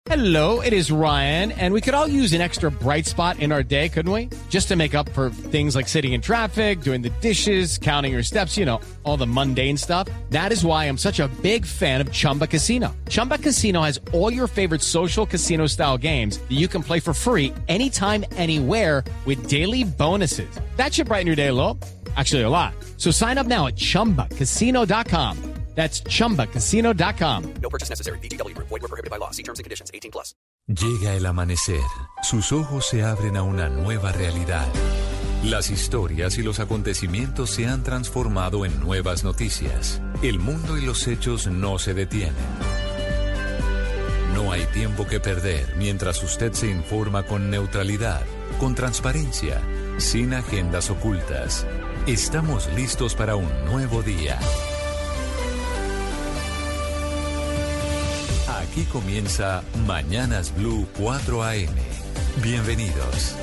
Hello, it is Ryan, and we could all use an extra bright spot in our day, couldn't we? Just to make up for things like sitting in traffic, doing the dishes, counting your steps, you know, all the mundane stuff. That is why I'm such a big fan of Chumba Casino. Chumba Casino has all your favorite social casino-style games that you can play for free anytime, anywhere with daily bonuses. That should brighten your day a little. Actually, a lot. So sign up now at ChumbaCasino.com. That's ChumbaCasino.com. No purchase necessary. VGW Group. Void where prohibited by law. See terms and conditions. 18+. Llega el amanecer. Sus ojos se abren a una nueva realidad. Las historias y los acontecimientos se han transformado en nuevas noticias. El mundo y los hechos no se detienen. No hay tiempo que perder mientras usted se informa con neutralidad, con transparencia, sin agendas ocultas. Estamos listos para un nuevo día. Aquí comienza Mañanas Blue 4 AM. Bienvenidos.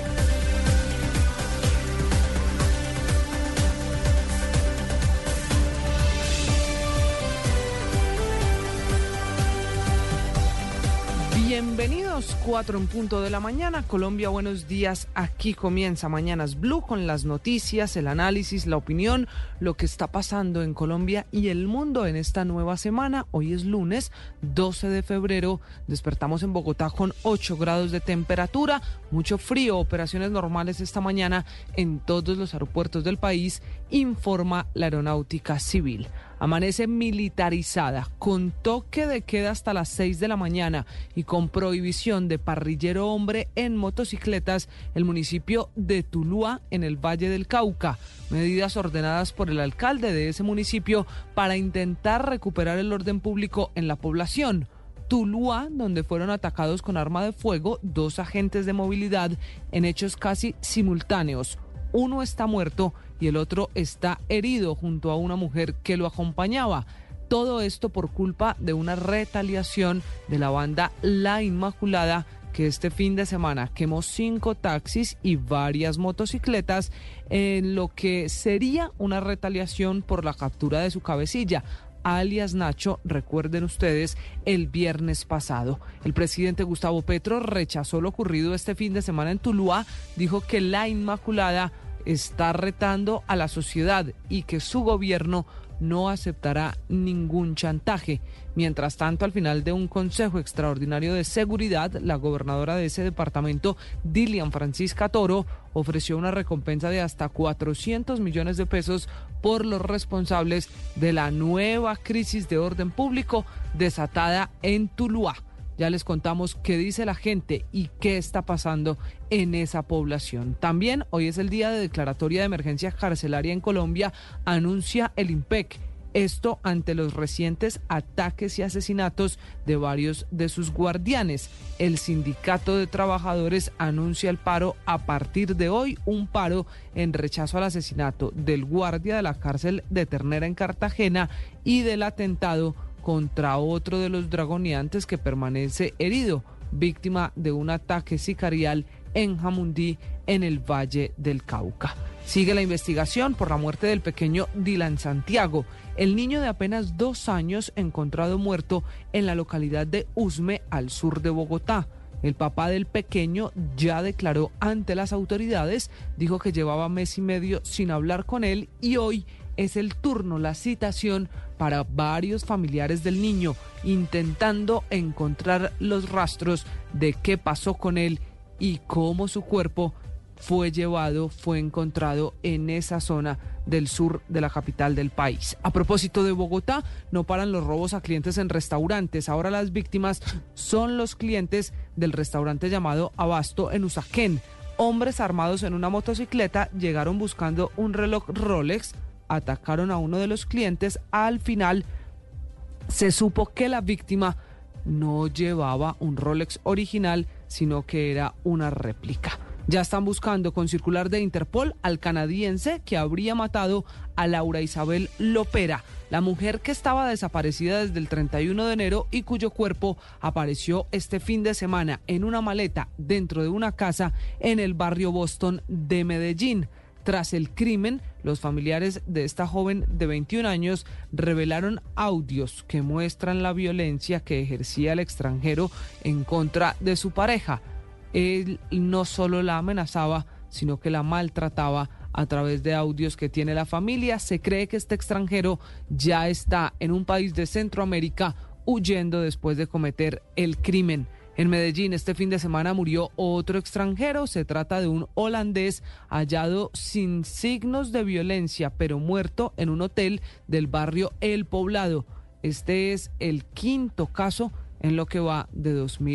Bienvenidos, 4 en punto de la mañana. Colombia, buenos días. Aquí comienza Mañanas Blue con las noticias, el análisis, la opinión, lo que está pasando en Colombia y el mundo en esta nueva semana. Hoy es lunes 12 de febrero. Despertamos en Bogotá con 8 grados de temperatura, mucho frío, operaciones normales esta mañana en todos los aeropuertos del país, informa la Aeronáutica Civil. Amanece militarizada, con toque de queda hasta las 6 de la mañana y con prohibición de parrillero hombre en motocicletas el municipio de Tuluá en el Valle del Cauca. Medidas ordenadas por el alcalde de ese municipio para intentar recuperar el orden público en la población. Tuluá, donde fueron atacados con arma de fuego 2 agentes de movilidad en hechos casi simultáneos. Uno está muerto y el otro está herido junto a una mujer que lo acompañaba. Todo esto por culpa de una retaliación de la banda La Inmaculada, que este fin de semana quemó 5 taxis y varias motocicletas en lo que sería una retaliación por la captura de su cabecilla, alias Nacho, recuerden ustedes, el viernes pasado. El presidente Gustavo Petro rechazó lo ocurrido este fin de semana en Tuluá, dijo que La Inmaculada está retando a la sociedad y que su gobierno no aceptará ningún chantaje. Mientras tanto, al final de un consejo extraordinario de seguridad, la gobernadora de ese departamento, Dilian Francisca Toro, ofreció una recompensa de hasta 400 millones de pesos por los responsables de la nueva crisis de orden público desatada en Tuluá. Ya les contamos qué dice la gente y qué está pasando en esa población. También hoy es el día de declaratoria de emergencia carcelaria en Colombia, anuncia el IMPEC. Esto ante los recientes ataques y asesinatos de varios de sus guardianes. El Sindicato de Trabajadores anuncia el paro a partir de hoy, un paro en rechazo al asesinato del guardia de la cárcel de Ternera en Cartagena y del atentado contra otro de los dragoneantes que permanece herido, víctima de un ataque sicarial en Jamundí, en el Valle del Cauca. Sigue la investigación por la muerte del pequeño Dylan Santiago, el niño de apenas 2 años encontrado muerto en la localidad de Usme, al sur de Bogotá. El papá del pequeño ya declaró ante las autoridades, dijo que llevaba mes y medio sin hablar con él y hoy es el turno, la citación para varios familiares del niño, intentando encontrar los rastros de qué pasó con él y cómo su cuerpo fue encontrado en esa zona del sur de la capital del país. A propósito de Bogotá, no paran los robos a clientes en restaurantes. Ahora las víctimas son los clientes del restaurante llamado Abasto en Usaquén. Hombres armados en una motocicleta llegaron buscando un reloj Rolex, atacaron a uno de los clientes. Al final se supo que la víctima no llevaba un Rolex original, sino que era una réplica. Ya están buscando con circular de Interpol al canadiense que habría matado a Laura Isabel Lopera, la mujer que estaba desaparecida desde el 31 de enero y cuyo cuerpo apareció este fin de semana en una maleta dentro de una casa en el barrio Boston de Medellín. Tras el crimen, Los familiares de esta joven de 21 años revelaron audios que muestran la violencia que ejercía el extranjero en contra de su pareja. Él no solo la amenazaba, sino que la maltrataba a través de audios que tiene la familia. Se cree que este extranjero ya está en un país de Centroamérica huyendo después de cometer el crimen. En Medellín este fin de semana murió otro extranjero. Se trata de un holandés hallado sin signos de violencia, pero muerto en un hotel del barrio El Poblado. Este es el quinto caso en lo que va de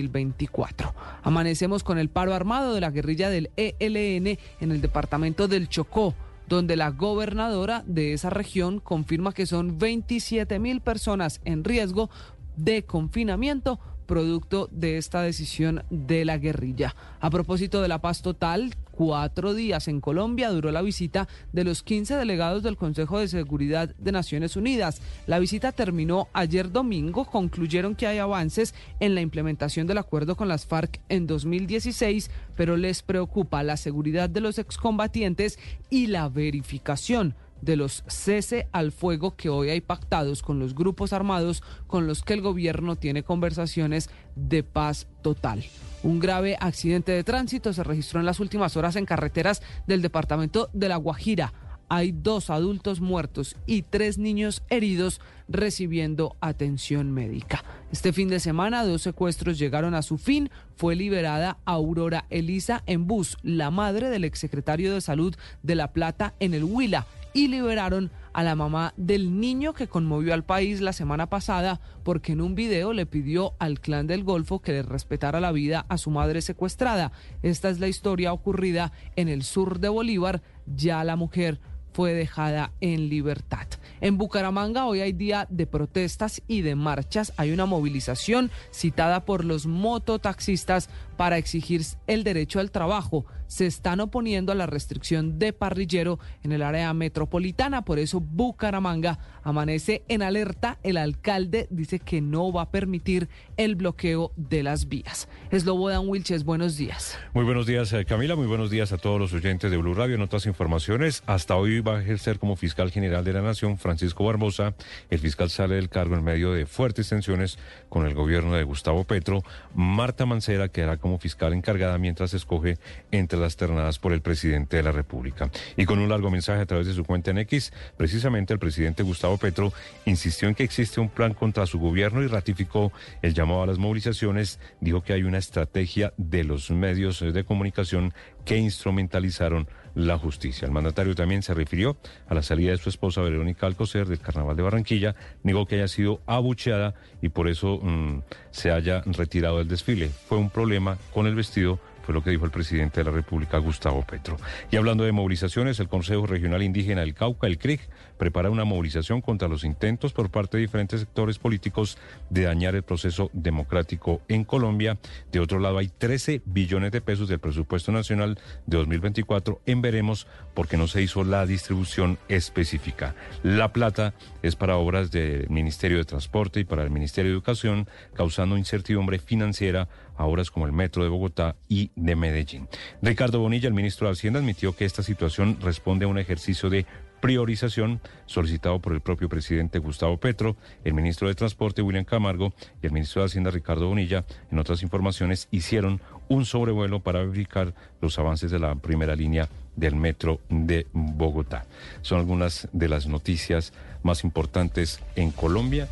2024. Amanecemos con el paro armado de la guerrilla del ELN en el departamento del Chocó, donde la gobernadora de esa región confirma que son 27.000 personas en riesgo de confinamiento producto de esta decisión de la guerrilla. A propósito de la paz total, 4 días en Colombia duró la visita de los 15 delegados del Consejo de Seguridad de Naciones Unidas. La visita terminó ayer domingo. Concluyeron que hay avances en la implementación del acuerdo con las FARC en 2016, pero les preocupa la seguridad de los excombatientes y la verificación de los cese al fuego que hoy hay pactados con los grupos armados con los que el gobierno tiene conversaciones de paz total. Un grave accidente de tránsito se registró en las últimas horas en carreteras del departamento de La Guajira. Hay 2 adultos muertos y 3 niños heridos recibiendo atención médica. Este fin de semana 2 secuestros llegaron a su fin. Fue liberada Aurora Elisa Embús, la madre del exsecretario de Salud de La Plata en el Huila, y liberaron a la mamá del niño que conmovió al país la semana pasada porque en un video le pidió al Clan del Golfo que le respetara la vida a su madre secuestrada. Esta es la historia ocurrida en el sur de Bolívar. Ya la mujer fue dejada en libertad. En Bucaramanga hoy hay día de protestas y de marchas. Hay una movilización citada por los mototaxistas para exigir el derecho al trabajo. Se están oponiendo a la restricción de parrillero en el área metropolitana. Por eso Bucaramanga amanece en alerta. El alcalde dice que no va a permitir el bloqueo de las vías. Slobodan Wilches, buenos días. Muy buenos días, Camila. Muy buenos días a todos los oyentes de Blue Radio. En otras informaciones, hasta hoy va a ejercer como fiscal general de la Nación Francisco Barbosa. El fiscal sale del cargo en medio de fuertes tensiones con el gobierno de Gustavo Petro. Marta Mancera quedará como fiscal encargada mientras se escoge entre las ternadas por el presidente de la República. Y con un largo mensaje a través de su cuenta en X, precisamente el presidente Gustavo Petro insistió en que existe un plan contra su gobierno y ratificó el llamado a las movilizaciones. Dijo que hay una estrategia de los medios de comunicación que instrumentalizaron la justicia. El mandatario también se refirió a la salida de su esposa Verónica Alcocer del Carnaval de Barranquilla, negó que haya sido abucheada y por eso se haya retirado del desfile. Fue un problema con el vestido, fue lo que dijo el presidente de la República, Gustavo Petro. Y hablando de movilizaciones, el Consejo Regional Indígena del Cauca, el CRIG, prepara una movilización contra los intentos por parte de diferentes sectores políticos de dañar el proceso democrático en Colombia. De otro lado, hay 13 billones de pesos del presupuesto nacional de 2024 en veremos porque no se hizo la distribución específica. La plata es para obras del Ministerio de Transporte y para el Ministerio de Educación, causando incertidumbre financiera a obras como el Metro de Bogotá y de Medellín. Ricardo Bonilla, el ministro de Hacienda, admitió que esta situación responde a un ejercicio de priorización solicitado por el propio presidente Gustavo Petro. El ministro de Transporte, William Camargo, y el ministro de Hacienda, Ricardo Bonilla, en otras informaciones, hicieron un sobrevuelo para verificar los avances de la primera línea del Metro de Bogotá. Son algunas de las noticias más importantes en Colombia.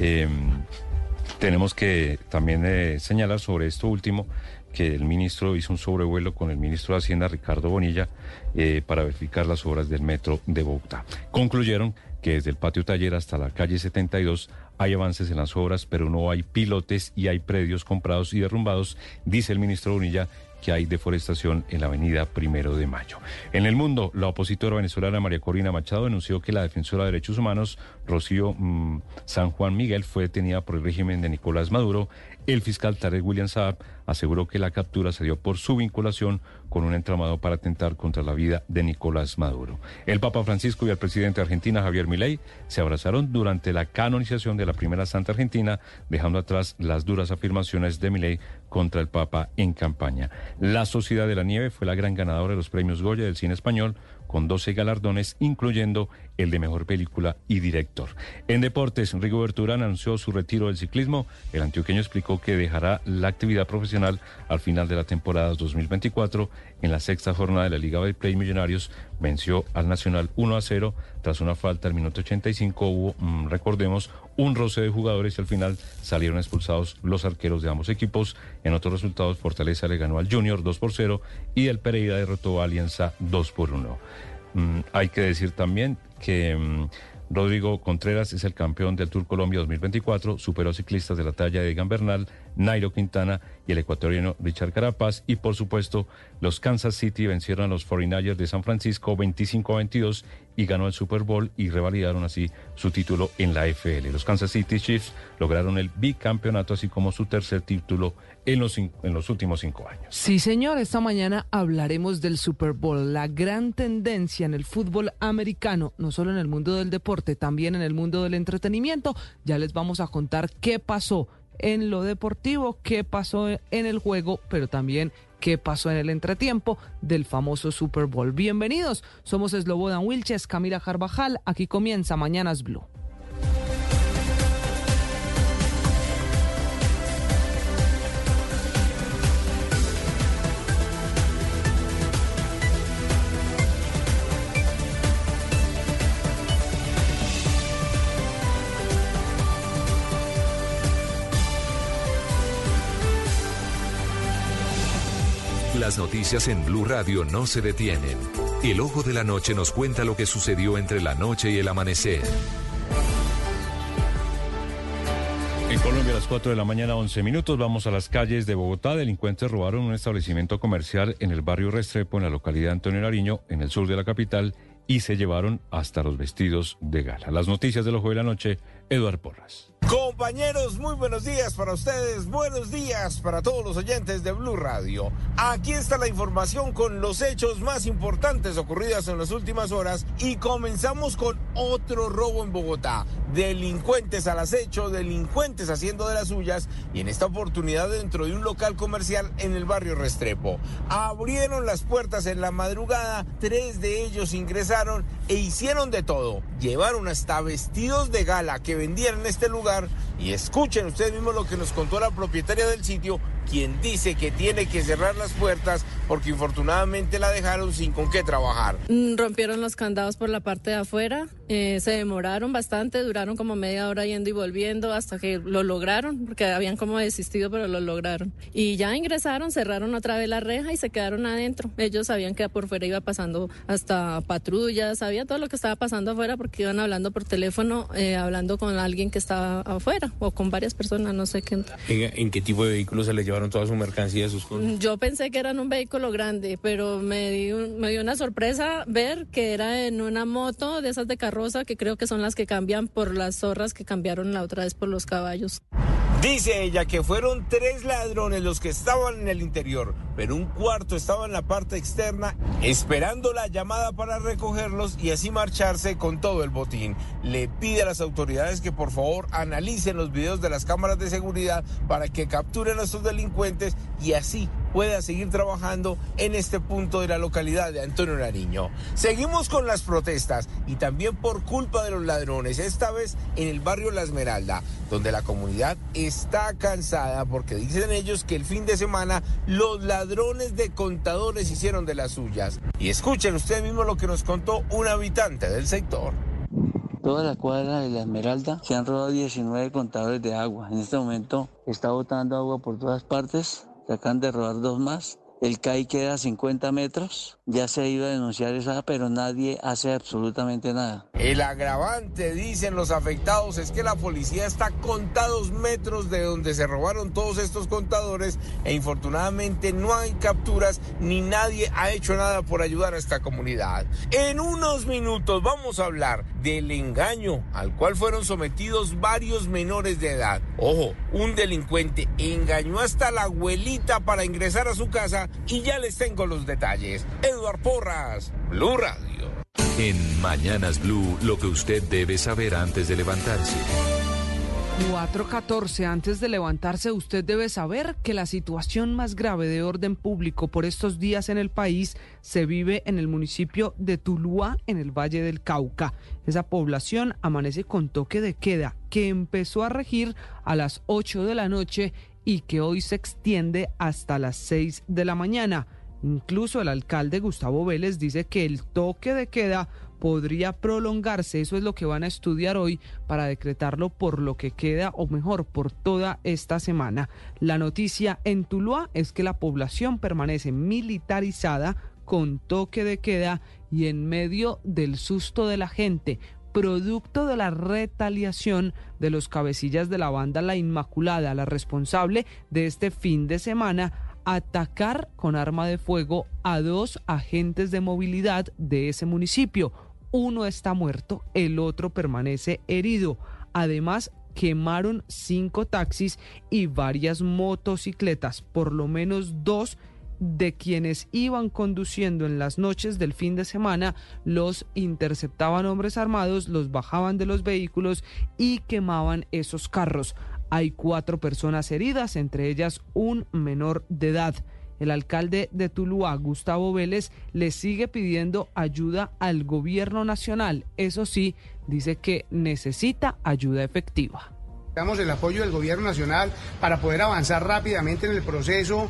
Tenemos que también señalar sobre esto último que el ministro hizo un sobrevuelo con el ministro de Hacienda, Ricardo Bonilla, para verificar las obras del Metro de Bogotá. Concluyeron que desde el patio taller hasta la calle 72 hay avances en las obras, pero no hay pilotes y hay predios comprados y derrumbados, dice el ministro Bonilla, que hay deforestación en la avenida 1 de Mayo. En el mundo, la opositora venezolana María Corina Machado denunció que la defensora de derechos humanos, Rocío San Juan Miguel, fue detenida por el régimen de Nicolás Maduro. El fiscal Tarek William Saab aseguró que la captura se dio por su vinculación con un entramado para atentar contra la vida de Nicolás Maduro. El Papa Francisco y el presidente de Argentina, Javier Milei, se abrazaron durante la canonización de la primera santa argentina, dejando atrás las duras afirmaciones de Milei contra el Papa en campaña. La Sociedad de la Nieve fue la gran ganadora de los premios Goya del cine español, con 12 galardones, incluyendo el de Mejor Película y Director. En deportes, Rigoberto Urán anunció su retiro del ciclismo. El antioqueño explicó que dejará la actividad profesional al final de la temporada 2024. En la sexta jornada de la Liga Betplay, Millonarios venció al Nacional 1-0. Tras una falta al minuto 85 hubo, recordemos, un roce de jugadores y al final salieron expulsados los arqueros de ambos equipos. En otros resultados, Fortaleza le ganó al Junior 2-0 y el Pereira derrotó a Alianza 2-1. Hay que decir también que Rodrigo Contreras es el campeón del Tour Colombia 2024, superó ciclistas de la talla de Egan Bernal, Nairo Quintana y el ecuatoriano Richard Carapaz. Y por supuesto, los Kansas City vencieron a los 49ers de San Francisco 25-22 y ganó el Super Bowl y revalidaron así su título en la AFL. Los Kansas City Chiefs lograron el bicampeonato, así como su tercer título en los últimos 5 años. Sí, señor, esta mañana hablaremos del Super Bowl, la gran tendencia en el fútbol americano, no solo en el mundo del deporte, también en el mundo del entretenimiento. Ya les vamos a contar qué pasó en lo deportivo, qué pasó en el juego, pero también qué pasó en el entretiempo del famoso Super Bowl. Bienvenidos, somos Slobodan Wilches, Camila Carvajal, aquí comienza Mañanas Blue. Las noticias en Blue Radio no se detienen. El Ojo de la Noche nos cuenta lo que sucedió entre la noche y el amanecer. En Colombia, a las 4 de la mañana, 11 minutos, vamos a las calles de Bogotá. Delincuentes robaron un establecimiento comercial en el barrio Restrepo, en la localidad de Antonio Nariño, en el sur de la capital, y se llevaron hasta los vestidos de gala. Las noticias del Ojo de la Noche, Eduardo Porras. Compañeros, muy buenos días para ustedes, buenos días para todos los oyentes de Blue Radio. Aquí está la información con los hechos más importantes ocurridos en las últimas horas y comenzamos con otro robo en Bogotá. Delincuentes al acecho, delincuentes haciendo de las suyas y en esta oportunidad dentro de un local comercial en el barrio Restrepo. Abrieron las puertas en la madrugada, 3 de ellos ingresaron e hicieron de todo. Llevaron hasta vestidos de gala que vendían en este lugar. Y escuchen ustedes mismos lo que nos contó la propietaria del sitio, quien dice que tiene que cerrar las puertas porque infortunadamente la dejaron sin con qué trabajar. Rompieron los candados por la parte de afuera, se demoraron bastante, duraron como media hora yendo y volviendo hasta que lo lograron, porque habían como desistido, pero lo lograron. Y ya ingresaron, cerraron otra vez la reja y se quedaron adentro. Ellos sabían que por fuera iba pasando hasta patrullas, sabía todo lo que estaba pasando afuera porque iban hablando por teléfono, hablando con alguien que estaba afuera o con varias personas, no sé qué. ¿En qué tipo de vehículo se les llevaron toda su mercancía, sus cosas? Yo pensé que eran un vehículo grande, pero me dio una sorpresa ver que era en una moto de esas de carroza, que creo que son las que cambian por las zorras que cambiaron la otra vez por los caballos. Dice ella que fueron 3 ladrones los que estaban en el interior, pero un cuarto estaba en la parte externa esperando la llamada para recogerlos y así marcharse con todo el botín. Le pide a las autoridades que por favor analicen los videos de las cámaras de seguridad para que capturen a estos delincuentes y así pueda seguir trabajando en este punto de la localidad de Antonio Nariño. Seguimos con las protestas y también por culpa de los ladrones, esta vez en el barrio La Esmeralda, donde la comunidad está cansada porque dicen ellos que el fin de semana los ladrones de contadores hicieron de las suyas. Y escuchen ustedes mismos lo que nos contó un habitante del sector. Toda la cuadra de La Esmeralda se han robado 19 contadores de agua. En este momento está botando agua por todas partes. Se acaban de robar 2 más. El CAI queda a 50 metros. Ya se iba a denunciar esa, pero nadie hace absolutamente nada. El agravante, dicen los afectados, es que la policía está a contados metros de donde se robaron todos estos contadores e infortunadamente no hay capturas ni nadie ha hecho nada por ayudar a esta comunidad. En unos minutos vamos a hablar del engaño al cual fueron sometidos varios menores de edad. Ojo, un delincuente engañó hasta la abuelita para ingresar a su casa y ya les tengo los detalles. Eduardo Porras, Blue Radio. En Mañanas Blue, lo que usted debe saber antes de levantarse. 4:14. Antes de levantarse, usted debe saber que la situación más grave de orden público por estos días en el país se vive en el municipio de Tuluá, en el Valle del Cauca. Esa población amanece con toque de queda que empezó a regir a las 8 de la noche y que hoy se extiende hasta las 6 de la mañana. Incluso el alcalde Gustavo Vélez dice que el toque de queda podría prolongarse. Eso es lo que van a estudiar hoy para decretarlo por lo que queda, o mejor, por toda esta semana. La noticia en Tuluá es que la población permanece militarizada, con toque de queda y en medio del susto de la gente, producto de la retaliación de los cabecillas de la banda La Inmaculada, la responsable de este fin de semana atacar con arma de fuego a 2 agentes de movilidad de ese municipio. Uno está muerto, el otro permanece herido. Además, quemaron 5 taxis y varias motocicletas. Por lo menos 2 de quienes iban conduciendo en las noches del fin de semana los interceptaban hombres armados, los bajaban de los vehículos y quemaban esos carros. Hay 4 personas heridas, entre ellas un menor de edad. El alcalde de Tuluá, Gustavo Vélez, le sigue pidiendo ayuda al gobierno nacional. Eso sí, dice que necesita ayuda efectiva. Necesitamos el apoyo del gobierno nacional para poder avanzar rápidamente en el proceso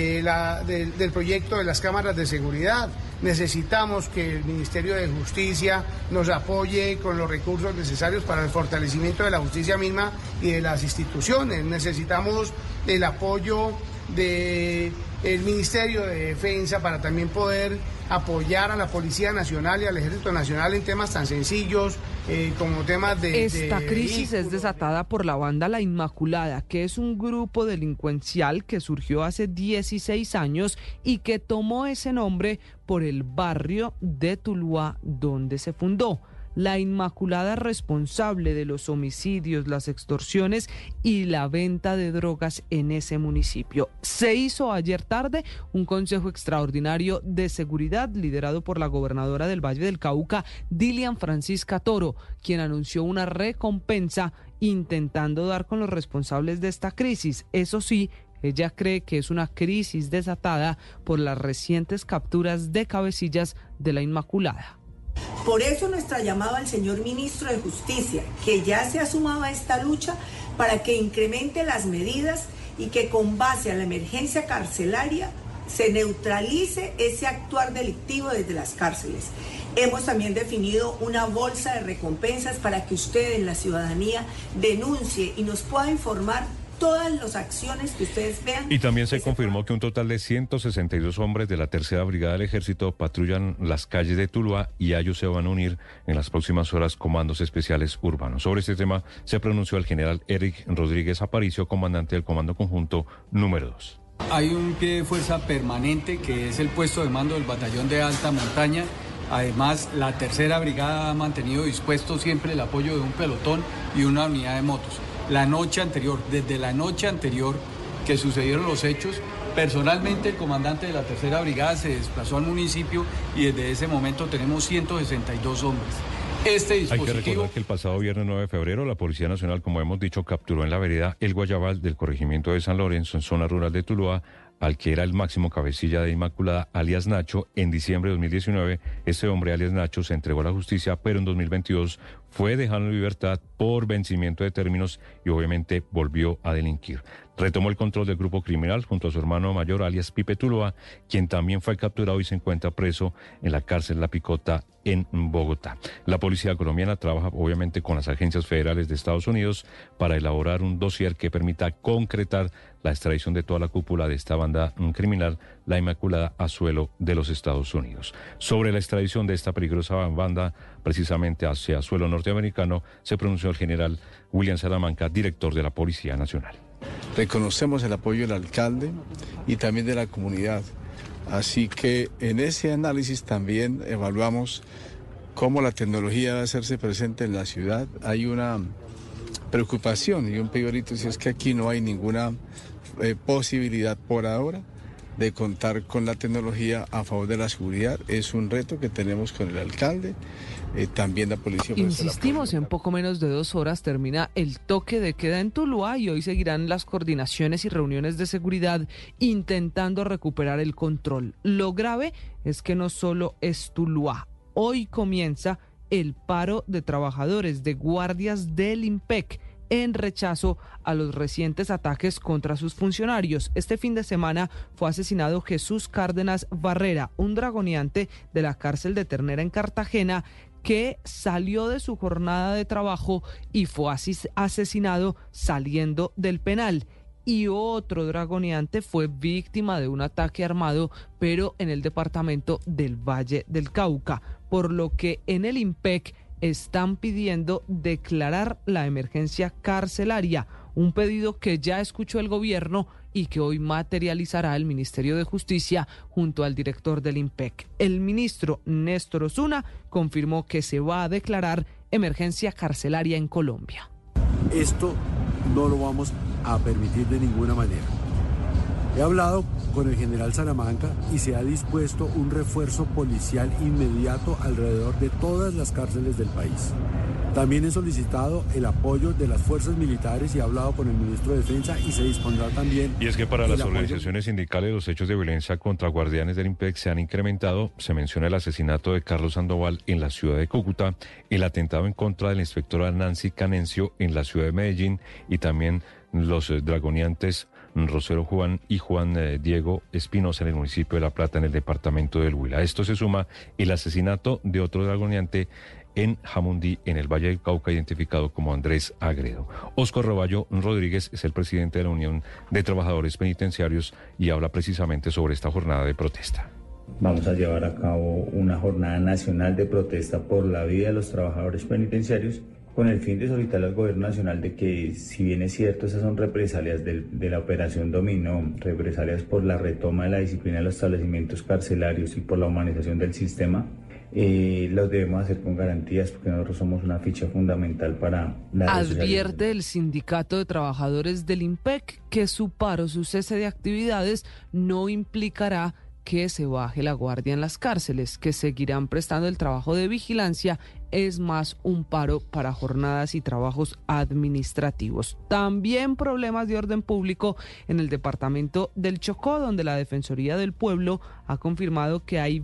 del proyecto de las cámaras de seguridad. Necesitamos que el Ministerio de Justicia nos apoye con los recursos necesarios para el fortalecimiento de la justicia misma y de las instituciones. Necesitamos el apoyo del Ministerio de Defensa para también poder apoyar a la Policía Nacional y al Ejército Nacional en temas tan sencillos como temas de... Esta crisis es desatada por la banda La Inmaculada, que es un grupo delincuencial que surgió hace 16 años y que tomó ese nombre por el barrio de Tuluá donde se fundó. La Inmaculada, responsable de los homicidios, las extorsiones y la venta de drogas en ese municipio. Se hizo ayer tarde un consejo extraordinario de seguridad liderado por la gobernadora del Valle del Cauca, Dilian Francisca Toro, quien anunció una recompensa intentando dar con los responsables de esta crisis. Eso sí, ella cree que es una crisis desatada por las recientes capturas de cabecillas de la Inmaculada. Por eso nuestra llamada al señor ministro de Justicia, que ya se ha sumado a esta lucha para que incremente las medidas y que con base a la emergencia carcelaria se neutralice ese actuar delictivo desde las cárceles. Hemos también definido una bolsa de recompensas para que usted en la ciudadanía denuncie y nos pueda informar todas las acciones que ustedes vean. Y también se confirmó que un total de 162 hombres de la Tercera Brigada del Ejército patrullan las calles de Tuluá y a ellos se van a unir en las próximas horas comandos especiales urbanos. Sobre este tema se pronunció el general Eric Rodríguez Aparicio, comandante del Comando Conjunto número 2. Hay un pie de fuerza permanente que es el puesto de mando del Batallón de Alta Montaña. Además, la Tercera Brigada ha mantenido dispuesto siempre el apoyo de un pelotón y una unidad de motos. Desde la noche anterior que sucedieron los hechos, personalmente el comandante de la Tercera Brigada se desplazó al municipio y desde ese momento tenemos 162 hombres. Hay que recordar que el pasado viernes 9 de febrero la Policía Nacional, como hemos dicho, capturó en la vereda El Guayabal del corregimiento de San Lorenzo, en zona rural de Tuluá, al que era el máximo cabecilla de Inmaculada, alias Nacho. En diciembre de 2019, este hombre, alias Nacho, se entregó a la justicia, pero en 2022 fue dejado en libertad por vencimiento de términos y obviamente volvió a delinquir. Retomó el control del grupo criminal junto a su hermano mayor, alias Pipe Tuluá, quien también fue capturado y se encuentra preso en la cárcel La Picota en Bogotá. La policía colombiana trabaja obviamente con las agencias federales de Estados Unidos para elaborar un dossier que permita concretar la extradición de toda la cúpula de esta banda criminal, La Inmaculada, a suelo de los Estados Unidos. Sobre la extradición de esta peligrosa banda precisamente hacia suelo norteamericano, se pronunció el general William Salamanca, director de la Policía Nacional. Reconocemos el apoyo del alcalde y también de la comunidad. Así que en ese análisis también evaluamos cómo la tecnología debe hacerse presente en la ciudad. Hay una preocupación y un peyorito, si es que aquí no hay ninguna posibilidad por ahora de contar con la tecnología a favor de la seguridad. Es un reto que tenemos con el alcalde, también la policía. Insistimos, en poco menos de 2 horas termina el toque de queda en Tuluá y hoy seguirán las coordinaciones y reuniones de seguridad intentando recuperar el control. Lo grave es que no solo es Tuluá. Hoy comienza el paro de trabajadores de guardias del IMPEC en rechazo a los recientes ataques contra sus funcionarios. Este fin de semana fue asesinado Jesús Cárdenas Barrera, un dragoneante de la cárcel de Ternera en Cartagena, que salió de su jornada de trabajo y fue asesinado saliendo del penal. Y otro dragoneante fue víctima de un ataque armado, pero en el departamento del Valle del Cauca, por lo que en el IMPEC están pidiendo declarar la emergencia carcelaria, un pedido que ya escuchó el gobierno y que hoy materializará el Ministerio de Justicia junto al director del IMPEC. El ministro Néstor Osuna confirmó que se va a declarar emergencia carcelaria en Colombia. Esto no lo vamos a permitir de ninguna manera. He hablado con el general Salamanca y se ha dispuesto un refuerzo policial inmediato alrededor de todas las cárceles del país. También he solicitado el apoyo de las fuerzas militares y he hablado con el ministro de Defensa y se dispondrá también. Y es que para las organizaciones sindicales los hechos de violencia contra guardianes del IMPEC se han incrementado. Se menciona el asesinato de Carlos Sandoval en la ciudad de Cúcuta, el atentado en contra de la inspectora Nancy Canencio en la ciudad de Medellín y también los dragoneantes Rosero Juan y Juan Diego Espinosa en el municipio de La Plata, en el departamento del Huila. A esto se suma el asesinato de otro dragoneante en Jamundí, en el Valle del Cauca, identificado como Andrés Agredo. Óscar Roballo Rodríguez es el presidente de la Unión de Trabajadores Penitenciarios y habla precisamente sobre esta jornada de protesta. Vamos a llevar a cabo una jornada nacional de protesta por la vida de los trabajadores penitenciarios, con el fin de solicitar al gobierno nacional de que, si bien es cierto, esas son represalias de la Operación Dominó, represalias por la retoma de la disciplina de los establecimientos carcelarios y por la humanización del sistema, los debemos hacer con garantías, porque nosotros somos una ficha fundamental para la Advierte el Sindicato de Trabajadores del IMPEC que su paro, su cese de actividades, no implicará que se baje la guardia en las cárceles, que seguirán prestando el trabajo de vigilancia, es más un paro para jornadas y trabajos administrativos. También problemas de orden público en el departamento del Chocó, donde la Defensoría del Pueblo ha confirmado que hay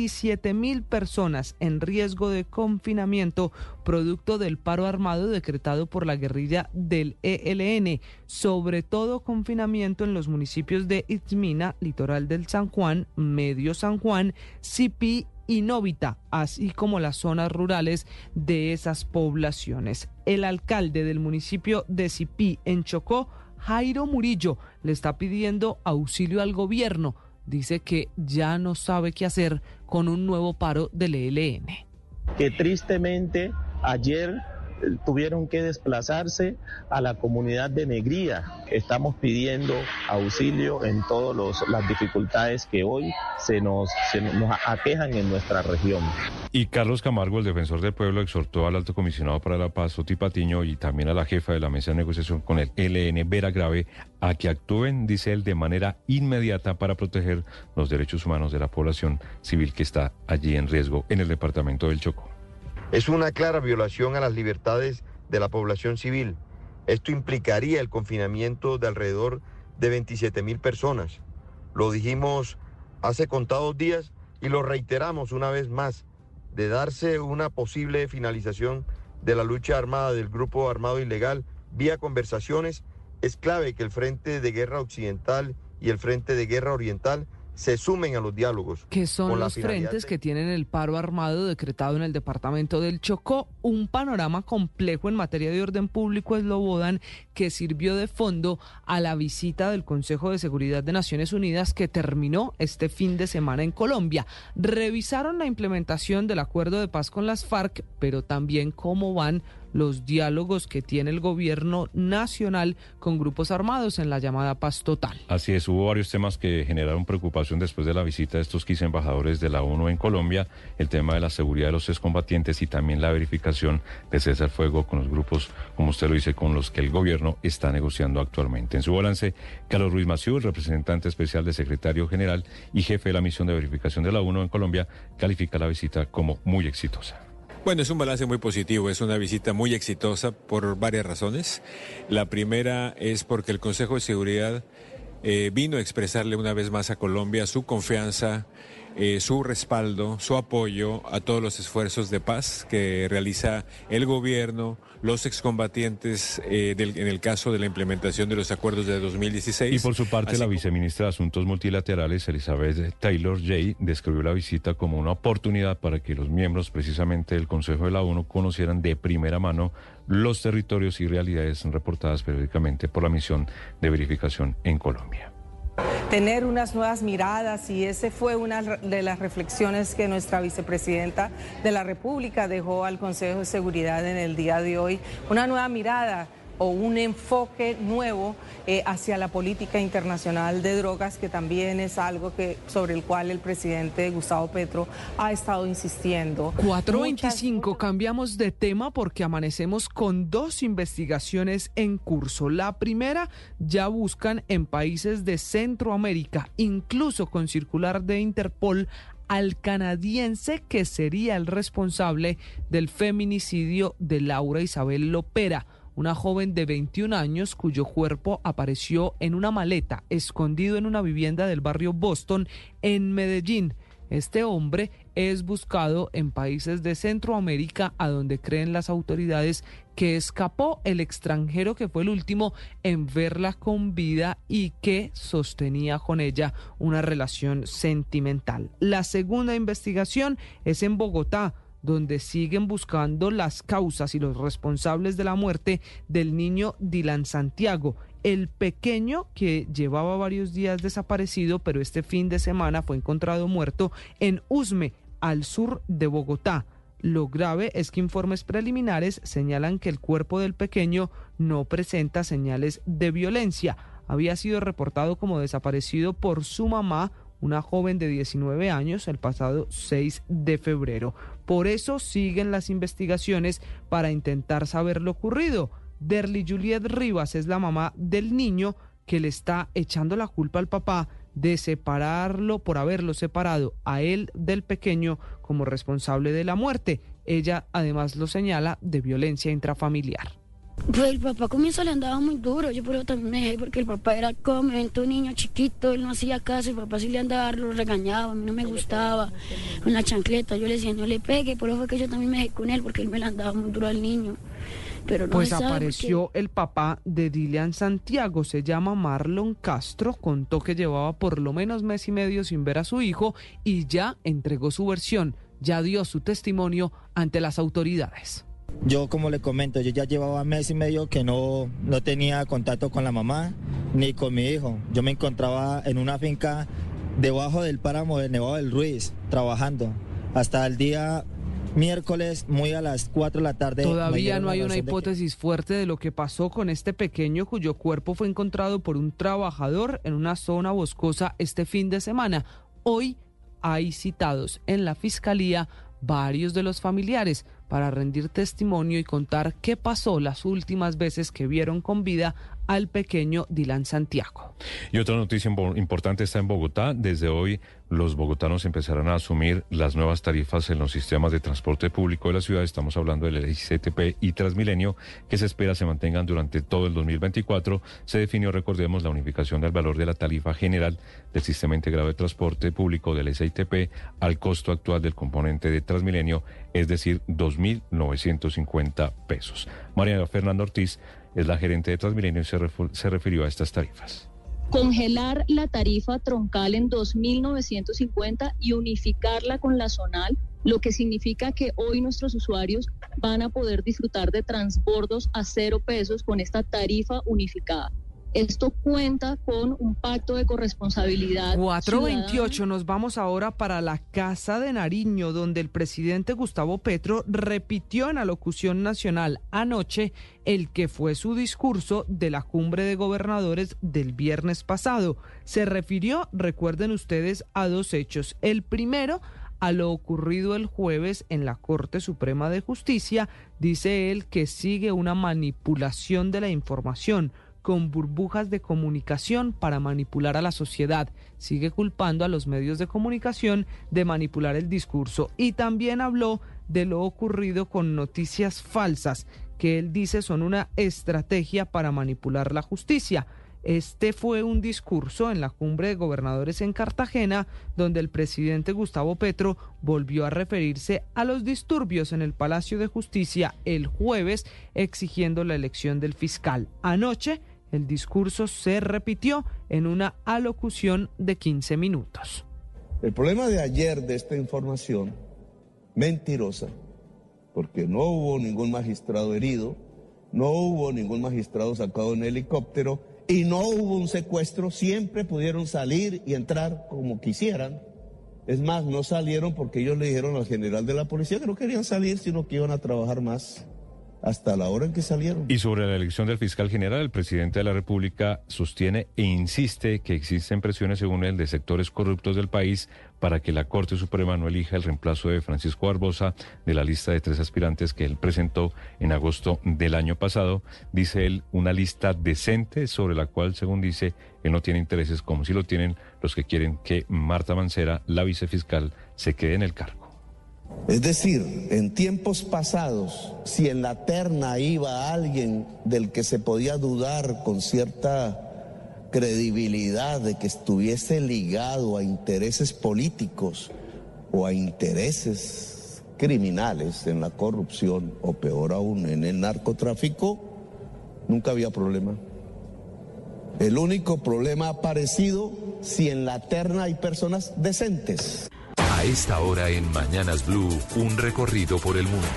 27.000 personas en riesgo de confinamiento producto del paro armado decretado por la guerrilla del ELN, sobre todo confinamiento en los municipios de Itzmina, Litoral del San Juan, Medio San Juan, Sipí y Novita, así como las zonas rurales de esas poblaciones. El alcalde del municipio de Sipí, en Chocó, Jairo Murillo, le está pidiendo auxilio al gobierno. Dice que ya no sabe qué hacer con un nuevo paro del ELN. Que tristemente ayer tuvieron que desplazarse a la comunidad de Negría. Estamos pidiendo auxilio en todas las dificultades que hoy se nos aquejan en nuestra región. Y Carlos Camargo, el defensor del pueblo, exhortó al alto comisionado para la paz, Oti Patiño, y también a la jefa de la mesa de negociación con el ELN, Vera Grave, a que actúen, dice él, de manera inmediata para proteger los derechos humanos de la población civil que está allí en riesgo en el departamento del Chocó. Es una clara violación a las libertades de la población civil. Esto implicaría el confinamiento de alrededor de 27.000 personas. Lo dijimos hace contados días y lo reiteramos una vez más. De darse una posible finalización de la lucha armada del grupo armado ilegal vía conversaciones, es clave que el Frente de Guerra Occidental y el Frente de Guerra Oriental se sumen a los diálogos. Que son los frentes que tienen el paro armado decretado en el departamento del Chocó. Un panorama complejo en materia de orden público es Lobodan, que sirvió de fondo a la visita del Consejo de Seguridad de Naciones Unidas que terminó este fin de semana en Colombia. Revisaron la implementación del acuerdo de paz con las FARC, pero también cómo van los diálogos que tiene el gobierno nacional con grupos armados en la llamada paz total. Así es, hubo varios temas que generaron preocupación después de la visita de estos 15 embajadores de la ONU en Colombia, el tema de la seguridad de los excombatientes y también la verificación de cese al fuego con los grupos, como usted lo dice, con los que el gobierno está negociando actualmente. En su balance, Carlos Ruiz Massieu, el representante especial del secretario general y jefe de la misión de verificación de la ONU en Colombia, califica la visita como muy exitosa. Bueno, es un balance muy positivo, es una visita muy exitosa por varias razones. La primera es porque el Consejo de Seguridad vino a expresarle una vez más a Colombia su confianza, su respaldo, su apoyo a todos los esfuerzos de paz que realiza el gobierno, los excombatientes, en el caso de la implementación de los acuerdos de 2016. Y por su parte, la viceministra de Asuntos Multilaterales, Elizabeth Taylor-Jay, describió la visita como una oportunidad para que los miembros precisamente del Consejo de la ONU conocieran de primera mano los territorios y realidades reportadas periódicamente por la misión de verificación en Colombia. Tener unas nuevas miradas, y ese fue una de las reflexiones que nuestra vicepresidenta de la República dejó al Consejo de Seguridad en el día de hoy, una nueva mirada o un enfoque nuevo hacia la política internacional de drogas, que también es algo sobre el cual el presidente Gustavo Petro ha estado insistiendo. 4:25, cambiamos de tema porque amanecemos con 2 investigaciones en curso. La primera, ya buscan en países de Centroamérica, incluso con circular de Interpol, al canadiense que sería el responsable del feminicidio de Laura Isabel Lopera, una joven de 21 años cuyo cuerpo apareció en una maleta escondido en una vivienda del barrio Boston en Medellín. Este hombre es buscado en países de Centroamérica, a donde creen las autoridades que escapó el extranjero que fue el último en verla con vida y que sostenía con ella una relación sentimental. La segunda investigación es en Bogotá, donde siguen buscando las causas y los responsables de la muerte del niño Dylan Santiago, el pequeño que llevaba varios días desaparecido, pero este fin de semana fue encontrado muerto en Usme, al sur de Bogotá. Lo grave es que informes preliminares señalan que el cuerpo del pequeño no presenta señales de violencia. Había sido reportado como desaparecido por su mamá, una joven de 19 años, el pasado 6 de febrero. Por eso siguen las investigaciones para intentar saber lo ocurrido. Derly Juliet Rivas es la mamá del niño, que le está echando la culpa al papá de separarlo, por haberlo separado a él del pequeño, como responsable de la muerte. Ella además lo señala de violencia intrafamiliar. Pues el papá comienza le andaba muy duro, yo por eso también me dejé, porque el papá era como, me vente un niño chiquito, él no hacía caso, el papá sí le andaba, lo regañaba, a mí no me gustaba, con la chancleta, yo le decía no le pegue, por eso fue que yo también me dejé con él, porque él me le andaba muy duro al niño. Pero no pues apareció el papá de Dylan Santiago, se llama Marlon Castro, contó que llevaba por lo menos mes y medio sin ver a su hijo y ya entregó su versión, ya dio su testimonio ante las autoridades. Yo, como le comento, yo ya llevaba mes y medio que no tenía contacto con la mamá ni con mi hijo. Yo me encontraba en una finca debajo del páramo de Nevado del Ruiz, trabajando. Hasta el día miércoles, muy a las 4 de la tarde. Todavía no hay una hipótesis fuerte de lo que pasó con este pequeño cuyo cuerpo fue encontrado por un trabajador en una zona boscosa este fin de semana. Hoy hay citados en la fiscalía varios de los familiares para rendir testimonio y contar qué pasó las últimas veces que vieron con vida al pequeño Dylan Santiago. Y otra noticia importante está en Bogotá. Desde hoy los bogotanos empezarán a asumir las nuevas tarifas en los sistemas de transporte público de la ciudad. Estamos hablando del SITP y Transmilenio, que se espera se mantengan durante todo el 2024. Se definió, recordemos, la unificación del valor de la tarifa general del Sistema Integrado de Transporte Público del SITP al costo actual del componente de Transmilenio, es decir, 2.950 pesos. María Fernanda Ortiz es la gerente de Transmilenio y se refirió a estas tarifas. Congelar la tarifa troncal en 2.950 y unificarla con la zonal, lo que significa que hoy nuestros usuarios van a poder disfrutar de transbordos a 0 pesos con esta tarifa unificada. Esto cuenta con un pacto de corresponsabilidad. 4:28, nos vamos ahora para la Casa de Nariño, donde el presidente Gustavo Petro repitió en alocución nacional anoche el que fue su discurso de la cumbre de gobernadores del viernes pasado. Se refirió, recuerden ustedes, a dos hechos. El primero, a lo ocurrido el jueves en la Corte Suprema de Justicia. Dice él que sigue una manipulación de la información con burbujas de comunicación para manipular a la sociedad. Sigue culpando a los medios de comunicación de manipular el discurso. Y también habló de lo ocurrido con noticias falsas, que él dice son una estrategia para manipular la justicia. Este fue un discurso en la cumbre de gobernadores en Cartagena, donde el presidente Gustavo Petro volvió a referirse a los disturbios en el Palacio de Justicia el jueves, exigiendo la elección del fiscal. Anoche, el discurso se repitió en una alocución de 15 minutos. El problema de ayer de esta información mentirosa, porque no hubo ningún magistrado herido, no hubo ningún magistrado sacado en helicóptero, y no hubo un secuestro, siempre pudieron salir y entrar como quisieran. Es más, no salieron porque ellos le dijeron al general de la policía que no querían salir, sino que iban a trabajar más hasta la hora en que salieron. Y sobre la elección del fiscal general, el presidente de la República sostiene e insiste que existen presiones, según él, de sectores corruptos del país para que la Corte Suprema no elija el reemplazo de Francisco Barbosa de la lista de 3 aspirantes que él presentó en agosto del año pasado. Dice él, una lista decente sobre la cual, según dice, él no tiene intereses, como si lo tienen los que quieren que Marta Mancera, la vicefiscal, se quede en el cargo. Es decir, en tiempos pasados, si en la terna iba alguien del que se podía dudar con cierta credibilidad de que estuviese ligado a intereses políticos o a intereses criminales en la corrupción, o peor aún, en el narcotráfico, nunca había problema. El único problema ha aparecido si en la terna hay personas decentes. A esta hora en Mañanas Blue, un recorrido por el mundo.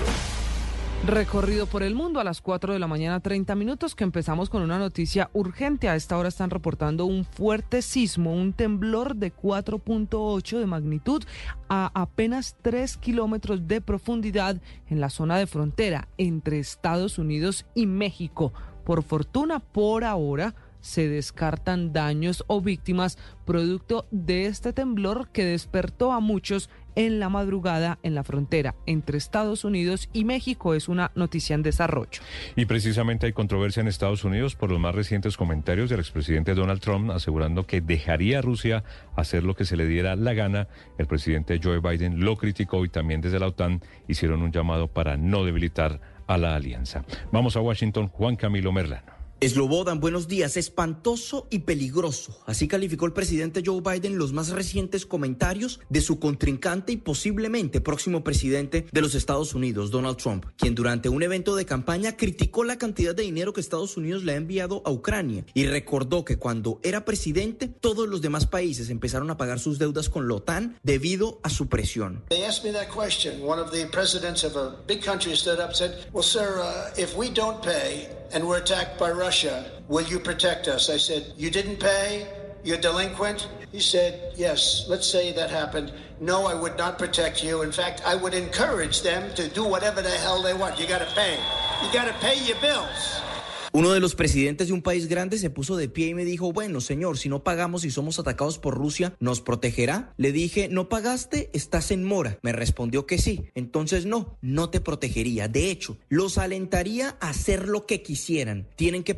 Recorrido por el mundo a las 4 de la mañana, 30 minutos, que empezamos con una noticia urgente. A esta hora están reportando un fuerte sismo, un temblor de 4.8 de magnitud a apenas 3 kilómetros de profundidad en la zona de frontera entre Estados Unidos y México. Por fortuna, por ahora, se descartan daños o víctimas producto de este temblor que despertó a muchos en la madrugada en la frontera entre Estados Unidos y México. Es una noticia en desarrollo. Y precisamente hay controversia en Estados Unidos por los más recientes comentarios del expresidente Donald Trump asegurando que dejaría a Rusia hacer lo que se le diera la gana. El presidente Joe Biden lo criticó y también desde la OTAN hicieron un llamado para no debilitar a la alianza. Vamos a Washington, Juan Camilo Merlano. Slobodan, buenos días. Espantoso y peligroso. Así calificó el presidente Joe Biden los más recientes comentarios de su contrincante y posiblemente próximo presidente de los Estados Unidos, Donald Trump, quien durante un evento de campaña criticó la cantidad de dinero que Estados Unidos le ha enviado a Ucrania y recordó que cuando era presidente, todos los demás países empezaron a pagar sus deudas con la OTAN debido a su presión. They asked me that question. One of the presidents of a big country stood up and said, well, sir, if we don't pay and we're attacked by Russia, will you protect us? I said, you didn't pay? You're delinquent? He said, yes, let's say that happened. No, I would not protect you. In fact, I would encourage them to do whatever the hell they want. You got to pay. You got to pay your bills. Uno de los presidentes de un país grande se puso de pie y me dijo, bueno, señor, si no pagamos y somos atacados por Rusia, ¿nos protegerá? Le dije, ¿no pagaste? Estás en mora. Me respondió que sí. Entonces no te protegería. De hecho, los alentaría a hacer lo que quisieran. Tienen que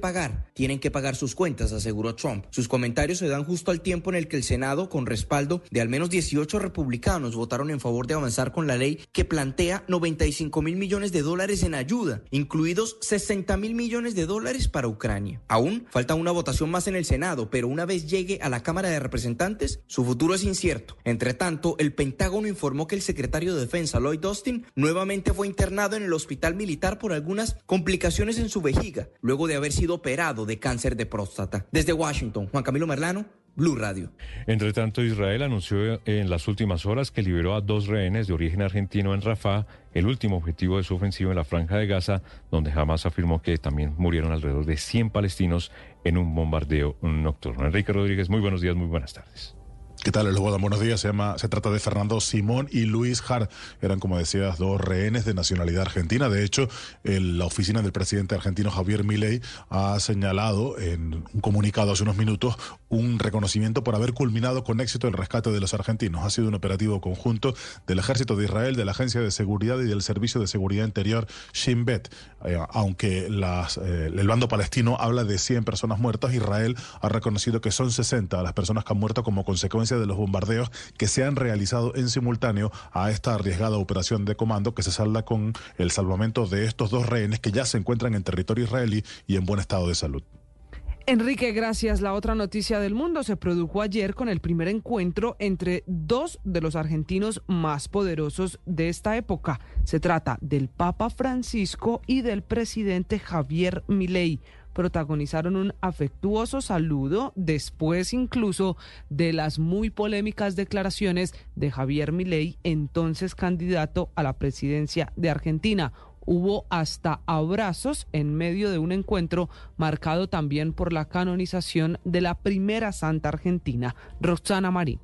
pagar sus cuentas, aseguró Trump. Sus comentarios se dan justo al tiempo en el que el Senado, con respaldo de al menos 18 republicanos, votaron en favor de avanzar con la ley que plantea $95,000 millones en ayuda, incluidos $60,000 millones para Ucrania. Aún falta una votación más en el Senado, pero una vez llegue a la Cámara de Representantes, su futuro es incierto. Entre tanto, el Pentágono informó que el secretario de Defensa, Lloyd Austin, nuevamente fue internado en el hospital militar por algunas complicaciones en su vejiga, luego de haber sido operado de cáncer de próstata. Desde Washington, Juan Camilo Merlano, Blue Radio. Entre tanto, Israel anunció en las últimas horas que liberó a 2 rehenes de origen argentino en Rafah, el último objetivo de su ofensiva en la Franja de Gaza, donde Hamas afirmó que también murieron alrededor de 100 palestinos en un bombardeo nocturno. Enrique Rodríguez, muy buenos días, muy buenas tardes. ¿Qué tal, Eloboda? Buenos días. Se trata de Fernando Simón y Luis Har. Eran, como decías, 2 rehenes de nacionalidad argentina. De hecho, la oficina del presidente argentino Javier Milei ha señalado en un comunicado hace unos minutos un reconocimiento por haber culminado con éxito el rescate de los argentinos. Ha sido un operativo conjunto del Ejército de Israel, de la Agencia de Seguridad y del Servicio de Seguridad Interior Shin Bet. Aunque el bando palestino habla de 100 personas muertas, Israel ha reconocido que son 60 las personas que han muerto como consecuencia de los bombardeos que se han realizado en simultáneo a esta arriesgada operación de comando que se salda con el salvamento de estos 2 rehenes que ya se encuentran en territorio israelí y en buen estado de salud. Enrique, gracias. La otra noticia del mundo se produjo ayer con el primer encuentro entre 2 de los argentinos más poderosos de esta época. Se trata del Papa Francisco y del presidente Javier Milei. Protagonizaron un afectuoso saludo después incluso de las muy polémicas declaraciones de Javier Milei, entonces candidato a la presidencia de Argentina. Hubo hasta abrazos en medio de un encuentro marcado también por la canonización de la primera santa argentina, Roxana Marín.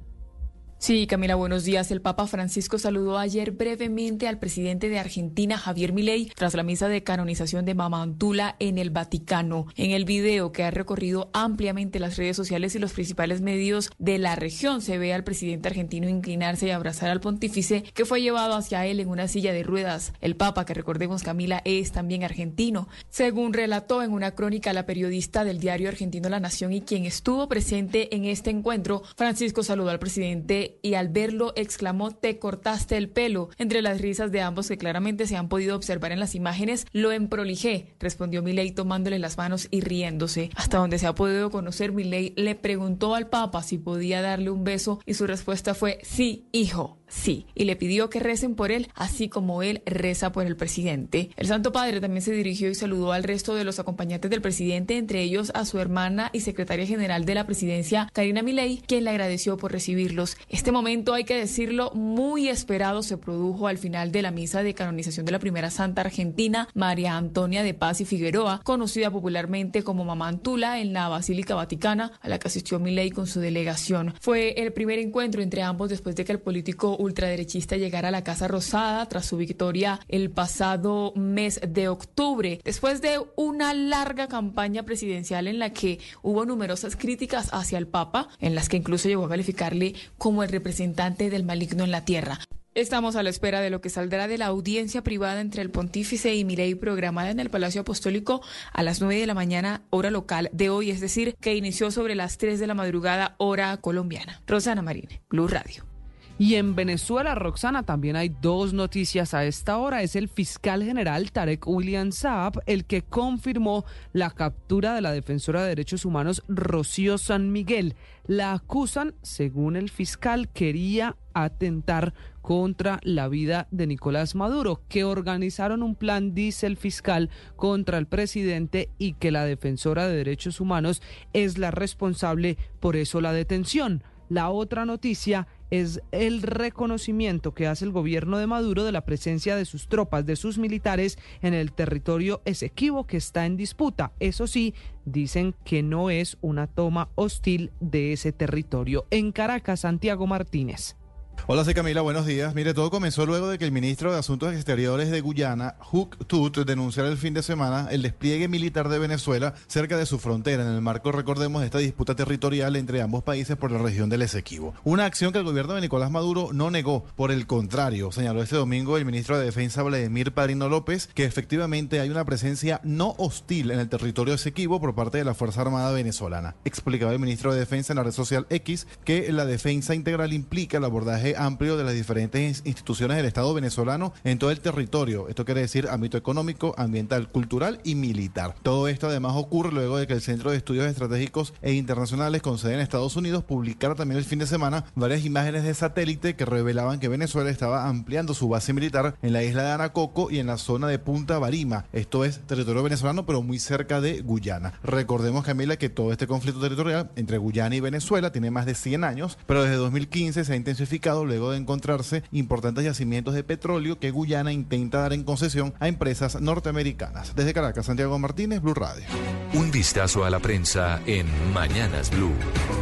Sí, Camila, buenos días. El Papa Francisco saludó ayer brevemente al presidente de Argentina, Javier Milei, tras la misa de canonización de Mamantula en el Vaticano. En el video que ha recorrido ampliamente las redes sociales y los principales medios de la región, se ve al presidente argentino inclinarse y abrazar al pontífice, que fue llevado hacia él en una silla de ruedas. El Papa, que recordemos, Camila, es también argentino. Según relató en una crónica la periodista del diario argentino La Nación y quien estuvo presente en este encuentro, Francisco saludó al presidente y al verlo exclamó: "Te cortaste el pelo". Entre las risas de ambos, que claramente se han podido observar en las imágenes, "Lo emprolijé", respondió Milei tomándole las manos y riéndose. Hasta donde se ha podido conocer, Milei le preguntó al Papa si podía darle un beso y su respuesta fue: "Sí, hijo". Sí, y le pidió que recen por él, así como él reza por el presidente. El Santo Padre también se dirigió y saludó al resto de los acompañantes del presidente, entre ellos a su hermana y secretaria general de la presidencia, Karina Milei, quien le agradeció por recibirlos. Este momento, hay que decirlo, muy esperado, se produjo al final de la misa de canonización de la primera santa argentina, María Antonia de Paz y Figueroa, conocida popularmente como Mamantula, en la Basílica Vaticana, a la que asistió Milei con su delegación. Fue el primer encuentro entre ambos después de que el político ultraderechista llegara a la Casa Rosada tras su victoria el pasado mes de octubre, después de una larga campaña presidencial en la que hubo numerosas críticas hacia el Papa, en las que incluso llegó a calificarle como el representante del maligno en la tierra. Estamos a la espera de lo que saldrá de la audiencia privada entre el pontífice y Milei, programada en el Palacio Apostólico a las 9 de la mañana, hora local de hoy, es decir, que inició sobre las 3 de la madrugada, hora colombiana. Roxana Marín, Blue Radio. Y en Venezuela, Roxana, también hay 2 noticias a esta hora. Es el fiscal general Tarek William Saab el que confirmó la captura de la defensora de derechos humanos Rocío San Miguel. La acusan, según el fiscal, quería atentar contra la vida de Nicolás Maduro, que organizaron un plan, dice el fiscal, contra el presidente y que la defensora de derechos humanos es la responsable, por eso la detención. La otra noticia es el reconocimiento que hace el gobierno de Maduro de la presencia de sus tropas, de sus militares en el territorio Esequibo, que está en disputa. Eso sí, dicen que no es una toma hostil de ese territorio. En Caracas, Santiago Martínez. Hola, soy Camila, buenos días. Mire, todo comenzó luego de que el ministro de Asuntos Exteriores de Guyana, Huc Tut, denunciara el fin de semana el despliegue militar de Venezuela cerca de su frontera, en el marco, recordemos, de esta disputa territorial entre ambos países por la región del Esequibo. Una acción que el gobierno de Nicolás Maduro no negó, por el contrario, señaló este domingo el ministro de Defensa, Vladimir Padrino López, que efectivamente hay una presencia no hostil en el territorio Esequibo por parte de la Fuerza Armada venezolana. Explicaba el ministro de Defensa en la red social X que la defensa integral implica el abordaje abordaje amplio de las diferentes instituciones del Estado venezolano en todo el territorio. Esto quiere decir ámbito económico, ambiental, cultural y militar. Todo esto además ocurre luego de que el Centro de Estudios Estratégicos e Internacionales con sede en Estados Unidos publicara también el fin de semana varias imágenes de satélite que revelaban que Venezuela estaba ampliando su base militar en la isla de Anacoco y en la zona de Punta Barima. Esto es territorio venezolano, pero muy cerca de Guyana. Recordemos, Camila, que todo este conflicto territorial entre Guyana y Venezuela tiene más de 100 años, pero desde 2015 se ha intensificado luego de encontrarse importantes yacimientos de petróleo que Guyana intenta dar en concesión a empresas norteamericanas. Desde Caracas, Santiago Martínez, Blue Radio. Un vistazo a la prensa en Mañanas Blue.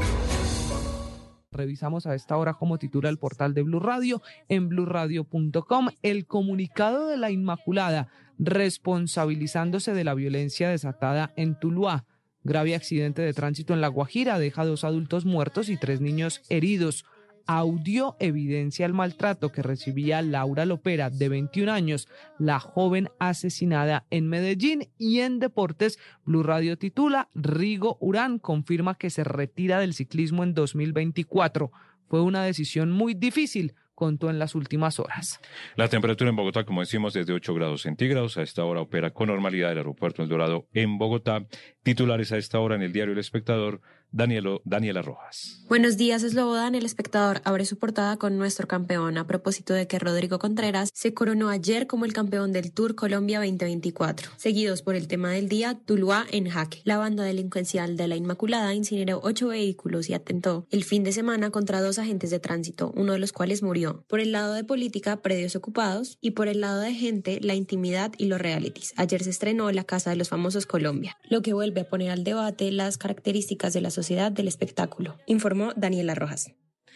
Revisamos a esta hora cómo titula el portal de Blue Radio en bluradio.com el comunicado de la Inmaculada responsabilizándose de la violencia desatada en Tuluá. Grave accidente de tránsito en La Guajira deja 2 adultos muertos y 3 niños heridos. Audio evidencia el maltrato que recibía Laura Lopera, de 21 años, la joven asesinada en Medellín. Y en deportes, Blue Radio titula: Rigo Urán confirma que se retira del ciclismo en 2024. Fue una decisión muy difícil, contó en las últimas horas. La temperatura en Bogotá, como decimos, es de 8 grados centígrados. A esta hora opera con normalidad el aeropuerto El Dorado en Bogotá. Titulares a esta hora en el diario El Espectador, Daniela Rojas. Buenos días, Slobodan. El Espectador abre su portada con nuestro campeón a propósito de que Rodrigo Contreras se coronó ayer como el campeón del Tour Colombia 2024. Seguidos por el tema del día, Tuluá en jaque. La banda delincuencial de la Inmaculada incineró 8 vehículos y atentó el fin de semana contra 2 agentes de tránsito, uno de los cuales murió. Por el lado de política, predios ocupados, y por el lado de gente, la intimidad y los realities. Ayer se estrenó La Casa de los Famosos Colombia, lo que vuelve a poner al debate las características de la sociedad del espectáculo, informó Daniela Rojas.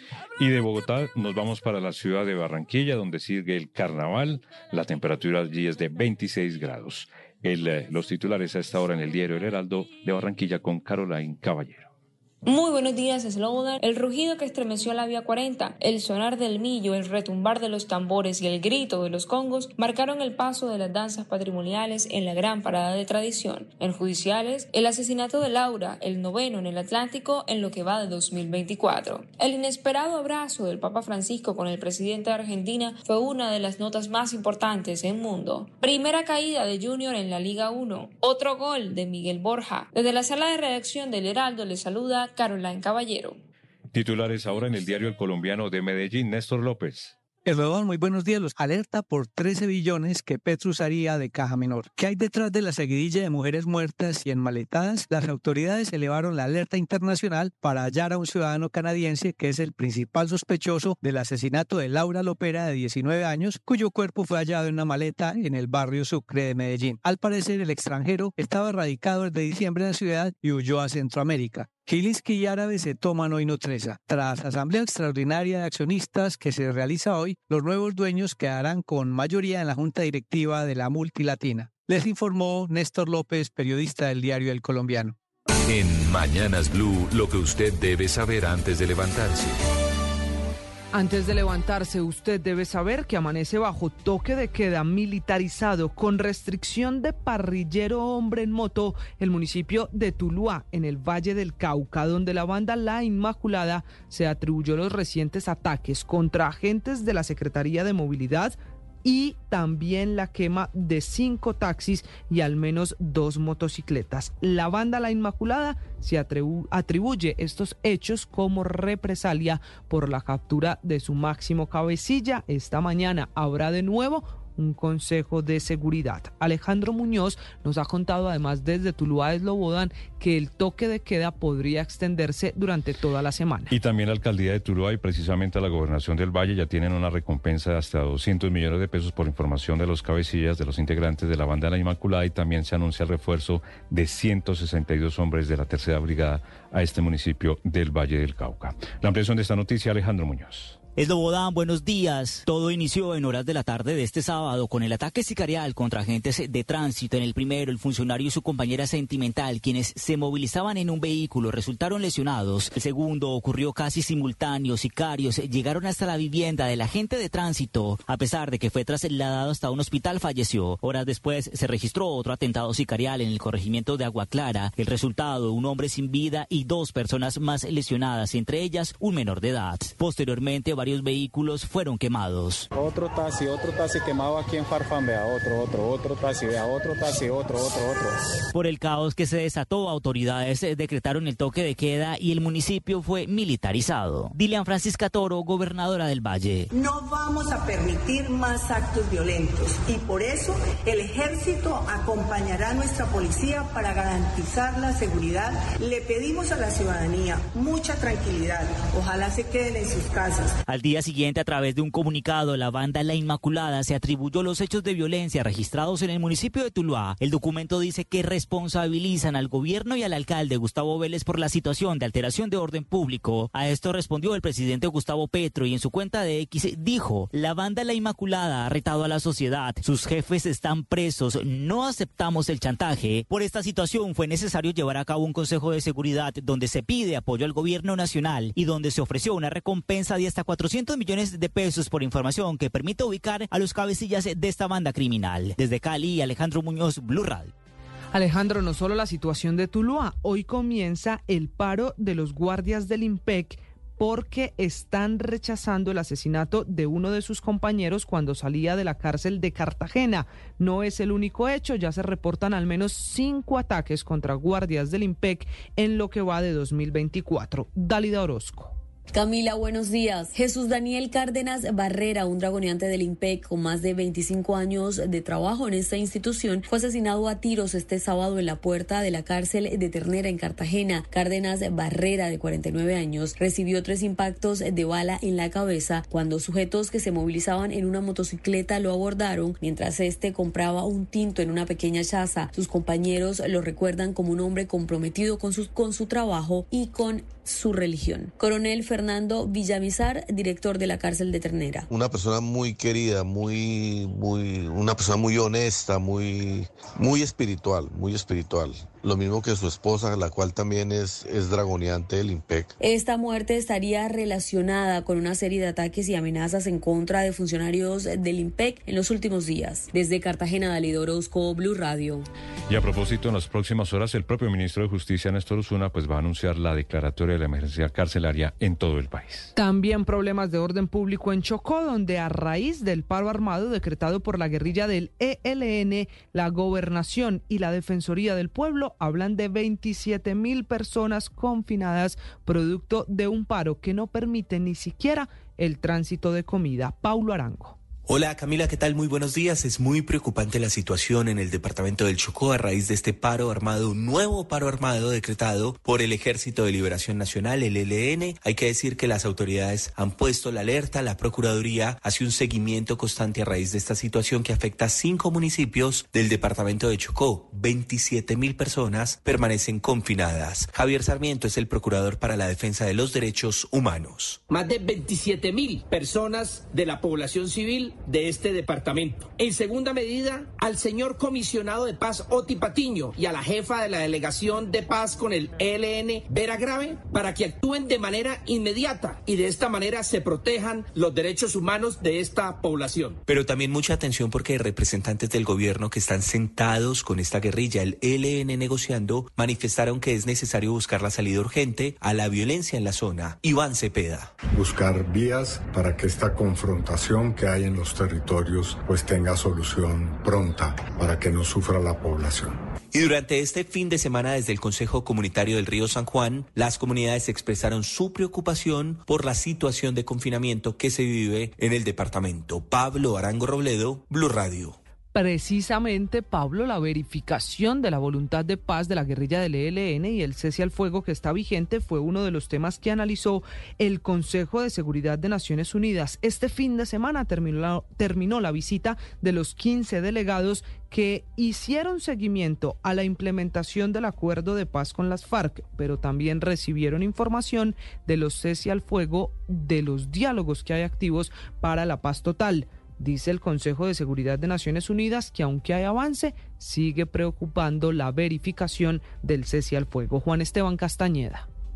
Y de Bogotá nos vamos para la ciudad de Barranquilla, donde sigue el carnaval. La temperatura allí es de 26 grados. Los titulares a esta hora en el diario El Heraldo de Barranquilla con Caroline Caballero. Muy buenos días, Slobodan. El rugido que estremeció la vía 40, el sonar del millo, el retumbar de los tambores y el grito de los congos marcaron el paso de las danzas patrimoniales en la gran parada de tradición. En judiciales, el asesinato de Laura, el 9º en el Atlántico en lo que va de 2024. El inesperado abrazo del Papa Francisco con el presidente de Argentina fue una de las notas más importantes en Mundo. Primera caída de Junior en la Liga 1. Otro gol de Miguel Borja. Desde la sala de redacción del Heraldo le saluda Caroline Caballero. Titulares ahora en el diario El Colombiano de Medellín, Néstor López. Slobodan, muy buenos días. Los alerta por 13 billones que Petro usaría de caja menor. ¿Qué hay detrás de la seguidilla de mujeres muertas y enmaletadas? Las autoridades elevaron la alerta internacional para hallar a un ciudadano canadiense que es el principal sospechoso del asesinato de Laura Lopera, de 19 años, cuyo cuerpo fue hallado en una maleta en el barrio Sucre de Medellín. Al parecer, el extranjero estaba radicado desde diciembre en la ciudad y huyó a Centroamérica. Gilinski y Árabe se toman hoy Nutresa. Tras asamblea extraordinaria de accionistas que se realiza hoy, los nuevos dueños quedarán con mayoría en la junta directiva de la multilatina. Les informó Néstor López, periodista del diario El Colombiano. En Mañanas Blue, lo que usted debe saber antes de levantarse. Antes de levantarse, usted debe saber que amanece bajo toque de queda militarizado con restricción de parrillero hombre en moto el municipio de Tuluá, en el Valle del Cauca, donde la banda La Inmaculada se atribuyó los recientes ataques contra agentes de la Secretaría de Movilidad y también la quema de 5 taxis y al menos 2 motocicletas. La banda La Inmaculada se atribuye estos hechos como represalia por la captura de su máximo cabecilla. Esta mañana habrá de nuevo un consejo de seguridad. Alejandro Muñoz nos ha contado además desde Tuluá, Slobodan, que el toque de queda podría extenderse durante toda la semana. Y también la alcaldía de Tuluá y precisamente la gobernación del Valle ya tienen una recompensa de hasta 200 millones de pesos por información de los cabecillas, de los integrantes de la banda de La Inmaculada, y también se anuncia el refuerzo de 162 hombres de la tercera brigada a este municipio del Valle del Cauca. La ampliación de esta noticia, Alejandro Muñoz. Slobodan, buenos días. Todo inició en horas de la tarde de este sábado con el ataque sicarial contra agentes de tránsito. En el primero, el funcionario y su compañera sentimental, quienes se movilizaban en un vehículo, resultaron lesionados. El segundo ocurrió casi simultáneo. Sicarios llegaron hasta la vivienda del agente de tránsito. A pesar de que fue trasladado hasta un hospital, falleció. Horas después se registró otro atentado sicarial en el corregimiento de Agua Clara. El resultado, un hombre sin vida y 2 personas más lesionadas, entre ellas un menor de edad. Posteriormente, varios vehículos fueron quemados. Otro taxi quemado aquí en Farfán, vea, otro taxi, vea, otro taxi, otro. Por el caos que se desató, autoridades decretaron el toque de queda y el municipio fue militarizado. Dilian Francisca Toro, gobernadora del Valle. No vamos a permitir más actos violentos y por eso el ejército acompañará a nuestra policía para garantizar la seguridad. Le pedimos a la ciudadanía mucha tranquilidad. Ojalá se queden en sus casas. Al día siguiente, a través de un comunicado, la banda La Inmaculada se atribuyó los hechos de violencia registrados en el municipio de Tuluá. El documento dice que responsabilizan al gobierno y al alcalde Gustavo Vélez por la situación de alteración de orden público. A esto respondió el presidente Gustavo Petro y en su cuenta de X dijo: la banda La Inmaculada ha retado a la sociedad, sus jefes están presos, no aceptamos el chantaje. Por esta situación fue necesario llevar a cabo un consejo de seguridad donde se pide apoyo al gobierno nacional y donde se ofreció una recompensa de hasta 400 millones de pesos por información que permite ubicar a los cabecillas de esta banda criminal. Desde Cali, Alejandro Muñoz, Blue Radio. Alejandro, no solo la situación de Tuluá, hoy comienza el paro de los guardias del IMPEC porque están rechazando el asesinato de uno de sus compañeros cuando salía de la cárcel de Cartagena. No es el único hecho, ya se reportan al menos 5 ataques contra guardias del IMPEC en lo que va de 2024. Dálida Orozco. Camila, buenos días. Jesús Daniel Cárdenas Barrera, un dragoneante del IMPEC con más de 25 años de trabajo en esta institución, fue asesinado a tiros este sábado en la puerta de la cárcel de Ternera en Cartagena. Cárdenas Barrera, de 49 años, recibió 3 impactos de bala en la cabeza cuando sujetos que se movilizaban en una motocicleta lo abordaron mientras este compraba un tinto en una pequeña chaza. Sus compañeros lo recuerdan como un hombre comprometido con su trabajo y con su religión. Coronel Fernando Villamizar, director de la cárcel de Ternera. Una persona muy querida, una persona muy honesta, muy espiritual. Lo mismo que su esposa, la cual también es dragoneante del IMPEC. Esta muerte estaría relacionada con una serie de ataques y amenazas en contra de funcionarios del IMPEC en los últimos días. Desde Cartagena, Dálida Orozco, Blue Radio. Y a propósito, en las próximas horas, el propio ministro de Justicia, Néstor Osuna, va a anunciar la declaratoria de la emergencia carcelaria en todo el país. También problemas de orden público en Chocó, donde a raíz del paro armado decretado por la guerrilla del ELN, la Gobernación y la Defensoría del Pueblo hablan de 27.000 personas confinadas producto de un paro que no permite ni siquiera el tránsito de comida. Paulo Arango. Hola Camila, ¿qué tal? Muy buenos días. Es muy preocupante la situación en el departamento del Chocó a raíz de este paro armado, un nuevo paro armado decretado por el Ejército de Liberación Nacional, el ELN. Hay que decir que las autoridades han puesto la alerta, la Procuraduría hace un seguimiento constante a raíz de esta situación que afecta a 5 municipios del departamento de Chocó. 27.000 personas permanecen confinadas. Javier Sarmiento es el procurador para la defensa de los derechos humanos. Más de 27.000 personas de la población civil de este departamento. En segunda medida, al señor comisionado de paz Oti Patiño y a la jefa de la delegación de paz con el ELN, Vera Grave, para que actúen de manera inmediata y de esta manera se protejan los derechos humanos de esta población. Pero también mucha atención porque representantes del gobierno que están sentados con esta guerrilla, el ELN negociando, manifestaron que es necesario buscar la salida urgente a la violencia en la zona. Iván Cepeda. Buscar vías para que esta confrontación que hay en los territorios pues tenga solución pronta para que no sufra la población. Y durante este fin de semana desde el Consejo Comunitario del Río San Juan, las comunidades expresaron su preocupación por la situación de confinamiento que se vive en el departamento. Pablo Arango Robledo, Blue Radio. Precisamente, Pablo, la verificación de la voluntad de paz de la guerrilla del ELN y el cese al fuego que está vigente fue uno de los temas que analizó el Consejo de Seguridad de Naciones Unidas. Este fin de semana terminó la visita de los 15 delegados que hicieron seguimiento a la implementación del acuerdo de paz con las FARC, pero también recibieron información de los cese al fuego, de los diálogos que hay activos para la paz total. Dice el Consejo de Seguridad de Naciones Unidas que aunque hay avance, sigue preocupando la verificación del cese al fuego. Juan Esteban Castañeda.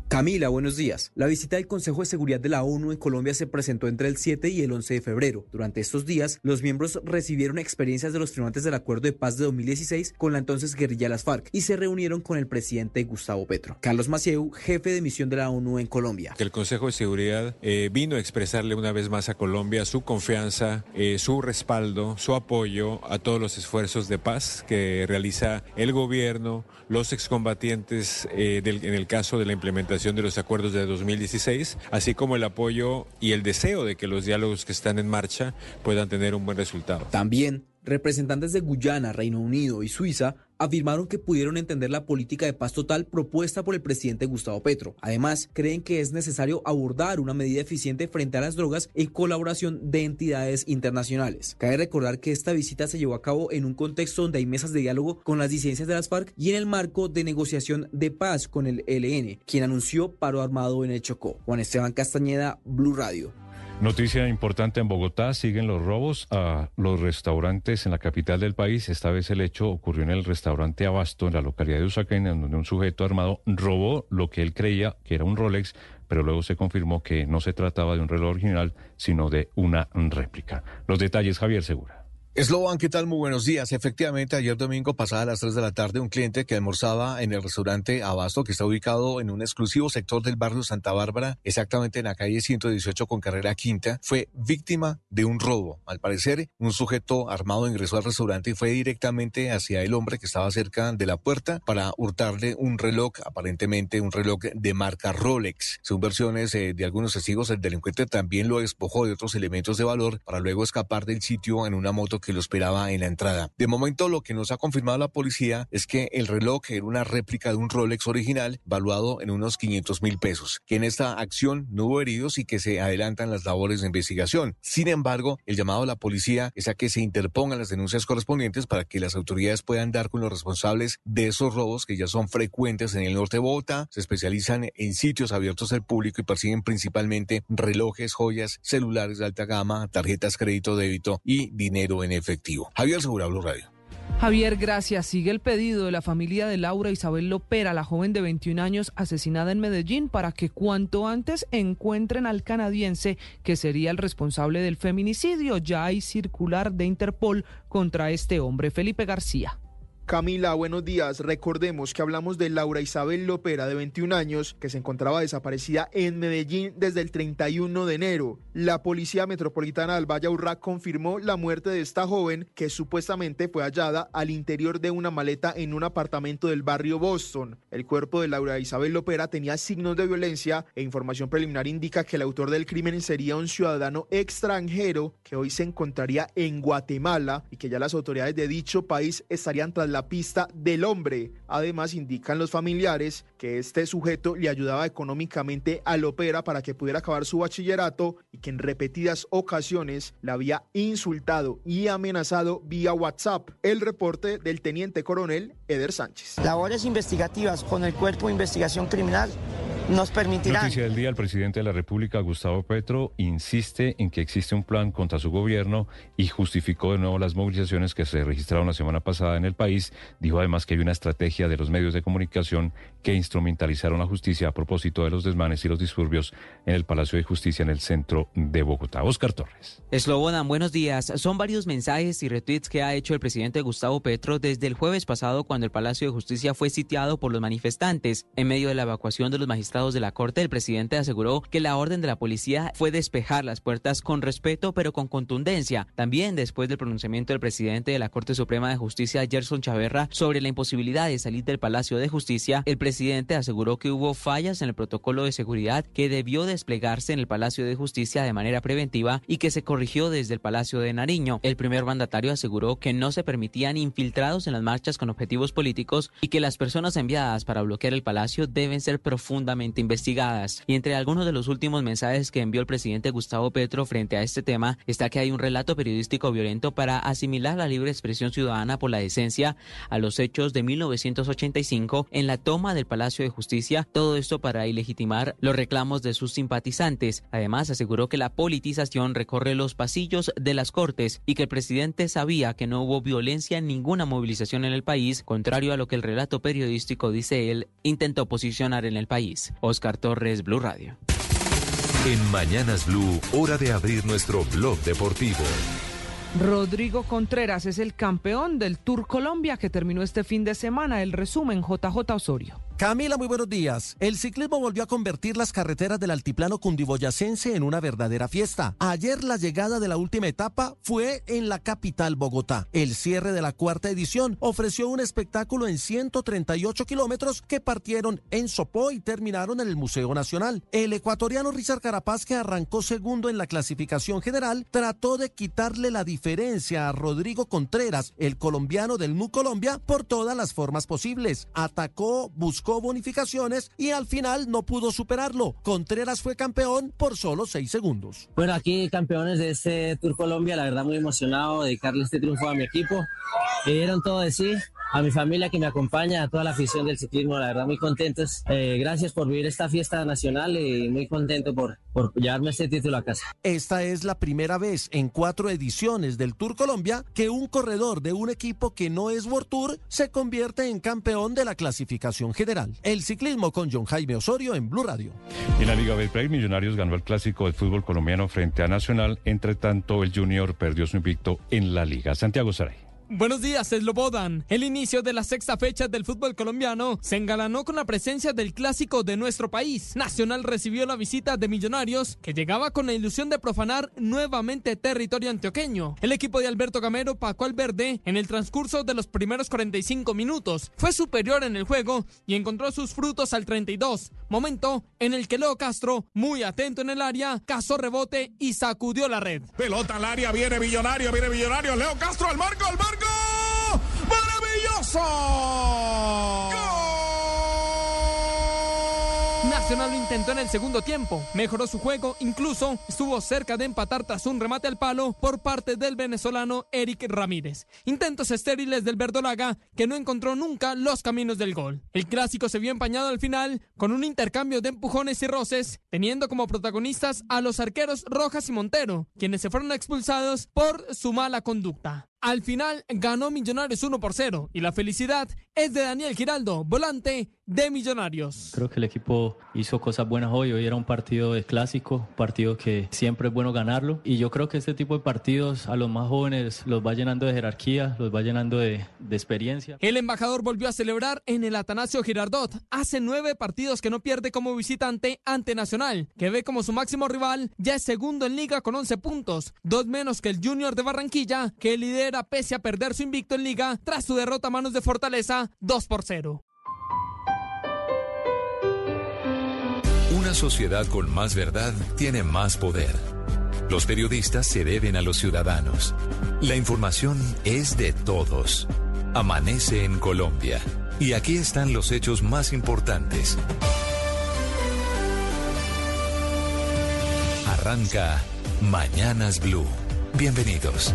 Camila, buenos días. La visita del Consejo de Seguridad de la ONU en Colombia se presentó entre el 7 y el 11 de febrero. Durante estos días, los miembros recibieron experiencias de los firmantes del Acuerdo de Paz de 2016 con la entonces guerrilla de las FARC y se reunieron con el presidente Gustavo Petro. Carlos Macieu, jefe de misión de la ONU en Colombia. El Consejo de Seguridad vino a expresarle una vez más a Colombia su confianza, su respaldo, su apoyo a todos los esfuerzos de paz que realiza el gobierno, los excombatientes en el caso de la implementación de los acuerdos de 2016, así como el apoyo y el deseo de que los diálogos que están en marcha puedan tener un buen resultado. También representantes de Guyana, Reino Unido y Suiza afirmaron que pudieron entender la política de paz total propuesta por el presidente Gustavo Petro. Además, creen que es necesario abordar una medida eficiente frente a las drogas en colaboración de entidades internacionales. Cabe recordar que esta visita se llevó a cabo en un contexto donde hay mesas de diálogo con las disidencias de las FARC y en el marco de negociación de paz con el ELN, quien anunció paro armado en el Chocó. Juan Esteban Castañeda, Blue Radio. Noticia importante en Bogotá, siguen los robos a los restaurantes en la capital del país. Esta vez el hecho ocurrió en el restaurante Abasto, en la localidad de Usaquén, donde un sujeto armado robó lo que él creía que era un Rolex, pero luego se confirmó que no se trataba de un reloj original, sino de una réplica. Los detalles, Javier Segura. Sloan, ¿qué tal? Muy buenos días. Efectivamente, ayer domingo, pasada las 3 de la tarde, un cliente que almorzaba en el restaurante Abasto, que está ubicado en un exclusivo sector del barrio Santa Bárbara, exactamente en la calle 118 con carrera quinta, fue víctima de un robo. Al parecer, un sujeto armado ingresó al restaurante y fue directamente hacia el hombre que estaba cerca de la puerta para hurtarle un reloj, aparentemente un reloj de marca Rolex. Según versiones de algunos testigos, el delincuente también lo despojó de otros elementos de valor para luego escapar del sitio en una moto que lo esperaba en la entrada. De momento, lo que nos ha confirmado la policía es que el reloj era una réplica de un Rolex original valuado en unos 500,000 pesos, que en esta acción no hubo heridos y que se adelantan las labores de investigación. Sin embargo, el llamado a la policía es a que se interpongan las denuncias correspondientes para que las autoridades puedan dar con los responsables de esos robos que ya son frecuentes en el norte de Bogotá. Se especializan en sitios abiertos al público y persiguen principalmente relojes, joyas, celulares de alta gama, tarjetas crédito, débito y dinero en efectivo. Javier Segura, Blue Radio. Javier, gracias. Sigue el pedido de la familia de Laura Isabel Lopera, la joven de 21 años asesinada en Medellín, para que cuanto antes encuentren al canadiense que sería el responsable del feminicidio. Ya hay circular de Interpol contra este hombre. Felipe García. Camila, buenos días. Recordemos que hablamos de Laura Isabel Lopera, de 21 años, que se encontraba desaparecida en Medellín desde el 31 de enero. La Policía Metropolitana del Valle Aburrá confirmó la muerte de esta joven, que supuestamente fue hallada al interior de una maleta en un apartamento del barrio Boston. El cuerpo de Laura Isabel Lopera tenía signos de violencia e información preliminar indica que el autor del crimen sería un ciudadano extranjero que hoy se encontraría en Guatemala y que ya las autoridades de dicho país estarían tras la pista del hombre. Además, indican los familiares que este sujeto le ayudaba económicamente a Lopera para que pudiera acabar su bachillerato y que en repetidas ocasiones la había insultado y amenazado vía WhatsApp. El reporte del teniente coronel Eder Sánchez. Labores investigativas con el Cuerpo de Investigación Criminal nos permitirán. Noticia del día: el presidente de la República, Gustavo Petro, insiste en que existe un plan contra su gobierno y justificó de nuevo las movilizaciones que se registraron la semana pasada en el país. Dijo además que hay una estrategia de los medios de comunicación que instrumentalizaron la justicia a propósito de los desmanes y los disturbios en el Palacio de Justicia en el centro de Bogotá. Oscar Torres. Slobodan, buenos días. Son varios mensajes y retweets que ha hecho el presidente Gustavo Petro desde el jueves pasado, cuando el Palacio de Justicia fue sitiado por los manifestantes. En medio de la evacuación de los magistrados de la Corte, el presidente aseguró que la orden de la policía fue despejar las puertas con respeto pero con contundencia. También después del pronunciamiento del presidente de la Corte Suprema de Justicia, Gerson Chaverra, sobre la imposibilidad de salir del Palacio de Justicia, el presidente aseguró que hubo fallas en el protocolo de seguridad que debió desplegarse en el Palacio de Justicia de manera preventiva y que se corrigió desde el Palacio de Nariño. El primer mandatario aseguró que no se permitían infiltrados en las marchas con objetivos políticos y que las personas enviadas para bloquear el palacio deben ser profundamente investigadas. Y entre algunos de los últimos mensajes que envió el presidente Gustavo Petro frente a este tema está que hay un relato periodístico violento para asimilar la libre expresión ciudadana por la decencia a los hechos de 1985 en la toma del Palacio de Justicia, todo esto para ilegitimar los reclamos de sus simpatizantes. Además, aseguró que la politización recorre los pasillos de las Cortes y que el presidente sabía que no hubo violencia en ninguna movilización en el país, contrario a lo que el relato periodístico, dice él, intentó posicionar en el país. Oscar Torres, Blue Radio. En Mañanas Blue, hora de abrir nuestro blog deportivo. Rodrigo Contreras es el campeón del Tour Colombia que terminó este fin de semana. El resumen, JJ Osorio. Camila, muy buenos días. El ciclismo volvió a convertir las carreteras del altiplano cundiboyacense en una verdadera fiesta. Ayer la llegada de la última etapa fue en la capital Bogotá. El cierre de la cuarta edición ofreció un espectáculo en 138 kilómetros que partieron en Sopó y terminaron en el Museo Nacional. El ecuatoriano Richard Carapaz, que arrancó segundo en la clasificación general, trató de quitarle la diferencia a Rodrigo Contreras, el colombiano del NU Colombia, por todas las formas posibles. Atacó, buscó bonificaciones y al final no pudo superarlo. Contreras fue campeón por solo 6 segundos. Bueno, aquí campeones de este Tour Colombia, la verdad muy emocionado de dedicarle este triunfo a mi equipo. Que dieron todo de sí, a mi familia que me acompaña, a toda la afición del ciclismo, la verdad muy contentos. Gracias por vivir esta fiesta nacional y muy contento por llevarme este título a casa. Esta es la primera vez en 4 ediciones del Tour Colombia que un corredor de un equipo que no es World Tour se convierte en campeón de la clasificación general. El ciclismo con John Jaime Osorio en Blue Radio. En la Liga Betplay, Millonarios ganó el clásico del fútbol colombiano frente a Nacional. Entre tanto, el Junior perdió su invicto en la Liga. Santiago Saray. Buenos días, Slobodan. El inicio de la sexta fecha del fútbol colombiano se engalanó con la presencia del clásico de nuestro país. Nacional recibió la visita de Millonarios, que llegaba con la ilusión de profanar nuevamente territorio antioqueño. El equipo de Alberto Gamero pacó al verde en el transcurso de los primeros 45 minutos. Fue superior en el juego y encontró sus frutos al 32, momento en el que Leo Castro, muy atento en el área, cazó rebote y sacudió la red. Pelota al área, viene Millonario, Leo Castro al marco, ¡maravilloso! ¡Gol! Nacional lo intentó en el segundo tiempo, mejoró su juego, incluso estuvo cerca de empatar tras un remate al palo por parte del venezolano Eric Ramírez. Intentos estériles del verdolaga que no encontró nunca los caminos del gol. El clásico se vio empañado al final con un intercambio de empujones y roces, teniendo como protagonistas a los arqueros Rojas y Montero, quienes se fueron expulsados por su mala conducta. Al final ganó Millonarios 1-0 y la felicidad es de Daniel Giraldo, volante de Millonarios. Creo que el equipo hizo cosas buenas hoy era un partido de clásico, un partido que siempre es bueno ganarlo y yo creo que este tipo de partidos a los más jóvenes los va llenando de jerarquía, los va llenando de experiencia. El embajador volvió a celebrar en el Atanasio Girardot. Hace 9 partidos que no pierde como visitante ante Nacional, que ve como su máximo rival, ya es segundo en liga con 11 puntos, 2 menos que el Junior de Barranquilla, que lidera pese a perder su invicto en liga tras su derrota a manos de Fortaleza 2-0. Una sociedad con más verdad tiene más poder. Los periodistas se deben a los ciudadanos. La información es de todos. Amanece en Colombia. Y aquí están los hechos más importantes. Arranca Mañanas Blue. Bienvenidos.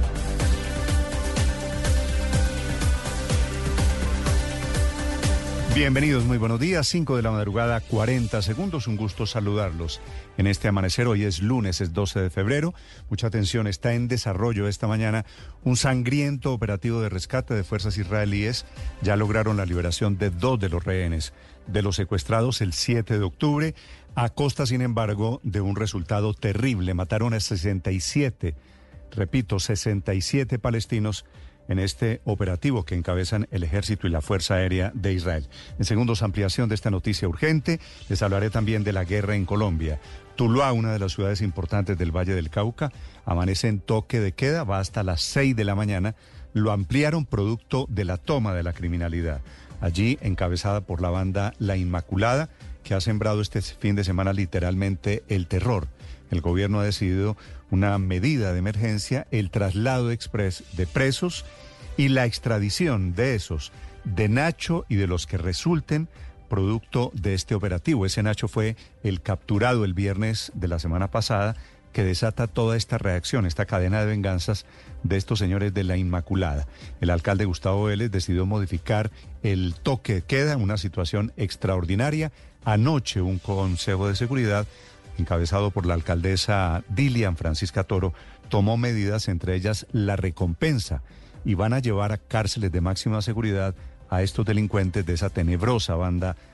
Bienvenidos, muy buenos días, 5 de la madrugada, 40 segundos, un gusto saludarlos en este amanecer. Hoy es lunes, es 12 de febrero, mucha atención, está en desarrollo esta mañana un sangriento operativo de rescate de fuerzas israelíes. Ya lograron la liberación de 2 de los rehenes de los secuestrados el 7 de octubre, a costa, sin embargo, de un resultado terrible. Mataron a 67, repito, 67 palestinos en este operativo que encabezan el Ejército y la Fuerza Aérea de Israel. En segundos, ampliación de esta noticia urgente. Les hablaré también de la guerra en Colombia. Tuluá, una de las ciudades importantes del Valle del Cauca, amanece en toque de queda, va hasta las 6 de la mañana. Lo ampliaron producto de la toma de la criminalidad. Allí, encabezada por la banda La Inmaculada, que ha sembrado este fin de semana literalmente el terror. El gobierno ha decidido una medida de emergencia, el traslado express de presos y la extradición de esos, de Nacho y de los que resulten producto de este operativo. Ese Nacho fue el capturado el viernes de la semana pasada, que desata toda esta reacción, esta cadena de venganzas de estos señores de La Inmaculada. El alcalde Gustavo Vélez decidió modificar el toque de queda, una situación extraordinaria. Anoche un consejo de seguridad encabezado por la alcaldesa Dilian Francisca Toro, tomó medidas, entre ellas la recompensa, y van a llevar a cárceles de máxima seguridad a estos delincuentes de esa tenebrosa banda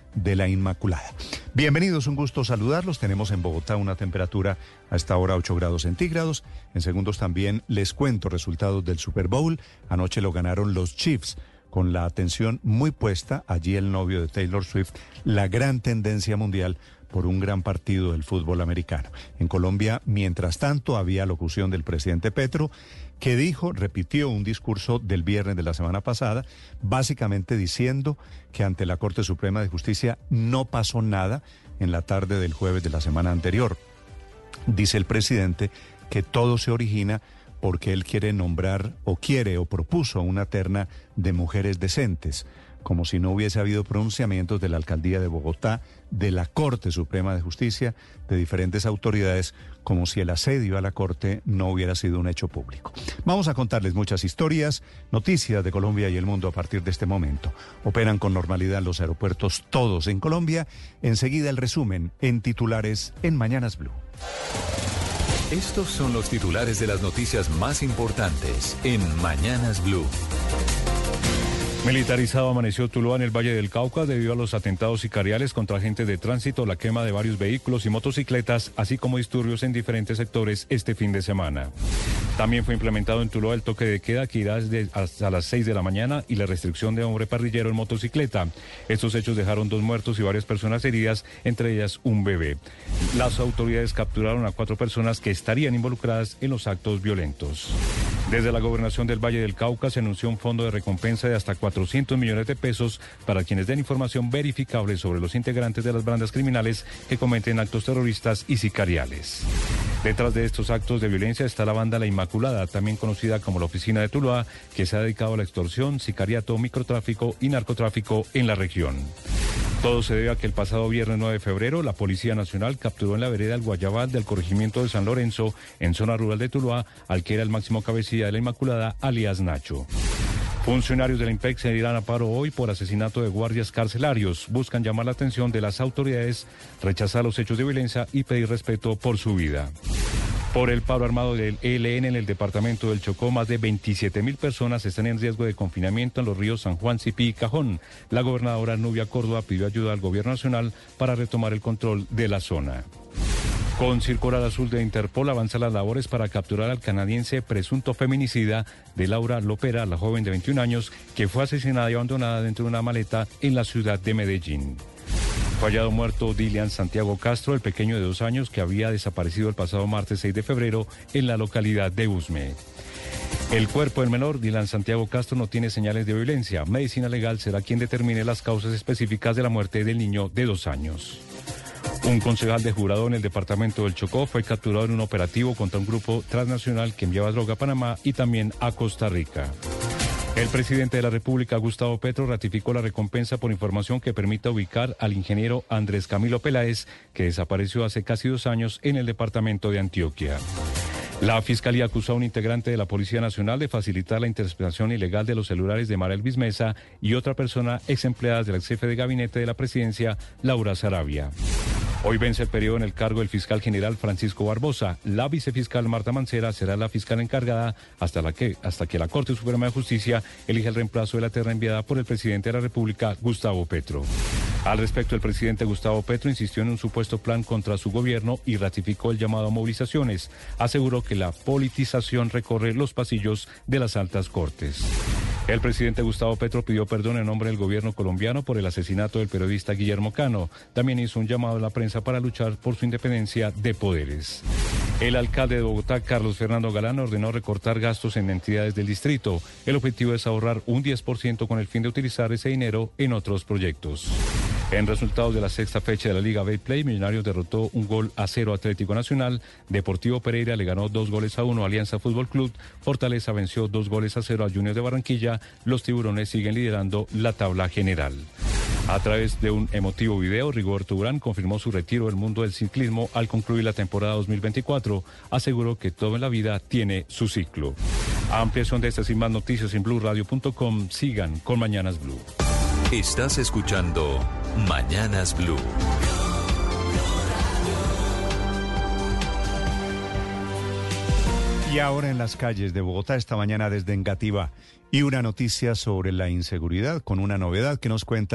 de la Inmaculada. Bienvenidos, un gusto saludarlos. Tenemos en Bogotá una temperatura a esta hora 8 grados centígrados. En segundos también les cuento resultados del Super Bowl. Anoche lo ganaron los Chiefs, con la atención muy puesta, allí el novio de Taylor Swift, la gran tendencia mundial por un gran partido del fútbol americano. En Colombia, mientras tanto, había locución del presidente Petro, que repitió un discurso del viernes de la semana pasada, básicamente diciendo que ante la Corte Suprema de Justicia no pasó nada en la tarde del jueves de la semana anterior. Dice el presidente que todo se origina porque él quiere nombrar o propuso una terna de mujeres decentes, como si no hubiese habido pronunciamientos de la Alcaldía de Bogotá, de la Corte Suprema de Justicia, de diferentes autoridades, como si el asedio a la Corte no hubiera sido un hecho público. Vamos a contarles muchas historias, noticias de Colombia y el mundo a partir de este momento. Operan con normalidad los aeropuertos todos en Colombia. Enseguida el resumen en titulares en Mañanas Blue. Estos son los titulares de las noticias más importantes en Mañanas Blue. Militarizado amaneció Tuluá en el Valle del Cauca debido a los atentados sicariales contra agentes de tránsito, la quema de varios vehículos y motocicletas, así como disturbios en diferentes sectores este fin de semana. También fue implementado en Tuluá el toque de queda que irá hasta las 6 de la mañana y la restricción de hombre parrillero en motocicleta. Estos hechos dejaron 2 muertos y varias personas heridas, entre ellas un bebé. Las autoridades capturaron a 4 personas que estarían involucradas en los actos violentos. Desde la Gobernación del Valle del Cauca se anunció un fondo de recompensa de hasta 400 millones de pesos para quienes den información verificable sobre los integrantes de las bandas criminales que cometen actos terroristas y sicariales. Detrás de estos actos de violencia está la banda La Inmaculada, también conocida como la Oficina de Tuluá, que se ha dedicado a la extorsión, sicariato, microtráfico y narcotráfico en la región. Todo se debe a que el pasado viernes 9 de febrero la Policía Nacional capturó en la vereda El Guayabal del corregimiento de San Lorenzo, en zona rural de Tuluá, al que era el máximo cabecilla de La Inmaculada, alias Nacho. Funcionarios del IMPEC se irán a paro hoy por asesinato de guardias carcelarios. Buscan llamar la atención de las autoridades, rechazar los hechos de violencia y pedir respeto por su vida. Por el paro armado del ELN en el departamento del Chocó, más de 27.000 personas están en riesgo de confinamiento en los ríos San Juan, Cipí y Cajón. La gobernadora Nubia Córdoba pidió ayuda al gobierno nacional para retomar el control de la zona. Con Circular Azul de Interpol avanzan las labores para capturar al canadiense presunto feminicida de Laura Lopera, la joven de 21 años, que fue asesinada y abandonada dentro de una maleta en la ciudad de Medellín. Fue hallado muerto Dilian Santiago Castro, el pequeño de 2 años que había desaparecido el pasado martes 6 de febrero en la localidad de Usme. El cuerpo del menor, Dylan Santiago Castro, no tiene señales de violencia. Medicina Legal será quien determine las causas específicas de la muerte del niño de 2 años. Un concejal de Jurado en el departamento del Chocó fue capturado en un operativo contra un grupo transnacional que enviaba droga a Panamá y también a Costa Rica. El presidente de la República, Gustavo Petro, ratificó la recompensa por información que permita ubicar al ingeniero Andrés Camilo Peláez, que desapareció hace casi 2 años en el departamento de Antioquia. La Fiscalía acusó a un integrante de la Policía Nacional de facilitar la interceptación ilegal de los celulares de Mara Elvis Mesa y otra persona ex empleada del ex jefe de gabinete de la presidencia, Laura Sarabia. Hoy vence el periodo en el cargo del fiscal general Francisco Barbosa. La vicefiscal Marta Mancera será la fiscal encargada hasta que la Corte Suprema de Justicia elija el reemplazo de la terna enviada por el presidente de la República, Gustavo Petro. Al respecto, el presidente Gustavo Petro insistió en un supuesto plan contra su gobierno y ratificó el llamado a movilizaciones. Aseguró que la politización recorre los pasillos de las altas cortes. El presidente Gustavo Petro pidió perdón en nombre del gobierno colombiano por el asesinato del periodista Guillermo Cano. También hizo un llamado a la prensa para luchar por su independencia de poderes. El alcalde de Bogotá, Carlos Fernando Galán, ordenó recortar gastos en entidades del distrito. El objetivo es ahorrar un 10% con el fin de utilizar ese dinero en otros proyectos. En resultados de la 6ª fecha de la Liga Betplay, Millonarios derrotó 1-0 Atlético Nacional, Deportivo Pereira le ganó 2-1 a Alianza Fútbol Club, Fortaleza venció 2-0 a Junior de Barranquilla, los Tiburones siguen liderando la tabla general. A través de un emotivo video, Rigoberto Urán confirmó su retiro del mundo del ciclismo al concluir la temporada 2024. Aseguró que todo en la vida tiene su ciclo. Ampliación de estas y más noticias en BlueRadio.com. Sigan con Mañanas Blue. Estás escuchando Mañanas Blue. Y ahora en las calles de Bogotá esta mañana desde Engativá. Y una noticia sobre la inseguridad con una novedad que nos cuenta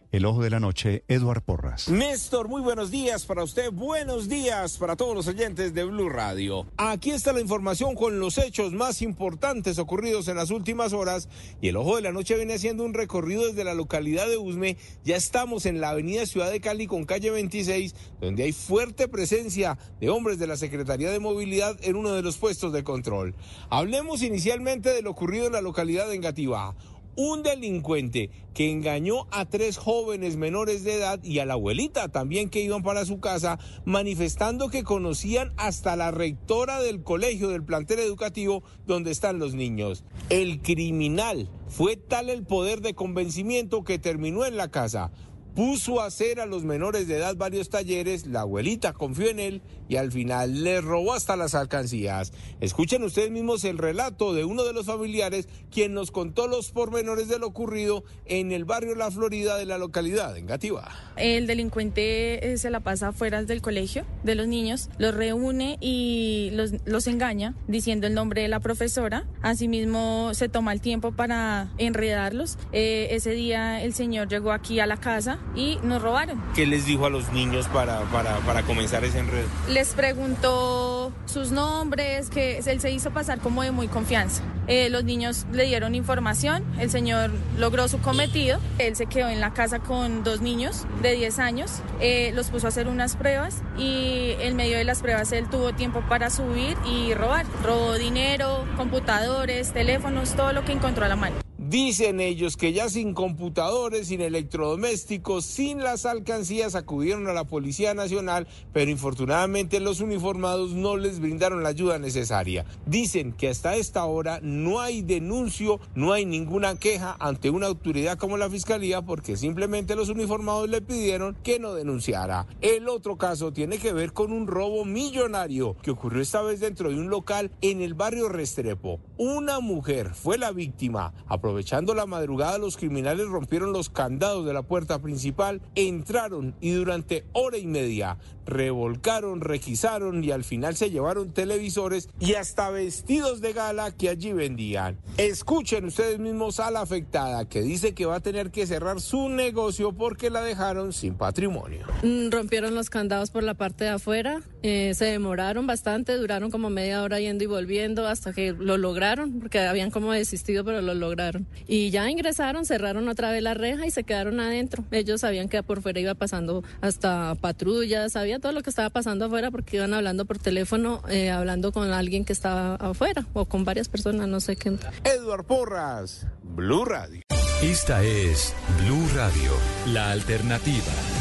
El Ojo de la Noche, Eduard Porras. Néstor, muy buenos días para usted, buenos días para todos los oyentes de Blue Radio. Aquí está la información con los hechos más importantes ocurridos en las últimas horas y el Ojo de la Noche viene haciendo un recorrido desde la localidad de Usme. Ya estamos en la avenida Ciudad de Cali con calle 26, donde hay fuerte presencia de hombres de la Secretaría de Movilidad en uno de los puestos de control. Hablemos inicialmente de lo ocurrido en la localidad de Engativá. Un delincuente que engañó a 3 jóvenes menores de edad y a la abuelita también que iban para su casa, manifestando que conocían hasta la rectora del colegio, del plantel educativo donde están los niños. El criminal fue tal el poder de convencimiento que terminó en la casa. Puso a hacer a los menores de edad varios talleres, la abuelita confió en él y al final les robó hasta las alcancías. Escuchen ustedes mismos el relato de uno de los familiares, quien nos contó los pormenores de lo ocurrido en el barrio La Florida de la localidad de Engativá. El delincuente se la pasa afuera del colegio de los niños, los reúne y los engaña diciendo el nombre de la profesora. Asimismo se toma el tiempo para enredarlos. Ese día el señor llegó aquí a la casa y nos robaron. ¿Qué les dijo a los niños para comenzar ese enredo? Les preguntó sus nombres, que él se hizo pasar como de muy confianza. Los niños le dieron información, el señor logró su cometido. Él se quedó en la casa con 2 niños de 10 años, los puso a hacer unas pruebas y en medio de las pruebas él tuvo tiempo para subir y robar. Robó dinero, computadores, teléfonos, todo lo que encontró a la mano. Dicen ellos que ya sin computadores, sin electrodomésticos, sin las alcancías, acudieron a la Policía Nacional, pero infortunadamente los uniformados no les brindaron la ayuda necesaria. Dicen que hasta esta hora no hay denuncio, no hay ninguna queja ante una autoridad como la Fiscalía, porque simplemente los uniformados le pidieron que no denunciara. El otro caso tiene que ver con un robo millonario que ocurrió esta vez dentro de un local en el barrio Restrepo. Una mujer fue la víctima. Aprovechando la madrugada, los criminales rompieron los candados de la puerta principal, entraron y durante hora y media revolcaron, requisaron y al final se llevaron televisores y hasta vestidos de gala que allí vendían. Escuchen ustedes mismos a la afectada que dice que va a tener que cerrar su negocio porque la dejaron sin patrimonio. Rompieron los candados por la parte de afuera, se demoraron bastante, duraron como media hora yendo y volviendo hasta que lo lograron, porque habían como desistido, pero lo lograron. Y ya ingresaron, cerraron otra vez la reja y se quedaron adentro. Ellos sabían que por fuera iba pasando hasta patrullas, sabía todo lo que estaba pasando afuera porque iban hablando por teléfono, hablando con alguien que estaba afuera o con varias personas, no sé qué. Eduard Porras, Blue Radio. Esta es Blue Radio, la alternativa.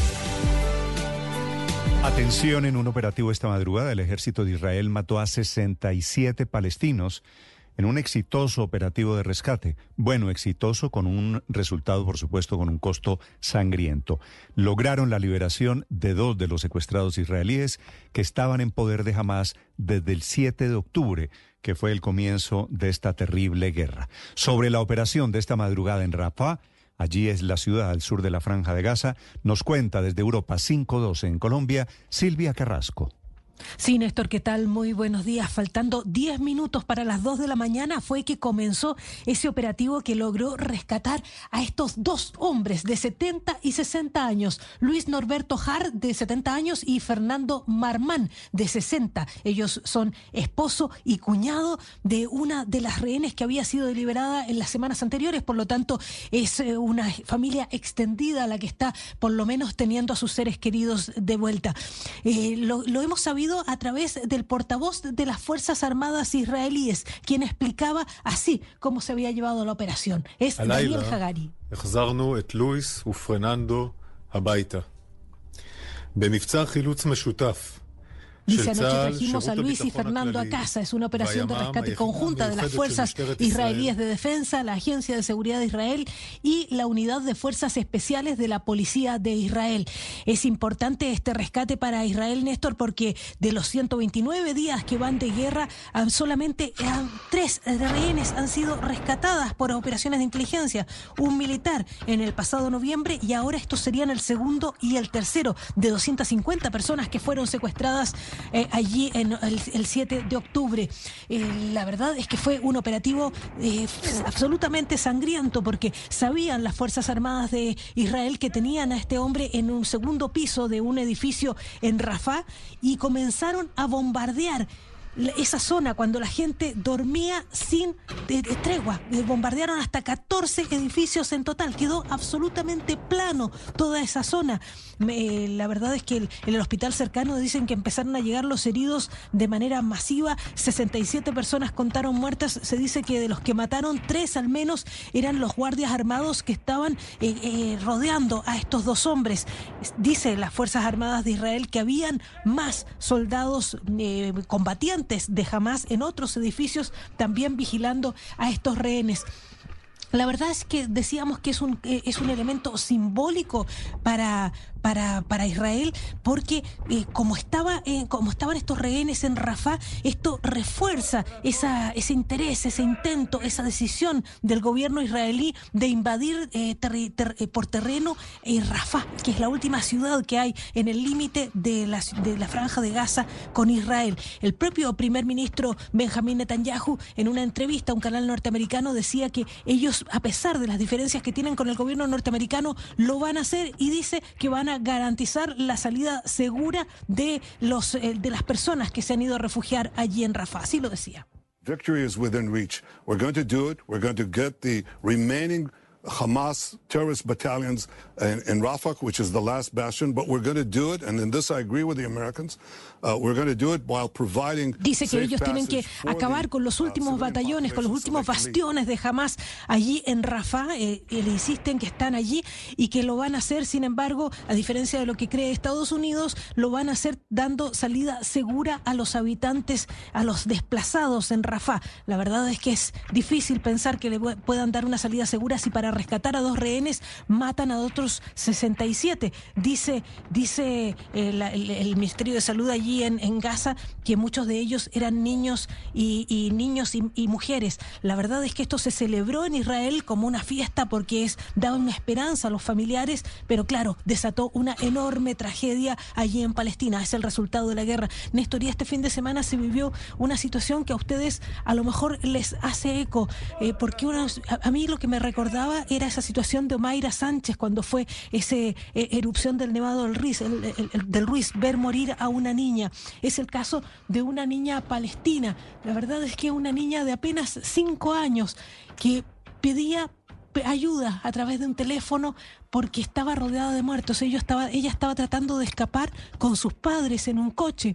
Atención, en un operativo esta madrugada, el ejército de Israel mató a 67 palestinos en un exitoso operativo de rescate. Bueno, exitoso con un resultado, por supuesto, con un costo sangriento. Lograron la liberación de 2 de los secuestrados israelíes que estaban en poder de Hamás desde el 7 de octubre, que fue el comienzo de esta terrible guerra. Sobre la operación de esta madrugada en Rafah, allí es la ciudad al sur de la Franja de Gaza, nos cuenta desde Europa 512 en Colombia, Silvia Carrasco. Sí, Néstor, ¿qué tal? Muy buenos días. Faltando 10 minutos para las 2 de la mañana fue que comenzó ese operativo que logró rescatar a estos 2 hombres de 70 y 60 años. Luis Norberto Jar, de 70 años, y Fernando Marmán, de 60. Ellos son esposo y cuñado de una de las rehenes que había sido liberada en las semanas anteriores. Por lo tanto, es una familia extendida la que está, por lo menos, teniendo a sus seres queridos de vuelta. Lo hemos sabido a través del portavoz de las Fuerzas Armadas israelíes, quien explicaba así cómo se había llevado la operación. Es Daniel Hagari. החזרנו את לואיס ופרננדו הביתה. במבצע חילוץ משותף. Dice, anoche trajimos a Luis y Fernando a casa. Es una operación de rescate conjunta de las fuerzas israelíes de defensa, la Agencia de Seguridad de Israel y la Unidad de Fuerzas Especiales de la Policía de Israel. Es importante este rescate para Israel, Néstor, porque de los 129 días que van de guerra, solamente 3 rehenes han sido rescatadas por operaciones de inteligencia. Un militar en el pasado noviembre y ahora estos serían el segundo y el tercero de 250 personas que fueron secuestradas allí en el 7 de octubre. La verdad es que fue un operativo absolutamente sangriento, porque sabían las Fuerzas Armadas de Israel que tenían a este hombre en un segundo piso de un edificio en Rafah y comenzaron a bombardear esa zona cuando la gente dormía sin tregua. Bombardearon hasta 14 edificios en total. Quedó absolutamente plano toda esa zona. La verdad es que en el hospital cercano dicen que empezaron a llegar los heridos de manera masiva. 67 personas contaron muertas. Se dice que de los que mataron, 3 al menos eran los guardias armados que estaban rodeando a estos 2 hombres. Dice las Fuerzas Armadas de Israel que habían más soldados combatientes de Hamás en otros edificios también vigilando a estos rehenes. La verdad es que decíamos que es un elemento simbólico para Israel, porque como estaban estos rehenes en Rafah, esto refuerza ese interés, ese intento, esa decisión del gobierno israelí de invadir por terreno Rafah, que es la última ciudad que hay en el límite de la franja de Gaza con Israel. El propio primer ministro Benjamín Netanyahu, en una entrevista a un canal norteamericano, decía que ellos, a pesar de las diferencias que tienen con el gobierno norteamericano, lo van a hacer, y dice que van a garantizar la salida segura de las personas que se han ido a refugiar allí en Rafah. Así lo decía. Victory is within reach. We're going to do it. We're going to get the remaining Hamas terrorist battalions in Rafah, which is the last bastion, but we're going to do it, and in this I agree with the Americans, we're going to do it while providing. Dice que ellos tienen que acabar con los últimos batallones, con los últimos bastiones de Hamas allí en Rafah. Le insisten que están allí y que lo van a hacer. Sin embargo, a diferencia de lo que cree Estados Unidos, lo van a hacer dando salida segura a los habitantes, a los desplazados en Rafah. La verdad es que es difícil pensar que le puedan dar una salida segura si para rescatar a 2 rehenes matan a otros 67. Dice el Ministerio de Salud allí en Gaza que muchos de ellos eran niños y mujeres. La verdad es que esto se celebró en Israel como una fiesta porque daba una esperanza a los familiares, pero claro, desató una enorme tragedia allí en Palestina. Es el resultado de la guerra. Néstor, y este fin de semana se vivió una situación que a ustedes a lo mejor les hace eco, porque a mí lo que me recordaba era esa situación de Omaira Sánchez cuando fue esa erupción del Nevado del Ruiz, ver morir a una niña. Es el caso de una niña palestina. La verdad es que una niña de apenas 5 años que pedía ayuda a través de un teléfono porque estaba rodeada de muertos. Ella estaba tratando de escapar con sus padres en un coche.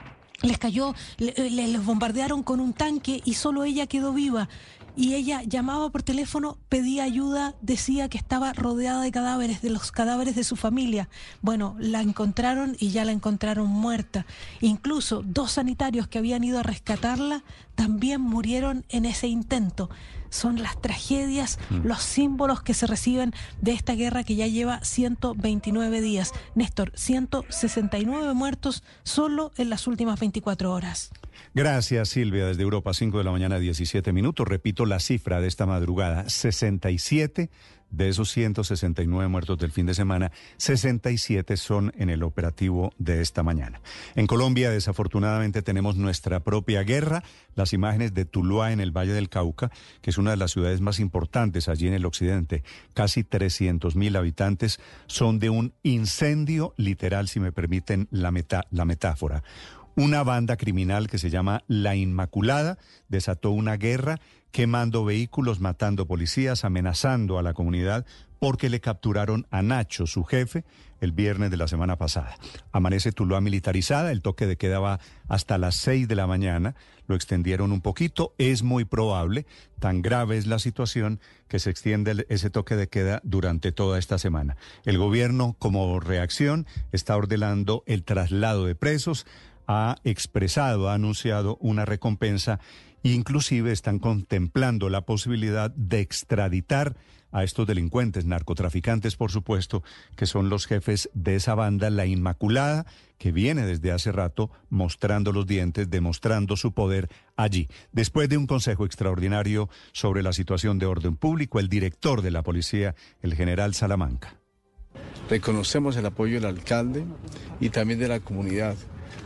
Les bombardearon con un tanque y solo ella quedó viva. Y ella llamaba por teléfono, pedía ayuda, decía que estaba rodeada de cadáveres, de los cadáveres de su familia. Bueno, la encontraron y ya la encontraron muerta. Incluso 2 sanitarios que habían ido a rescatarla también murieron en ese intento. Son las tragedias, los símbolos que se reciben de esta guerra que ya lleva 129 días. Néstor, 169 muertos solo en las últimas 24 horas. Gracias, Silvia. Desde Europa, 5 de la mañana, 17 minutos. Repito la cifra de esta madrugada. 67 de esos 169 muertos del fin de semana, 67 son en el operativo de esta mañana. En Colombia, desafortunadamente, tenemos nuestra propia guerra. Las imágenes de Tuluá, en el Valle del Cauca, que es una de las ciudades más importantes allí en el occidente, casi 300.000 habitantes, son de un incendio literal, si me permiten la metáfora. Una banda criminal que se llama La Inmaculada desató una guerra quemando vehículos, matando policías, amenazando a la comunidad porque le capturaron a Nacho, su jefe, el viernes de la semana pasada. Amanece Tuluá militarizada, el toque de queda va hasta las 6 de la mañana, lo extendieron un poquito, es muy probable, tan grave es la situación, que se extiende ese toque de queda durante toda esta semana. El gobierno, como reacción, está ordenando el traslado de presos, ha anunciado una recompensa, inclusive están contemplando la posibilidad de extraditar a estos delincuentes, narcotraficantes, por supuesto, que son los jefes de esa banda, La Inmaculada, que viene desde hace rato mostrando los dientes, demostrando su poder allí. Después de un consejo extraordinario sobre la situación de orden público, el director de la policía, el general Salamanca. Reconocemos el apoyo del alcalde y también de la comunidad,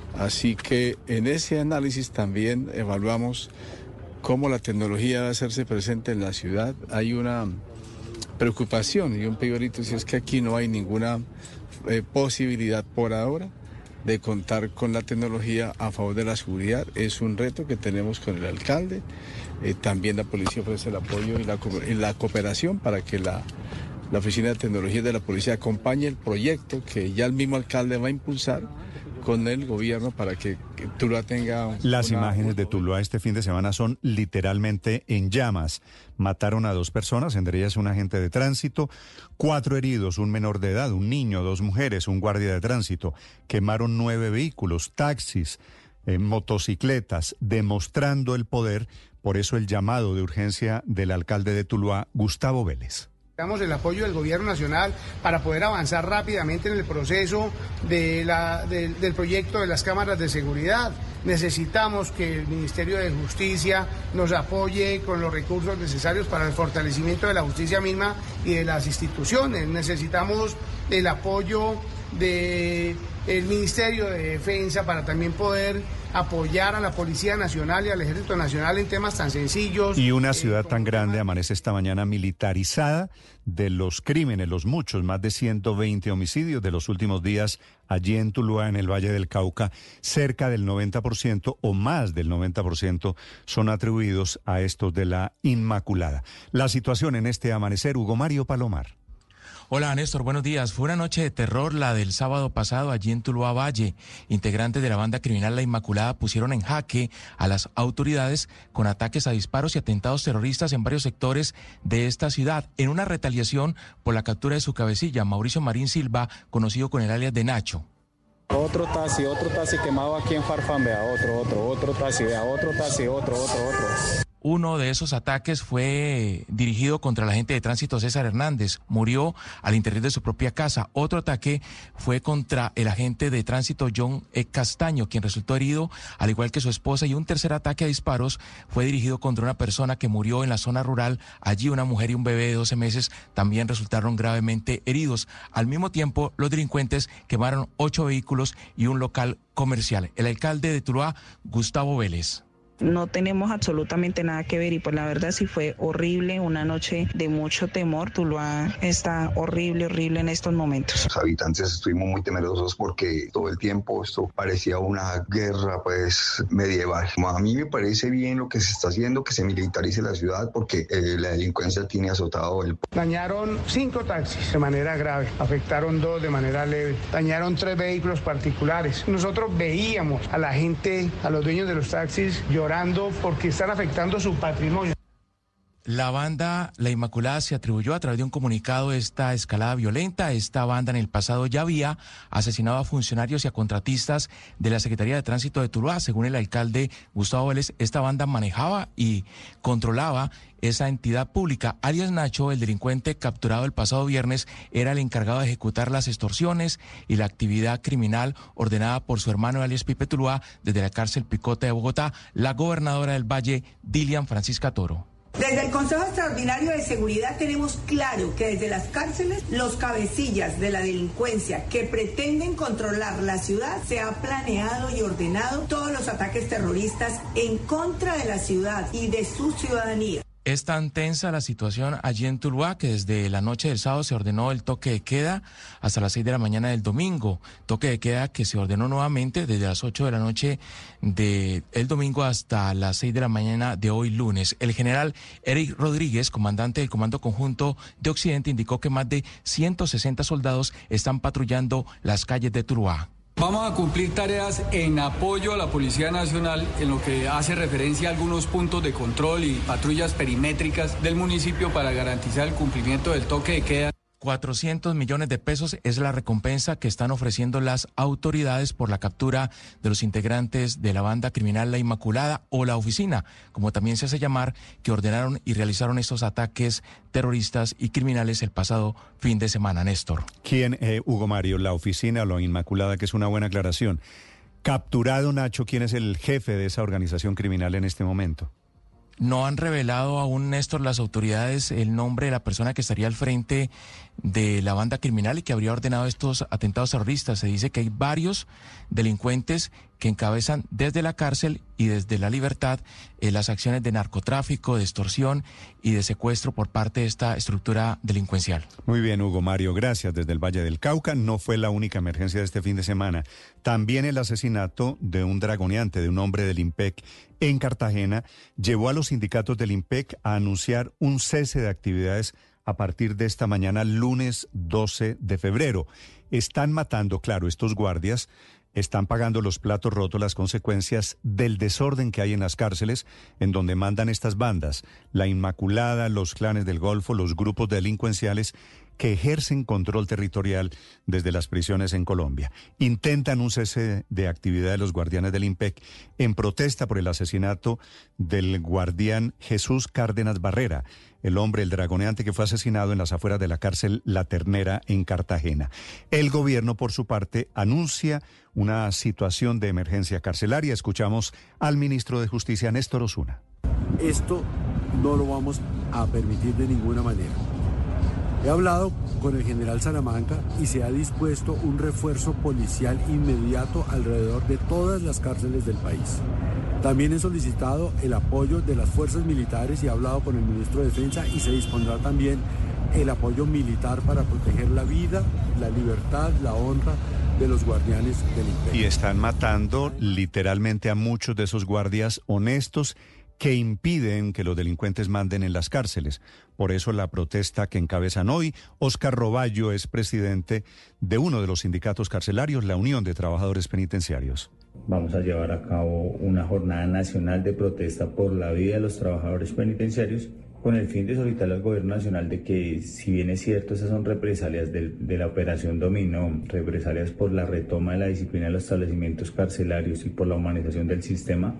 Así que en ese análisis también evaluamos cómo la tecnología va a hacerse presente en la ciudad. Hay una preocupación y un peyorito, si es que aquí no hay ninguna posibilidad por ahora de contar con la tecnología a favor de la seguridad. Es un reto que tenemos con el alcalde. También la policía ofrece el apoyo y la cooperación para que la Oficina de Tecnología de la Policía acompañe el proyecto que ya el mismo alcalde va a impulsar con el gobierno para que Tuluá tenga... Las imágenes de Tuluá este fin de semana son literalmente en llamas. Mataron a 2 personas, entre ellas un agente de tránsito, 4 heridos, un menor de edad, un niño, 2 mujeres, un guardia de tránsito. Quemaron 9 vehículos, taxis, motocicletas, demostrando el poder. Por eso el llamado de urgencia del alcalde de Tuluá, Gustavo Vélez. Necesitamos el apoyo del gobierno nacional para poder avanzar rápidamente en el proceso del proyecto de las cámaras de seguridad. Necesitamos que el Ministerio de Justicia nos apoye con los recursos necesarios para el fortalecimiento de la justicia misma y de las instituciones. Necesitamos el apoyo del Ministerio de Defensa para también poder apoyar a la Policía Nacional y al Ejército Nacional en temas tan sencillos. Y una ciudad tan grande amanece esta mañana militarizada de los crímenes, los muchos, más de 120 homicidios de los últimos días allí en Tuluá, en el Valle del Cauca. Cerca del 90% o más del 90% son atribuidos a estos de la Inmaculada. La situación en este amanecer, Hugo Mario Palomar. Hola Néstor, buenos días. Fue una noche de terror la del sábado pasado allí en Tuluá Valle. Integrantes de la banda criminal La Inmaculada pusieron en jaque a las autoridades con ataques a disparos y atentados terroristas en varios sectores de esta ciudad, en una retaliación por la captura de su cabecilla, Mauricio Marín Silva, conocido con el alias de Nacho. Otro taxi quemado aquí en Farfán, vea, otro taxi, vea, otro taxi, otro. Uno de esos ataques fue dirigido contra el agente de tránsito César Hernández. Murió al interior de su propia casa. Otro ataque fue contra el agente de tránsito John Castaño, quien resultó herido, al igual que su esposa. Y un tercer ataque a disparos fue dirigido contra una persona que murió en la zona rural. Allí una mujer y un bebé de 12 meses también resultaron gravemente heridos. Al mismo tiempo, los delincuentes quemaron 8 vehículos y un local comercial. El alcalde de Tuluá, Gustavo Vélez. No tenemos absolutamente nada que ver y pues la verdad sí fue horrible, una noche de mucho temor. Tuluá está horrible en estos momentos. Los habitantes estuvimos muy temerosos porque todo el tiempo esto parecía una guerra pues medieval. A mí me parece bien lo que se está haciendo, que se militarice la ciudad porque la delincuencia tiene azotado el... Dañaron 5 taxis de manera grave, afectaron 2 de manera leve, dañaron 3 vehículos particulares. Nosotros veíamos a la gente, a los dueños de los taxis llorando porque están afectando su patrimonio. La banda La Inmaculada se atribuyó a través de un comunicado esta escalada violenta. Esta banda en el pasado ya había asesinado a funcionarios y a contratistas de la Secretaría de Tránsito de Tuluá. Según el alcalde Gustavo Vélez, esta banda manejaba y controlaba esa entidad pública. Alias Nacho, el delincuente capturado el pasado viernes, era el encargado de ejecutar las extorsiones y la actividad criminal ordenada por su hermano alias Pipe Tuluá desde la cárcel Picota de Bogotá. La gobernadora del Valle, Dilian Francisca Toro. Desde el Consejo Extraordinario de Seguridad tenemos claro que desde las cárceles los cabecillas de la delincuencia que pretenden controlar la ciudad se ha planeado y ordenado todos los ataques terroristas en contra de la ciudad y de su ciudadanía. Es tan tensa la situación allí en Tuluá que desde la noche del sábado se ordenó el toque de queda hasta las 6 de la mañana del domingo. Toque de queda que se ordenó nuevamente desde las 8 de la noche del domingo hasta las 6 de la mañana de hoy lunes. El general Eric Rodríguez, comandante del Comando Conjunto de Occidente, indicó que más de 160 soldados están patrullando las calles de Tuluá. Vamos a cumplir tareas en apoyo a la Policía Nacional en lo que hace referencia a algunos puntos de control y patrullas perimétricas del municipio para garantizar el cumplimiento del toque de queda. 400 millones de pesos es la recompensa que están ofreciendo las autoridades por la captura de los integrantes de la banda criminal La Inmaculada, o la oficina, como también se hace llamar, que ordenaron y realizaron estos ataques terroristas y criminales el pasado fin de semana. Néstor. ¿Quién, Hugo Mario? La oficina o La Inmaculada, que es una buena aclaración. Capturado, Nacho, ¿quién es el jefe de esa organización criminal en este momento? No han revelado aún, Néstor, las autoridades el nombre de la persona que estaría al frente de la banda criminal y que habría ordenado estos atentados terroristas. Se dice que hay varios delincuentes que encabezan desde la cárcel y desde la libertad las acciones de narcotráfico, de extorsión y de secuestro por parte de esta estructura delincuencial. Muy bien, Hugo Mario, gracias. Desde el Valle del Cauca no fue la única emergencia de este fin de semana. También el asesinato de un dragoneante, de un hombre del IMPEC en Cartagena, llevó a los sindicatos del IMPEC a anunciar un cese de actividades a partir de esta mañana, lunes 12 de febrero. Están matando, claro, estos guardias están pagando los platos rotos, las consecuencias del desorden que hay en las cárceles, en donde mandan estas bandas, la Inmaculada, los clanes del Golfo, los grupos delincuenciales que ejercen control territorial desde las prisiones en Colombia. Intentan un cese de actividad de los guardianes del IMPEC en protesta por el asesinato del guardián Jesús Cárdenas Barrera, el hombre, el dragoneante que fue asesinado en las afueras de la cárcel La Ternera en Cartagena. El gobierno, por su parte, anuncia una situación de emergencia carcelaria. Escuchamos al ministro de Justicia, Néstor Osuna. Esto no lo vamos a permitir de ninguna manera. He hablado con el general Salamanca y se ha dispuesto un refuerzo policial inmediato alrededor de todas las cárceles del país. También he solicitado el apoyo de las fuerzas militares y he hablado con el ministro de Defensa y se dispondrá también el apoyo militar para proteger la vida, la libertad, la honra de los guardianes del imperio. Y están matando literalmente a muchos de esos guardias honestos que impiden que los delincuentes manden en las cárceles. Por eso la protesta que encabezan hoy. Óscar Roballo es presidente de uno de los sindicatos carcelarios, la Unión de Trabajadores Penitenciarios. Vamos a llevar a cabo una jornada nacional de protesta por la vida de los trabajadores penitenciarios, con el fin de solicitar al gobierno nacional de que, si bien es cierto, esas son represalias de la Operación Dominó, represalias por la retoma de la disciplina de los establecimientos carcelarios y por la humanización del sistema,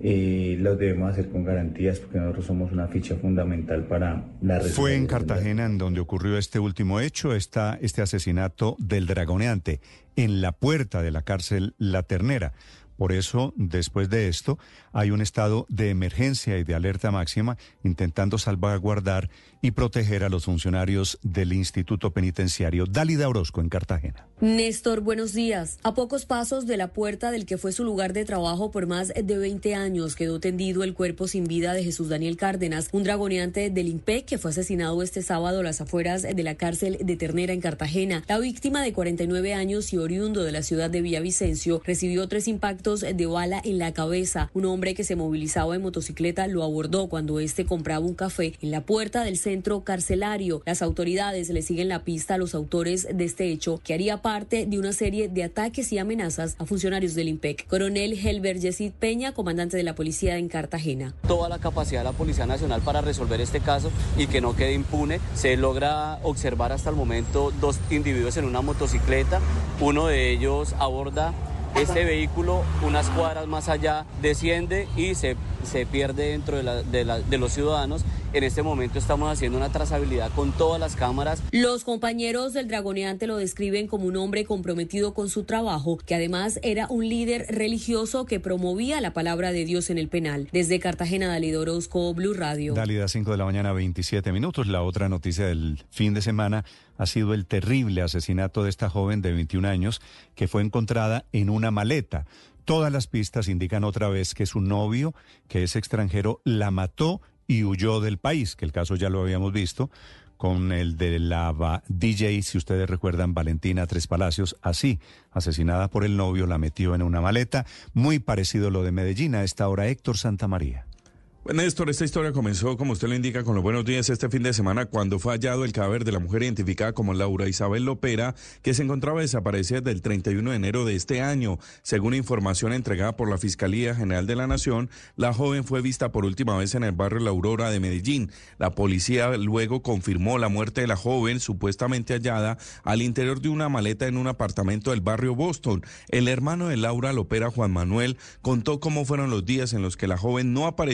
los debemos hacer con garantías porque nosotros somos una ficha fundamental para la resolución. Fue en Cartagena en donde ocurrió este último hecho, este asesinato del dragoneante, en la puerta de la cárcel La Ternera. Por eso, después de esto, hay un estado de emergencia y de alerta máxima intentando salvaguardar y proteger a los funcionarios del Instituto Penitenciario. Dálida Orozco en Cartagena. Néstor, buenos días. A pocos pasos de la puerta del que fue su lugar de trabajo por más de 20 años, quedó tendido el cuerpo sin vida de Jesús Daniel Cárdenas, un dragoneante del IMPEC que fue asesinado este sábado a las afueras de la cárcel de Ternera en Cartagena. La víctima, de 49 años y oriundo de la ciudad de Villavicencio, recibió 3 impactos de bala en la cabeza. Un hombre que se movilizaba en motocicleta lo abordó cuando este compraba un café en la puerta del centro carcelario. Las autoridades le siguen la pista a los autores de este hecho, que haría parte de una serie de ataques y amenazas a funcionarios del IMPEC. Coronel Helber Yesid Peña, comandante de la policía en Cartagena. Toda la capacidad de la Policía Nacional para resolver este caso y que no quede impune. Se logra observar hasta el momento 2 individuos en una motocicleta. Uno de ellos aborda este vehículo unas cuadras más allá, desciende y se pierde dentro de los ciudadanos. En este momento estamos haciendo una trazabilidad con todas las cámaras. Los compañeros del dragoneante lo describen como un hombre comprometido con su trabajo, que además era un líder religioso que promovía la palabra de Dios en el penal. Desde Cartagena, Dálida Orozco, Blue Radio. Dálida, 5 de la mañana, 27 minutos. La otra noticia del fin de semana ha sido el terrible asesinato de esta joven de 21 años que fue encontrada en una maleta. Todas las pistas indican otra vez que su novio, que es extranjero, la mató y huyó del país, que el caso ya lo habíamos visto con el de la DJ, si ustedes recuerdan, Valentina Tres Palacios, así, asesinada por el novio, la metió en una maleta. Muy parecido a lo de Medellín. A esta hora, Héctor Santamaría. Bueno, Néstor, esta historia comenzó, como usted lo indica, con los buenos días este fin de semana, cuando fue hallado el cadáver de la mujer identificada como Laura Isabel Lopera, que se encontraba desaparecida desde el 31 de enero de este año. Según información entregada por la Fiscalía General de la Nación, la joven fue vista por última vez en el barrio La Aurora de Medellín. La policía luego confirmó la muerte de la joven, supuestamente hallada al interior de una maleta en un apartamento del barrio Boston. El hermano de Laura Lopera, Juan Manuel, contó cómo fueron los días en los que la joven no aparecía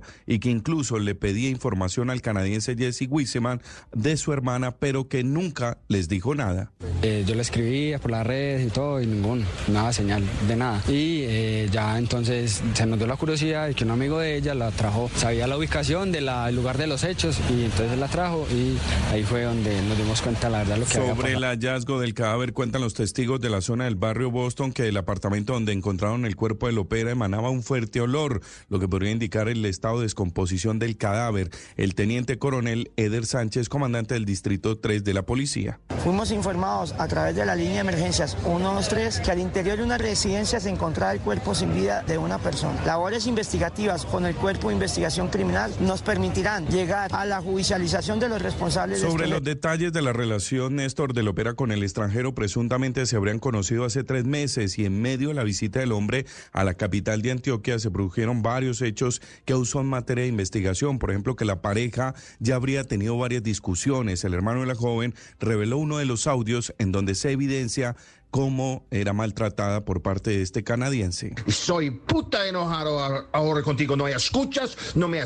y que incluso le pedía información al canadiense Jesse Wiseman de su hermana, pero que nunca les dijo nada. Yo le escribía por las redes y todo y nada señal de nada. Y ya entonces se nos dio la curiosidad de que un amigo de ella la trajo, sabía la ubicación del lugar de los hechos y entonces la trajo y ahí fue donde nos dimos cuenta la verdad lo que había pasado. Sobre el hallazgo del cadáver cuentan los testigos de la zona del barrio Boston que el apartamento donde encontraron el cuerpo de Lopera emanaba un fuerte olor, lo que podría indicar el estado de descomposición del cadáver. El teniente coronel Eder Sánchez, comandante del distrito 3 de la policía. Fuimos informados a través de la línea de emergencias 123 que al interior de una residencia se encontraba el cuerpo sin vida de una persona. Labores investigativas con el Cuerpo de Investigación Criminal nos permitirán llegar a la judicialización de los responsables. Sobre los detalles de la relación, Néstor, de Lopera con el extranjero, presuntamente se habrían conocido hace 3 meses y en medio de la visita del hombre a la capital de Antioquia se produjeron varios hechos que aún son materia de investigación. Por ejemplo, que la pareja ya habría tenido varias discusiones. El hermano de la joven reveló uno de los audios en donde se evidencia cómo era maltratada por parte de este canadiense. Soy puta enojado ahora contigo, no me escuchas, no me...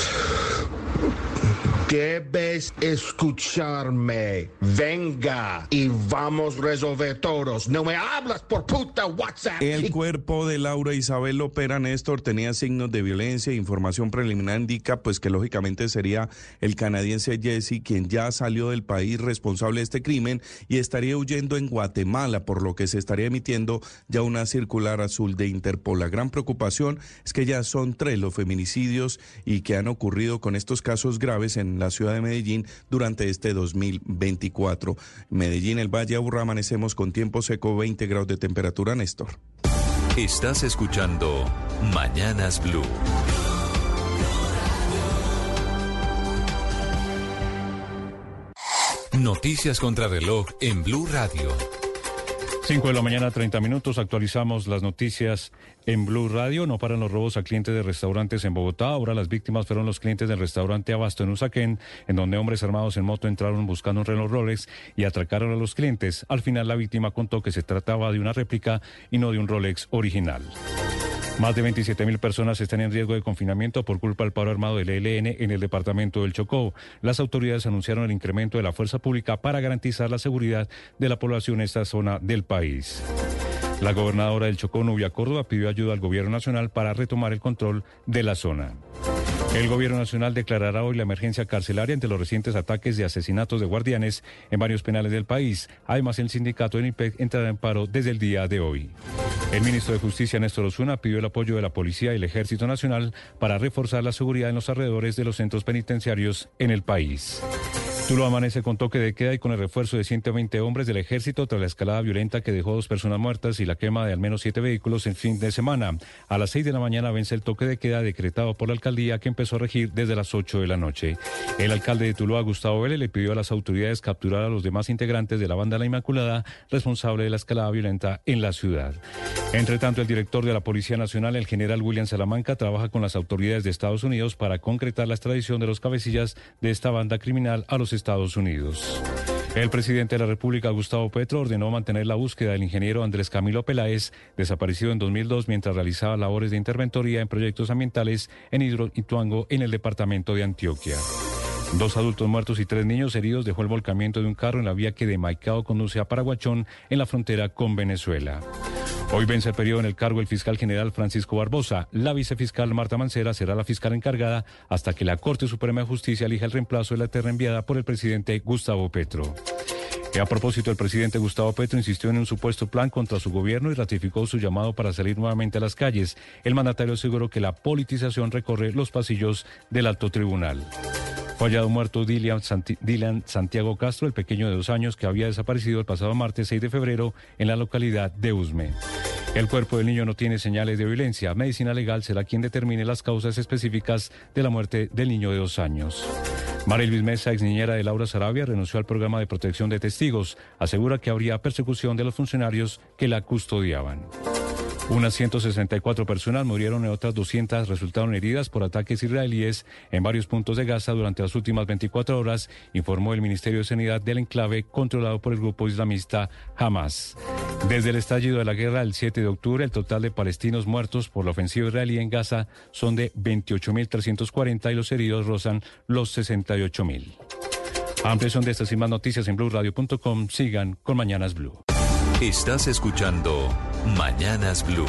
Debes escucharme. Venga y vamos a resolver todos. No me hablas por puta WhatsApp. El cuerpo de Laura Isabel Lopera, Néstor, tenía signos de violencia. Información preliminar indica pues que lógicamente sería el canadiense Jesse quien ya salió del país responsable de este crimen y estaría huyendo en Guatemala, por lo que se estaría emitiendo ya una circular azul de Interpol. La gran preocupación es que ya son 3 los feminicidios y que han ocurrido con estos casos graves en la ciudad de Medellín durante este 2024. Medellín, el Valle Aburrá, amanecemos con tiempo seco, 20 grados de temperatura, Néstor. Estás escuchando Mañanas Blue. Noticias contra reloj en Blue Radio. 5 de la mañana, 30 minutos. Actualizamos las noticias en Blue Radio. No paran los robos a clientes de restaurantes en Bogotá. Ahora las víctimas fueron los clientes del restaurante Abasto en Usaquén, en donde hombres armados en moto entraron buscando un reloj Rolex y atracaron a los clientes. Al final la víctima contó que se trataba de una réplica y no de un Rolex original. Más de 27.000 personas están en riesgo de confinamiento por culpa del paro armado del ELN en el departamento del Chocó. Las autoridades anunciaron el incremento de la fuerza pública para garantizar la seguridad de la población en esta zona del país. La gobernadora del Chocó, Nubia Córdoba, pidió ayuda al gobierno nacional para retomar el control de la zona. El gobierno nacional declarará hoy la emergencia carcelaria ante los recientes ataques de asesinatos de guardianes en varios penales del país. Además, el sindicato del IMPEC entrará en paro desde el día de hoy. El ministro de Justicia, Néstor Osuna, pidió el apoyo de la Policía y el Ejército Nacional para reforzar la seguridad en los alrededores de los centros penitenciarios en el país. Tuluá amanece con toque de queda y con el refuerzo de 120 hombres del ejército tras la escalada violenta que dejó 2 personas muertas y la quema de al menos 7 vehículos en fin de semana. A las 6 de la mañana vence el toque de queda decretado por la alcaldía que empezó a regir desde las 8 de la noche. El alcalde de Tuluá, Gustavo Vélez, le pidió a las autoridades capturar a los demás integrantes de la banda La Inmaculada responsable de la escalada violenta en la ciudad. Entre tanto, el director de la Policía Nacional, el general William Salamanca, trabaja con las autoridades de Estados Unidos para concretar la extradición de los cabecillas de esta banda criminal a los Estados Unidos. El presidente de la República, Gustavo Petro, ordenó mantener la búsqueda del ingeniero Andrés Camilo Peláez, desaparecido en 2002 mientras realizaba labores de interventoría en proyectos ambientales en Hidroituango, en el departamento de Antioquia. 2 adultos muertos y 3 niños heridos dejó el volcamiento de un carro en la vía que de Maicao conduce a Paraguachón, en la frontera con Venezuela. Hoy vence el periodo en el cargo el fiscal general Francisco Barbosa. La vicefiscal Marta Mancera será la fiscal encargada hasta que la Corte Suprema de Justicia elija el reemplazo de la terna enviada por el presidente Gustavo Petro. A propósito, el presidente Gustavo Petro insistió en un supuesto plan contra su gobierno y ratificó su llamado para salir nuevamente a las calles. El mandatario aseguró que la politización recorre los pasillos del alto tribunal. Fue hallado muerto Dylan Santiago Castro, el pequeño de 2 años que había desaparecido el pasado martes 6 de febrero en la localidad de Usme. El cuerpo del niño no tiene señales de violencia. Medicina Legal será quien determine las causas específicas de la muerte del niño de 2 años. María Luis Mesa, ex niñera de Laura Sarabia, renunció al programa de protección de testigos. Asegura que habría persecución de los funcionarios que la custodiaban. Unas 164 personas murieron y otras 200 resultaron heridas por ataques israelíes en varios puntos de Gaza durante las últimas 24 horas, informó el Ministerio de Sanidad del enclave controlado por el grupo islamista Hamas. Desde el estallido de la guerra el 7 de octubre, el total de palestinos muertos por la ofensiva israelí en Gaza son de 28.340 y los heridos rozan los 68.000. Ampliación de estas y más noticias en BlueRadio.com. Sigan con Mañanas Blue. Estás escuchando Mañanas Blue.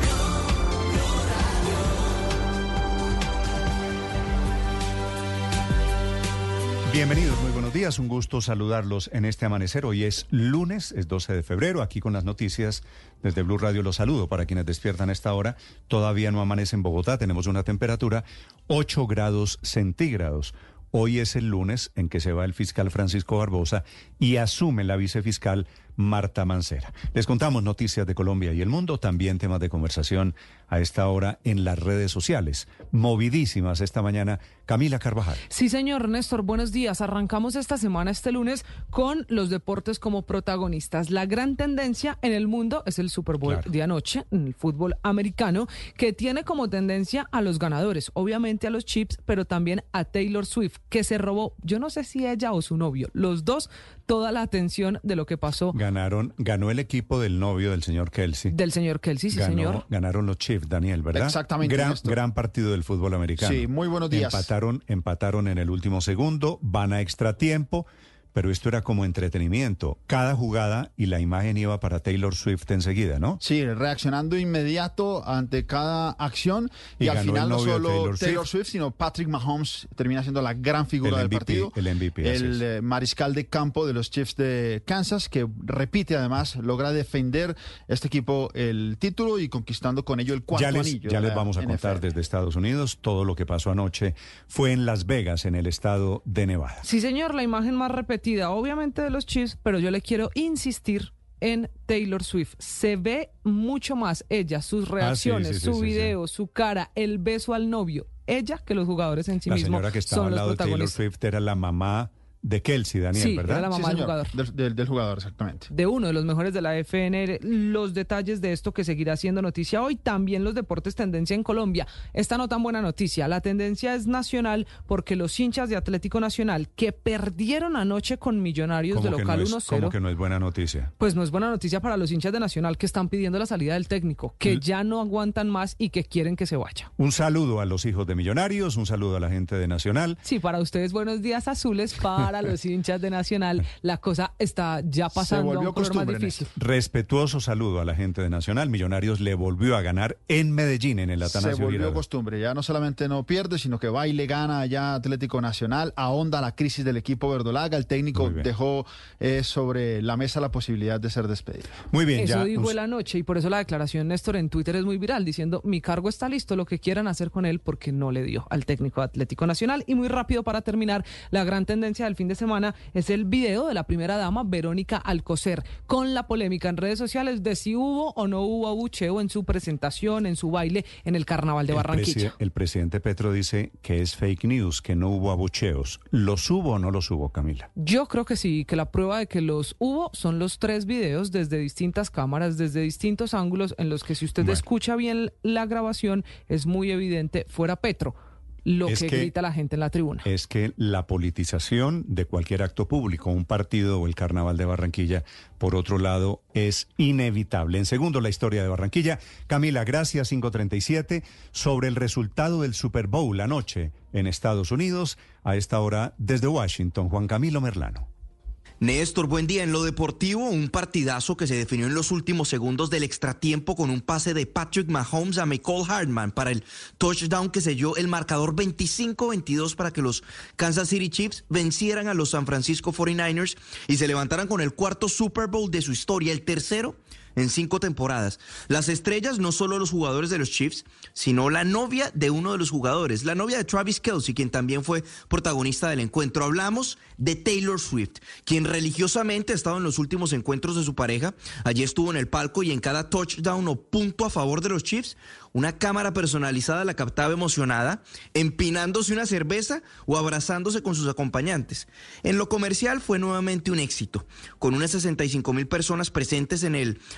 Bienvenidos, muy buenos días, un gusto saludarlos en este amanecer. Hoy es lunes, es 12 de febrero, aquí con las noticias desde Blue Radio los saludo para quienes despiertan a esta hora. Todavía no amanece en Bogotá, tenemos una temperatura 8 grados centígrados. Hoy es el lunes en que se va el fiscal Francisco Barbosa y asume la vicefiscal Marta Mancera. Les contamos noticias de Colombia y el mundo, también temas de conversación a esta hora en las redes sociales. Movidísimas esta mañana, Camila Carvajal. Sí, señor Néstor, buenos días. Arrancamos esta semana, este lunes, con los deportes como protagonistas. La gran tendencia en el mundo es el Super Bowl de anoche, en el fútbol americano, que tiene como tendencia a los ganadores, obviamente a los Chiefs, pero también a Taylor Swift, que se robó, yo no sé si ella o su novio, los dos, toda la atención de lo que pasó. Ganó el equipo del novio del señor Kelce. Del señor Kelce, sí, señor. Ganaron los Chiefs, Daniel, ¿verdad? Exactamente. Gran partido del fútbol americano. Sí, muy buenos días. Empataron en el último segundo, van a extratiempo. Pero esto era como entretenimiento. Cada jugada y la imagen iba para Taylor Swift enseguida, ¿no? Sí, reaccionando inmediato ante cada acción. Y al final no solo Taylor Swift, sino Patrick Mahomes termina siendo la gran figura del partido. El MVP. El mariscal de campo de los Chiefs de Kansas, que repite además, logra defender este equipo el título y conquistando con ello el cuarto anillo. Ya les vamos a contar desde Estados Unidos todo lo que pasó anoche. Fue en Las Vegas, en el estado de Nevada. Sí, señor, la imagen más repetida, obviamente de los Chiefs, pero yo le quiero insistir en Taylor Swift. Se ve mucho más ella, sus reacciones, su video, su cara, el beso al novio, ella que los jugadores en sí mismos. La señora que estaba al lado de Taylor Swift era la mamá de Kelce, Daniel, ¿verdad? Era la mamá del jugador. Del jugador, exactamente. De uno de los mejores de la FNR. Los detalles de esto que seguirá siendo noticia hoy. También los deportes tendencia en Colombia. Esta no tan buena noticia. La tendencia es nacional porque los hinchas de Atlético Nacional que perdieron anoche con Millonarios de local 1-0. ¿Cómo que no es buena noticia? Pues no es buena noticia para los hinchas de Nacional que están pidiendo la salida del técnico, que ya no aguantan más y que quieren que se vaya. Un saludo a los hijos de Millonarios, un saludo a la gente de Nacional. Sí, para ustedes buenos días azules, para los hinchas de Nacional, la cosa está ya pasando a un color más difícil. Respetuoso saludo a la gente de Nacional. Millonarios le volvió a ganar en Medellín, en el Atanasio Se volvió Girardot. costumbre, ya no solamente no pierde, sino que va y le gana allá Atlético Nacional, ahonda la crisis del equipo verdolaga, el técnico dejó sobre la mesa la posibilidad de ser despedido. Muy bien, eso dijo la noche y por eso la declaración, Néstor, en Twitter es muy viral, diciendo, mi cargo está listo, lo que quieran hacer con él, porque no le dio al técnico de Atlético Nacional. Y muy rápido para terminar, la gran tendencia del fin de semana es el video de la primera dama, Verónica Alcocer, con la polémica en redes sociales de si hubo o no hubo abucheo en su presentación, en su baile en el Carnaval de Barranquilla. El presidente Petro dice que es fake news, que no hubo abucheos. ¿Los hubo o no los hubo, Camila? Yo creo que sí, que la prueba de que los hubo son los 3 videos desde distintas cámaras, desde distintos ángulos, en los que si usted escucha bien la grabación, es muy evidente, fuera Petro, lo que grita la gente en la tribuna. Es que la politización de cualquier acto público, un partido o el Carnaval de Barranquilla, por otro lado, es inevitable. En segundo, la historia de Barranquilla. Camila, gracias, 5:37. Sobre el resultado del Super Bowl anoche en Estados Unidos, a esta hora desde Washington, Juan Camilo Merlano. Néstor, buen día. En lo deportivo, un partidazo que se definió en los últimos segundos del extratiempo con un pase de Patrick Mahomes a Mecole Hardman para el touchdown que selló el marcador 25-22 para que los Kansas City Chiefs vencieran a los San Francisco 49ers y se levantaran con el cuarto Super Bowl de su historia, el tercero en 5 temporadas. Las estrellas, no solo los jugadores de los Chiefs, sino la novia de uno de los jugadores, la novia de Travis Kelce, quien también fue protagonista del encuentro. Hablamos de Taylor Swift, quien religiosamente ha estado en los últimos encuentros de su pareja. Allí estuvo en el palco y en cada touchdown o punto a favor de los Chiefs, una cámara personalizada la captaba emocionada, empinándose una cerveza o abrazándose con sus acompañantes. En lo comercial fue nuevamente un éxito, con unas 65,000 personas presentes en el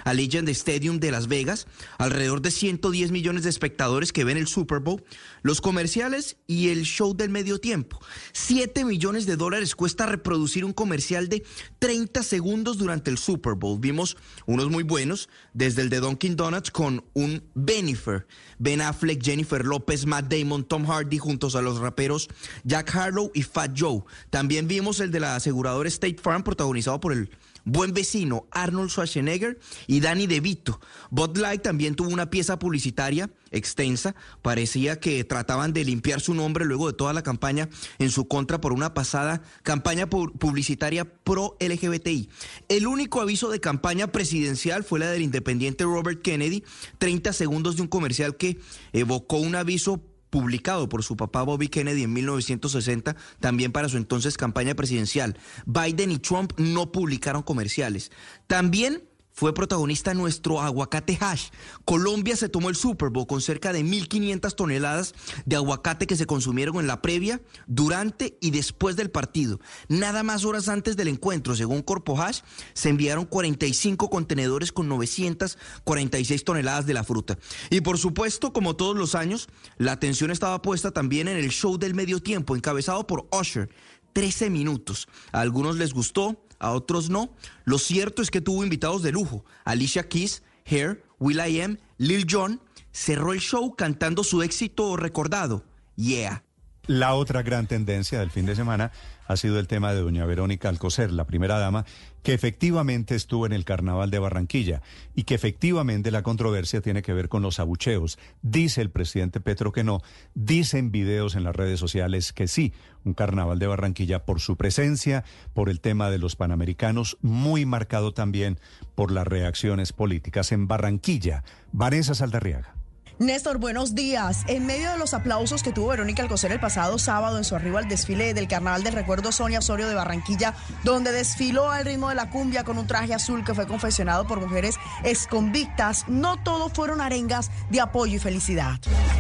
Allegiant Stadium de Las Vegas, alrededor de 110 millones de espectadores que ven el Super Bowl, los comerciales y el show del medio tiempo. $7 millones cuesta reproducir un comercial de 30 segundos durante el Super Bowl. Vimos unos muy buenos, desde el de Dunkin' Donuts con un Bennifer, Ben Affleck, Jennifer López, Matt Damon, Tom Hardy juntos a los raperos Jack Harlow y Fat Joe. También vimos el de la aseguradora State Farm, protagonizado por el buen vecino Arnold Schwarzenegger y Danny DeVito. Bud Light también tuvo una pieza publicitaria extensa. Parecía que trataban de limpiar su nombre luego de toda la campaña en su contra por una pasada campaña publicitaria pro LGBTI. El único aviso de campaña presidencial fue la del independiente Robert Kennedy, 30 segundos de un comercial que evocó un aviso publicado por su papá Bobby Kennedy en 1960, también para su entonces campaña presidencial. Biden y Trump no publicaron comerciales. También fue protagonista nuestro aguacate hash. Colombia se tomó el Super Bowl con cerca de 1.500 toneladas de aguacate que se consumieron en la previa, durante y después del partido. Nada más horas antes del encuentro, según Corpo Hash, se enviaron 45 contenedores con 946 toneladas de la fruta. Y por supuesto, como todos los años, la atención estaba puesta también en el show del medio tiempo, encabezado por Usher. 13 minutos. A algunos les gustó, a otros no. Lo cierto es que tuvo invitados de lujo. Alicia Keys, Hair, will.i.am, Lil Jon. Cerró el show cantando su éxito recordado, Yeah. La otra gran tendencia del fin de semana ha sido el tema de doña Verónica Alcocer, la primera dama, que efectivamente estuvo en el Carnaval de Barranquilla y que efectivamente la controversia tiene que ver con los abucheos. Dice el presidente Petro que no, dicen videos en las redes sociales que sí. Un Carnaval de Barranquilla por su presencia, por el tema de los panamericanos, muy marcado también por las reacciones políticas en Barranquilla. Vanessa Saldarriaga. Néstor, buenos días. En medio de los aplausos que tuvo Verónica Alcocer el pasado sábado en su arribo al desfile del Carnaval del Recuerdo Sonia Osorio de Barranquilla, donde desfiló al ritmo de la cumbia con un traje azul que fue confeccionado por mujeres exconvictas, no todo fueron arengas de apoyo y felicidad.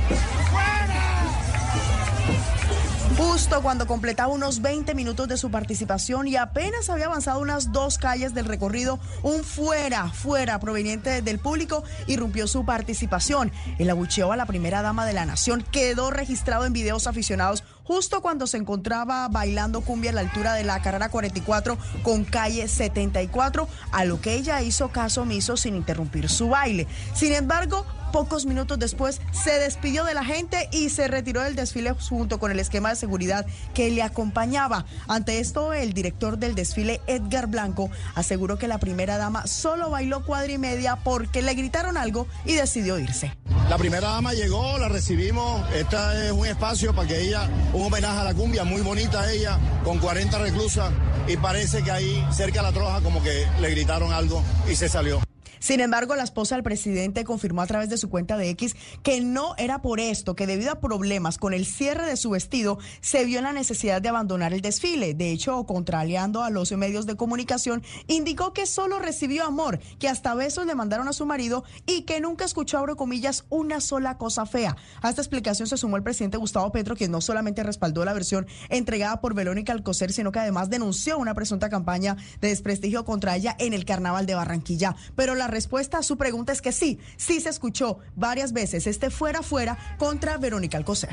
Justo cuando completaba unos 20 minutos de su participación y apenas había avanzado unas 2 calles del recorrido, un fuera proveniente del público irrumpió su participación. El abucheo a la primera dama de la nación quedó registrado en videos aficionados justo cuando se encontraba bailando cumbia a la altura de la carrera 44 con calle 74, a lo que ella hizo caso omiso sin interrumpir su baile. Sin embargo, pocos minutos después se despidió de la gente y se retiró del desfile junto con el esquema de seguridad que le acompañaba. Ante esto, el director del desfile, Edgar Blanco, aseguró que la primera dama solo bailó cuadra y media porque le gritaron algo y decidió irse. La primera dama llegó, la recibimos. Este es un espacio para que ella, un homenaje a la cumbia, muy bonita ella, con 40 reclusas, y parece que ahí cerca de la troja como que le gritaron algo y se salió. Sin embargo, la esposa del presidente confirmó a través de su cuenta de X que no era por esto, que debido a problemas con el cierre de su vestido, se vio en la necesidad de abandonar el desfile. De hecho, contrariando a los medios de comunicación, indicó que solo recibió amor, que hasta besos le mandaron a su marido y que nunca escuchó, abro comillas, una sola cosa fea. A esta explicación se sumó el presidente Gustavo Petro, quien no solamente respaldó la versión entregada por Verónica Alcocer, sino que además denunció una presunta campaña de desprestigio contra ella en el Carnaval de Barranquilla. Pero la respuesta a su pregunta es que sí se escuchó varias veces este fuera contra Verónica Alcocer.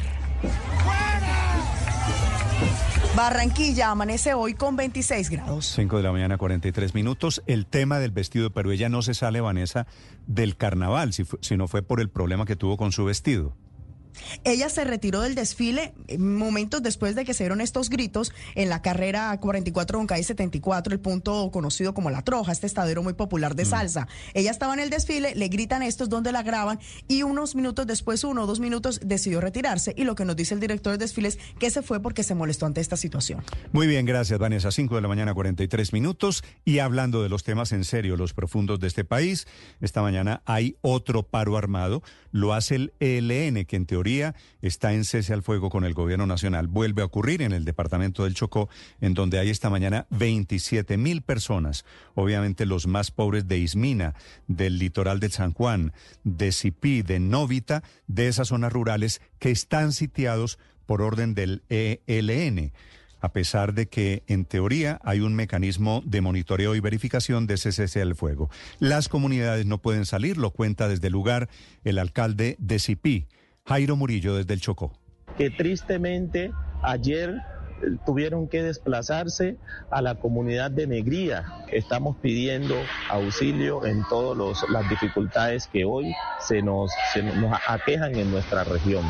Barranquilla amanece hoy con 26 grados. 5 de la mañana, 43 minutos. El tema del vestido, pero ella no se sale, Vanessa, del carnaval, si no fue por el problema que tuvo con su vestido. Ella se retiró del desfile momentos después de que se dieron estos gritos en la carrera 44 con calle 74, el punto conocido como La Troja, este estadero muy popular de salsa. Ella estaba en el desfile, le gritan estos donde la graban y unos minutos después, 1 o 2 minutos, decidió retirarse, y lo que nos dice el director de desfiles que se fue porque se molestó ante esta situación. Muy bien, gracias, Vanessa. 5 de la mañana, 43 minutos. Y hablando de los temas en serio, los profundos de este país, esta mañana hay otro paro armado. Lo hace el ELN, que en teoría está en cese al fuego con el gobierno nacional. Vuelve a ocurrir en el departamento del Chocó, en donde hay esta mañana 27.000 personas, obviamente los más pobres de Ismina, del litoral de San Juan, de Sipí, de Novita, de esas zonas rurales que están sitiados por orden del ELN. a pesar de que en teoría hay un mecanismo de monitoreo y verificación de ese cese al fuego. Las comunidades no pueden salir, lo cuenta desde el lugar el alcalde de Sipí, Jairo Murillo, desde el Chocó. Que tristemente ayer tuvieron que desplazarse a la comunidad de Negría. Estamos pidiendo auxilio en todas las dificultades que hoy se nos aquejan en nuestra región.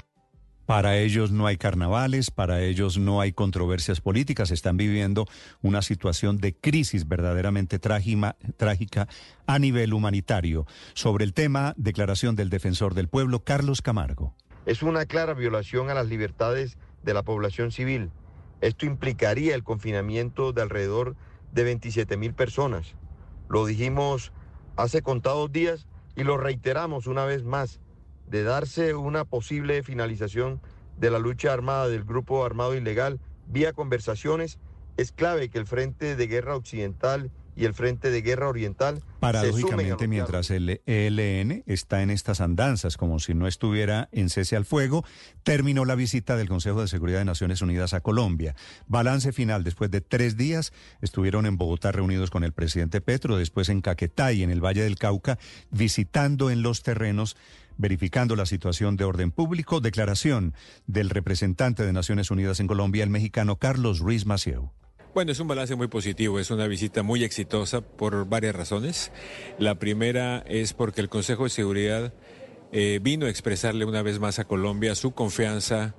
Para ellos no hay carnavales, para ellos no hay controversias políticas, están viviendo una situación de crisis verdaderamente trágica a nivel humanitario. Sobre el tema, declaración del defensor del pueblo, Carlos Camargo. Es una clara violación a las libertades de la población civil. Esto implicaría el confinamiento de alrededor de 27.000 personas. Lo dijimos hace contados días y lo reiteramos una vez más. De darse una posible finalización de la lucha armada del grupo armado ilegal vía conversaciones, es clave que el Frente de Guerra Occidental y el Frente de Guerra Oriental paradójicamente, mientras el ELN está en estas andanzas, como si no estuviera en cese al fuego, terminó la visita del Consejo de Seguridad de Naciones Unidas a Colombia. Balance final, después de 3 días, estuvieron en Bogotá reunidos con el presidente Petro, después en Caquetá y en el Valle del Cauca, visitando en los terrenos, verificando la situación de orden público. Declaración del representante de Naciones Unidas en Colombia, el mexicano Carlos Ruiz Massieu. Bueno, es un balance muy positivo, es una visita muy exitosa por varias razones. La primera es porque el Consejo de Seguridad vino a expresarle una vez más a Colombia su confianza,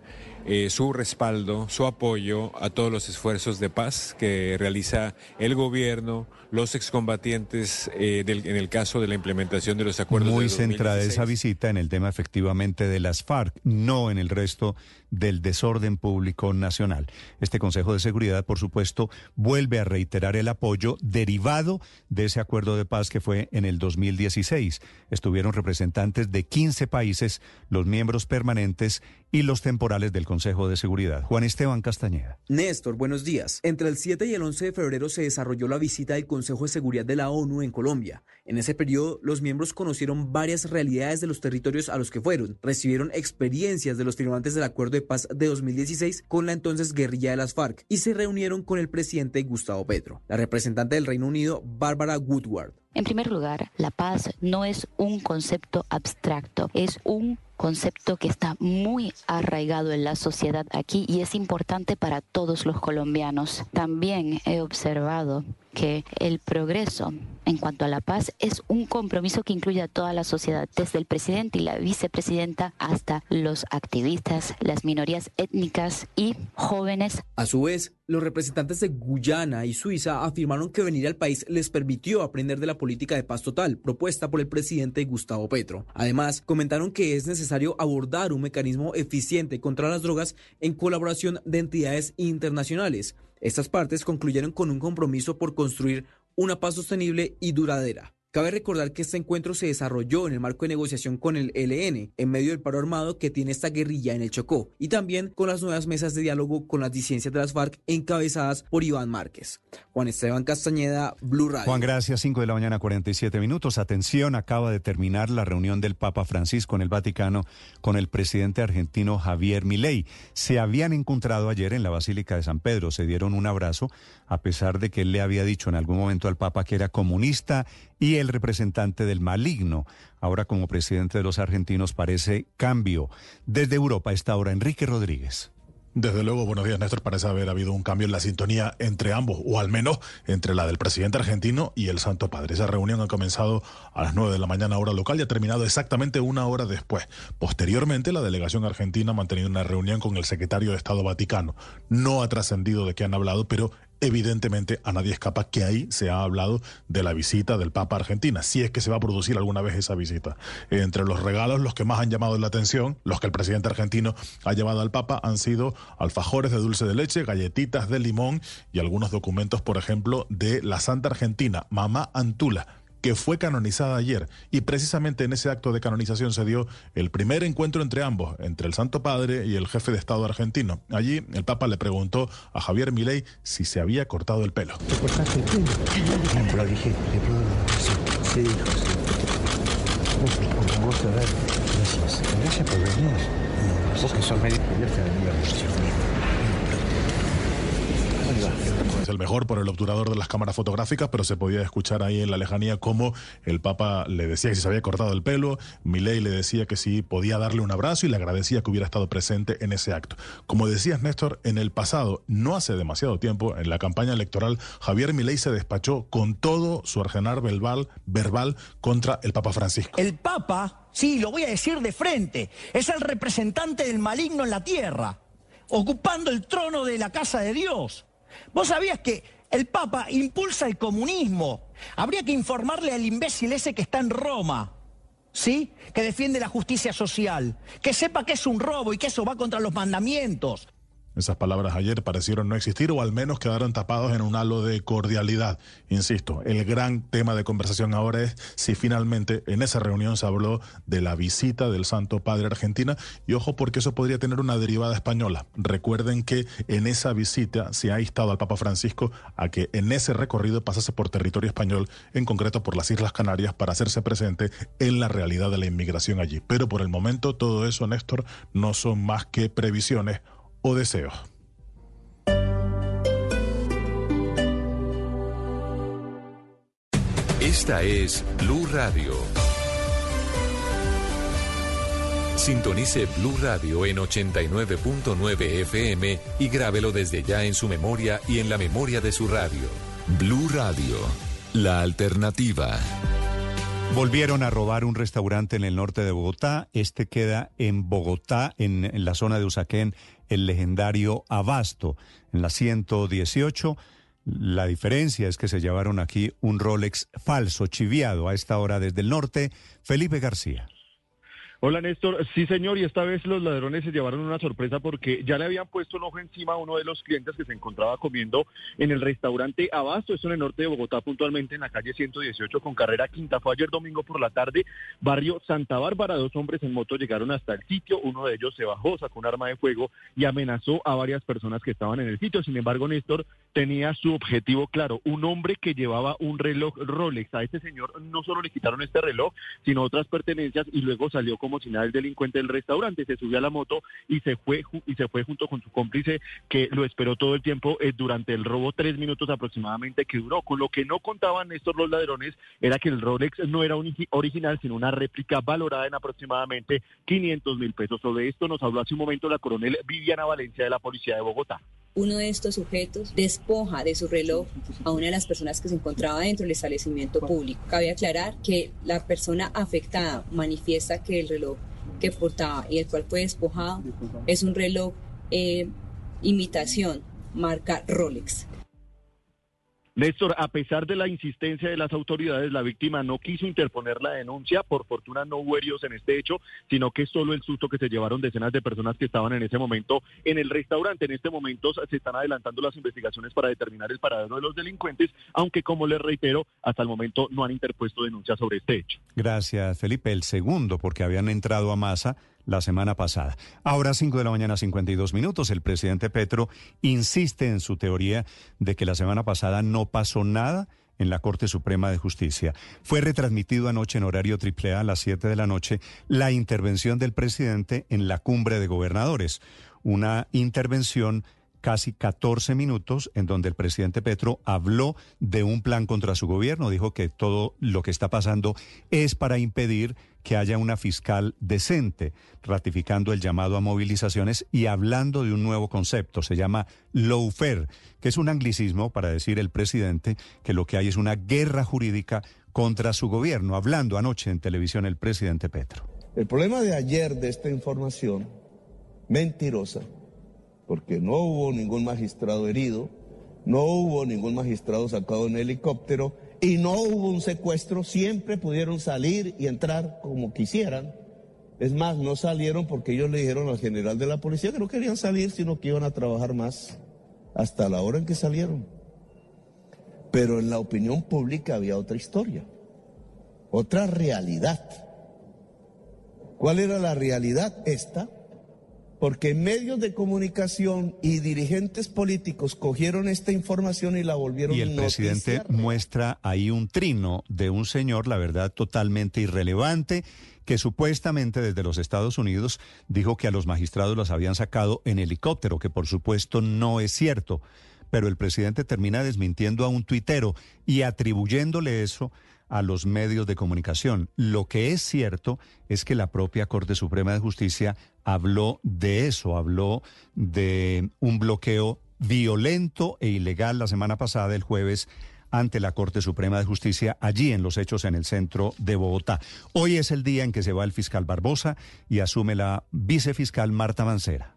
su respaldo, su apoyo a todos los esfuerzos de paz que realiza el gobierno, los excombatientes, en el caso de la implementación de los acuerdos muy de 2016. Centrada esa visita en el tema efectivamente de las FARC, no en el resto del desorden público nacional. Este Consejo de Seguridad, por supuesto, vuelve a reiterar el apoyo derivado de ese acuerdo de paz que fue en el 2016. Estuvieron representantes de 15 países, los miembros permanentes y los temporales del Consejo de Seguridad. Juan Esteban Castañeda. Néstor, buenos días. Entre el 7 y el 11 de febrero se desarrolló la visita del Consejo de Seguridad de la ONU en Colombia. En ese periodo, los miembros conocieron varias realidades de los territorios a los que fueron, recibieron experiencias de los firmantes del Acuerdo de Paz de 2016 con la entonces guerrilla de las FARC y se reunieron con el presidente Gustavo Petro. La representante del Reino Unido, Barbara Woodward. En primer lugar, la paz no es un concepto abstracto, es un concepto que está muy arraigado en la sociedad aquí y es importante para todos los colombianos. También he observado que el progreso en cuanto a la paz es un compromiso que incluye a toda la sociedad, desde el presidente y la vicepresidenta hasta los activistas, las minorías étnicas y jóvenes. A su vez, los representantes de Guyana y Suiza afirmaron que venir al país les permitió aprender de la política de paz total propuesta por el presidente Gustavo Petro. Además, comentaron que es necesario abordar un mecanismo eficiente contra las drogas en colaboración de entidades internacionales. Estas partes concluyeron con un compromiso por construir una paz sostenible y duradera. Cabe recordar que este encuentro se desarrolló en el marco de negociación con el ELN, en medio del paro armado que tiene esta guerrilla en el Chocó, y también con las nuevas mesas de diálogo con las disidencias de las FARC encabezadas por Iván Márquez. Juan Esteban Castañeda, Blue Radio. Juan, gracias. 5 de la mañana, 47 minutos. Atención, acaba de terminar la reunión del Papa Francisco en el Vaticano con el presidente argentino Javier Milei. Se habían encontrado ayer en la Basílica de San Pedro, se dieron un abrazo, a pesar de que él le había dicho en algún momento al Papa que era comunista y el representante del maligno. Ahora, como presidente de los argentinos, parece cambio. Desde Europa, a esta hora, Enrique Rodríguez. Desde luego, buenos días, Néstor. Parece haber habido un cambio en la sintonía entre ambos, o al menos entre la del presidente argentino y el Santo Padre. Esa reunión ha comenzado a las 9 de la mañana, hora local, y ha terminado exactamente una hora después. Posteriormente, la delegación argentina ha mantenido una reunión con el secretario de Estado Vaticano. No ha trascendido de qué han hablado, pero evidentemente a nadie escapa que ahí se ha hablado de la visita del Papa a Argentina, si es que se va a producir alguna vez esa visita. Entre los regalos, los que más han llamado la atención, los que el presidente argentino ha llevado al Papa, han sido alfajores de dulce de leche, galletitas de limón y algunos documentos, por ejemplo, de la Santa Argentina, Mamá Antula, que fue canonizada ayer, y precisamente en ese acto de canonización se dio el primer encuentro entre ambos, entre el Santo Padre y el jefe de Estado argentino. Allí el Papa le preguntó a Javier Milei si se había cortado el pelo. ¿Te cortaste el pelo? No, lo dije, sí, dijo, sí. Vos, a ver, gracias por venir. Vos que sos médico, ya te venía a el mejor por el obturador de las cámaras fotográficas, pero se podía escuchar ahí en la lejanía cómo el Papa le decía que si se había cortado el pelo, Milei le decía que si podía darle un abrazo y le agradecía que hubiera estado presente en ese acto. Como decías, Néstor, en el pasado, no hace demasiado tiempo, en la campaña electoral, Javier Milei se despachó con todo su arsenal verbal contra el Papa Francisco. El Papa, sí, lo voy a decir de frente, es el representante del maligno en la tierra, ocupando el trono de la casa de Dios. ¿Vos sabías que el Papa impulsa el comunismo? Habría que informarle al imbécil ese que está en Roma, ¿sí? Que defiende la justicia social, que sepa que es un robo y que eso va contra los mandamientos. Esas palabras ayer parecieron no existir o al menos quedaron tapados en un halo de cordialidad. Insisto, el gran tema de conversación ahora es si finalmente en esa reunión se habló de la visita del Santo Padre a Argentina y ojo porque eso podría tener una derivada española. Recuerden que en esa visita se ha instado al Papa Francisco a que en ese recorrido pasase por territorio español, en concreto por las Islas Canarias, para hacerse presente en la realidad de la inmigración allí. Pero por el momento todo eso, Néstor, no son más que previsiones o deseos. Esta es Blue Radio. Sintonice Blue Radio en 89.9 FM y grábelo desde ya en su memoria y en la memoria de su radio. Blue Radio, la alternativa. Volvieron a robar un restaurante en el norte de Bogotá. Este queda en Bogotá, en la zona de Usaquén, el legendario Abasto, en la 118. La diferencia es que se llevaron aquí un Rolex falso, chiviado a esta hora desde el norte. Felipe García. Hola Néstor, sí señor, y esta vez los ladrones se llevaron una sorpresa porque ya le habían puesto un ojo encima a uno de los clientes que se encontraba comiendo en el restaurante Abasto, esto en el norte de Bogotá, puntualmente en la calle 118 con carrera quinta. Fue ayer domingo por la tarde, barrio Santa Bárbara. 2 hombres en moto llegaron hasta el sitio, uno de ellos se bajó, sacó un arma de fuego y amenazó a varias personas que estaban en el sitio. Sin embargo, Néstor tenía su objetivo claro, un hombre que llevaba un reloj Rolex. A este señor no solo le quitaron este reloj, sino otras pertenencias y luego salió como si nada el delincuente del restaurante, se subió a la moto y se fue junto con su cómplice que lo esperó todo el tiempo durante el robo, 3 minutos aproximadamente que duró. Con lo que no contaban estos los ladrones era que el Rolex no era un original, sino una réplica valorada en aproximadamente 500.000 pesos. Sobre esto nos habló hace un momento la coronel Viviana Valencia de la Policía de Bogotá. Uno de estos sujetos despoja de su reloj a una de las personas que se encontraba dentro del establecimiento público. Cabe aclarar que la persona afectada manifiesta que el reloj que portaba y el cual fue despojado es un reloj imitación marca Rolex. Néstor, a pesar de la insistencia de las autoridades, la víctima no quiso interponer la denuncia. Por fortuna no hubo heridos en este hecho, sino que es solo el susto que se llevaron decenas de personas que estaban en ese momento en el restaurante. En este momento se están adelantando las investigaciones para determinar el paradero de los delincuentes, aunque, como les reitero, hasta el momento no han interpuesto denuncia sobre este hecho. Gracias, Felipe. El segundo, porque habían entrado a masa la semana pasada. Ahora 5:52 a.m, el presidente Petro insiste en su teoría de que la semana pasada no pasó nada en la Corte Suprema de Justicia. Fue retransmitido anoche en horario AAA a las 7 de la noche la intervención del presidente en la cumbre de gobernadores. Una intervención casi 14 minutos en donde el presidente Petro habló de un plan contra su gobierno. Dijo que todo lo que está pasando es para impedir que haya una fiscal decente, ratificando el llamado a movilizaciones y hablando de un nuevo concepto, se llama lawfare, que es un anglicismo para decir el presidente que lo que hay es una guerra jurídica contra su gobierno. Hablando anoche en televisión el presidente Petro. El problema de ayer de esta información mentirosa, porque no hubo ningún magistrado herido, no hubo ningún magistrado sacado en helicóptero y no hubo un secuestro, siempre pudieron salir y entrar como quisieran. Es más, no salieron porque ellos le dijeron al general de la policía que no querían salir, sino que iban a trabajar más hasta la hora en que salieron. Pero en la opinión pública había otra historia, otra realidad. ¿Cuál era la realidad? Esta. Porque medios de comunicación y dirigentes políticos cogieron esta información y la volvieron noticia. Y el presidente muestra ahí un trino de un señor, la verdad, totalmente irrelevante, que supuestamente desde los Estados Unidos dijo que a los magistrados los habían sacado en helicóptero, que por supuesto no es cierto. pero el presidente termina desmintiendo a un tuitero y atribuyéndole eso a los medios de comunicación. Lo que es cierto es que la propia Corte Suprema de Justicia habló de eso, habló de un bloqueo violento e ilegal la semana pasada, el jueves, ante la Corte Suprema de Justicia, allí en los hechos en el centro de Bogotá. Hoy es el día en que se va el fiscal Barbosa y asume la vicefiscal Marta Mancera.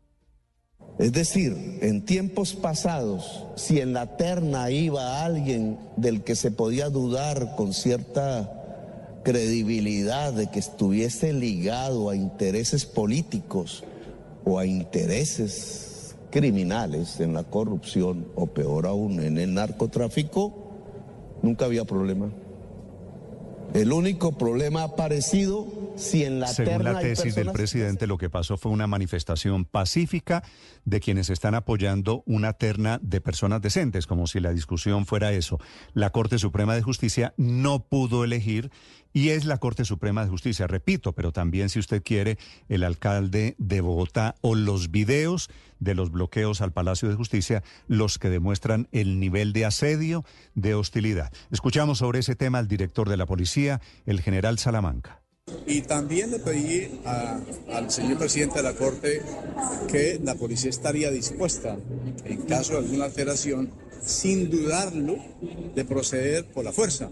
Es decir, en tiempos pasados, si en la terna iba alguien del que se podía dudar con cierta credibilidad de que estuviese ligado a intereses políticos o a intereses criminales en la corrupción o peor aún en el narcotráfico, nunca había problema. El único problema ha aparecido si en la terna hay personas... Según la tesis del presidente, lo que pasó fue una manifestación pacífica de quienes están apoyando una terna de personas decentes, como si la discusión fuera eso. La Corte Suprema de Justicia no pudo elegir y es la Corte Suprema de Justicia, repito, pero también, si usted quiere, el alcalde de Bogotá o los videos de los bloqueos al Palacio de Justicia, los que demuestran el nivel de asedio, de hostilidad. Escuchamos sobre ese tema al director de la policía, el general Salamanca. Y también le pedí al señor presidente de la Corte que la policía estaría dispuesta, en caso de alguna alteración, sin dudarlo, de proceder por la fuerza.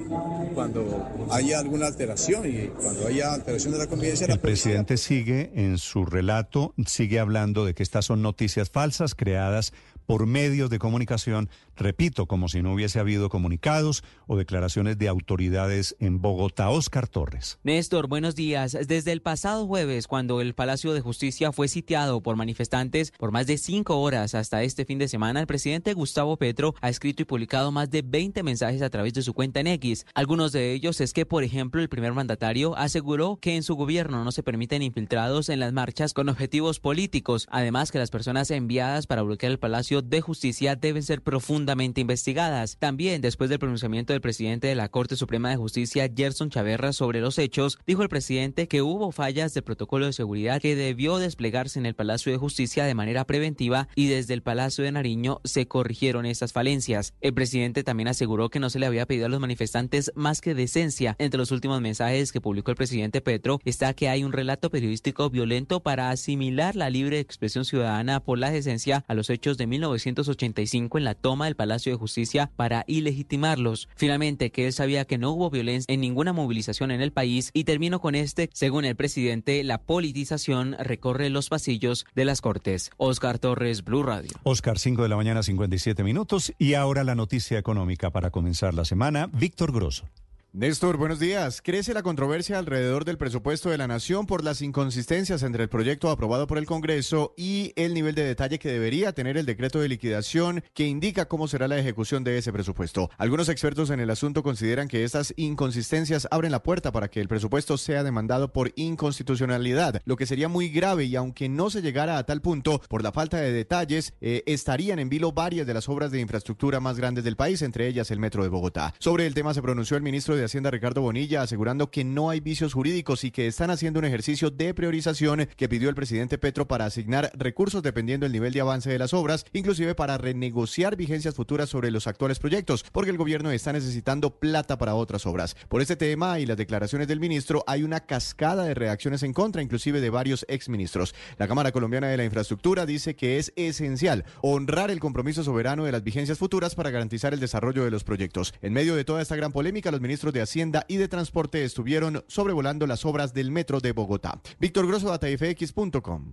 Cuando haya alguna alteración y cuando haya alteración de la convivencia... El presidente sigue en su relato, sigue hablando de que estas son noticias falsas creadas por medios de comunicación, repito, como si no hubiese habido comunicados o declaraciones de autoridades en Bogotá. Óscar Torres. Néstor, buenos días. Desde el pasado jueves, cuando el Palacio de Justicia fue sitiado por manifestantes por más de 5 horas hasta este fin de semana, el presidente Gustavo Petro ha escrito y publicado más de 20 mensajes a través de su cuenta en X. Algunos de ellos es que, por ejemplo, el primer mandatario aseguró que en su gobierno no se permiten infiltrados en las marchas con objetivos políticos. Además, que las personas enviadas para bloquear el Palacio de Justicia deben ser profundamente investigadas. También, después del pronunciamiento del presidente de la Corte Suprema de Justicia, Gerson Chaverra, sobre los hechos, dijo el presidente que hubo fallas del protocolo de seguridad que debió desplegarse en el Palacio de Justicia de manera preventiva y desde el Palacio de Nariño se corrigieron estas falencias. El presidente también aseguró que no se le había pedido a los manifestantes más que decencia. Entre los últimos mensajes que publicó el presidente Petro está que hay un relato periodístico violento para asimilar la libre expresión ciudadana por la decencia a los hechos de 1985 en la toma del Palacio de Justicia para ilegitimarlos. Finalmente, que él sabía que no hubo violencia en ninguna movilización en el país y termino con según el presidente, la politización recorre los pasillos de las Cortes. Óscar Torres, Blue Radio. Óscar, 5 de la mañana, 57 minutos. Y ahora la noticia económica para comenzar la semana. Víctor Grosso. Néstor, buenos días. Crece la controversia alrededor del presupuesto de la Nación por las inconsistencias entre el proyecto aprobado por el Congreso y el nivel de detalle que debería tener el decreto de liquidación que indica cómo será la ejecución de ese presupuesto. Algunos expertos en el asunto consideran que estas inconsistencias abren la puerta para que el presupuesto sea demandado por inconstitucionalidad, lo que sería muy grave y aunque no se llegara a tal punto, por la falta de detalles, estarían en vilo varias de las obras de infraestructura más grandes del país, entre ellas el Metro de Bogotá. Sobre el tema se pronunció el ministro de Hacienda Ricardo Bonilla, asegurando que no hay vicios jurídicos y que están haciendo un ejercicio de priorización que pidió el presidente Petro para asignar recursos dependiendo del nivel de avance de las obras, inclusive para renegociar vigencias futuras sobre los actuales proyectos, porque el gobierno está necesitando plata para otras obras. Por este tema y las declaraciones del ministro hay una cascada de reacciones en contra, inclusive de varios exministros. La Cámara Colombiana de la Infraestructura dice que es esencial honrar el compromiso soberano de las vigencias futuras para garantizar el desarrollo de los proyectos. En medio de toda esta gran polémica, los ministros de Hacienda y de Transporte estuvieron sobrevolando las obras del Metro de Bogotá. Víctor Grosso, datafx.com.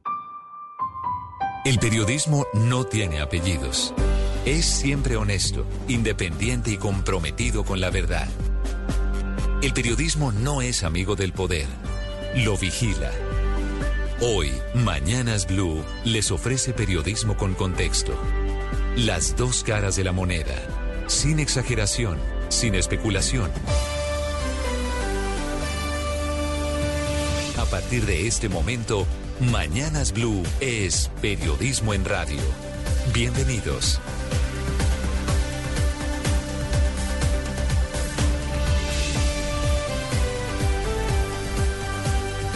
El periodismo no tiene apellidos. Es siempre honesto, independiente y comprometido con la verdad. El periodismo no es amigo del poder, lo vigila. Hoy, Mañanas Blue les ofrece periodismo con contexto. Las dos caras de la moneda, sin exageración, sin especulación. A partir de este momento, Mañanas Blue es periodismo en radio. Bienvenidos.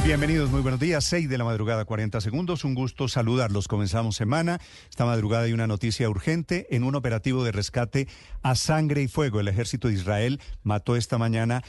Bienvenidos, muy buenos días, 6 de la madrugada, 40 segundos, un gusto saludarlos. Comenzamos semana, esta madrugada hay una noticia urgente. En un operativo de rescate a sangre y fuego, el ejército de Israel mató esta mañana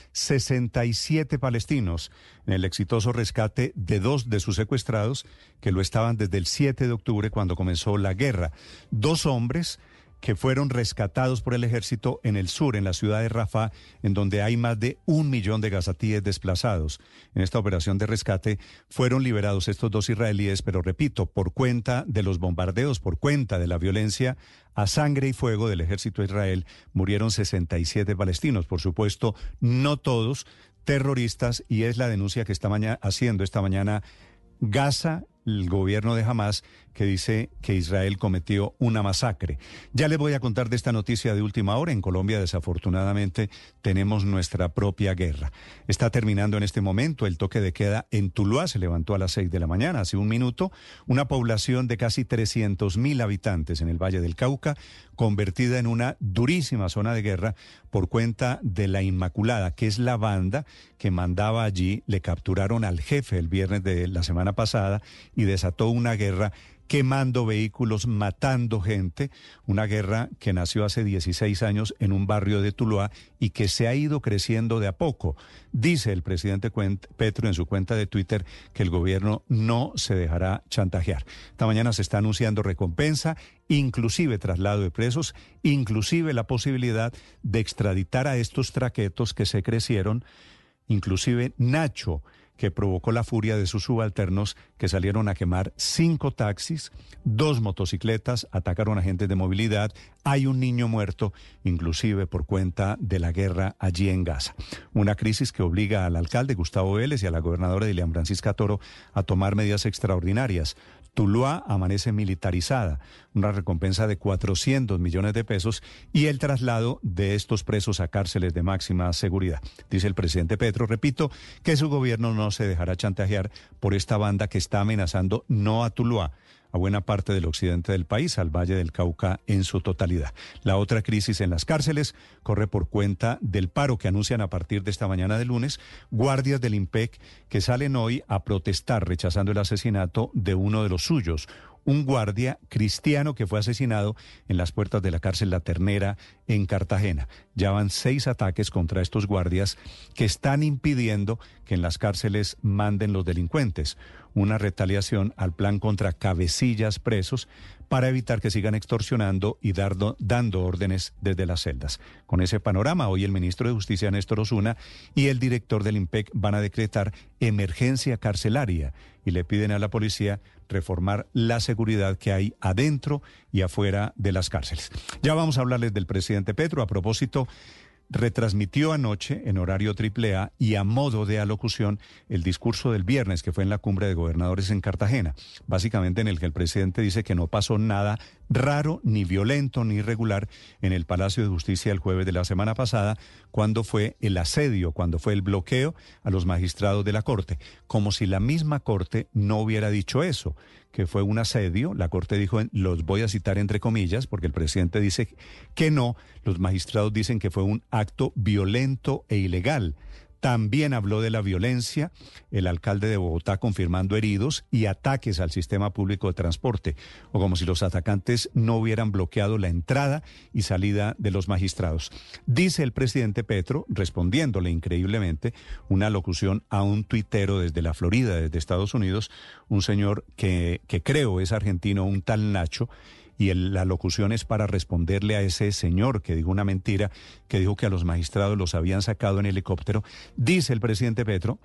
67 palestinos en el exitoso rescate de 2 de sus secuestrados que lo estaban desde el 7 de octubre cuando comenzó la guerra. 2 hombres que fueron rescatados por el ejército en el sur, en la ciudad de Rafah, en donde hay más de 1 millón de gazatíes desplazados. En esta operación de rescate fueron liberados estos 2 israelíes, pero repito, por cuenta de los bombardeos, por cuenta de la violencia a sangre y fuego del ejército de Israel, murieron 67 palestinos. Por supuesto, no todos terroristas, y es la denuncia que está haciendo esta mañana Gaza, el gobierno de Hamas, que dice que Israel cometió una masacre. Ya les voy a contar de esta noticia de última hora. En Colombia, desafortunadamente, tenemos nuestra propia guerra. Está terminando en este momento el toque de queda en Tuluá. Se levantó a las 6 de la mañana, hace un minuto. Una población de casi 300.000 habitantes en el Valle del Cauca, convertida en una durísima zona de guerra por cuenta de la Inmaculada, que es la banda que mandaba allí. Le capturaron al jefe el viernes de la semana pasada y desató una guerra quemando vehículos, matando gente, una guerra que nació hace 16 años en un barrio de Tuluá y que se ha ido creciendo de a poco. Dice el presidente Petro en su cuenta de Twitter que el gobierno no se dejará chantajear. Esta mañana se está anunciando recompensa, inclusive traslado de presos, inclusive la posibilidad de extraditar a estos traquetos que se crecieron, inclusive Nacho, que provocó la furia de sus subalternos que salieron a quemar 5 taxis, 2 motocicletas, atacaron a agentes de movilidad. Hay un niño muerto, inclusive por cuenta de la guerra allí en Gaza. Una crisis que obliga al alcalde Gustavo Vélez y a la gobernadora Dilian Francisca Toro a tomar medidas extraordinarias. Tuluá amanece militarizada, una recompensa de 400 millones de pesos y el traslado de estos presos a cárceles de máxima seguridad. Dice el presidente Petro, repito, que su gobierno no se dejará chantajear por esta banda que está amenazando no a Tuluá, a buena parte del occidente del país, al Valle del Cauca en su totalidad. La otra crisis en las cárceles corre por cuenta del paro que anuncian a partir de esta mañana de lunes guardias del IMPEC que salen hoy a protestar rechazando el asesinato de uno de los suyos, un guardia cristiano que fue asesinado en las puertas de la cárcel La Ternera en Cartagena. Ya van 6 ataques contra estos guardias que están impidiendo que en las cárceles manden los delincuentes. Una retaliación al plan contra cabecillas presos para evitar que sigan extorsionando y dando órdenes desde las celdas. Con ese panorama, hoy el ministro de Justicia, Néstor Osuna, y el director del IMPEC van a decretar emergencia carcelaria y le piden a la policía reformar la seguridad que hay adentro y afuera de las cárceles. Ya vamos a hablarles del presidente Petro. A propósito, retransmitió anoche en horario AAA y a modo de alocución el discurso del viernes que fue en la cumbre de gobernadores en Cartagena, básicamente en el que el presidente dice que no pasó nada raro, ni violento, ni irregular en el Palacio de Justicia el jueves de la semana pasada, cuando fue el asedio, cuando fue el bloqueo a los magistrados de la Corte, como si la misma Corte no hubiera dicho eso, que fue un asedio. La Corte dijo, los voy a citar entre comillas, porque el presidente dice que no, los magistrados dicen que fue un acto violento e ilegal. También habló de la violencia, el alcalde de Bogotá confirmando heridos y ataques al sistema público de transporte, o como si los atacantes no hubieran bloqueado la entrada y salida de los magistrados. Dice el presidente Petro, respondiéndole increíblemente, una locución a un tuitero desde la Florida, desde Estados Unidos, un señor que creo es argentino, un tal Nacho, y la locución es para responderle a ese señor que dijo una mentira, que dijo que a los magistrados los habían sacado en helicóptero. Dice el presidente Petro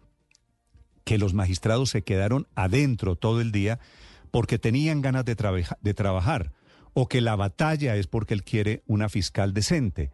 que los magistrados se quedaron adentro todo el día porque tenían ganas de trabajar, o que la batalla es porque él quiere una fiscal decente,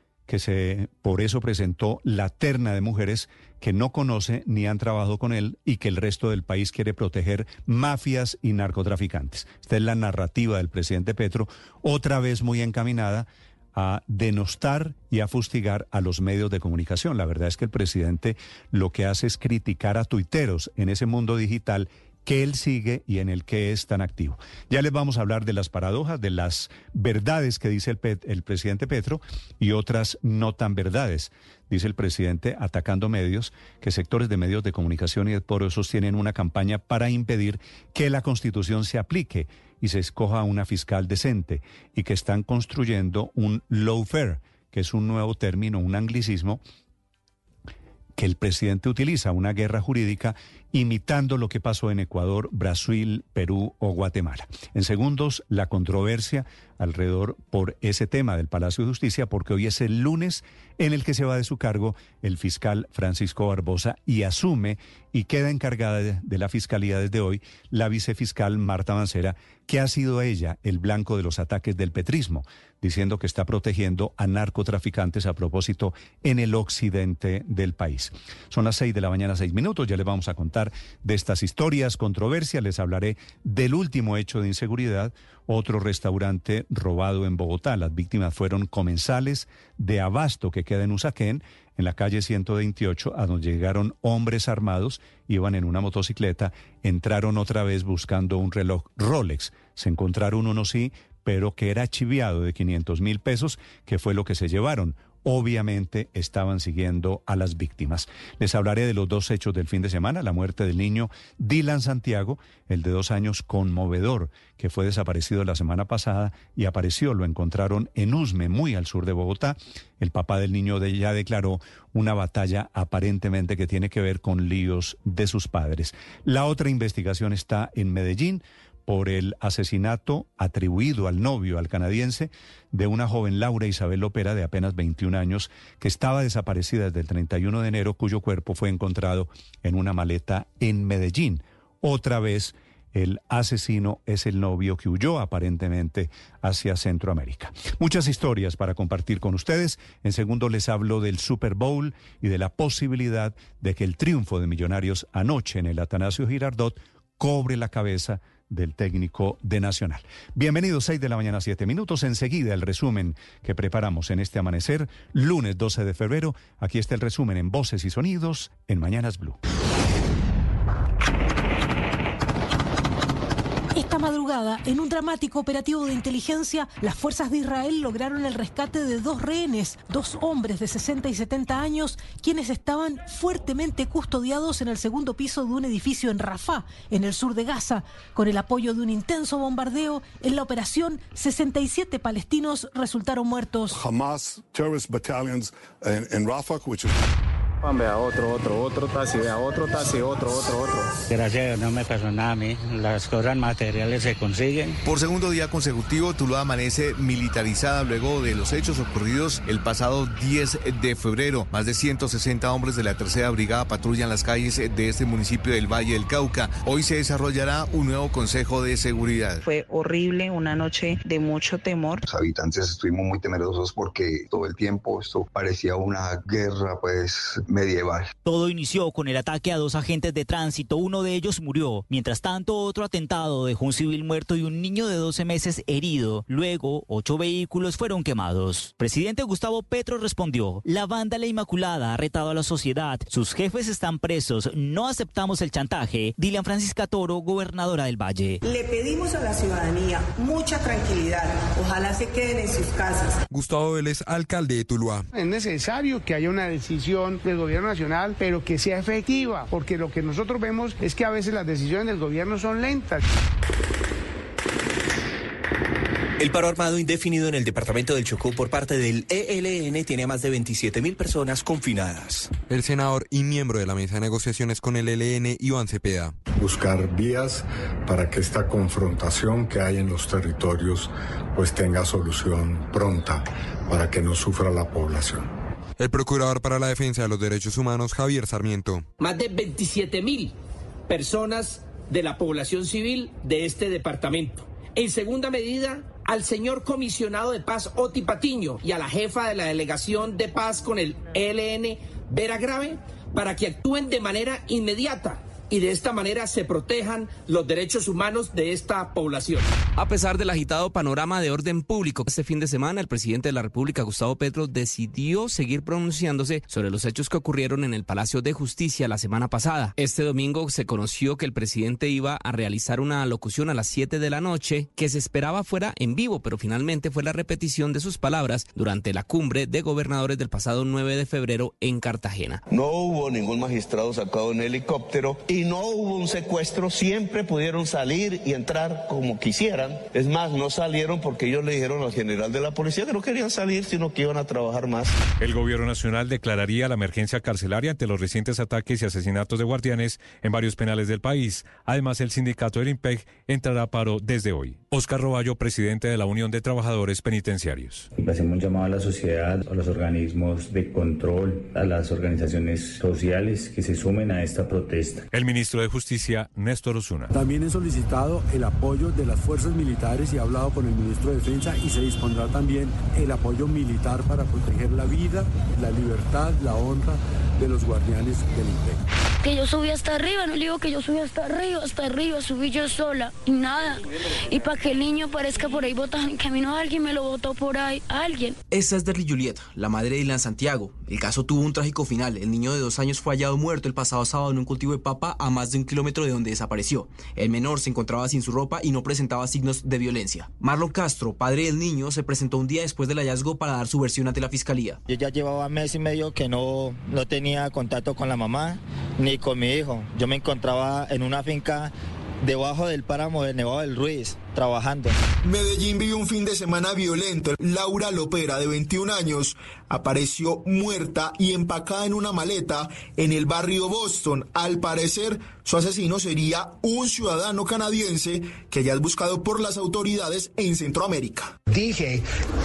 que por eso presentó la terna de mujeres que no conoce ni han trabajado con él y que el resto del país quiere proteger mafias y narcotraficantes. Esta es la narrativa del presidente Petro, otra vez muy encaminada a denostar y a fustigar a los medios de comunicación. La verdad es que el presidente lo que hace es criticar a tuiteros en ese mundo digital que él sigue y en el que es tan activo. Ya les vamos a hablar de las paradojas, de las verdades que dice el presidente Petro y otras no tan verdades. Dice el presidente, atacando medios, que sectores de medios de comunicación y de poros sostienen una campaña para impedir que la Constitución se aplique y se escoja una fiscal decente, y que están construyendo un lawfare, que es un nuevo término, un anglicismo que el presidente utiliza, una guerra jurídica imitando lo que pasó en Ecuador, Brasil, Perú o Guatemala. En segundos, la controversia alrededor por ese tema del Palacio de Justicia, porque hoy es el lunes en el que se va de su cargo el fiscal Francisco Barbosa y asume y queda encargada de la fiscalía desde hoy la vicefiscal Marta Mancera, que ha sido ella el blanco de los ataques del petrismo, diciendo que está protegiendo a narcotraficantes a propósito en el occidente del país. Son las 6 de la mañana, 6 minutos, ya les vamos a contar de estas historias, controversias, les hablaré del último hecho de inseguridad, otro restaurante robado en Bogotá. Las víctimas fueron comensales de Abasto, que queda en Usaquén, en la calle 128, a donde llegaron hombres armados, iban en una motocicleta, entraron otra vez buscando un reloj Rolex. Se encontraron uno sí, pero que era chiviado de 500.000 pesos, que fue lo que se llevaron. Obviamente estaban siguiendo a las víctimas. Les hablaré de los dos hechos del fin de semana: la muerte del niño Dylan Santiago, el de 2 años conmovedor, que fue desaparecido la semana pasada y apareció, lo encontraron en Usme, muy al sur de Bogotá. El papá del niño ya declaró una batalla aparentemente que tiene que ver con líos de sus padres. La otra investigación está en Medellín, por el asesinato atribuido al novio, al canadiense, de una joven Laura Isabel Lopera, de apenas 21 años, que estaba desaparecida desde el 31 de enero, cuyo cuerpo fue encontrado en una maleta en Medellín. Otra vez, el asesino es el novio que huyó aparentemente hacia Centroamérica. Muchas historias para compartir con ustedes. En segundo les hablo del Super Bowl y de la posibilidad de que el triunfo de Millonarios anoche en el Atanasio Girardot cobre la cabeza del técnico de Nacional. Bienvenidos, 6 de la mañana, 7 minutos. Enseguida el resumen que preparamos en este amanecer, lunes 12 de febrero. Aquí está el resumen en Voces y Sonidos en Mañanas Blue. Esta madrugada, en un dramático operativo de inteligencia, las fuerzas de Israel lograron el rescate de 2 rehenes, 2 hombres de 60 y 70 años, quienes estaban fuertemente custodiados en el segundo piso de un edificio en Rafah, en el sur de Gaza. Con el apoyo de un intenso bombardeo, en la operación, 67 palestinos resultaron muertos. Hamas terrorist battalions in Rafah, which is... Vea otro taxi, vea otro taxi, otro. Gracias a Dios no me pasó nada a mí, las cosas materiales se consiguen. Por segundo día consecutivo, Tuluá amanece militarizada luego de los hechos ocurridos el pasado 10 de febrero. Más de 160 hombres de la Tercera Brigada patrullan las calles de este municipio del Valle del Cauca. Hoy se desarrollará un nuevo consejo de seguridad. Fue horrible, una noche de mucho temor. Los habitantes estuvimos muy temerosos porque todo el tiempo esto parecía una guerra, pues, medieval. Todo inició con el ataque a 2 agentes de tránsito, uno de ellos murió. Mientras tanto, otro atentado dejó un civil muerto y un niño de 12 meses herido. Luego, 8 vehículos fueron quemados. Presidente Gustavo Petro respondió: la banda La Inmaculada ha retado a la sociedad. Sus jefes están presos. No aceptamos el chantaje. Dylan Francisca Toro, gobernadora del Valle. Le pedimos a la ciudadanía mucha tranquilidad. Ojalá se queden en sus casas. Gustavo Vélez, alcalde de Tuluá. Es necesario que haya una decisión del gobierno nacional, pero que sea efectiva, porque lo que nosotros vemos es que a veces las decisiones del gobierno son lentas. El paro armado indefinido en el departamento del Chocó por parte del ELN tiene a más de 27.000 personas confinadas. El senador y miembro de la mesa de negociaciones con el ELN, Iván Cepeda. Buscar vías para que esta confrontación que hay en los territorios pues tenga solución pronta para que no sufra la población. El procurador para la defensa de los derechos humanos, Javier Sarmiento. Más de 27.000 personas de la población civil de este departamento. En segunda medida, al señor comisionado de paz Oti Patiño y a la jefa de la delegación de paz con el ELN, Vera Grave, para que actúen de manera inmediata y de esta manera se protejan los derechos humanos de esta población. A pesar del agitado panorama de orden público, este fin de semana el presidente de la República, Gustavo Petro, decidió seguir pronunciándose sobre los hechos que ocurrieron en el Palacio de Justicia la semana pasada. Este domingo se conoció que el presidente iba a realizar una locución a las 7 de la noche que se esperaba fuera en vivo, pero finalmente fue la repetición de sus palabras durante la cumbre de gobernadores del pasado 9 de febrero en Cartagena. No hubo ningún magistrado sacado en helicóptero y no hubo un secuestro, siempre pudieron salir y entrar como quisieran. Es más, no salieron porque ellos le dijeron al general de la policía que no querían salir, sino que iban a trabajar más. El gobierno nacional declararía la emergencia carcelaria ante los recientes ataques y asesinatos de guardianes en varios penales del país. Además, el sindicato del IMPEC entrará a paro desde hoy. Óscar Roballo, presidente de la Unión de Trabajadores Penitenciarios. Hacemos un llamado a la sociedad, a los organismos de control, a las organizaciones sociales que se sumen a esta protesta. El ministro de Justicia, Néstor Osuna. También he solicitado el apoyo de las fuerzas militares y he hablado con el ministro de Defensa y se dispondrá también el apoyo militar para proteger la vida, la libertad, la honra de los guardianes del IMPEC. Que yo subí hasta arriba, no le digo que yo subí hasta arriba, subí yo sola y nada. Y para que el niño parezca por ahí botando en camino a alguien, me lo botó por ahí alguien. Esta es Derly Juliet, la madre de Dylan Santiago. El caso tuvo un trágico final. El niño de 2 años fue hallado muerto el pasado sábado en un cultivo de papa a más de 1 kilómetro de donde desapareció. El menor se encontraba sin su ropa y no presentaba signos de violencia. Marlon Castro, padre del niño, se presentó un día después del hallazgo para dar su versión ante la fiscalía. Yo ya llevaba 1 mes y medio que no tenía contacto con la mamá ni con mi hijo. Yo me encontraba en una finca debajo del páramo de Nevado del Ruiz, trabajando. Medellín vivió un fin de semana violento. Laura Lopera, de 21 años, apareció muerta y empacada en una maleta en el barrio Boston. Al parecer, su asesino sería un ciudadano canadiense que ya es buscado por las autoridades en Centroamérica. Dije,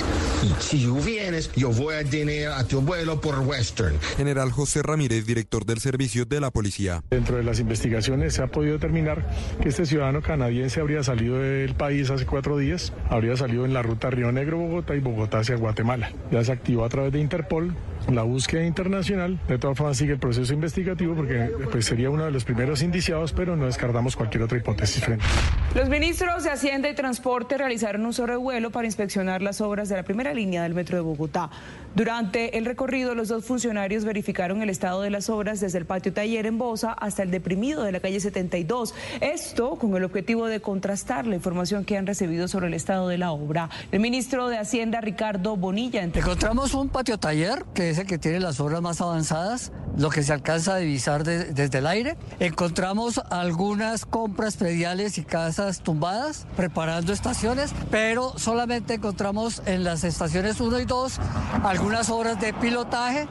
si vienes, yo voy a tener a tu abuelo por Western. General José Ramírez, director del Servicio de la Policía. Dentro de las investigaciones se ha podido determinar que este ciudadano canadiense habría salido del país hace 4 días, habría salido en la ruta Río Negro-Bogotá y Bogotá hacia Guatemala. Ya se activó a través de Interpol la búsqueda internacional. De todas formas sigue el proceso investigativo porque pues, sería uno de los primeros indiciados, pero no descartamos cualquier otra hipótesis frente. Los ministros de Hacienda y Transporte realizaron un sobrevuelo para inspeccionar las obras de la primera línea del metro de Bogotá. Durante el recorrido, los 2 funcionarios verificaron el estado de las obras desde el patio taller en Bosa hasta el deprimido de la calle 72. Esto con el objetivo de contrastar la información que han recibido sobre el estado de la obra. El ministro de Hacienda, Ricardo Bonilla. Encontramos un patio taller, que es el que tiene las obras más avanzadas, lo que se alcanza a divisar desde el aire. Encontramos algunas compras prediales y casas tumbadas, preparando estaciones, pero solamente encontramos en las estaciones 1 y 2 algunas obras de pilotaje.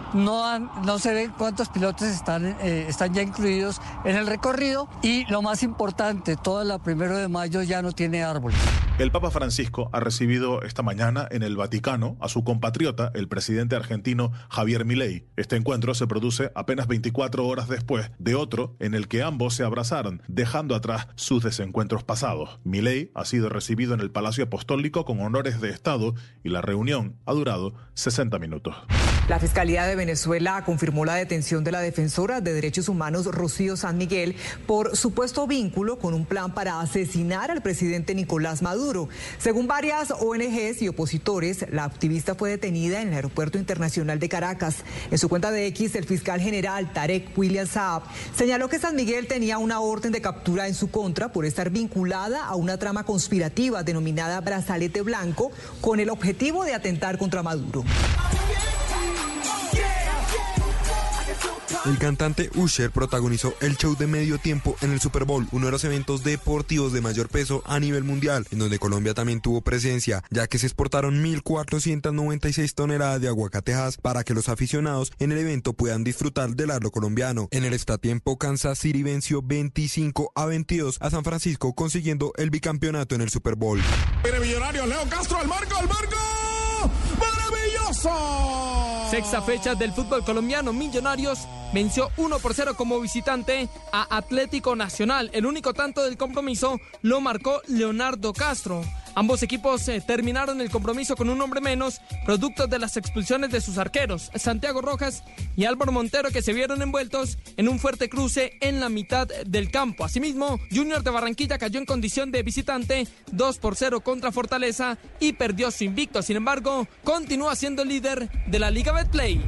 No se ven cuántos pilotos están ya incluidos en el recorrido. Y lo más importante, toda la 1 de mayo ya no tiene árboles. El Papa Francisco ha recibido esta mañana en el Vaticano a su compatriota, el presidente argentino Javier Milei. Este encuentro se produce apenas 24 horas después de otro en el que ambos se abrazaron, dejando atrás sus desencuentros pasados. Milei ha sido recibido en el Palacio Apostólico con honores de Estado y la reunión ha durado 60 minutos. La Fiscalía de Venezuela confirmó la detención de la defensora de derechos humanos Rocío San Miguel por supuesto vínculo con un plan para asesinar al presidente Nicolás Maduro. Según varias ONGs y opositores, la activista fue detenida en el Aeropuerto Internacional de Caracas. En su cuenta de X, el fiscal general Tarek William Saab señaló que San Miguel tenía una orden de captura en su contra por estar vinculada a una trama conspirativa denominada Brazalete Blanco con el objetivo de atentar contra Maduro. El cantante Usher protagonizó el show de medio tiempo en el Super Bowl, uno de los eventos deportivos de mayor peso a nivel mundial, en donde Colombia también tuvo presencia, ya que se exportaron 1.496 toneladas de aguacatejas para que los aficionados en el evento puedan disfrutar del agro colombiano. En el extratiempo, Kansas City venció 25-22 a San Francisco, consiguiendo el bicampeonato en el Super Bowl. Viene Millonarios, Leo Castro al marco, ¡maravilloso! Sexta fecha del fútbol colombiano. Millonarios venció 1-0 como visitante a Atlético Nacional. El único tanto del compromiso lo marcó Leonardo Castro. Ambos equipos terminaron el compromiso con un hombre menos, producto de las expulsiones de sus arqueros, Santiago Rojas y Álvaro Montero, que se vieron envueltos en un fuerte cruce en la mitad del campo. Asimismo, Junior de Barranquilla cayó en condición de visitante 2-0 contra Fortaleza y perdió su invicto. Sin embargo, continúa siendo líder de la Liga Betplay.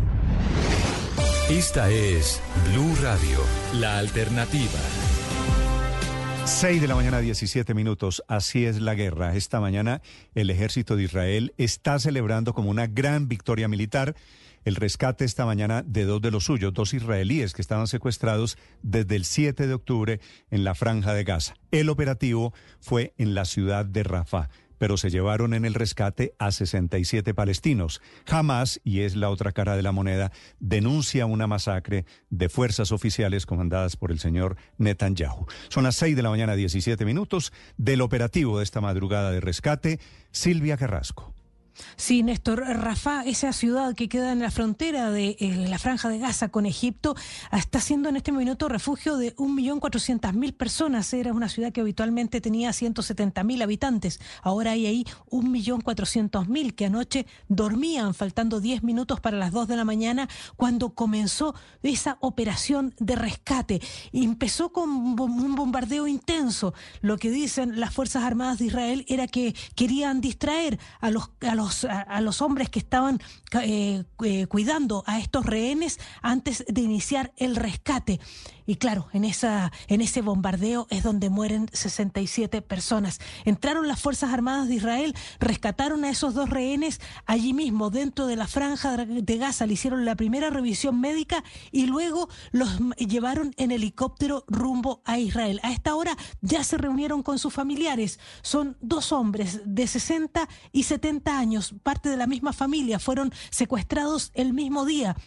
Esta es Blue Radio, la alternativa. 6 de la mañana, 17 minutos. Así es la guerra. Esta mañana el ejército de Israel está celebrando como una gran victoria militar el rescate esta mañana de dos de los suyos, dos israelíes que estaban secuestrados desde el 7 de octubre en la Franja de Gaza. El operativo fue en la ciudad de Rafah, pero se llevaron en el rescate a 67 palestinos. Hamas, y es la otra cara de la moneda, denuncia una masacre de fuerzas oficiales comandadas por el señor Netanyahu. Son las 6 de la mañana, 17 minutos, del operativo de esta madrugada de rescate, Silvia Carrasco. Sí, Néstor, Rafah, esa ciudad que queda en la frontera de la Franja de Gaza con Egipto, está siendo en este minuto refugio de 1.400.000 personas. Era una ciudad que habitualmente tenía 170.000 habitantes. Ahora hay ahí 1.400.000 que anoche dormían, faltando 10 minutos para las 2 de la mañana, cuando comenzó esa operación de rescate. Y empezó con un bombardeo intenso. Lo que dicen las Fuerzas Armadas de Israel era que querían distraer a los hombres que estaban cuidando a estos rehenes antes de iniciar el rescate. Y claro, en ese bombardeo es donde mueren 67 personas. Entraron las Fuerzas Armadas de Israel, rescataron a esos dos rehenes allí mismo, dentro de la Franja de Gaza. Le hicieron la primera revisión médica y luego los llevaron en helicóptero rumbo a Israel. A esta hora ya se reunieron con sus familiares. Son dos hombres de 60 y 70 años, parte de la misma familia, fueron secuestrados el mismo día.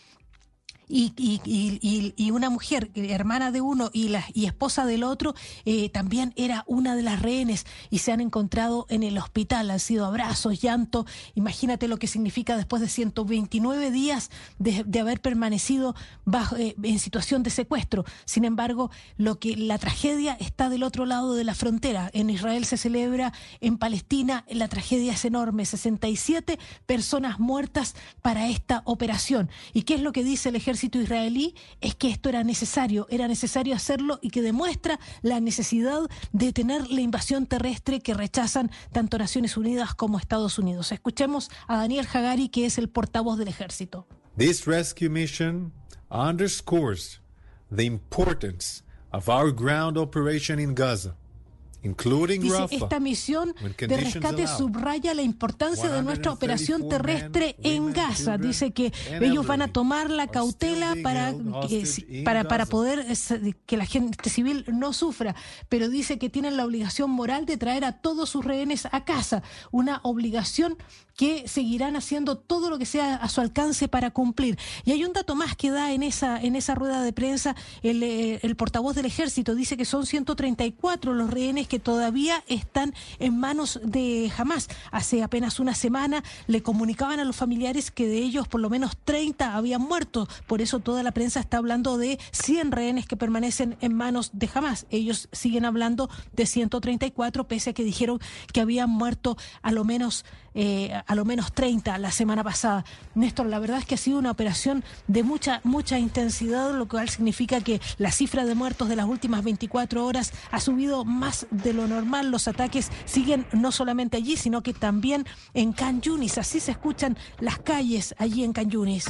Y una mujer, hermana de uno y esposa del otro, también era una de las rehenes y se han encontrado en el hospital. Han sido abrazos, llanto. Imagínate lo que significa después de 129 días de haber permanecido en situación de secuestro. Sin embargo, la tragedia está del otro lado de la frontera. En Israel se celebra, en Palestina la tragedia es enorme. 67 personas muertas para esta operación. ¿Y qué es lo que dice el ejército israelí? Es que esto era necesario hacerlo y que demuestra la necesidad de detener la invasión terrestre que rechazan tanto Naciones Unidas como Estados Unidos. Escuchemos a Daniel Hagari, que es el portavoz del ejército. This rescue mission underscores the importance of our ground operation in Gaza. Dice, esta misión de rescate subraya la importancia de nuestra operación terrestre en Gaza. Dice que ellos van a tomar la cautela para poder que la gente civil no sufra, pero dice que tienen la obligación moral de traer a todos sus rehenes a casa, una obligación que seguirán haciendo todo lo que sea a su alcance para cumplir. Y hay un dato más que da en esa rueda de prensa el portavoz del ejército. Dice que son 134 los rehenes que todavía están en manos de Hamas. Hace apenas una semana le comunicaban a los familiares que de ellos por lo menos 30 habían muerto. Por eso toda la prensa está hablando de 100 rehenes que permanecen en manos de Hamas. Ellos siguen hablando de 134, pese a que dijeron que habían muerto a lo menos 30 la semana pasada. Néstor, la verdad es que ha sido una operación de mucha intensidad, lo cual significa que la cifra de muertos de las últimas 24 horas ha subido más de lo normal. Los ataques siguen no solamente allí, sino que también en Khan Yunis. Así se escuchan las calles allí en Khan Yunis.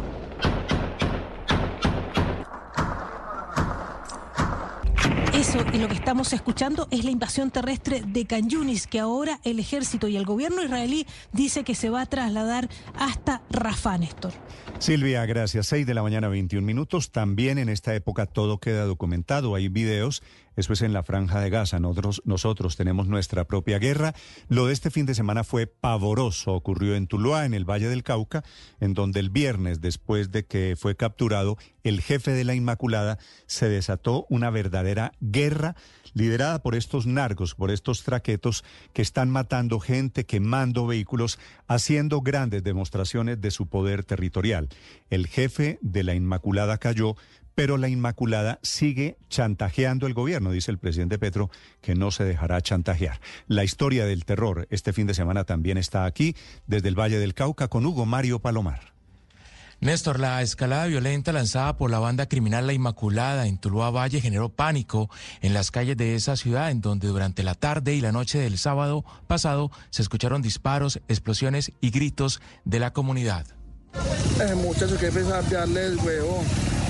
Eso, y lo que estamos escuchando es la invasión terrestre de Khan Yunis, que ahora el ejército y el gobierno israelí dice que se va a trasladar hasta Rafah, Néstor. Silvia, gracias. 6 de la mañana, 21 minutos. También en esta época todo queda documentado. Hay videos. Eso es en la Franja de Gaza. Nosotros tenemos nuestra propia guerra. Lo de este fin de semana fue pavoroso. Ocurrió en Tuluá, en el Valle del Cauca, en donde el viernes, después de que fue capturado el jefe de la Inmaculada, se desató una verdadera guerra liderada por estos narcos, por estos traquetos que están matando gente, quemando vehículos, haciendo grandes demostraciones de su poder territorial. El jefe de la Inmaculada cayó, pero la Inmaculada sigue chantajeando el gobierno, dice el presidente Petro, que no se dejará chantajear. La historia del terror este fin de semana también está aquí, desde el Valle del Cauca, con Hugo Mario Palomar. Néstor, la escalada violenta lanzada por la banda criminal La Inmaculada en Tuluá Valle generó pánico en las calles de esa ciudad, en donde durante la tarde y la noche del sábado pasado se escucharon disparos, explosiones y gritos de la comunidad. Muchachos, que pensar de darle el huevo.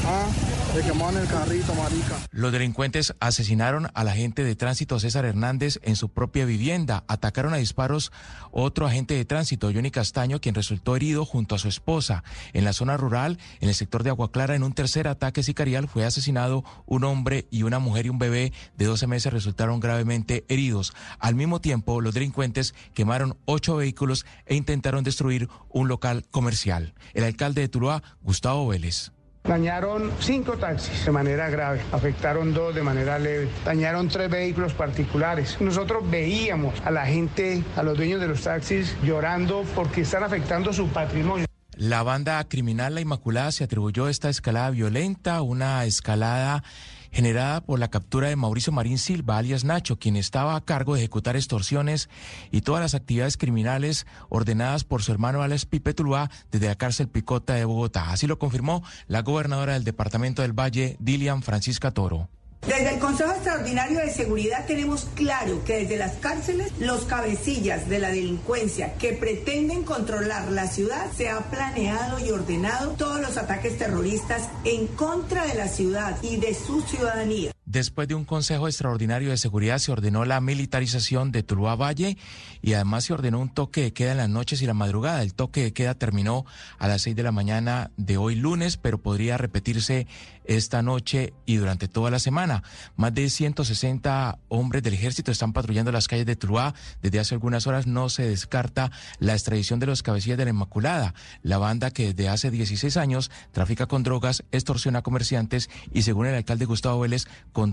Le quemaron el carrito, marica. Los delincuentes asesinaron al agente de tránsito César Hernández en su propia vivienda. Atacaron a disparos otro agente de tránsito, Johnny Castaño, quien resultó herido junto a su esposa. En la zona rural, en el sector de Agua Clara, en un tercer ataque sicarial, fue asesinado un hombre y una mujer y un bebé de 12 meses resultaron gravemente heridos. Al mismo tiempo, los delincuentes quemaron 8 vehículos e intentaron destruir un local comercial. El alcalde de Tuluá, Gustavo Vélez. Dañaron 5 taxis de manera grave, afectaron 2 de manera leve, dañaron 3 vehículos particulares. Nosotros veíamos a la gente, a los dueños de los taxis llorando porque están afectando su patrimonio. La banda criminal La Inmaculada se atribuyó esta escalada violenta, una escalada generada por la captura de Mauricio Marín Silva, alias Nacho, quien estaba a cargo de ejecutar extorsiones y todas las actividades criminales ordenadas por su hermano alias Pipe Tuluá desde la cárcel Picota de Bogotá. Así lo confirmó la gobernadora del departamento del Valle, Dilian Francisca Toro. Desde el Consejo Extraordinario de Seguridad tenemos claro que desde las cárceles los cabecillas de la delincuencia que pretenden controlar la ciudad se ha planeado y ordenado todos los ataques terroristas en contra de la ciudad y de su ciudadanía. Después de un Consejo Extraordinario de Seguridad se ordenó la militarización de Tuluá Valle y además se ordenó un toque de queda en las noches y la madrugada. El toque de queda terminó a las 6 de la mañana de hoy lunes, pero podría repetirse esta noche y durante toda la semana. Más de 160 hombres del ejército están patrullando las calles de Tuluá. Desde hace algunas horas no se descarta la extradición de los cabecillas de la Inmaculada, la banda que desde hace 16 años trafica con drogas, extorsiona a comerciantes y, según el alcalde Gustavo Vélez,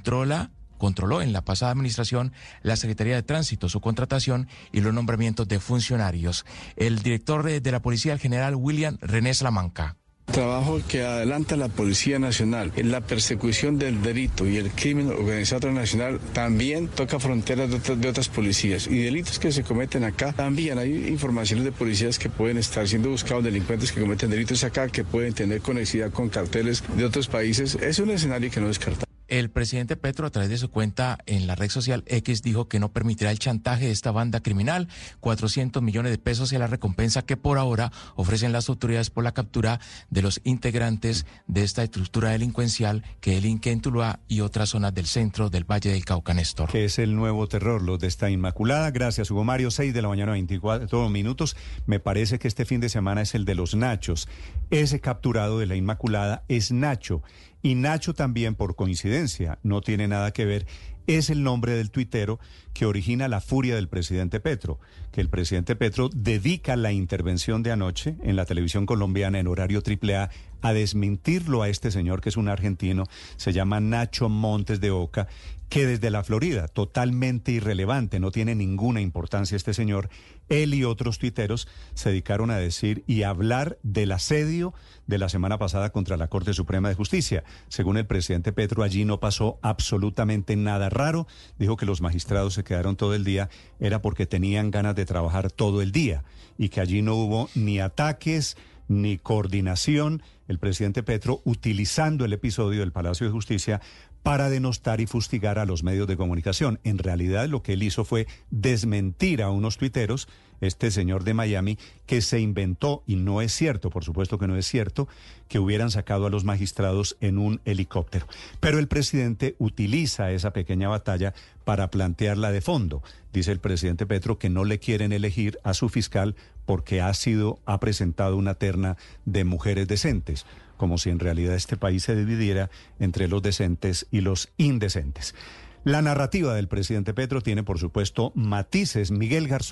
controló en la pasada administración la Secretaría de Tránsito, su contratación y los nombramientos de funcionarios. El director de la Policía, el general William René Salamanca. Trabajo que adelanta la Policía Nacional en la persecución del delito y el crimen organizado transnacional también toca fronteras de otras policías y delitos que se cometen acá también hay informaciones de policías que pueden estar siendo buscados, delincuentes que cometen delitos acá que pueden tener conexidad con carteles de otros países. Es un escenario que no descarta. El presidente Petro, a través de su cuenta en la red social X, dijo que no permitirá el chantaje de esta banda criminal. 400 millones de pesos es la recompensa que por ahora ofrecen las autoridades por la captura de los integrantes de esta estructura delincuencial que delinque en Tuluá y otras zonas del centro del Valle del Cauca, Néstor. Que es el nuevo terror, los de esta Inmaculada. Gracias, Hugo Mario. 6 de la mañana, 24 minutos. Me parece que este fin de semana es el de los Nachos. Ese capturado de la Inmaculada es Nacho. Y Nacho también, por coincidencia, no tiene nada que ver, es el nombre del tuitero que origina la furia del presidente Petro, que el presidente Petro dedica la intervención de anoche en la televisión colombiana en horario AAA a desmentirlo a este señor que es un argentino, se llama Nacho Montes de Oca, que desde la Florida, totalmente irrelevante, no tiene ninguna importancia este señor, él y otros tuiteros se dedicaron a decir y hablar del asedio de la semana pasada contra la Corte Suprema de Justicia. Según el presidente Petro, allí no pasó absolutamente nada raro, dijo que los magistrados se quedaron todo el día, era porque tenían ganas de trabajar todo el día y que allí no hubo ni ataques, ni coordinación. El presidente Petro utilizando el episodio del Palacio de Justicia para denostar y fustigar a los medios de comunicación. En realidad lo que él hizo fue desmentir a unos tuiteros, este señor de Miami, que se inventó, y no es cierto, por supuesto que no es cierto, que hubieran sacado a los magistrados en un helicóptero. Pero el presidente utiliza esa pequeña batalla para plantearla de fondo. Dice el presidente Petro que no le quieren elegir a su fiscal porque ha presentado una terna de mujeres decentes, como si en realidad este país se dividiera entre los decentes y los indecentes. La narrativa del presidente Petro tiene, por supuesto, matices. Miguel Garzón.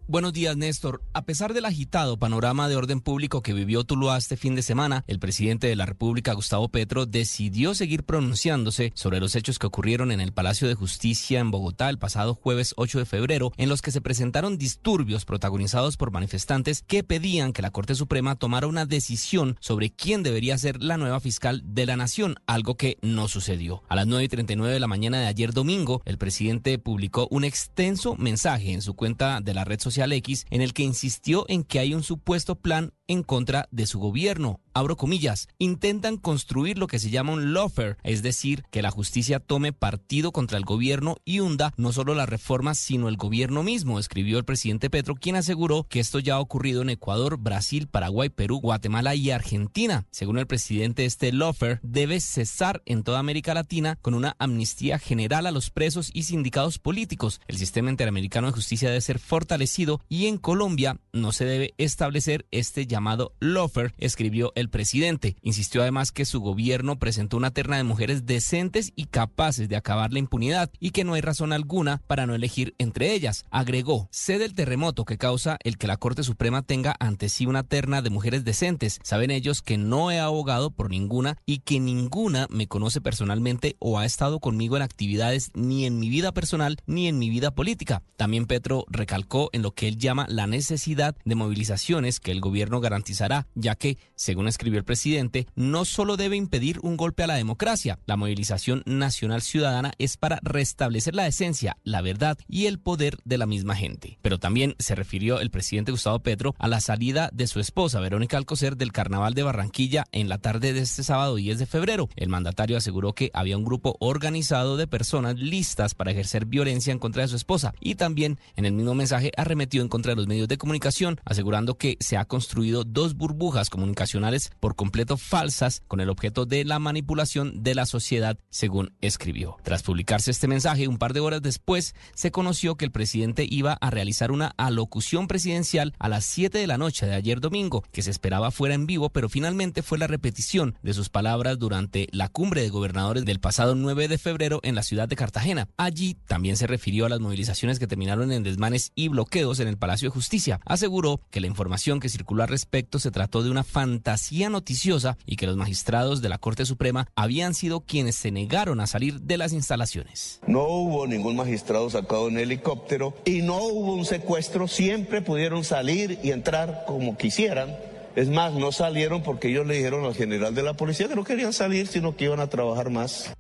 Buenos días, Néstor. A pesar del agitado panorama de orden público que vivió Tuluá este fin de semana, el presidente de la República, Gustavo Petro, decidió seguir pronunciándose sobre los hechos que ocurrieron en el Palacio de Justicia en Bogotá el pasado jueves 8 de febrero, en los que se presentaron disturbios protagonizados por manifestantes que pedían que la Corte Suprema tomara una decisión sobre quién debería ser la nueva fiscal de la Nación, algo que no sucedió. A las 9:39 de la mañana de ayer domingo, el presidente publicó un extenso mensaje en su cuenta de la red social X, en el que insistió en que hay un supuesto plan en contra de su gobierno. Abro comillas, intentan construir lo que se llama un lawfare, es decir, que la justicia tome partido contra el gobierno y hunda no solo las reformas, sino el gobierno mismo, escribió el presidente Petro, quien aseguró que esto ya ha ocurrido en Ecuador, Brasil, Paraguay, Perú, Guatemala y Argentina. Según el presidente, este lawfare debe cesar en toda América Latina con una amnistía general a los presos y sindicados políticos. El sistema interamericano de justicia debe ser fortalecido y en Colombia no se debe establecer este llamado lawfare, escribió el presidente. Insistió además que su gobierno presentó una terna de mujeres decentes y capaces de acabar la impunidad y que no hay razón alguna para no elegir entre ellas. Agregó, sé del terremoto que causa el que la Corte Suprema tenga ante sí una terna de mujeres decentes. Saben ellos que no he abogado por ninguna y que ninguna me conoce personalmente o ha estado conmigo en actividades ni en mi vida personal ni en mi vida política. También Petro recalcó en lo que él llama la necesidad de movilizaciones que el gobierno garantizará, ya que, según escribió el presidente, no solo debe impedir un golpe a la democracia, la movilización nacional ciudadana es para restablecer la esencia, la verdad y el poder de la misma gente. Pero también se refirió el presidente Gustavo Petro a la salida de su esposa, Verónica Alcocer, del Carnaval de Barranquilla en la tarde de este sábado 10 de febrero. El mandatario aseguró que había un grupo organizado de personas listas para ejercer violencia en contra de su esposa y también en el mismo mensaje arremetió en contra de los medios de comunicación, asegurando que se ha construido dos burbujas comunicacionales por completo falsas con el objeto de la manipulación de la sociedad, según escribió. Tras publicarse este mensaje, un par de horas después, se conoció que el presidente iba a realizar una alocución presidencial a las 7 de la noche de ayer domingo, que se esperaba fuera en vivo, pero finalmente fue la repetición de sus palabras durante la cumbre de gobernadores del pasado 9 de febrero en la ciudad de Cartagena. Allí también se refirió a las movilizaciones que terminaron en desmanes y bloqueos en el Palacio de Justicia. Aseguró que la información que circuló al respecto se trató de una fantasía noticiosa y que los magistrados de la Corte Suprema habían sido quienes se negaron a salir de las instalaciones. No hubo ningún magistrado sacado en helicóptero y no hubo un secuestro, siempre pudieron salir y entrar como quisieran. Es más, no salieron porque ellos le dijeron al general de la policía que no querían salir, sino que iban a trabajar más.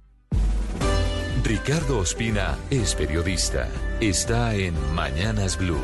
Ricardo Ospina es periodista. Está en Mañanas Blue.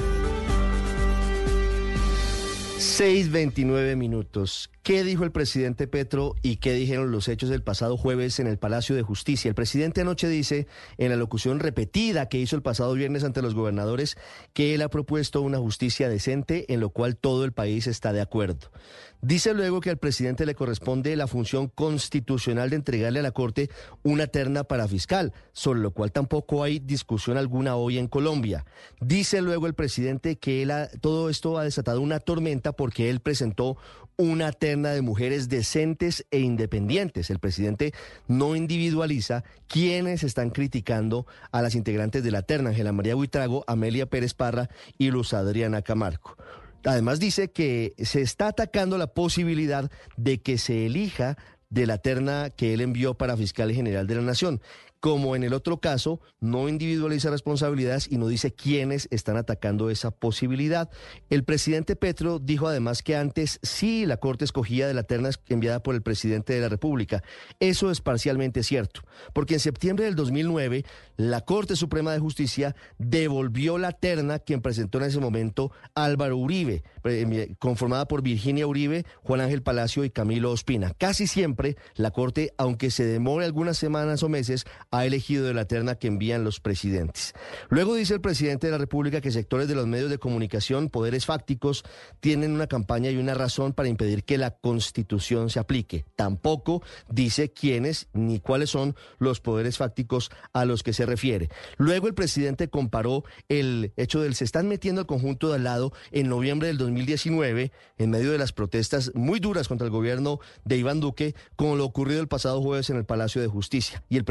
6:29 minutos. ¿Qué dijo el presidente Petro y qué dijeron los hechos del pasado jueves en el Palacio de Justicia? El presidente anoche dice, en la locución repetida que hizo el pasado viernes ante los gobernadores, que él ha propuesto una justicia decente en lo cual todo el país está de acuerdo. Dice luego que al presidente le corresponde la función constitucional de entregarle a la Corte una terna para fiscal, sobre lo cual tampoco hay discusión alguna hoy en Colombia. Dice luego el presidente que todo esto ha desatado una tormenta porque él presentó una terna de mujeres decentes e independientes. El presidente no individualiza quiénes están criticando a las integrantes de la terna: Ángela María Buitrago, Amelia Pérez Parra y Luz Adriana Camargo. Además dice que se está atacando la posibilidad de que se elija de la terna que él envió para fiscal general de la Nación. Como en el otro caso, no individualiza responsabilidades y no dice quiénes están atacando esa posibilidad. El presidente Petro dijo además que antes sí la Corte escogía de la terna enviada por el presidente de la República. Eso es parcialmente cierto, porque en septiembre del 2009 la Corte Suprema de Justicia devolvió la terna quien presentó en ese momento Álvaro Uribe, conformada por Virginia Uribe, Juan Ángel Palacio y Camilo Ospina. Casi siempre la Corte, aunque se demore algunas semanas o meses, ha elegido de la terna que envían los presidentes. Luego dice el presidente de la República que sectores de los medios de comunicación, poderes fácticos, tienen una campaña y una razón para impedir que la Constitución se aplique. Tampoco dice quiénes ni cuáles son los poderes fácticos a los que se refiere. Luego el presidente comparó el hecho del se están metiendo el conjunto de al lado en noviembre del 2019, en medio de las protestas muy duras contra el gobierno de Iván Duque, con lo ocurrido el pasado jueves en el Palacio de Justicia. Y el presidente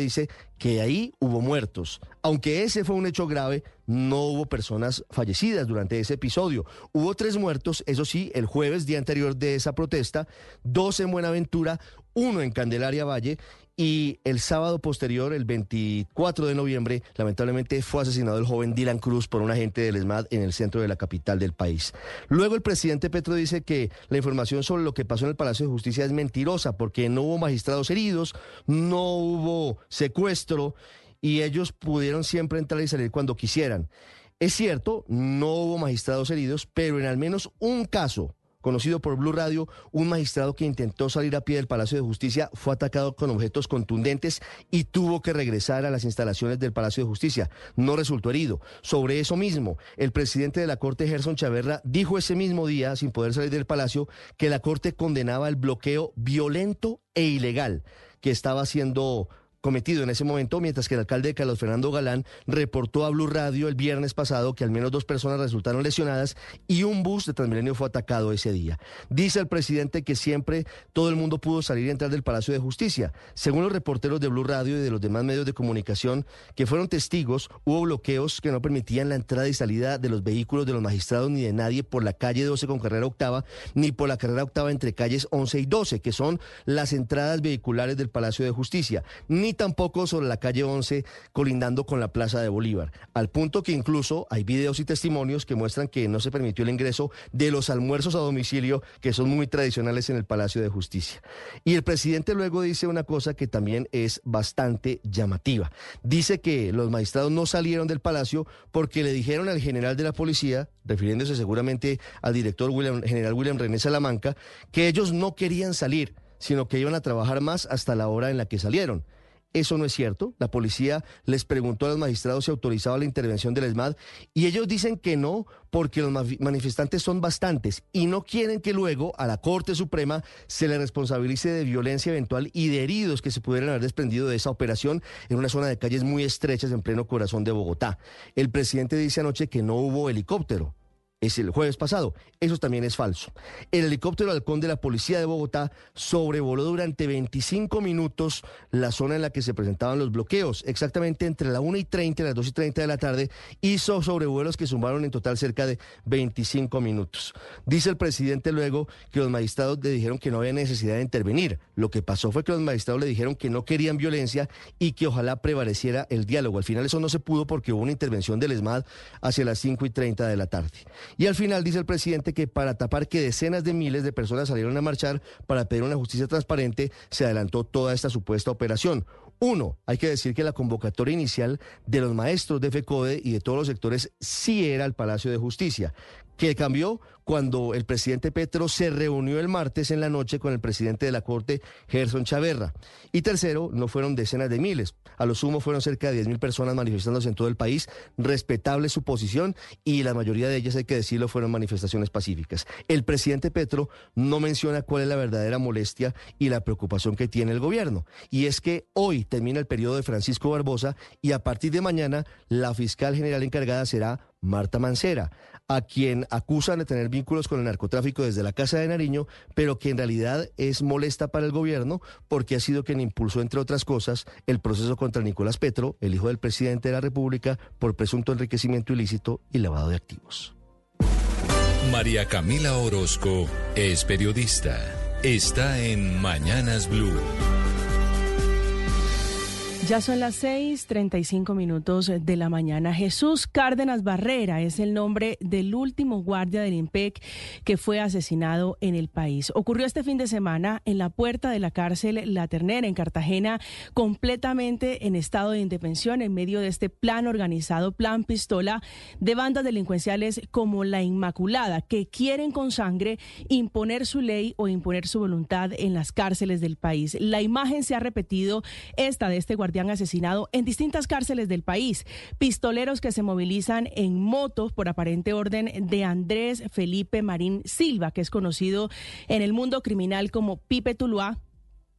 dice que ahí hubo muertos. Aunque ese fue un hecho grave, no hubo personas fallecidas durante ese episodio. Hubo 3 muertos, eso sí, el jueves, día anterior de esa protesta, 2 en Buenaventura, 1 en Candelaria Valle, y el sábado posterior, el 24 de noviembre, lamentablemente fue asesinado el joven Dylan Cruz por un agente del ESMAD en el centro de la capital del país. Luego el presidente Petro dice que la información sobre lo que pasó en el Palacio de Justicia es mentirosa porque no hubo magistrados heridos, no hubo secuestro y ellos pudieron siempre entrar y salir cuando quisieran. Es cierto, no hubo magistrados heridos, pero en al menos un caso conocido por Blue Radio, un magistrado que intentó salir a pie del Palacio de Justicia fue atacado con objetos contundentes y tuvo que regresar a las instalaciones del Palacio de Justicia. No resultó herido. Sobre eso mismo, el presidente de la Corte, Gerson Chaverra, dijo ese mismo día, sin poder salir del Palacio, que la Corte condenaba el bloqueo violento e ilegal que estaba siendo cometido en ese momento, mientras que el alcalde Carlos Fernando Galán reportó a Blue Radio el viernes pasado que al menos 2 personas resultaron lesionadas y un bus de Transmilenio fue atacado ese día. Dice el presidente que siempre todo el mundo pudo salir y entrar del Palacio de Justicia. Según los reporteros de Blue Radio y de los demás medios de comunicación que fueron testigos, hubo bloqueos que no permitían la entrada y salida de los vehículos de los magistrados ni de nadie por la calle 12 con carrera octava, ni por la carrera octava entre calles 11 y 12, que son las entradas vehiculares del Palacio de Justicia, ni tampoco sobre la calle 11 colindando con la Plaza de Bolívar, al punto que incluso hay videos y testimonios que muestran que no se permitió el ingreso de los almuerzos a domicilio que son muy tradicionales en el Palacio de Justicia. Y el presidente luego dice una cosa que también es bastante llamativa. Dice que los magistrados no salieron del Palacio porque le dijeron al general de la policía, refiriéndose seguramente al director general William René Salamanca, que ellos no querían salir, sino que iban a trabajar más hasta la hora en la que salieron. Eso no es cierto. La policía les preguntó a los magistrados si autorizaba la intervención del ESMAD y ellos dicen que no porque los manifestantes son bastantes y no quieren que luego a la Corte Suprema se le responsabilice de violencia eventual y de heridos que se pudieran haber desprendido de esa operación en una zona de calles muy estrechas en pleno corazón de Bogotá. El presidente dice anoche que no hubo helicóptero. Es el jueves pasado. Eso también es falso. El helicóptero Halcón de la Policía de Bogotá sobrevoló durante 25 minutos la zona en la que se presentaban los bloqueos. Exactamente entre la 1:30 y las 2:30 de la tarde hizo sobrevuelos que sumaron en total cerca de 25 minutos. Dice el presidente luego que los magistrados le dijeron que no había necesidad de intervenir. Lo que pasó fue que los magistrados le dijeron que no querían violencia y que ojalá prevaleciera el diálogo. Al final eso no se pudo porque hubo una intervención del ESMAD hacia las 5:30 de la tarde. Y al final dice el presidente que para tapar que decenas de miles de personas salieron a marchar para pedir una justicia transparente, se adelantó toda esta supuesta operación. Uno, hay que decir que la convocatoria inicial de los maestros de FECODE y de todos los sectores sí era al Palacio de Justicia, que cambió cuando el presidente Petro se reunió el martes en la noche con el presidente de la Corte, Gerson Chaverra. Y tercero, no fueron decenas de miles, a lo sumo fueron cerca de 10.000 personas manifestándose en todo el país, respetable su posición y la mayoría de ellas, hay que decirlo, fueron manifestaciones pacíficas. El presidente Petro no menciona cuál es la verdadera molestia y la preocupación que tiene el gobierno, y es que hoy termina el periodo de Francisco Barbosa y a partir de mañana la fiscal general encargada será Marta Mancera, a quien acusan de tener vínculos con el narcotráfico desde la Casa de Nariño, pero que en realidad es molesta para el gobierno porque ha sido quien impulsó, entre otras cosas, el proceso contra Nicolás Petro, el hijo del presidente de la República, por presunto enriquecimiento ilícito y lavado de activos. María Camila Orozco es periodista. Está en Mañanas Blue. Ya son las 6:35 de la mañana. Jesús Cárdenas Barrera es el nombre del último guardia del IMPEC que fue asesinado en el país. Ocurrió este fin de semana en la puerta de la cárcel La Ternera, en Cartagena, completamente en estado de indefensión en medio de este plan organizado, plan pistola, de bandas delincuenciales como la Inmaculada, que quieren con sangre imponer su ley o imponer su voluntad en las cárceles del país. La imagen se ha repetido, esta de este guardián asesinado, en distintas cárceles del país. Pistoleros que se movilizan en motos por aparente orden de Andrés Felipe Marín Silva, que es conocido en el mundo criminal como Pipe Tuluá,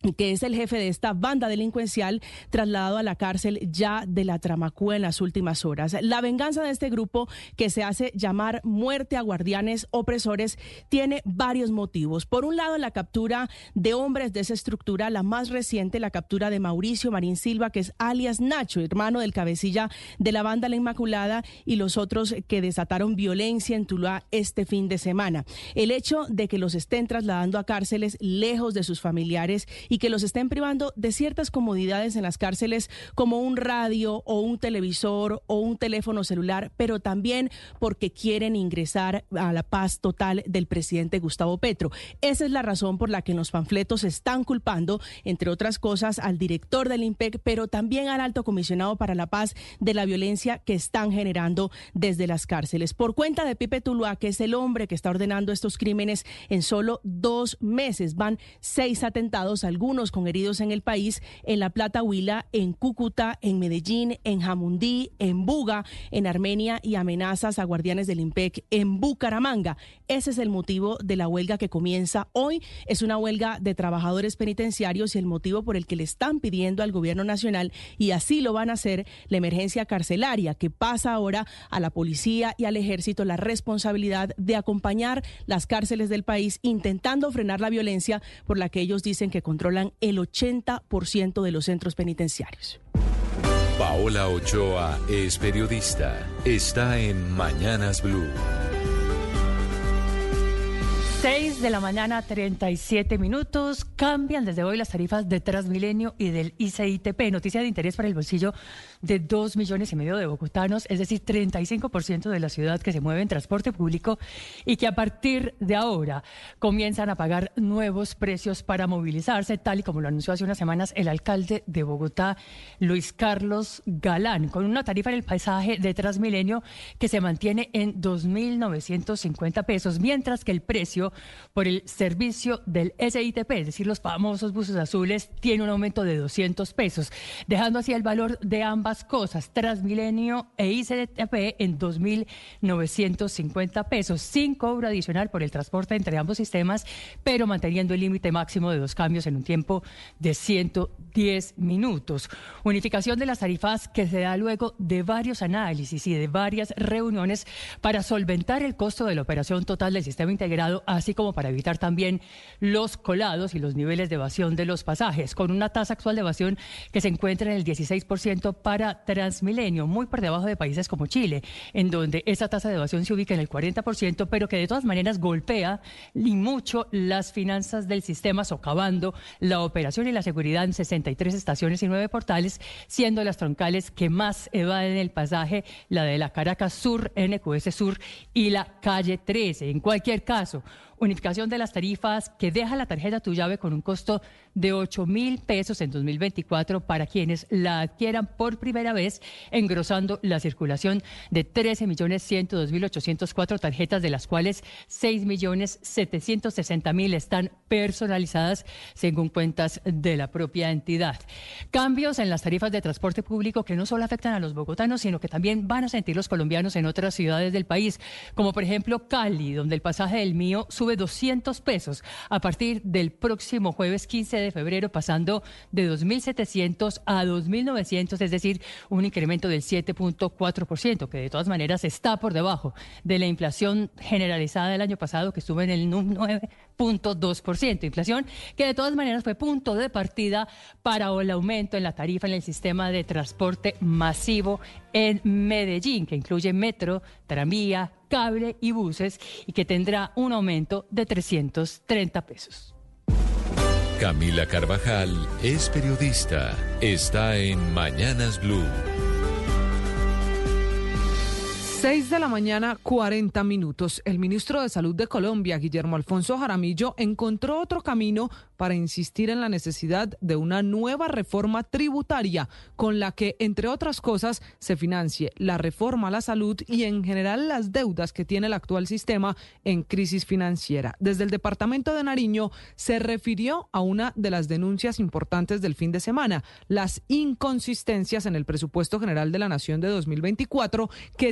que es el jefe de esta banda delincuencial, trasladado a la cárcel ya de la Tramacúa en las últimas horas. La venganza de este grupo, que se hace llamar Muerte a Guardianes Opresores, tiene varios motivos. Por un lado, la captura de hombres de esa estructura, la más reciente, la captura de Mauricio Marín Silva, que es alias Nacho, hermano del cabecilla de la banda La Inmaculada, y los otros que desataron violencia en Tuluá este fin de semana. El hecho de que los estén trasladando a cárceles lejos de sus familiares y que los estén privando de ciertas comodidades en las cárceles, como un radio o un televisor o un teléfono celular, pero también porque quieren ingresar a la paz total del presidente Gustavo Petro. Esa es la razón por la que en los panfletos están culpando, entre otras cosas, al director del IMPEC, pero también al alto comisionado para la paz, de la violencia que están generando desde las cárceles. Por cuenta de Pipe Tuluá, que es el hombre que está ordenando estos crímenes, en solo 2 meses van 6 atentados, algunos con heridos en el país, en La Plata, Huila, en Cúcuta, en Medellín, en Jamundí, en Buga, en Armenia, y amenazas a guardianes del IMPEC en Bucaramanga. Ese es el motivo de la huelga que comienza hoy. Es una huelga de trabajadores penitenciarios y el motivo por el que le están pidiendo al gobierno nacional, y así lo van a hacer, la emergencia carcelaria, que pasa ahora a la policía y al ejército la responsabilidad de acompañar las cárceles del país, intentando frenar la violencia por la que ellos dicen que controlan el 80% de los centros penitenciarios. Paola Ochoa es periodista. Está en Mañanas Blue. 6 de la mañana, 37 minutos. Cambian desde hoy las tarifas de Transmilenio y del ICITP. Noticia de interés para el bolsillo de 2,5 millones de bogotanos, es decir, 35% de la ciudad que se mueve en transporte público, y que a partir de ahora comienzan a pagar nuevos precios para movilizarse, tal y como lo anunció hace unas semanas el alcalde de Bogotá, Luis Carlos Galán, con una tarifa en el pasaje de Transmilenio que se mantiene en 2.950 pesos, mientras que el precio por el servicio del SITP, es decir, los famosos buses azules, tiene un aumento de 200 pesos, dejando así el valor de ambas cosas, Transmilenio e ICITP, en 2.950 pesos, sin cobro adicional por el transporte entre ambos sistemas, pero manteniendo el límite máximo de 2 cambios en un tiempo de 110 minutos. Unificación de las tarifas que se da luego de varios análisis y de varias reuniones para solventar el costo de la operación total del sistema integrado, así como para evitar también los colados y los niveles de evasión de los pasajes, con una tasa actual de evasión que se encuentra en el 16% para Transmilenio, muy por debajo de países como Chile, en donde esa tasa de evasión se ubica en el 40%, pero que de todas maneras golpea y mucho las finanzas del sistema, socavando la operación y la seguridad en 63 estaciones y 9 portales, siendo las troncales que más evaden el pasaje la de la Caracas Sur, NQS Sur, y la calle 13. En cualquier caso, unificación de las tarifas que deja la tarjeta Tu Llave con un costo de 8.000 pesos en 2024 para quienes la adquieran por primera vez, engrosando la circulación de 13.102.804 tarjetas, de las cuales 6.760.000 están personalizadas según cuentas de la propia entidad. Cambios en las tarifas de transporte público que no solo afectan a los bogotanos, sino que también van a sentir los colombianos en otras ciudades del país, como por ejemplo Cali, donde el pasaje del Mío sube 200 pesos a partir del próximo jueves 15 de febrero, pasando de 2.700 a 2.900, es decir, un incremento del 7.4%, que de todas maneras está por debajo de la inflación generalizada del año pasado, que estuvo en el 9.2%. Inflación que de todas maneras fue punto de partida para el aumento en la tarifa en el sistema de transporte masivo en Medellín, que incluye metro, tranvía, cable y buses, y que tendrá un aumento de 330 pesos. Camila Carvajal es periodista. Está en Mañanas Blue. 6 de la mañana, 40 minutos. El ministro de Salud de Colombia, Guillermo Alfonso Jaramillo, encontró otro camino para insistir en la necesidad de una nueva reforma tributaria con la que, entre otras cosas, se financie la reforma a la salud y en general las deudas que tiene el actual sistema en crisis financiera. Desde el departamento de Nariño se refirió a una de las denuncias importantes del fin de semana, las inconsistencias en el presupuesto general de la Nación de 2024, que tienen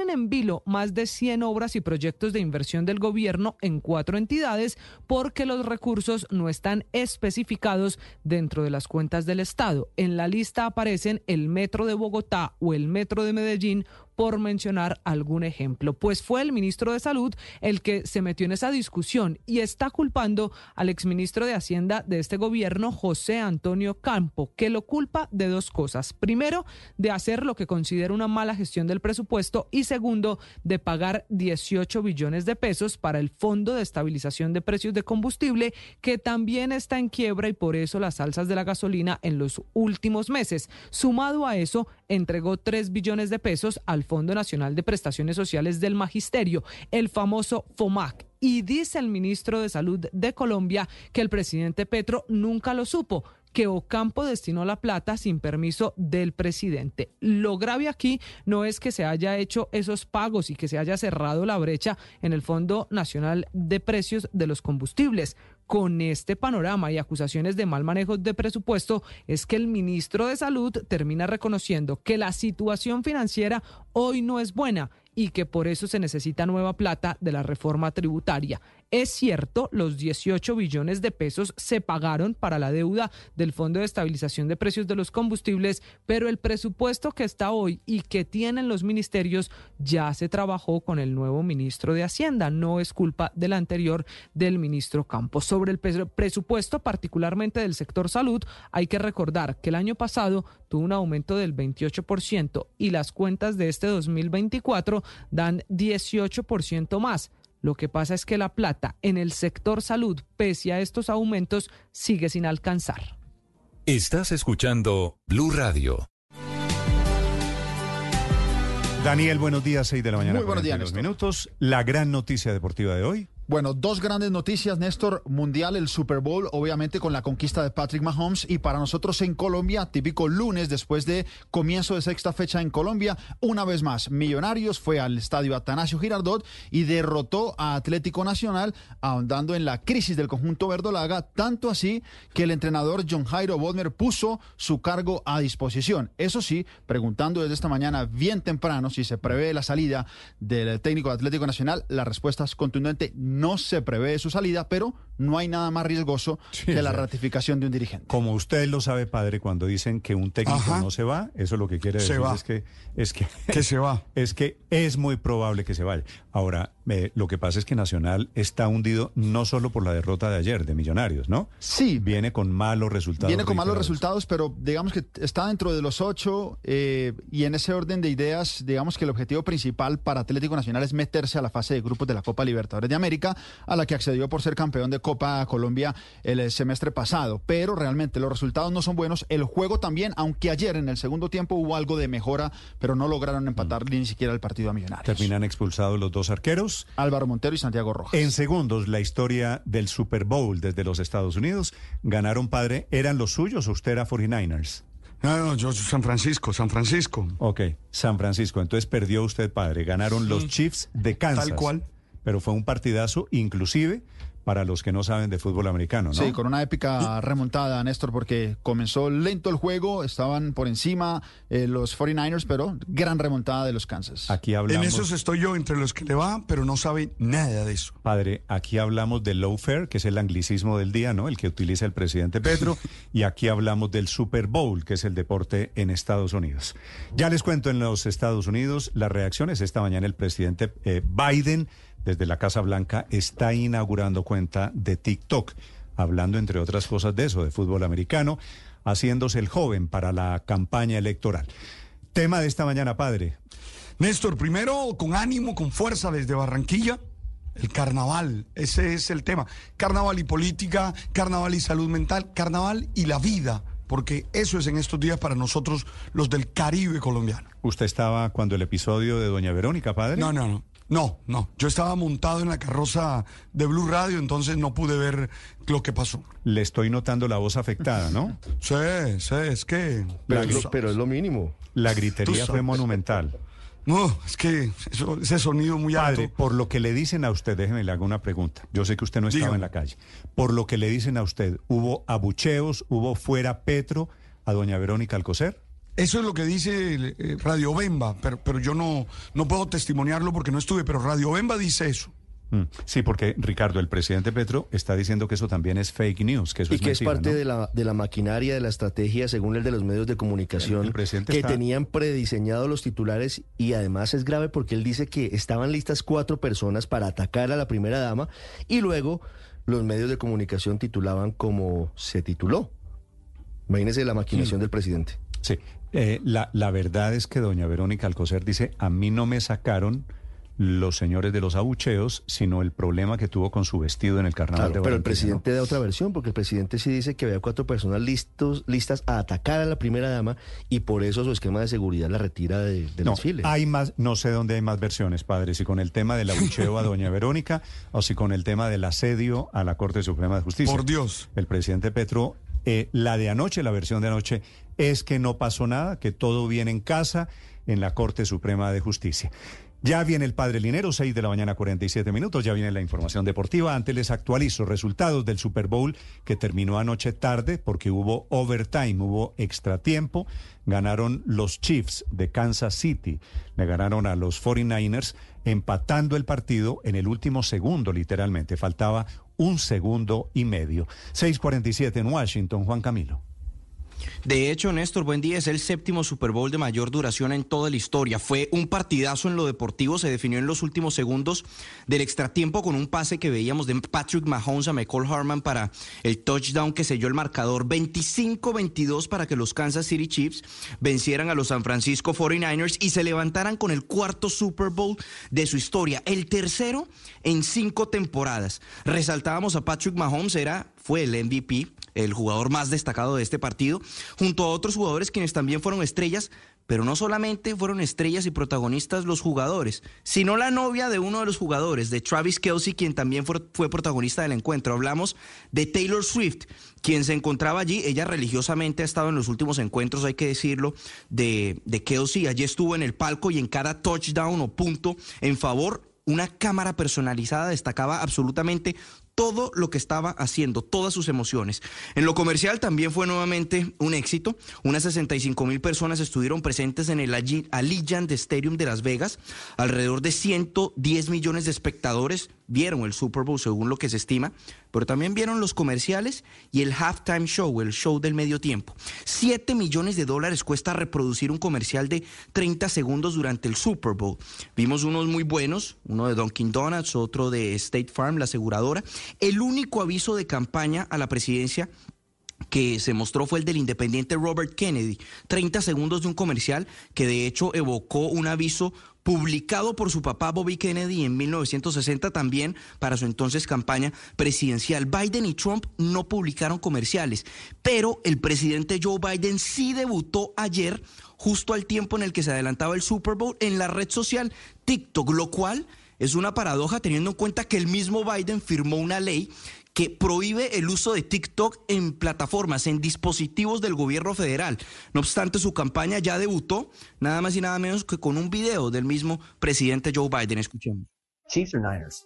tienen en vilo más de 100 obras y proyectos de inversión del gobierno en 4 entidades porque los recursos no están especificados dentro de las cuentas del Estado. En la lista aparecen el Metro de Bogotá o el Metro de Medellín, por mencionar algún ejemplo. Pues fue el ministro de Salud el que se metió en esa discusión y está culpando al exministro de Hacienda de este gobierno, José Antonio Campo, que lo culpa de 2 cosas. Primero, de hacer lo que considera una mala gestión del presupuesto y segundo, de pagar 18 billones de pesos para el Fondo de Estabilización de Precios de Combustible, que también está en quiebra y por eso las alzas de la gasolina en los últimos meses. Sumado a eso, entregó 3 billones de pesos al Fondo Nacional de Prestaciones Sociales del Magisterio, el famoso FOMAC. Y dice el ministro de Salud de Colombia que el presidente Petro nunca lo supo, que Ocampo destinó la plata sin permiso del presidente. Lo grave aquí no es que se haya hecho esos pagos y que se haya cerrado la brecha en el Fondo Nacional de Precios de los Combustibles. Con este panorama y acusaciones de mal manejo de presupuesto es que el ministro de Salud termina reconociendo que la situación financiera hoy no es buena y que por eso se necesita nueva plata de la reforma tributaria. Es cierto, los 18 billones de pesos se pagaron para la deuda del Fondo de Estabilización de Precios de los Combustibles, pero el presupuesto que está hoy y que tienen los ministerios ya se trabajó con el nuevo ministro de Hacienda. No es culpa del anterior, del ministro Campos. Sobre el presupuesto, particularmente del sector salud, hay que recordar que el año pasado tuvo un aumento del 28% y las cuentas de este 2024 dan 18% más. Lo que pasa es que la plata en el sector salud, pese a estos aumentos, sigue sin alcanzar. Estás escuchando Blue Radio. Daniel, buenos días, 6 de la mañana. Muy buenos días, Néstor. Minutos. La gran noticia deportiva de hoy. Bueno, 2 grandes noticias, Néstor. Mundial, el Super Bowl, obviamente con la conquista de Patrick Mahomes. Y para nosotros en Colombia, típico lunes después de comienzo de 6ª fecha en Colombia, una vez más, Millonarios fue al estadio Atanasio Girardot y derrotó a Atlético Nacional, ahondando en la crisis del conjunto verdolaga, tanto así que el entrenador John Jairo Bodmer puso su cargo a disposición. Eso sí, preguntando desde esta mañana bien temprano si se prevé la salida del técnico de Atlético Nacional, la respuesta es contundente. No se prevé su salida, pero no hay nada más riesgoso que la ratificación de un dirigente. Como usted lo sabe, padre, cuando dicen que un técnico no se va, eso lo que quiere decir es que se va. Es que es muy probable que se vaya. Ahora, lo que pasa es que Nacional está hundido no solo por la derrota de ayer de Millonarios, ¿no? Sí. Viene con malos resultados. Viene con malos resultados, pero digamos que está dentro de los 8 y en ese orden de ideas, digamos que el objetivo principal para Atlético Nacional es meterse a la fase de grupos de la Copa Libertadores de América, a la que accedió por ser campeón de Copa Colombia el semestre pasado. Pero realmente los resultados no son buenos. El juego también, aunque ayer en el segundo tiempo hubo algo de mejora, pero no lograron empatar ni siquiera el partido a Millonarios. Terminan expulsados los 2 arqueros. Álvaro Montero y Santiago Rojas. En segundos, la historia del Super Bowl desde los Estados Unidos. Ganaron, padre, ¿eran los suyos o usted era 49ers? No, yo San Francisco. Ok, San Francisco. Entonces perdió usted, padre. Ganaron los Chiefs de Kansas. Tal cual. Pero fue un partidazo, inclusive para los que no saben de fútbol americano, ¿no? Sí, con una épica remontada, Néstor, porque comenzó lento el juego, estaban por encima los 49ers, pero gran remontada de los Kansas. Aquí hablamos... En esos estoy yo, entre los que le va, pero no sabe nada de eso. Padre, aquí hablamos del lawfare, que es el anglicismo del día, ¿no? El que utiliza el presidente Petro, y aquí hablamos del Super Bowl, que es el deporte en Estados Unidos. Ya les cuento en los Estados Unidos las reacciones. Esta mañana el presidente Biden, desde la Casa Blanca, está inaugurando cuenta de TikTok, hablando entre otras cosas de eso, de fútbol americano, haciéndose el joven para la campaña electoral. Tema de esta mañana, padre. Néstor, primero con ánimo, con fuerza desde Barranquilla, el carnaval, ese es el tema. Carnaval y política, carnaval y salud mental, carnaval y la vida, porque eso es en estos días para nosotros los del Caribe colombiano. ¿Usted estaba cuando el episodio de Doña Verónica, padre? No, yo estaba montado en la carroza de Blue Radio, entonces no pude ver lo que pasó. Le estoy notando la voz afectada, ¿no? Sí, es que... Pero es lo mínimo. La gritería fue monumental. No, es que ese sonido muy alto. Padre, por lo que le dicen a usted, déjeme le hago una pregunta. Yo sé que usted no estaba en la calle. Por lo que le dicen a usted, ¿hubo abucheos, hubo fuera Petro a doña Verónica Alcocer? Eso es lo que dice Radio Bemba, pero yo no puedo testimoniarlo porque no estuve, pero Radio Bemba dice eso. Sí, porque Ricardo, el presidente Petro está diciendo que eso también es fake news, que eso es mentira, es parte, ¿no?, de la maquinaria, de la estrategia, según el de los medios de comunicación, que tenían prediseñados los titulares, y además es grave porque él dice que estaban listas 4 personas para atacar a la primera dama y luego los medios de comunicación titulaban como se tituló. Imagínese la maquinación del presidente. Sí, la verdad es que doña Verónica Alcocer dice, a mí no me sacaron los señores de los abucheos, sino el problema que tuvo con su vestido en el carnaval de Barranquilla. Pero el presidente da otra versión, porque el presidente sí dice que había 4 personas listas a atacar a la primera dama, y por eso su esquema de seguridad la retira del desfile. Hay más, no sé dónde hay más versiones, padre, si con el tema del abucheo a doña Verónica o si con el tema del asedio a la Corte Suprema de Justicia. Por Dios. El presidente Petro, la versión de anoche es que no pasó nada, que todo viene en casa, en la Corte Suprema de Justicia. Ya viene el Padre Linero, 6 de la mañana, 47 minutos, ya viene la información deportiva. Antes les actualizo resultados del Super Bowl que terminó anoche tarde porque hubo overtime, hubo extratiempo. Ganaron los Chiefs de Kansas City, le ganaron a los 49ers, empatando el partido en el último segundo, literalmente. Faltaba 1 segundo y medio. 6:47 en Washington, Juan Camilo. De hecho, Néstor, buen día, es el 7º Super Bowl de mayor duración en toda la historia. Fue un partidazo en lo deportivo, se definió en los últimos segundos del extratiempo con un pase que veíamos de Patrick Mahomes a Mecole Hardman para el touchdown que selló el marcador 25-22 para que los Kansas City Chiefs vencieran a los San Francisco 49ers y se levantaran con el 4º Super Bowl de su historia, el tercero en 5 temporadas. Resaltábamos a Patrick Mahomes, fue el MVP, el jugador más destacado de este partido, junto a otros jugadores quienes también fueron estrellas, pero no solamente fueron estrellas y protagonistas los jugadores, sino la novia de uno de los jugadores, de Travis Kelce, quien también fue protagonista del encuentro. Hablamos de Taylor Swift, quien se encontraba allí. Ella religiosamente ha estado en los últimos encuentros, hay que decirlo, de Kelce. Allí estuvo en el palco y en cada touchdown o punto en favor, una cámara personalizada destacaba absolutamente todo lo que estaba haciendo, todas sus emociones. En lo comercial también fue nuevamente un éxito. Unas 65,000 personas estuvieron presentes en el Allegiant Stadium de Las Vegas. Alrededor de 110 millones de espectadores vieron el Super Bowl, según lo que se estima, pero también vieron los comerciales y el halftime show, el show del medio tiempo. $7 millones cuesta reproducir un comercial de 30 segundos durante el Super Bowl. Vimos unos muy buenos, uno de Dunkin' Donuts, otro de State Farm, la aseguradora. El único aviso de campaña a la presidencia que se mostró fue el del independiente Robert Kennedy, 30 segundos de un comercial que de hecho evocó un aviso publicado por su papá Bobby Kennedy en 1960 también para su entonces campaña presidencial. Biden y Trump no publicaron comerciales, pero el presidente Joe Biden sí debutó ayer, justo al tiempo en el que se adelantaba el Super Bowl, en la red social TikTok, lo cual es una paradoja teniendo en cuenta que el mismo Biden firmó una ley que prohíbe el uso de TikTok en plataformas, en dispositivos del gobierno federal. No obstante, su campaña ya debutó, nada más y nada menos que con un video del mismo presidente Joe Biden. Escuchemos. Chiefs or Niners?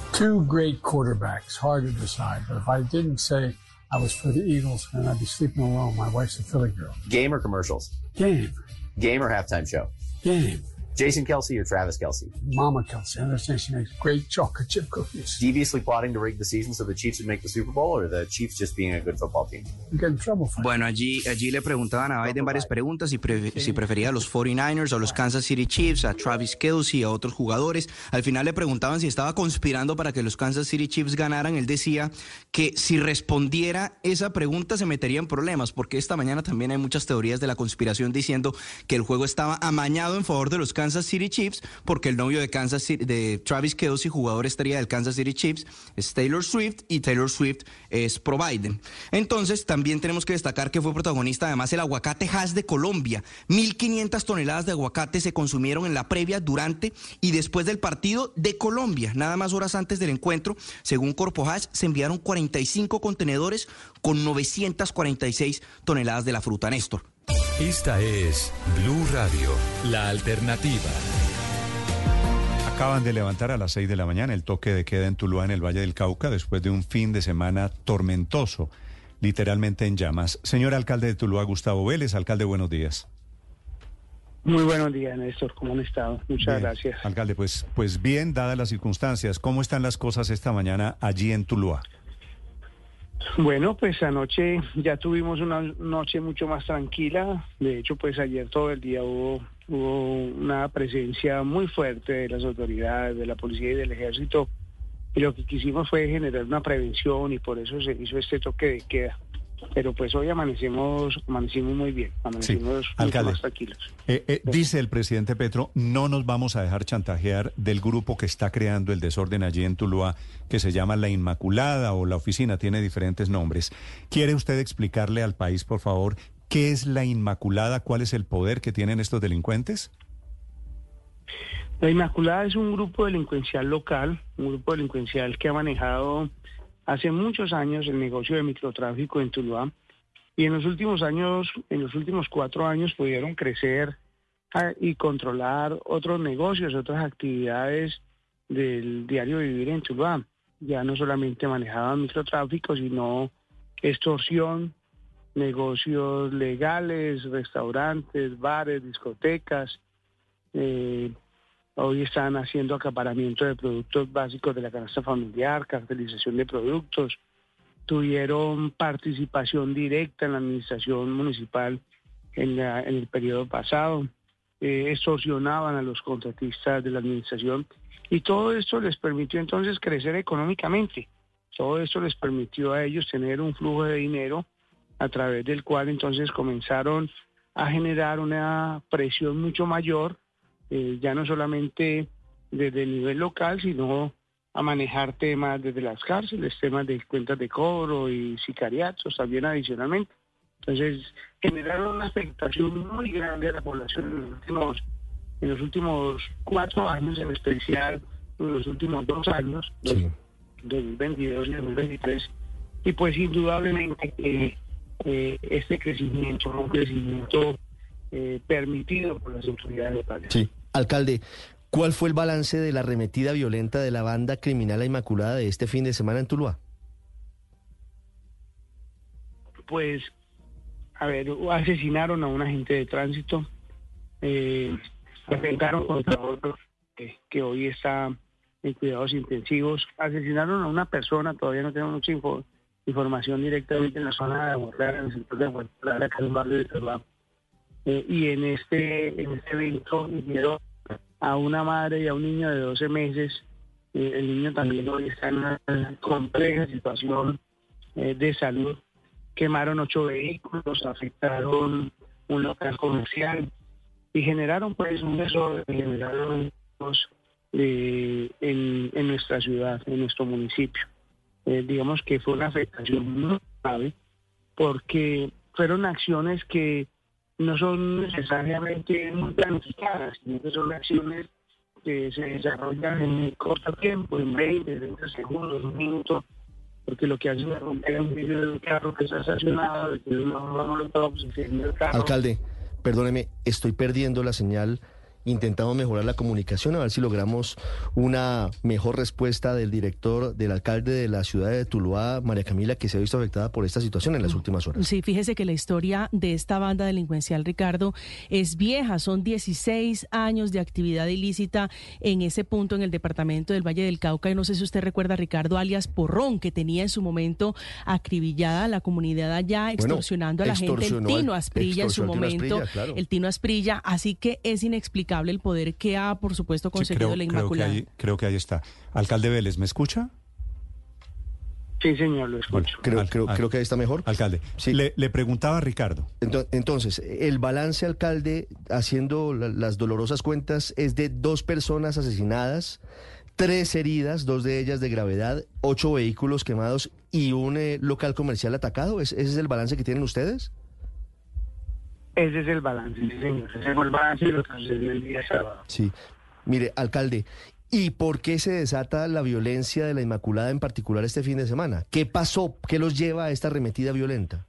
2 great quarterbacks, hard to decide. But if I didn't say I was for the Eagles, and I'd be sleeping alone. My wife's a Philly girl. Game or commercials? Game. Game or halftime show? Game. Jason Kelce or Travis Kelce? Mama Kelce. I understand she makes great chocolate chip cookies. Deviously plotting to rig the season so the Chiefs would make the Super Bowl, or the Chiefs just being a good football team? You get in trouble for Bueno, allí le preguntaban a Biden varias preguntas, si prefería a los 49ers, a los Kansas City Chiefs, a Travis Kelce, a otros jugadores. Al final le preguntaban si estaba conspirando para que los Kansas City Chiefs ganaran. Él decía que si respondiera esa pregunta se metería en problemas, porque esta mañana también hay muchas teorías de la conspiración diciendo que el juego estaba amañado en favor de los Kansas City Chiefs, porque el novio de Kansas City, de Travis Kelce, jugador estrella del Kansas City Chiefs, es Taylor Swift, y Taylor Swift es pro Biden. Entonces también tenemos que destacar que fue protagonista además el aguacate Hass de Colombia. 1.500 toneladas de aguacate se consumieron en la previa, durante y después del partido de Colombia. Nada más horas antes del encuentro, según Corpo Hass, se enviaron 45 contenedores con 946 toneladas de la fruta. Néstor. Esta es Blue Radio, la alternativa. Acaban de levantar a las 6 de la mañana el toque de queda en Tuluá, en el Valle del Cauca, después de un fin de semana tormentoso, literalmente en llamas. Señor alcalde de Tuluá, Gustavo Vélez. Alcalde, buenos días. Muy buenos días, Néstor. ¿Cómo han estado? Muchas gracias. Alcalde, pues bien, dadas las circunstancias, ¿cómo están las cosas esta mañana allí en Tuluá? Bueno, pues anoche ya tuvimos una noche mucho más tranquila. De hecho, pues ayer todo el día hubo una presencia muy fuerte de las autoridades, de la policía y del ejército. Y lo que quisimos fue generar una prevención y por eso se hizo este toque de queda. Pero pues hoy amanecimos muy bien, amanecimos mucho más tranquilos. Dice el presidente Petro, no nos vamos a dejar chantajear del grupo que está creando el desorden allí en Tuluá, que se llama La Inmaculada o La Oficina, tiene diferentes nombres. ¿Quiere usted explicarle al país, por favor, qué es La Inmaculada, cuál es el poder que tienen estos delincuentes? La Inmaculada es un grupo delincuencial local, un grupo delincuencial que ha manejado hace muchos años el negocio de microtráfico en Tuluá y en los últimos 4 años pudieron crecer y controlar otros negocios, otras actividades del diario vivir en Tuluá. Ya no solamente manejaban microtráfico, sino extorsión, negocios legales, restaurantes, bares, discotecas. Hoy están haciendo acaparamiento de productos básicos de la canasta familiar, cartelización de productos. Tuvieron participación directa en la administración municipal en el periodo pasado. Extorsionaban a los contratistas de la administración. Y todo esto les permitió entonces crecer económicamente. Todo esto les permitió a ellos tener un flujo de dinero a través del cual entonces comenzaron a generar una presión mucho mayor, ya no solamente desde el nivel local, sino a manejar temas desde las cárceles, temas de cuentas de cobro y sicariatos también adicionalmente. Entonces, generaron una expectación muy grande de la población en los últimos 4 años, en especial en los últimos 2 años, 2022 y 2023, y pues indudablemente este crecimiento, un crecimiento permitido por las autoridades locales. Sí. Alcalde, ¿cuál fue el balance de la arremetida violenta de la banda criminal La Inmaculada de este fin de semana en Tuluá? Pues, a ver, asesinaron a un agente de tránsito, atentaron contra otro que hoy está en cuidados intensivos, asesinaron a una persona, todavía no tenemos mucha información directamente en la zona de Borrera, en el sector de Borrera, que es un barrio de Tuluá. Y en este evento hirieron a una madre y a un niño de 12 meses. El niño también hoy está en una compleja situación de salud. Quemaron 8 vehículos, afectaron un local comercial y generaron pues un desorden, en nuestra ciudad, en nuestro municipio. Digamos que fue una afectación muy grave porque fueron acciones que no son necesariamente muy planificadas, sino que son acciones que se desarrollan en corto tiempo, en 20 segundos, un minuto, porque lo que hacen es romper un vidrio de un carro que está estacionado, de que el carro. Alcalde, perdóneme, estoy perdiendo la señal. Intentamos mejorar la comunicación, a ver si logramos una mejor respuesta del alcalde de la ciudad de Tuluá, María Camila, que se ha visto afectada por esta situación en las últimas horas. Sí, fíjese que la historia de esta banda delincuencial, Ricardo, es vieja. Son 16 años de actividad ilícita en ese punto en el departamento del Valle del Cauca. Y no sé si usted recuerda, Ricardo, alias Porrón, que tenía en su momento acribillada a la comunidad allá, extorsionando a la gente. El Tino Asprilla en su momento, claro. El Tino Asprilla. Así que es inexplicable el poder que ha, por supuesto, conseguido La Inmaculada. Creo que ahí está. Alcalde Vélez, ¿me escucha? Sí, señor, lo escucho. Creo que ahí está mejor. Alcalde, sí. Le preguntaba a Ricardo. Entonces, el balance, alcalde, haciendo las dolorosas cuentas, es de 2 personas asesinadas, 3 heridas, 2 de ellas de gravedad, 8 vehículos quemados y un local comercial atacado. ¿Ese es el balance que tienen ustedes? Ese es el balance, sí, señor. Ese es el balance de lo que sucedió el día sábado. Sí. Mire, alcalde, ¿y por qué se desata la violencia de La Inmaculada en particular este fin de semana? ¿Qué pasó? ¿Qué los lleva a esta arremetida violenta?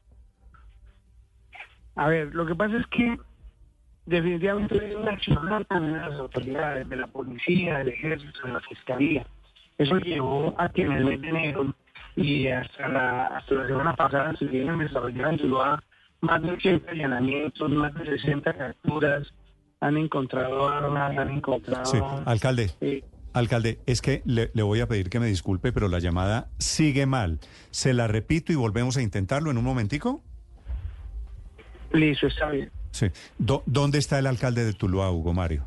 A ver, lo que pasa es que definitivamente hay una acción también de las autoridades, de la policía, del ejército, de la fiscalía. Eso llevó a que en el mes de enero y hasta la semana pasada se vienen desarrollando en Tuluá más de 80 allanamientos, más de 60 capturas, han encontrado armas, han encontrado... Sí, alcalde. Alcalde, es que le voy a pedir que me disculpe, pero la llamada sigue mal. Se la repito y volvemos a intentarlo en un momentico. Listo, está bien. Sí. ¿Dónde está el alcalde de Tuluá, Hugo Mario?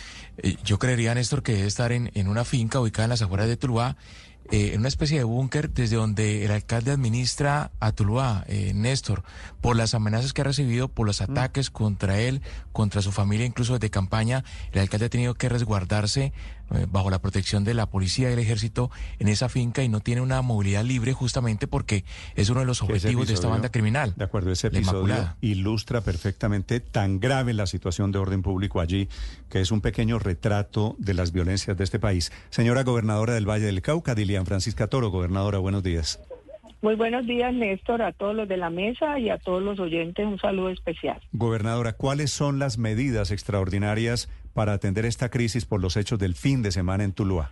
Yo creería, Néstor, que debe estar en una finca ubicada en las afueras de Tuluá, en una especie de búnker desde donde el alcalde administra a Tuluá, Néstor, por las amenazas que ha recibido, por los ataques contra él, contra su familia, incluso desde campaña. El alcalde ha tenido que resguardarse bajo la protección de la policía y el ejército en esa finca y no tiene una movilidad libre justamente porque es uno de los objetivos de esta banda criminal. De acuerdo, ese episodio ilustra perfectamente tan grave la situación de orden público allí, que es un pequeño retrato de las violencias de este país. Señora gobernadora del Valle del Cauca, Dilian Francisca Toro. Gobernadora, buenos días. Muy buenos días, Néstor, a todos los de la mesa y a todos los oyentes, un saludo especial. Gobernadora, ¿cuáles son las medidas extraordinarias para atender esta crisis por los hechos del fin de semana en Tuluá?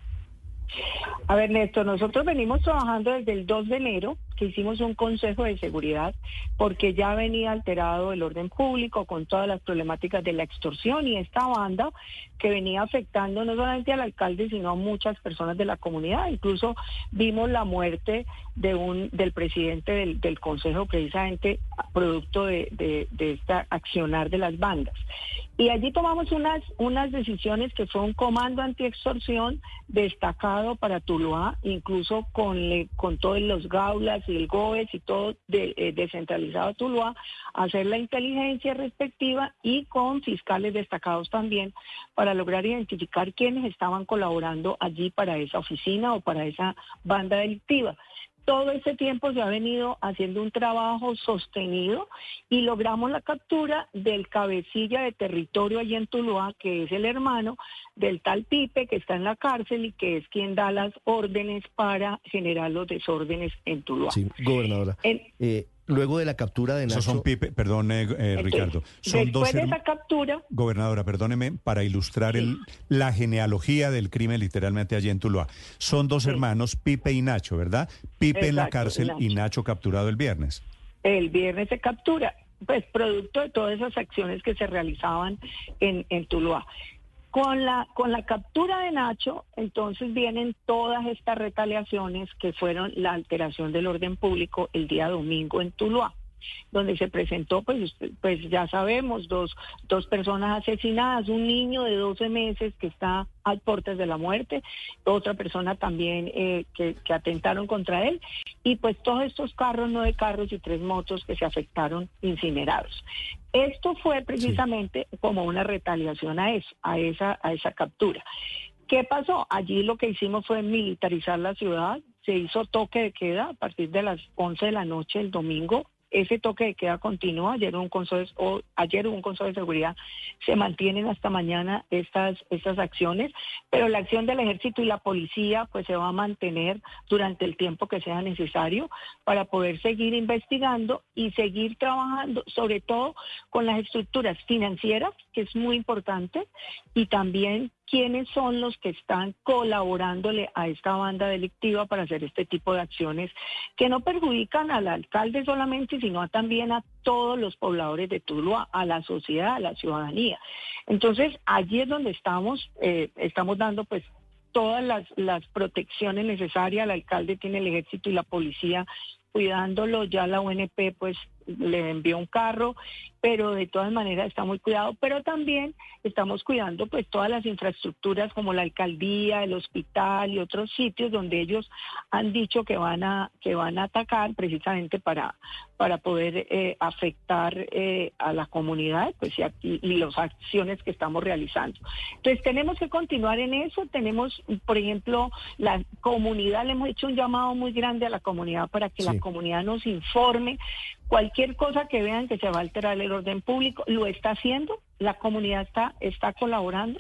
A ver, Néstor, nosotros venimos trabajando desde el 2 de enero, que hicimos un consejo de seguridad, porque ya venía alterado el orden público con todas las problemáticas de la extorsión y esta banda que venía afectando no solamente al alcalde, sino a muchas personas de la comunidad. Incluso vimos la muerte del presidente del consejo, precisamente producto de esta accionar de las bandas. Y allí tomamos unas decisiones que fue un comando antiextorsión destacado para Tuluá, incluso con todos los gaulas y el GOES y todo descentralizado a Tuluá, hacer la inteligencia respectiva y con fiscales destacados también para lograr identificar quiénes estaban colaborando allí para esa oficina o para esa banda delictiva. Todo ese tiempo se ha venido haciendo un trabajo sostenido y logramos la captura del cabecilla de territorio allí en Tuluá, que es el hermano del tal Pipe, que está en la cárcel y que es quien da las órdenes para generar los desórdenes en Tuluá. Sí, gobernadora. Luego de la captura de Nacho... Esos son Pipe, perdón, Ricardo. Son después de esa captura... Gobernadora, perdóneme, para ilustrar la genealogía del crimen literalmente allí en Tuluá. Son dos hermanos, Pipe y Nacho, ¿verdad? Pipe en la cárcel y Nacho capturado el viernes. El viernes se captura, pues producto de todas esas acciones que se realizaban en Tuluá. Con la captura de Nacho, entonces vienen todas estas retaliaciones que fueron la alteración del orden público el día domingo en Tuluá, donde se presentó, pues ya sabemos, dos personas asesinadas, un niño de 12 meses que está al portes de la muerte, otra persona también que atentaron contra él, y pues todos estos 9 carros y 3 motos que se afectaron incinerados. Esto fue precisamente como una retaliación a esa captura. ¿Qué pasó? Allí lo que hicimos fue militarizar la ciudad, se hizo toque de queda a partir de las 11 de la noche el domingo. Ese toque de queda continúa. Ayer hubo un consejo de seguridad. Se mantienen hasta mañana estas acciones, pero la acción del ejército y la policía pues se va a mantener durante el tiempo que sea necesario para poder seguir investigando y seguir trabajando, sobre todo con las estructuras financieras, que es muy importante, y también quiénes son los que están colaborándole a esta banda delictiva para hacer este tipo de acciones que no perjudican al alcalde solamente, sino también a todos los pobladores de Tuluá, a la sociedad, a la ciudadanía. Entonces, allí es donde estamos dando pues todas las protecciones necesarias. El alcalde tiene el ejército y la policía cuidándolo, ya la UNP pues le envió un carro, pero de todas maneras está muy cuidado, pero también estamos cuidando pues todas las infraestructuras como la alcaldía, el hospital y otros sitios donde ellos han dicho que van a atacar precisamente para poder afectar a la comunidad pues y las acciones que estamos realizando. Entonces tenemos que continuar en eso. Tenemos, por ejemplo, la comunidad, le hemos hecho un llamado muy grande a la comunidad para que la comunidad nos informe. Cualquier cosa que vean que se va a alterar el orden público, lo está haciendo, la comunidad está colaborando.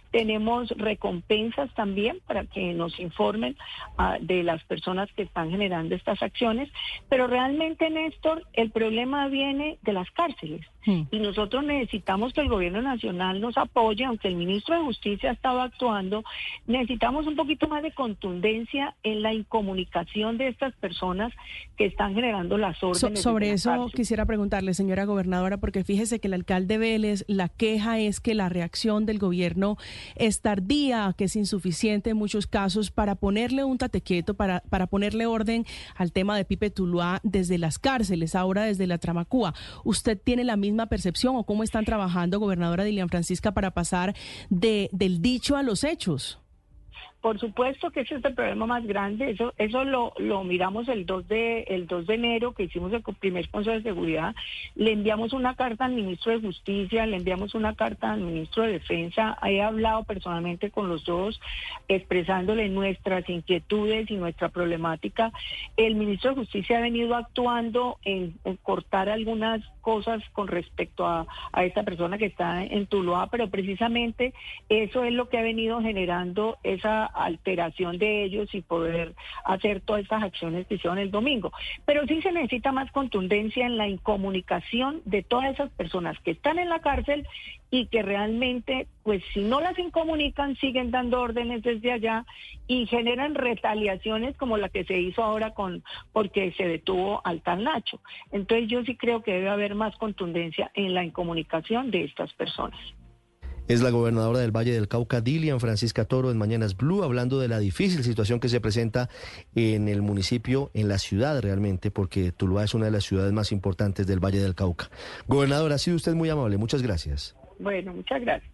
Tenemos recompensas también para que nos informen de las personas que están generando estas acciones, pero realmente, Néstor, el problema viene de las cárceles. Y nosotros necesitamos que el gobierno nacional nos apoye, aunque el ministro de Justicia estaba actuando, necesitamos un poquito más de contundencia en la incomunicación de estas personas que están generando las órdenes. Sobre eso quisiera preguntarle, señora gobernadora, porque fíjese que el alcalde Vélez, la queja es que la reacción del gobierno es tardía, que es insuficiente en muchos casos para ponerle un tate quieto, para ponerle orden al tema de Pipe Tuluá desde las cárceles, ahora desde la Tramacúa. ¿Usted tiene la misma percepción o cómo están trabajando, gobernadora Dilian Francisca, para pasar del dicho a los hechos? Por supuesto que ese es el problema más grande. Eso lo miramos el 2 de enero, que hicimos el primer Consejo de Seguridad. Le enviamos una carta al ministro de Justicia, le enviamos una carta al ministro de Defensa. He hablado personalmente con los dos, expresándole nuestras inquietudes y nuestra problemática. El ministro de Justicia ha venido actuando en cortar algunas cosas con respecto a esta persona que está en Tuluá, pero precisamente eso es lo que ha venido generando esa alteración de ellos y poder hacer todas estas acciones que hicieron el domingo. Pero sí se necesita más contundencia en la incomunicación de todas esas personas que están en la cárcel y que realmente, pues si no las incomunican, siguen dando órdenes desde allá y generan retaliaciones como la que se hizo ahora porque se detuvo al tal Nacho. Entonces yo sí creo que debe haber más contundencia en la incomunicación de estas personas. Es la gobernadora del Valle del Cauca, Dilian Francisca Toro, en Mañanas Blue, hablando de la difícil situación que se presenta en el municipio, en la ciudad realmente, porque Tuluá es una de las ciudades más importantes del Valle del Cauca. Gobernadora, ha sido usted muy amable, muchas gracias. Bueno, muchas gracias.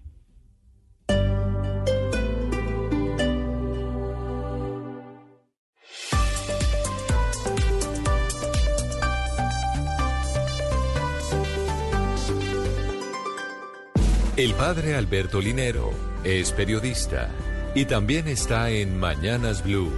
El padre Alberto Linero es periodista y también está en Mañanas Blue.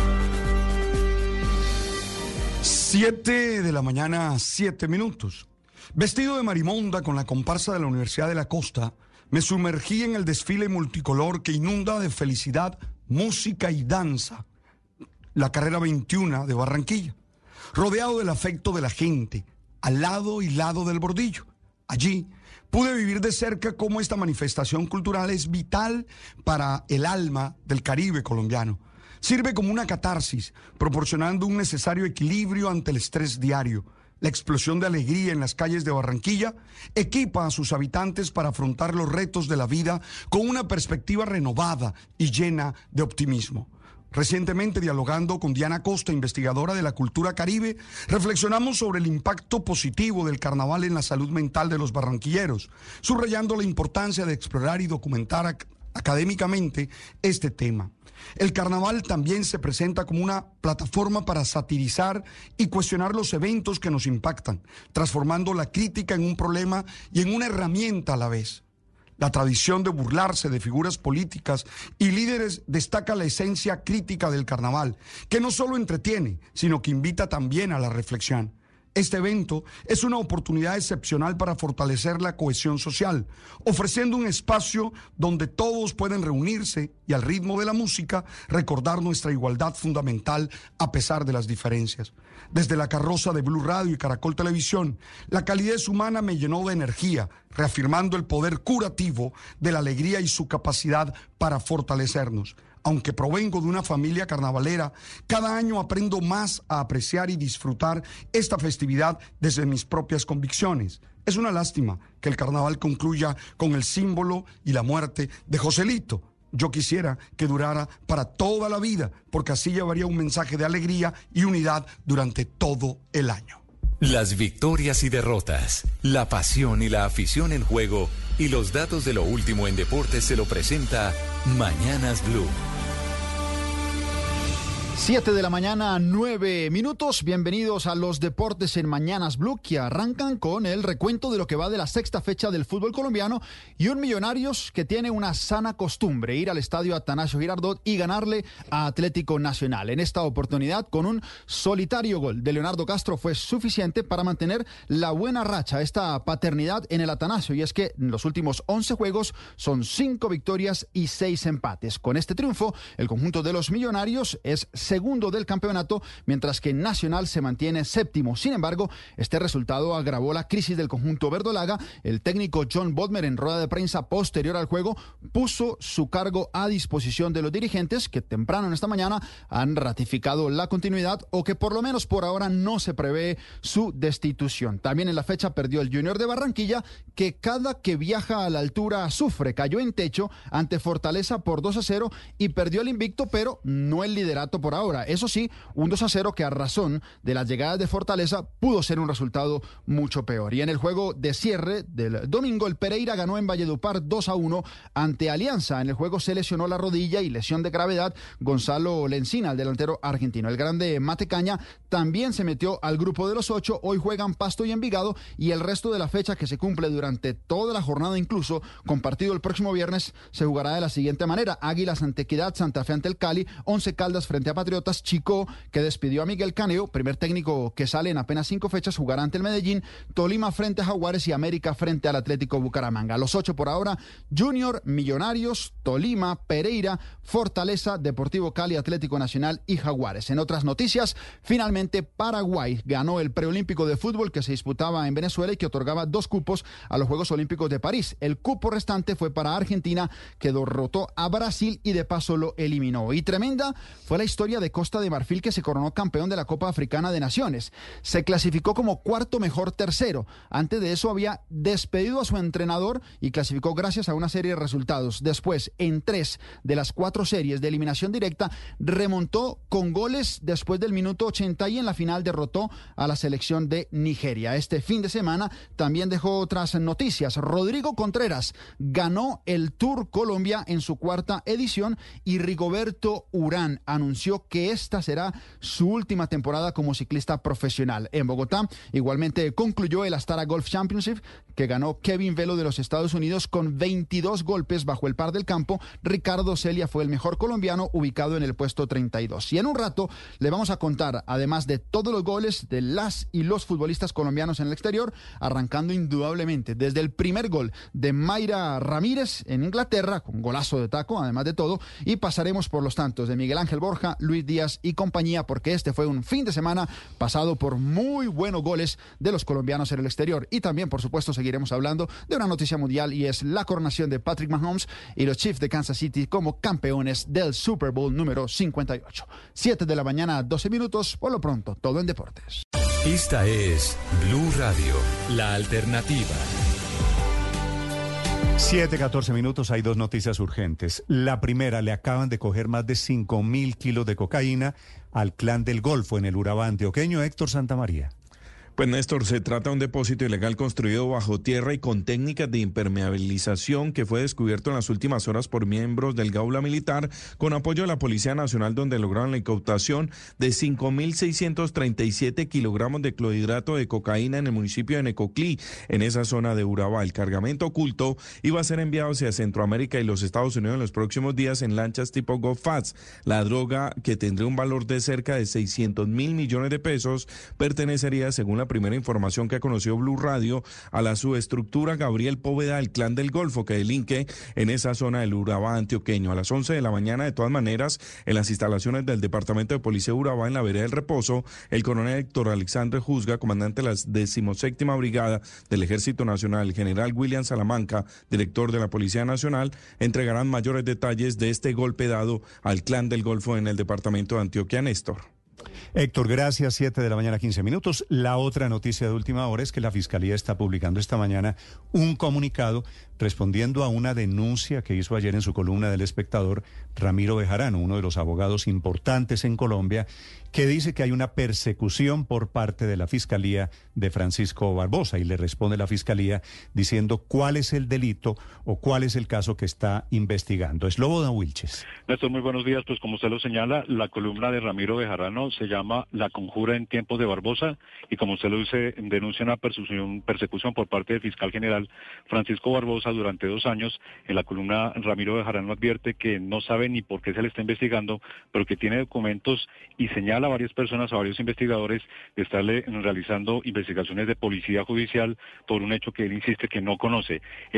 7 de la mañana, 7 minutos. Vestido de marimonda con la comparsa de la Universidad de la Costa, me sumergí en el desfile multicolor que inunda de felicidad, música y danza la carrera 21 de Barranquilla, rodeado del afecto de la gente, al lado y lado del bordillo. Allí pude vivir de cerca cómo esta manifestación cultural es vital para el alma del Caribe colombiano. Sirve como una catarsis, proporcionando un necesario equilibrio ante el estrés diario. La explosión de alegría en las calles de Barranquilla equipa a sus habitantes para afrontar los retos de la vida con una perspectiva renovada y llena de optimismo. Recientemente, dialogando con Diana Costa, investigadora de la cultura caribe, reflexionamos sobre el impacto positivo del carnaval en la salud mental de los barranquilleros, subrayando la importancia de explorar y documentar académicamente este tema. El carnaval también se presenta como una plataforma para satirizar y cuestionar los eventos que nos impactan, transformando la crítica en un problema y en una herramienta a la vez. La tradición de burlarse de figuras políticas y líderes destaca la esencia crítica del carnaval, que no solo entretiene, sino que invita también a la reflexión. Este evento es una oportunidad excepcional para fortalecer la cohesión social, ofreciendo un espacio donde todos pueden reunirse y al ritmo de la música recordar nuestra igualdad fundamental a pesar de las diferencias. Desde la carroza de Blue Radio y Caracol Televisión, la calidez humana me llenó de energía, reafirmando el poder curativo de la alegría y su capacidad para fortalecernos. Aunque provengo de una familia carnavalera, cada año aprendo más a apreciar y disfrutar esta festividad desde mis propias convicciones. Es una lástima que el carnaval concluya con el símbolo y la muerte de Joselito. Yo quisiera que durara para toda la vida, porque así llevaría un mensaje de alegría y unidad durante todo el año. Las victorias y derrotas, la pasión y la afición en juego y los datos de lo último en deportes se lo presenta Mañanas Blue. 7 de la mañana, 9 minutos. Bienvenidos a los deportes en Mañanas Blue, que arrancan con el recuento de lo que va de la sexta fecha del fútbol colombiano y un Millonarios que tiene una sana costumbre, ir al estadio Atanasio Girardot y ganarle a Atlético Nacional. En esta oportunidad, con un solitario gol de Leonardo Castro, fue suficiente para mantener la buena racha, esta paternidad en el Atanasio. Y es que en los últimos 11 juegos son 5 victorias y 6 empates. Con este triunfo, el conjunto de los Millonarios es segundo del campeonato, mientras que Nacional se mantiene séptimo. Sin embargo, este resultado agravó la crisis del conjunto verdolaga. El técnico John Bodmer, en rueda de prensa posterior al juego, puso su cargo a disposición de los dirigentes, que temprano en esta mañana han ratificado la continuidad, o que por lo menos por ahora no se prevé su destitución. También en la fecha perdió el Junior de Barranquilla, que cada que viaja a la altura sufre. Cayó en techo ante Fortaleza por 2-0 y perdió el invicto, pero no el liderato por ahora. Eso sí, un 2-0 que a razón de las llegadas de Fortaleza pudo ser un resultado mucho peor. Y en el juego de cierre del domingo, el Pereira ganó en Valledupar 2-1 ante Alianza. En el juego se lesionó la rodilla y lesión de gravedad Gonzalo Lencina, el delantero argentino. El grande Matecaña también se metió al grupo de los 8. Hoy juegan Pasto y Envigado, y el resto de la fecha, que se cumple durante toda la jornada, incluso con partido el próximo viernes, se jugará de la siguiente manera: Águilas ante Equidad, Santa Fe ante el Cali, Once Caldas frente a Patriotas, Chico, que despidió a Miguel Caneo, primer técnico que sale en apenas 5 fechas, jugará ante el Medellín, Tolima frente a Jaguares y América frente al Atlético Bucaramanga. Los 8 por ahora: Junior, Millonarios, Tolima, Pereira, Fortaleza, Deportivo Cali, Atlético Nacional y Jaguares. En otras noticias, finalmente Paraguay ganó el preolímpico de fútbol que se disputaba en Venezuela y que otorgaba 2 cupos a los Juegos Olímpicos de París. El cupo restante fue para Argentina, que derrotó a Brasil y de paso lo eliminó. Y tremenda fue la historia de Costa de Marfil, que se coronó campeón de la Copa Africana de Naciones. Se clasificó como cuarto mejor tercero. Antes de eso había despedido a su entrenador y clasificó gracias a una serie de resultados. Después, en 3 de las 4 series de eliminación directa, remontó con goles después del minuto 80 y en la final derrotó a la selección de Nigeria. Este fin de semana también dejó otras noticias. Rodrigo Contreras ganó el Tour Colombia en su 4ª edición y Rigoberto Urán anunció que esta será su última temporada como ciclista profesional. En Bogotá igualmente concluyó el Astara Golf Championship, que ganó Kevin Velo de los Estados Unidos con 22 golpes bajo el par del campo. Ricardo Celia fue el mejor colombiano, ubicado en el puesto 32. Y en un rato le vamos a contar, además de todos los goles de las y los futbolistas colombianos en el exterior, arrancando indudablemente desde el primer gol de Mayra Ramírez en Inglaterra, con golazo de taco, además de todo, y pasaremos por los tantos de Miguel Ángel Borja, Luis Díaz y compañía, porque este fue un fin de semana pasado por muy buenos goles de los colombianos en el exterior. Y también, por supuesto, seguiremos hablando de una noticia mundial, y es la coronación de Patrick Mahomes y los Chiefs de Kansas City como campeones del Super Bowl número 58. 7 de la mañana, 12 minutos. Por lo pronto, todo en deportes. Esta es Blue Radio, la alternativa. 7:14 minutos, hay 2 noticias urgentes. La primera: le acaban de coger más de 5.000 kilos de cocaína al Clan del Golfo en el Urabá antioqueño. Héctor Santamaría. Pues Néstor, se trata de un depósito ilegal construido bajo tierra y con técnicas de impermeabilización que fue descubierto en las últimas horas por miembros del Gaula Militar con apoyo de la Policía Nacional, donde lograron la incautación de 5.637 kilogramos de clorhidrato de cocaína en el municipio de Necoclí, en esa zona de Urabá. El cargamento oculto iba a ser enviado hacia Centroamérica y los Estados Unidos en los próximos días en lanchas tipo GoFast. La droga, que tendría un valor de cerca de 600 mil millones de pesos, pertenecería, según la primera información que ha conocido Blue Radio, a la subestructura Gabriel Póveda del Clan del Golfo, que delinque en esa zona del Urabá antioqueño. A las 11 de la mañana, de todas maneras, en las instalaciones del Departamento de Policía de Urabá, en la vereda del Reposo, el coronel Héctor Alexandre Juzga, comandante de la 17ª Brigada del Ejército Nacional, el general William Salamanca, director de la Policía Nacional, entregarán mayores detalles de este golpe dado al Clan del Golfo en el departamento de Antioquia. Néstor. Héctor, gracias. 7:15 a.m. La otra noticia de última hora es que la Fiscalía está publicando esta mañana un comunicado respondiendo a una denuncia que hizo ayer en su columna del Espectador Ramiro Bejarano, uno de los abogados importantes en Colombia, que dice que hay una persecución por parte de la Fiscalía de Francisco Barbosa, y le responde la Fiscalía diciendo cuál es el delito o cuál es el caso que está investigando. Slobodan Wilches. Néstor, muy buenos días. Pues como usted lo señala, la columna de Ramiro Bejarano se llama La conjura en tiempos de Barbosa, y como usted lo dice, denuncia una persecución por parte del fiscal general Francisco Barbosa durante 2 años. En la columna, Ramiro Bejarano advierte que no sabe ni por qué se le está investigando, pero que tiene documentos y señala a varias personas, a varios investigadores, de estarle realizando investigaciones de policía judicial por un hecho que él insiste que no conoce.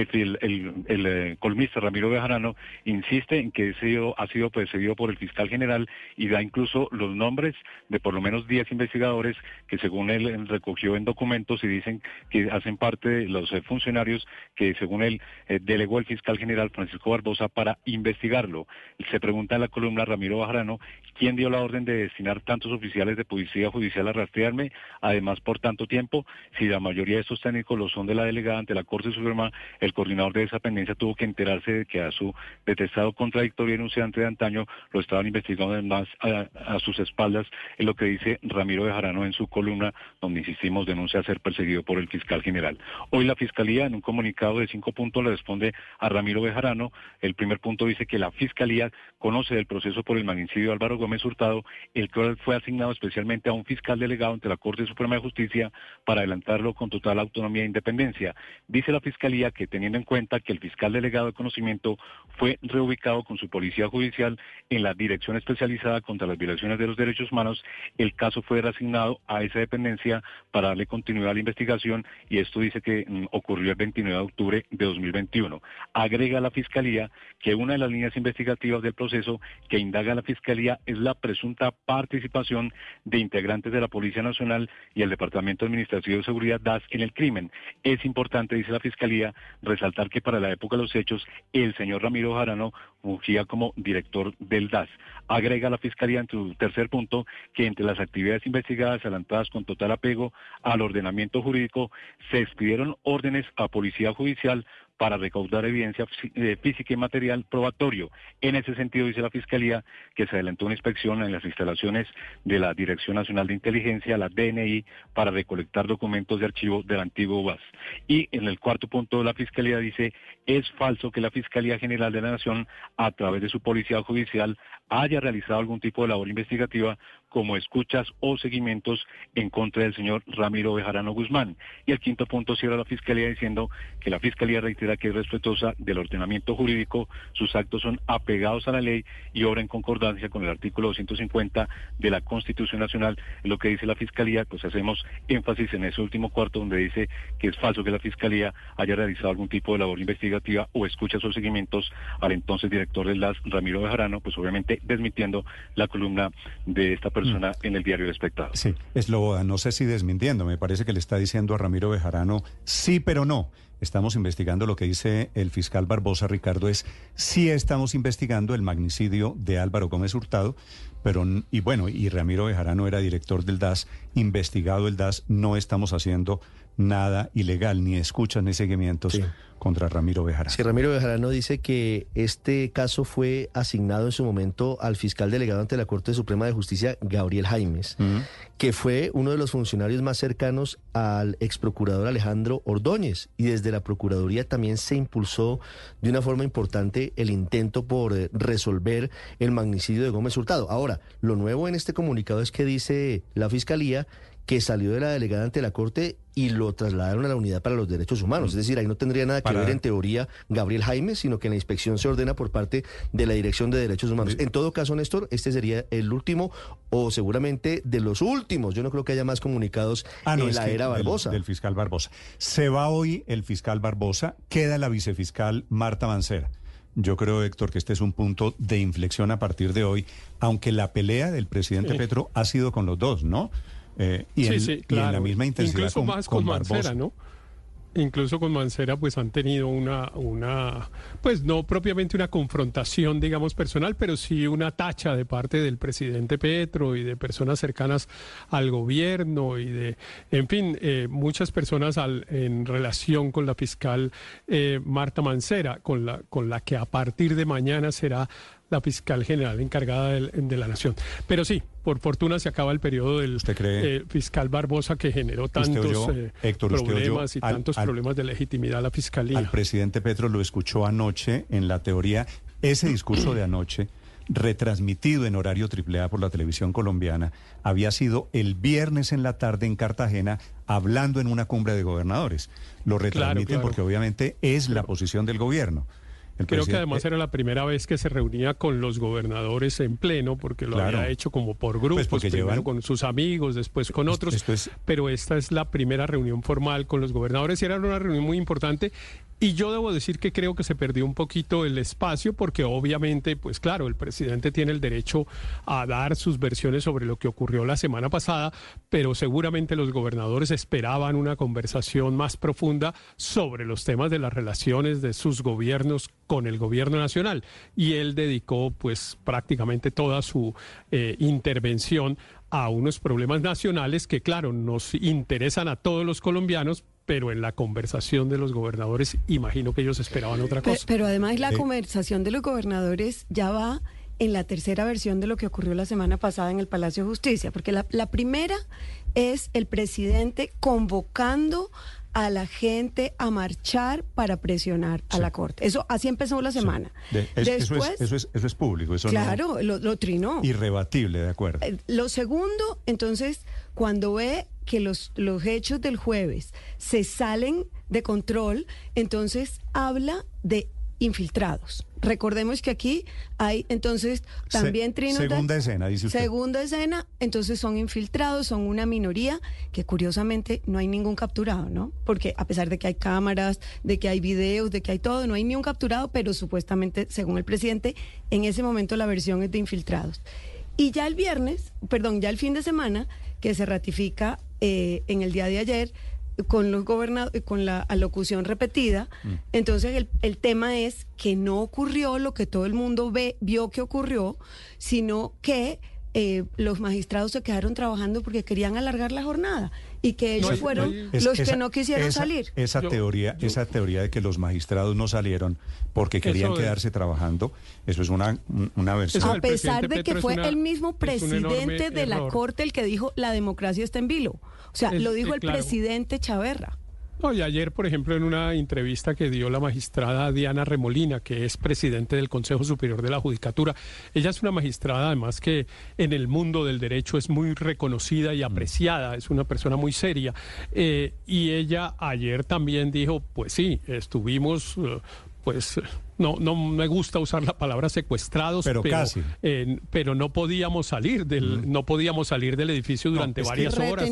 El columnista Ramiro Bejarano insiste en que ha sido perseguido por el fiscal general y da incluso los nombres de por lo menos 10 investigadores que según él recogió en documentos y dicen que hacen parte de los funcionarios que según él delegó el fiscal general Francisco Barbosa para investigarlo. Se pregunta en la columna Ramiro Bejarano quién dio la orden de destinar tantos oficiales de policía judicial a rastrearme, además por tanto tiempo. Si la mayoría de estos técnicos lo son de la delegada ante la Corte Suprema, el coordinador de esa pendencia tuvo que enterarse de que a su detestado contradictorio enunciante de antaño lo estaban investigando además a sus espaldas, es lo que dice Ramiro Bejarano en su columna, donde insistimos denuncia ser perseguido por el fiscal general. Hoy la Fiscalía en un comunicado de 5 puntos le responde a Ramiro Bejarano. El primer punto dice que la Fiscalía conoce del proceso por el magnicidio de Álvaro Gómez Hurtado, el cual fue asignado especialmente a un fiscal delegado ante la Corte Suprema de Justicia para adelantarlo con total autonomía e independencia. Dice la Fiscalía que teniendo en cuenta que el fiscal delegado de conocimiento fue reubicado con su policía judicial en la Dirección Especializada contra las Violaciones de los Derechos Humanos, el caso fue reasignado a esa dependencia para darle continuidad a la investigación, y esto dice que ocurrió el 29 de octubre de 2021. Agrega la Fiscalía que una de las líneas investigativas del proceso que indaga la Fiscalía es la presunta participación de integrantes de la Policía Nacional y el Departamento Administrativo de Seguridad DAS en el crimen. Es importante, dice la Fiscalía, resaltar que para la época de los hechos el señor Ramiro Bejarano fungía como director del DAS. Agrega la Fiscalía en su tercer punto que entre las actividades investigadas adelantadas con total apego al ordenamiento jurídico se expidieron órdenes a Policía Judicial para recaudar evidencia física y material probatorio. En ese sentido, dice la Fiscalía, que se adelantó una inspección en las instalaciones de la Dirección Nacional de Inteligencia, la DNI, para recolectar documentos de archivo del antiguo UAS. Y en el cuarto punto, la Fiscalía dice, es falso que la Fiscalía General de la Nación, a través de su Policía Judicial, haya realizado algún tipo de labor investigativa como escuchas o seguimientos en contra del señor Ramiro Bejarano Guzmán. Y el quinto punto cierra la Fiscalía diciendo que la Fiscalía reitera que es respetuosa del ordenamiento jurídico, sus actos son apegados a la ley y obra en concordancia con el artículo 250 de la Constitución Nacional. Es lo que dice la Fiscalía, pues hacemos énfasis en ese último cuarto donde dice que es falso que la Fiscalía haya realizado algún tipo de labor investigativa o escuchas o seguimientos al entonces director del DAS, Ramiro Bejarano, pues obviamente desmintiendo la columna de esta persona en el diario El Espectador. Sí, Slobodan, no sé si desmintiendo, me parece que le está diciendo a Ramiro Bejarano, sí, pero no. Estamos investigando lo que dice el fiscal Barbosa, Ricardo, sí estamos investigando el magnicidio de Álvaro Gómez Hurtado, y Ramiro Bejarano era director del DAS, investigado el DAS, no estamos haciendo nada ilegal, ni escuchas ni seguimientos contra Ramiro Bejarano. Sí, Ramiro Bejarano dice que este caso fue asignado en su momento al fiscal delegado ante la Corte Suprema de Justicia, Gabriel Jaimes, que fue uno de los funcionarios más cercanos al exprocurador Alejandro Ordóñez, y desde la Procuraduría también se impulsó de una forma importante el intento por resolver el magnicidio de Gómez Hurtado. Ahora, lo nuevo en este comunicado es que dice la Fiscalía que salió de la delegada ante la Corte y lo trasladaron a la Unidad para los Derechos Humanos. Es decir, ahí no tendría nada que ver en teoría Gabriel Jaimes, sino que la inspección se ordena por parte de la Dirección de Derechos Humanos. En todo caso, Néstor, este sería el último o seguramente de los últimos. Yo no creo que haya más comunicados en la era Barbosa. Del fiscal Barbosa. Se va hoy el fiscal Barbosa, queda la vicefiscal Marta Mancera. Yo creo, Héctor, que este es un punto de inflexión a partir de hoy, aunque la pelea del presidente Petro ha sido con los dos, ¿no? Claro. Y en la misma intensidad incluso más con Mancera, ¿no? incluso con Mancera, pues han tenido una, pues no propiamente una confrontación, digamos, personal, pero sí una tacha de parte del presidente Petro y de personas cercanas al gobierno y de, en fin, muchas personas en relación con la fiscal Marta Mancera, con la que a partir de mañana será la fiscal general encargada de la Nación. Pero sí, por fortuna se acaba el periodo del fiscal Barbosa, que generó tantos problemas y tantos problemas de legitimidad a la fiscalía. Al presidente Petro lo escuchó anoche en la teoría, ese discurso de anoche, retransmitido en horario AAA por la televisión colombiana, había sido el viernes en la tarde en Cartagena, hablando en una cumbre de gobernadores. Lo retransmiten porque obviamente es la posición del gobierno. Creo que además era la primera vez que se reunía con los gobernadores en pleno, porque lo había hecho como por grupos, pues primero con sus amigos, después con otros, pero esta es la primera reunión formal con los gobernadores y era una reunión muy importante. Y yo debo decir que creo que se perdió un poquito el espacio porque obviamente, pues claro, el presidente tiene el derecho a dar sus versiones sobre lo que ocurrió la semana pasada, pero seguramente los gobernadores esperaban una conversación más profunda sobre los temas de las relaciones de sus gobiernos con el gobierno nacional. Y él dedicó pues prácticamente toda su intervención a unos problemas nacionales que, claro, nos interesan a todos los colombianos, pero en la conversación de los gobernadores imagino que ellos esperaban otra cosa. Pero además la conversación de los gobernadores ya va en la tercera versión de lo que ocurrió la semana pasada en el Palacio de Justicia, porque la primera es el presidente convocando a la gente a marchar para presionar a la Corte. Eso así empezó la semana. Después, eso es público. Eso claro, no, lo trinó. Irrebatible, de acuerdo. Lo segundo, entonces, cuando ve que los hechos del jueves se salen de control, entonces habla de infiltrados. Recordemos que aquí hay entonces también segunda escena, dice usted. Segunda escena, entonces son infiltrados, son una minoría que curiosamente no hay ningún capturado, ¿no? Porque a pesar de que hay cámaras, de que hay videos, de que hay todo, no hay ni un capturado, pero supuestamente, según el presidente, en ese momento la versión es de infiltrados. Y ya el ya el fin de semana, que se ratifica en el día de ayer, con los con la alocución repetida, entonces el tema es que no ocurrió lo que todo el mundo vio que ocurrió, sino que los magistrados se quedaron trabajando porque querían alargar la jornada y que ellos fueron los que no quisieron salir. Esa teoría de que los magistrados no salieron porque querían quedarse trabajando, eso es una versión. A pesar de que fue el mismo presidente de la Corte el que dijo la democracia está en vilo. O sea, lo dijo el presidente Chaverra. No, y ayer, por ejemplo, en una entrevista que dio la magistrada Diana Remolina, que es presidente del Consejo Superior de la Judicatura, ella es una magistrada además que en el mundo del derecho es muy reconocida y apreciada, es una persona muy seria, y ella ayer también dijo, pues sí, estuvimos... No me gusta usar la palabra secuestrados, pero no podíamos salir del edificio durante varias horas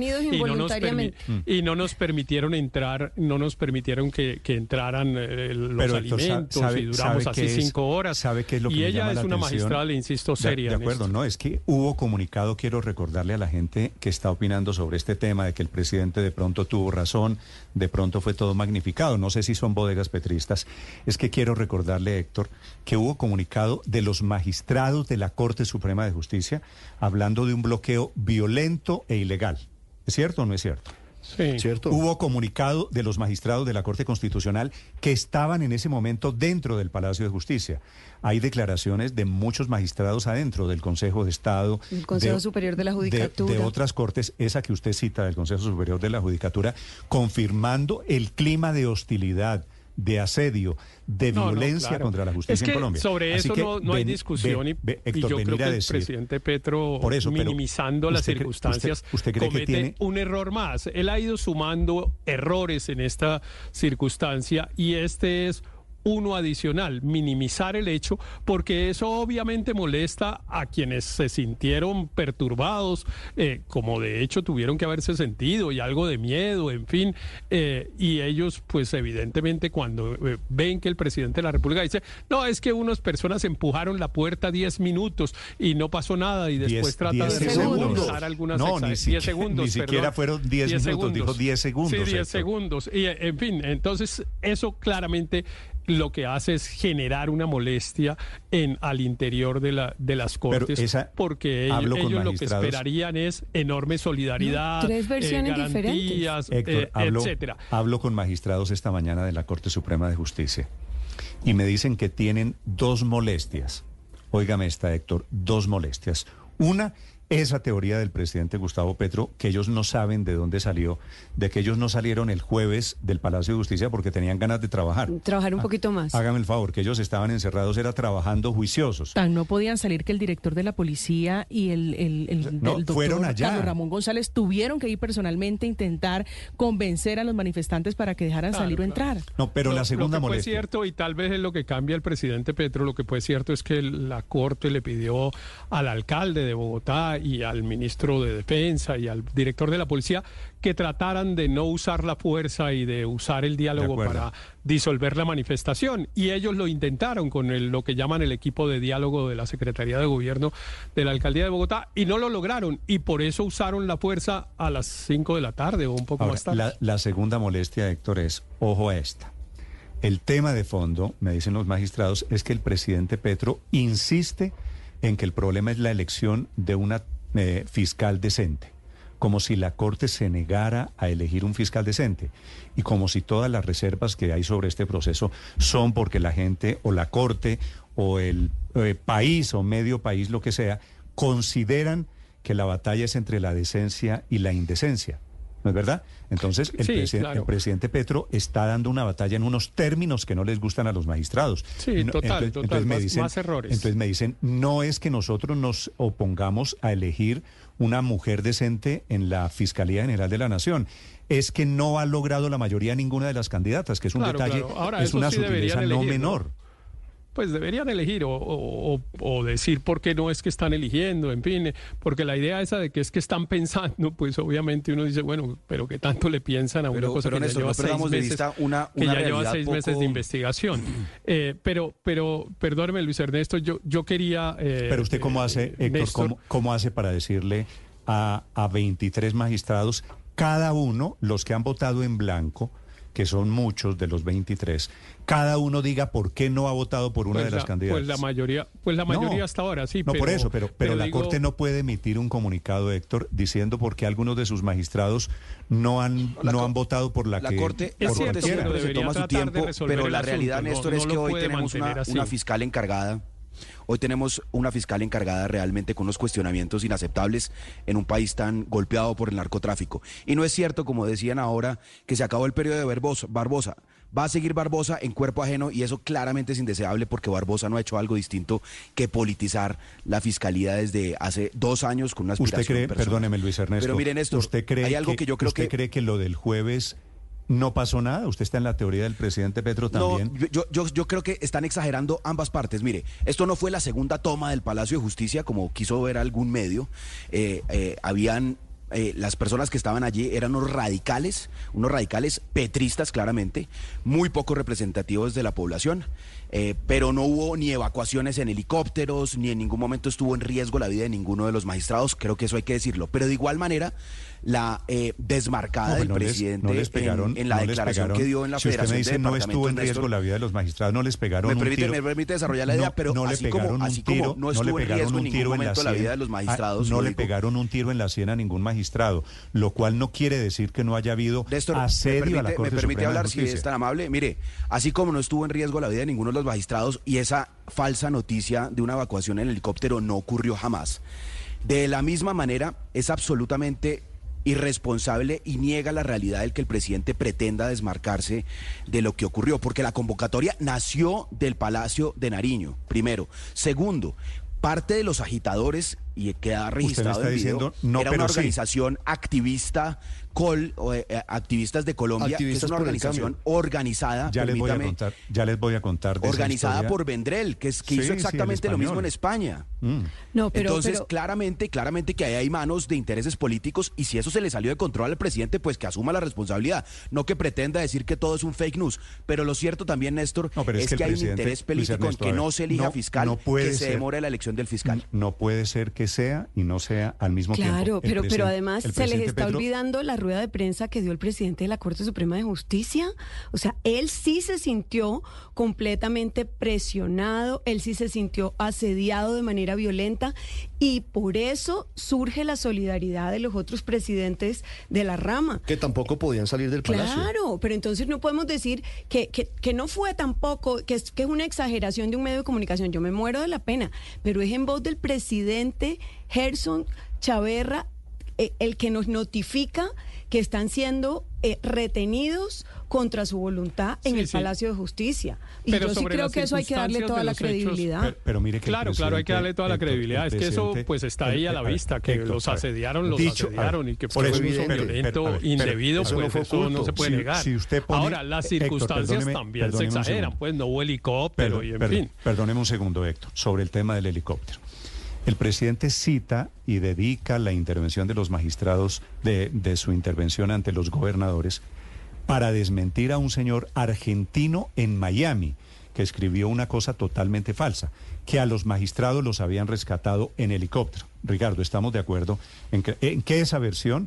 y no nos permitieron entrar, que entraran los alimentos y duramos así 5 horas. ¿Sabe qué es lo que y ella es una atención? Magistrada, le insisto, seria. De acuerdo, no, es que hubo comunicado, quiero recordarle a la gente que está opinando sobre este tema de que el presidente de pronto tuvo razón, de pronto fue todo magnificado, no sé si son bodegas petristas, es que quiero recordarle, Héctor, que hubo comunicado de los magistrados de la Corte Suprema de Justicia hablando de un bloqueo violento e ilegal. ¿Es cierto o no es cierto? Sí. ¿Cierto? Hubo comunicado de los magistrados de la Corte Constitucional que estaban en ese momento dentro del Palacio de Justicia. Hay declaraciones de muchos magistrados adentro del Consejo de Estado. El Consejo Superior de la Judicatura. De otras cortes, esa que usted cita del Consejo Superior de la Judicatura, confirmando el clima de hostilidad, de asedio, de violencia contra la justicia en Colombia. Sobre eso no hay discusión Héctor, y yo creo que el presidente Petro, minimizando las circunstancias, ¿usted cree comete que tiene un error más. Él ha ido sumando errores en esta circunstancia y este es uno adicional, minimizar el hecho, porque eso obviamente molesta a quienes se sintieron perturbados, como de hecho tuvieron que haberse sentido, y algo de miedo, en fin, y ellos pues evidentemente cuando ven que el presidente de la República dice, no, es que unas personas empujaron la puerta 10 minutos y no pasó nada, y después trata de minimizar algunas... No, ni 10 segundos, ni siquiera fueron 10 minutos, segundos. Dijo 10 segundos. Sí, 10 segundos. Y, en fin, entonces eso claramente lo que hace es generar una molestia al interior de las Cortes, porque ellos lo que esperarían es enorme solidaridad, tres versiones garantías, Héctor, etcétera. Hablo con magistrados esta mañana de la Corte Suprema de Justicia y me dicen que tienen dos molestias. Óigame esta, Héctor, dos molestias. Una, esa teoría del presidente Gustavo Petro, que ellos no saben de dónde salió, de que ellos no salieron el jueves del Palacio de Justicia porque tenían ganas de trabajar. Trabajar un poquito más. Hágame el favor, que ellos estaban encerrados, era trabajando juiciosos. Tan no podían salir que el director de la policía y el doctor fueron allá. Carlos Ramón González tuvieron que ir personalmente a intentar convencer a los manifestantes para que dejaran salir o entrar. No, pero la segunda molestia. Lo que fue cierto, y tal vez es lo que cambia el presidente Petro, lo que fue cierto es que la Corte le pidió al alcalde de Bogotá y al ministro de Defensa y al director de la policía que trataran de no usar la fuerza y de usar el diálogo para disolver la manifestación. Y ellos lo intentaron con lo que llaman el equipo de diálogo de la Secretaría de Gobierno de la Alcaldía de Bogotá y no lo lograron. Y por eso usaron la fuerza a las 5 de la tarde o un poco más tarde. La segunda molestia, Héctor, es, ojo a esta. El tema de fondo, me dicen los magistrados, es que el presidente Petro insiste en que el problema es la elección de una fiscal decente, como si la Corte se negara a elegir un fiscal decente y como si todas las reservas que hay sobre este proceso son porque la gente o la Corte o el país o medio país, lo que sea, consideran que la batalla es entre la decencia y la indecencia. ¿No es verdad? Entonces, el presidente Petro está dando una batalla en unos términos que no les gustan a los magistrados. Sí, total, más errores. Entonces me dicen, no es que nosotros nos opongamos a elegir una mujer decente en la Fiscalía General de la Nación. Es que no ha logrado la mayoría ninguna de las candidatas, que es un detalle, Ahora, es una sutileza no elegir, menor. Pues deberían elegir o decir por qué no es que están eligiendo, en fin, porque la idea esa de que es que están pensando, pues obviamente uno dice, bueno, pero ¿qué tanto le piensan a una cosa que ya lleva 6 meses, que ya lleva 6 meses de investigación? Pero perdóneme, Luis Ernesto, yo quería... pero usted cómo hace, Héctor, ¿cómo hace para decirle a 23 magistrados, cada uno, los que han votado en blanco, que son muchos de los 23, cada uno diga por qué no ha votado por una de las candidatas? Pues la mayoría hasta ahora, sí. No, por eso, pero la Corte no puede emitir un comunicado, Héctor, diciendo por qué algunos de sus magistrados no han votado por la Corte. La Corte se toma su tiempo, pero la realidad, Néstor, es que hoy tenemos una fiscal encargada. Hoy tenemos una fiscal encargada realmente con unos cuestionamientos inaceptables en un país tan golpeado por el narcotráfico. Y no es cierto, como decían ahora, que se acabó el periodo de Barbosa. Va a seguir Barbosa en cuerpo ajeno y eso claramente es indeseable porque Barbosa no ha hecho algo distinto que politizar la fiscalía desde hace 2 años con una aspiración personal. Perdóneme, Luis Ernesto, pero miren esto, hay algo que yo creo ¿usted cree que lo del jueves no pasó nada? ¿Usted está en la teoría del presidente Petro también? No, yo creo que están exagerando ambas partes. Mire, esto no fue la segunda toma del Palacio de Justicia, como quiso ver algún medio. Las personas que estaban allí eran unos radicales petristas claramente, muy poco representativos de la población, pero no hubo ni evacuaciones en helicópteros, ni en ningún momento estuvo en riesgo la vida de ninguno de los magistrados, creo que eso hay que decirlo, pero de igual manera la desmarcada del presidente en la declaración que dio en la Federación de Departamentos. No estuvo en riesgo la vida de los magistrados, no les pegaron un tiro. Me permite desarrollar la idea, pero así como no estuvo en riesgo en ningún momento la vida de los magistrados. No le pegaron un tiro en la sien a ningún magistrado, lo cual no quiere decir que no haya habido asedio a la Corte Suprema de Justicia. ¿Me permite hablar, si es tan amable? Mire, así como no estuvo en riesgo la vida de ninguno de los magistrados y esa falsa noticia de una evacuación en helicóptero no ocurrió jamás, de la misma manera es absolutamente irresponsable y niega la realidad del que el presidente pretenda desmarcarse de lo que ocurrió, porque la convocatoria nació del Palacio de Nariño, primero. Segundo, parte de los agitadores y queda registrado está en video, diciendo, no, era pero una organización activista, Activistas de Colombia, que es una organización organizada, ya les voy a contar de organizada por Vendrell, que hizo exactamente lo mismo en España. No, Entonces, claramente que ahí hay manos de intereses políticos, y si eso se le salió de control al presidente, pues que asuma la responsabilidad, no que pretenda decir que todo es un fake news. Pero lo cierto también, Néstor, es que hay un interés político en que no se elija fiscal, que se demore la elección del fiscal. No puede ser que sea y no sea al mismo tiempo. Claro, pero además se les está Petro olvidando la rueda de prensa que dio el presidente de la Corte Suprema de Justicia. O sea, él sí se sintió completamente presionado, él sí se sintió asediado de manera violenta, y por eso surge la solidaridad de los otros presidentes de la rama. Que tampoco podían salir del palacio. Claro, pero entonces no podemos decir que no fue tampoco, que es una exageración de un medio de comunicación. Yo me muero de la pena, pero es en voz del presidente Gerson Chaverra, el que nos notifica que están siendo retenidos contra su voluntad en el Palacio de Justicia. Y pero yo sí creo que eso hay que darle toda la credibilidad. Pero mire que claro, hay que darle toda la credibilidad. Es que eso pues está ahí a la vista, que los asediaron y que fue un uso violento, indebido, pues eso no se puede negar. Ahora, las circunstancias también se exageran, pues no hubo helicóptero y en fin. Perdóneme un segundo, Héctor, sobre el tema del helicóptero. El presidente cita y dedica la intervención de los magistrados de su intervención ante los gobernadores para desmentir a un señor argentino en Miami que escribió una cosa totalmente falsa, que a los magistrados los habían rescatado en helicóptero. Ricardo, ¿estamos de acuerdo en que esa versión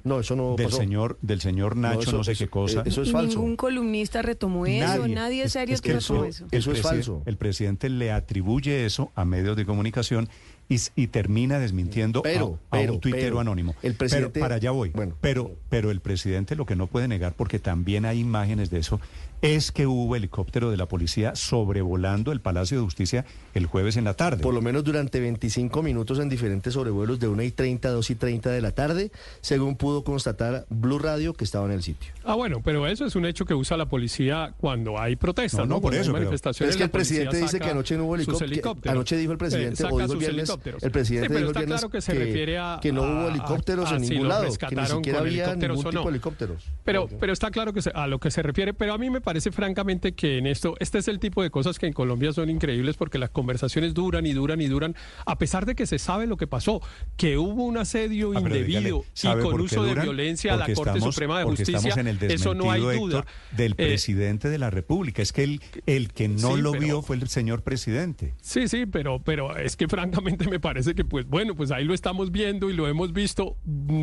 del señor Nacho, no sé qué cosa? Eso es falso. Ningún columnista retomó eso, nadie serio retomó eso. Eso es falso. El presidente le atribuye eso a medios de comunicación y termina desmintiendo a un tuitero anónimo. Pero para allá voy. Bueno, pero el presidente lo que no puede negar, porque también hay imágenes de eso, es que hubo helicóptero de la policía sobrevolando el Palacio de Justicia el jueves en la tarde. Por lo menos durante 25 minutos en diferentes sobrevuelos de 1:30 a 2:30 de la tarde, según pudo constatar Blue Radio, que estaba en el sitio. Bueno, pero eso es un hecho que usa la policía cuando hay protestas, ¿no? Por eso, manifestaciones. Es que el presidente dice que anoche no hubo helicóptero. Anoche dijo el presidente, o dijo el viernes, el presidente dijo el viernes claro que se refiere a que no hubo helicópteros en ningún lado, que ni siquiera había ningún tipo de helicópteros. Pero está claro que a lo que se refiere, pero a mí me parece francamente que en este es el tipo de cosas que en Colombia son increíbles, porque las conversaciones duran, a pesar de que se sabe lo que pasó, que hubo un asedio indebido y con uso de violencia a la Corte Suprema de Justicia, eso no hay duda. Héctor, del presidente de la República, es que el que no lo vio fue el señor presidente. Sí, pero es que francamente me parece que pues ahí lo estamos viendo y lo hemos visto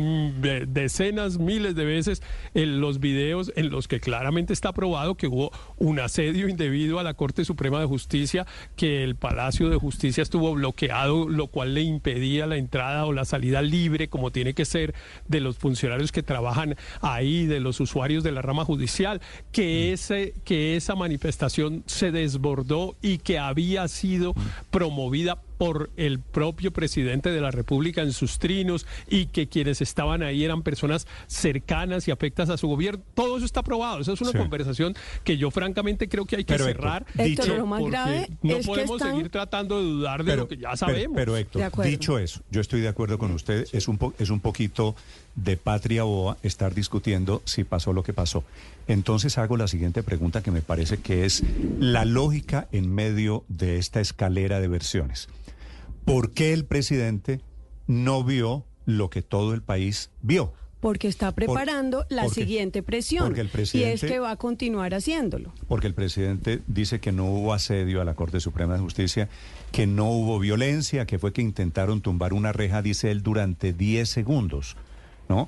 decenas, miles de veces en los videos en los que claramente está probado que hubo un asedio indebido a la Corte Suprema de Justicia, que el Palacio de Justicia estuvo bloqueado, lo cual le impedía la entrada o la salida libre, como tiene que ser, de los funcionarios que trabajan ahí, de los usuarios de la rama judicial, que esa manifestación se desbordó y que había sido promovida por el propio presidente de la República en sus trinos, y que quienes estaban ahí eran personas cercanas y afectas a su gobierno. Todo eso está probado. Esa es una conversación que yo francamente creo que hay que cerrar. Héctor, lo más grave no podemos seguir tratando de dudar de lo que ya sabemos. Pero Héctor, dicho eso, yo estoy de acuerdo con usted. Es un poquito de patria boba estar discutiendo si pasó lo que pasó. Entonces hago la siguiente pregunta, que me parece que es la lógica en medio de esta escalera de versiones. ¿Por qué el presidente no vio lo que todo el país vio? Porque está preparando la siguiente presión, y es que va a continuar haciéndolo. Porque el presidente dice que no hubo asedio a la Corte Suprema de Justicia, que no hubo violencia, que fue que intentaron tumbar una reja, dice él, durante 10 segundos, ¿no?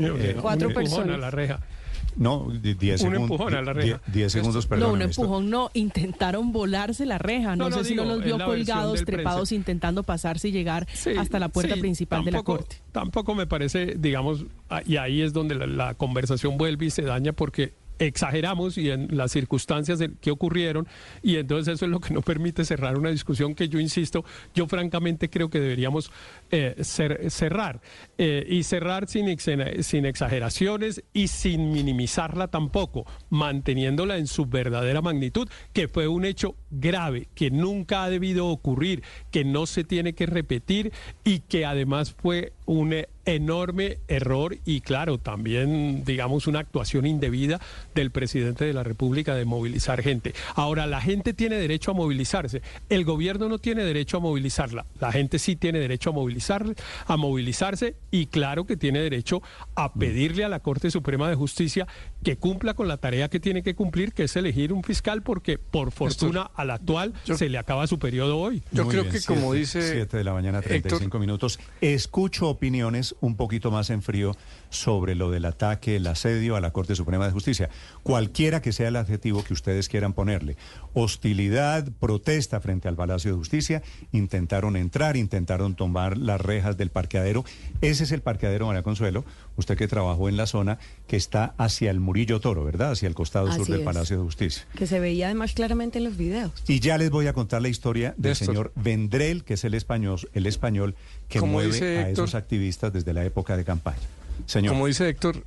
4 personas a la reja. No, 10 segundos. Un empujón a la reja. 10 segundos, perdón. No, un empujón no, intentaron volarse la reja. No sé si no los vio colgados, trepados, intentando pasarse y llegar hasta la puerta principal de la Corte. Tampoco me parece, digamos, y ahí es donde la conversación vuelve y se daña, porque exageramos y en las circunstancias que ocurrieron, y entonces eso es lo que no permite cerrar una discusión que yo insisto, yo francamente creo que deberíamos cerrar y cerrar sin exageraciones y sin minimizarla tampoco, manteniéndola en su verdadera magnitud, que fue un hecho grave, que nunca ha debido ocurrir, que no se tiene que repetir y que además fue un enorme error y claro, también digamos una actuación indebida del presidente de la República de movilizar gente. Ahora, la gente tiene derecho a movilizarse, el gobierno no tiene derecho a movilizarla, la gente sí tiene derecho a movilizarse y claro que tiene derecho a pedirle a la Corte Suprema de Justicia que cumpla con la tarea que tiene que cumplir, que es elegir un fiscal, porque por fortuna al actual se le acaba su periodo hoy. Yo creo que como dice 7 de la mañana, 35 Héctor, minutos, escucho opiniones un poquito más en frío sobre lo del ataque, el asedio a la Corte Suprema de Justicia. Cualquiera que sea el adjetivo que ustedes quieran ponerle, hostilidad, protesta frente al Palacio de Justicia, intentaron entrar, intentaron tomar las rejas del parqueadero. Ese es el parqueadero, María Consuelo, usted que trabajó en la zona que está hacia el Murillo Toro, ¿verdad? Hacia el costado sur del Palacio de Justicia. Que se veía además claramente en los videos. Y ya les voy a contar la historia del señor Vendrell, que es el español que mueve a esos activistas desde la época de campaña. Señor. Como dice Héctor,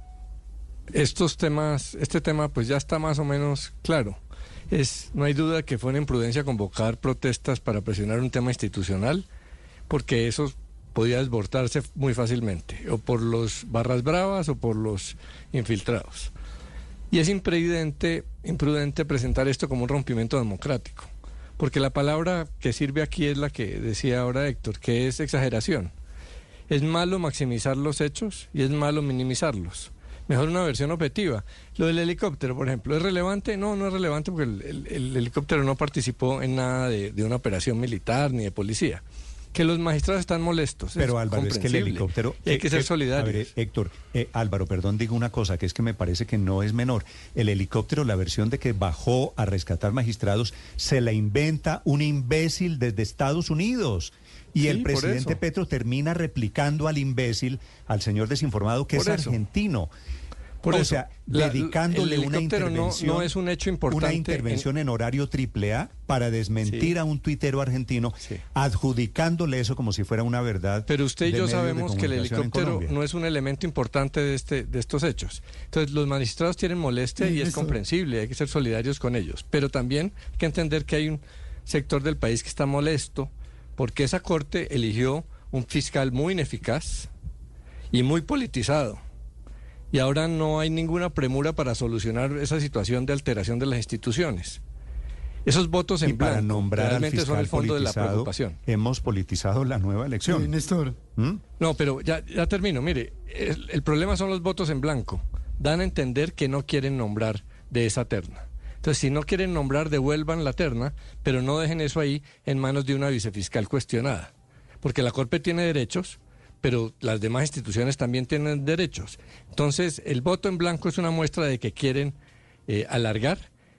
este tema pues ya está más o menos claro. No hay duda que fue una imprudencia convocar protestas para presionar un tema institucional, porque eso podía desbordarse muy fácilmente, o por los barras bravas o por los infiltrados. Y es imprudente presentar esto como un rompimiento democrático, porque la palabra que sirve aquí es la que decía ahora Héctor, que es exageración. Es malo maximizar los hechos y es malo minimizarlos. Mejor una versión objetiva. Lo del helicóptero, por ejemplo, ¿es relevante? No, no es relevante porque el helicóptero no participó en nada de una operación militar ni de policía. Que los magistrados están molestos. Pero Álvaro, es que el helicóptero... hay que ser solidarios. A ver, Héctor, Álvaro, perdón, digo una cosa, que es que me parece que no es menor. El helicóptero, la versión de que bajó a rescatar magistrados, se la inventa un imbécil desde Estados Unidos. Y el presidente Petro termina replicando al imbécil, al señor desinformado, que es argentino. Dedicándole una intervención, no es un hecho importante, una intervención en horario AAA para desmentir a un tuitero argentino, adjudicándole eso como si fuera una verdad. Pero usted y yo sabemos que el helicóptero no es un elemento importante de estos hechos. Entonces los magistrados tienen molestia y es comprensible, hay que ser solidarios con ellos. Pero también hay que entender que hay un sector del país que está molesto porque esa corte eligió un fiscal muy ineficaz y muy politizado. Y ahora no hay ninguna premura para solucionar esa situación de alteración de las instituciones. Esos votos en blanco nombrar realmente son el fondo de la preocupación. Hemos politizado la nueva elección. Néstor. No, pero ya termino. Mire, el problema son los votos en blanco. Dan a entender que no quieren nombrar de esa terna. Entonces, si no quieren nombrar, devuelvan la terna, pero no dejen eso ahí en manos de una vicefiscal cuestionada. Porque la Corte tiene derechos, pero las demás instituciones también tienen derechos. Entonces, el voto en blanco es una muestra de que quieren alargar,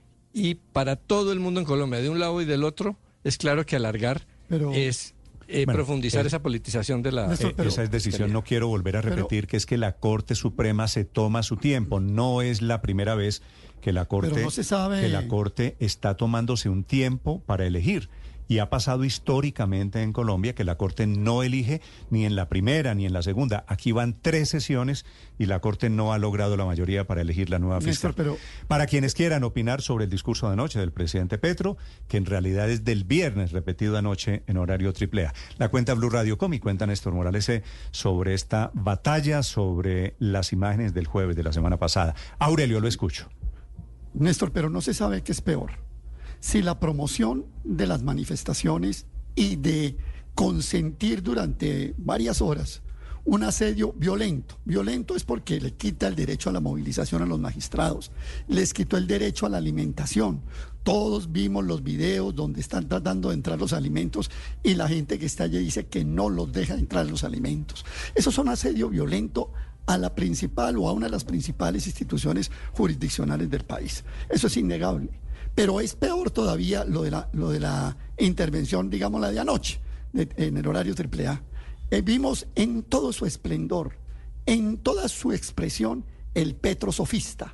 y para todo el mundo en Colombia, de un lado y del otro, es claro que alargar es profundizar esa politización de la... esa es decisión, no quiero volver a repetir, que es que la Corte Suprema se toma su tiempo. No es la primera vez que la Corte, que la Corte está tomándose un tiempo para elegir. Y ha pasado históricamente en Colombia que la Corte no elige ni en la primera ni en la segunda. Aquí van 3 sesiones y la Corte no ha logrado la mayoría para elegir la nueva fiscal. Para quienes quieran opinar sobre el discurso de anoche del presidente Petro, que en realidad es del viernes, repetido anoche en horario AAA. La cuenta Blue Radio Com y cuenta Néstor Morales sobre esta batalla, sobre las imágenes del jueves de la semana pasada. Aurelio, lo escucho. Néstor, pero no se sabe qué es peor. Si la promoción de las manifestaciones y de consentir durante varias horas un asedio violento. Violento es porque le quita el derecho a la movilización a los magistrados, les quitó el derecho a la alimentación. Todos vimos los videos donde están tratando de entrar los alimentos y la gente que está allí dice que no los deja entrar los alimentos. Eso es un asedio violento a la principal o a una de las principales instituciones jurisdiccionales del país. Eso es innegable. Pero es peor todavía lo de la intervención, digamos, la de anoche, en el horario AAA. Vimos en todo su esplendor, en toda su expresión, el Petro sofista,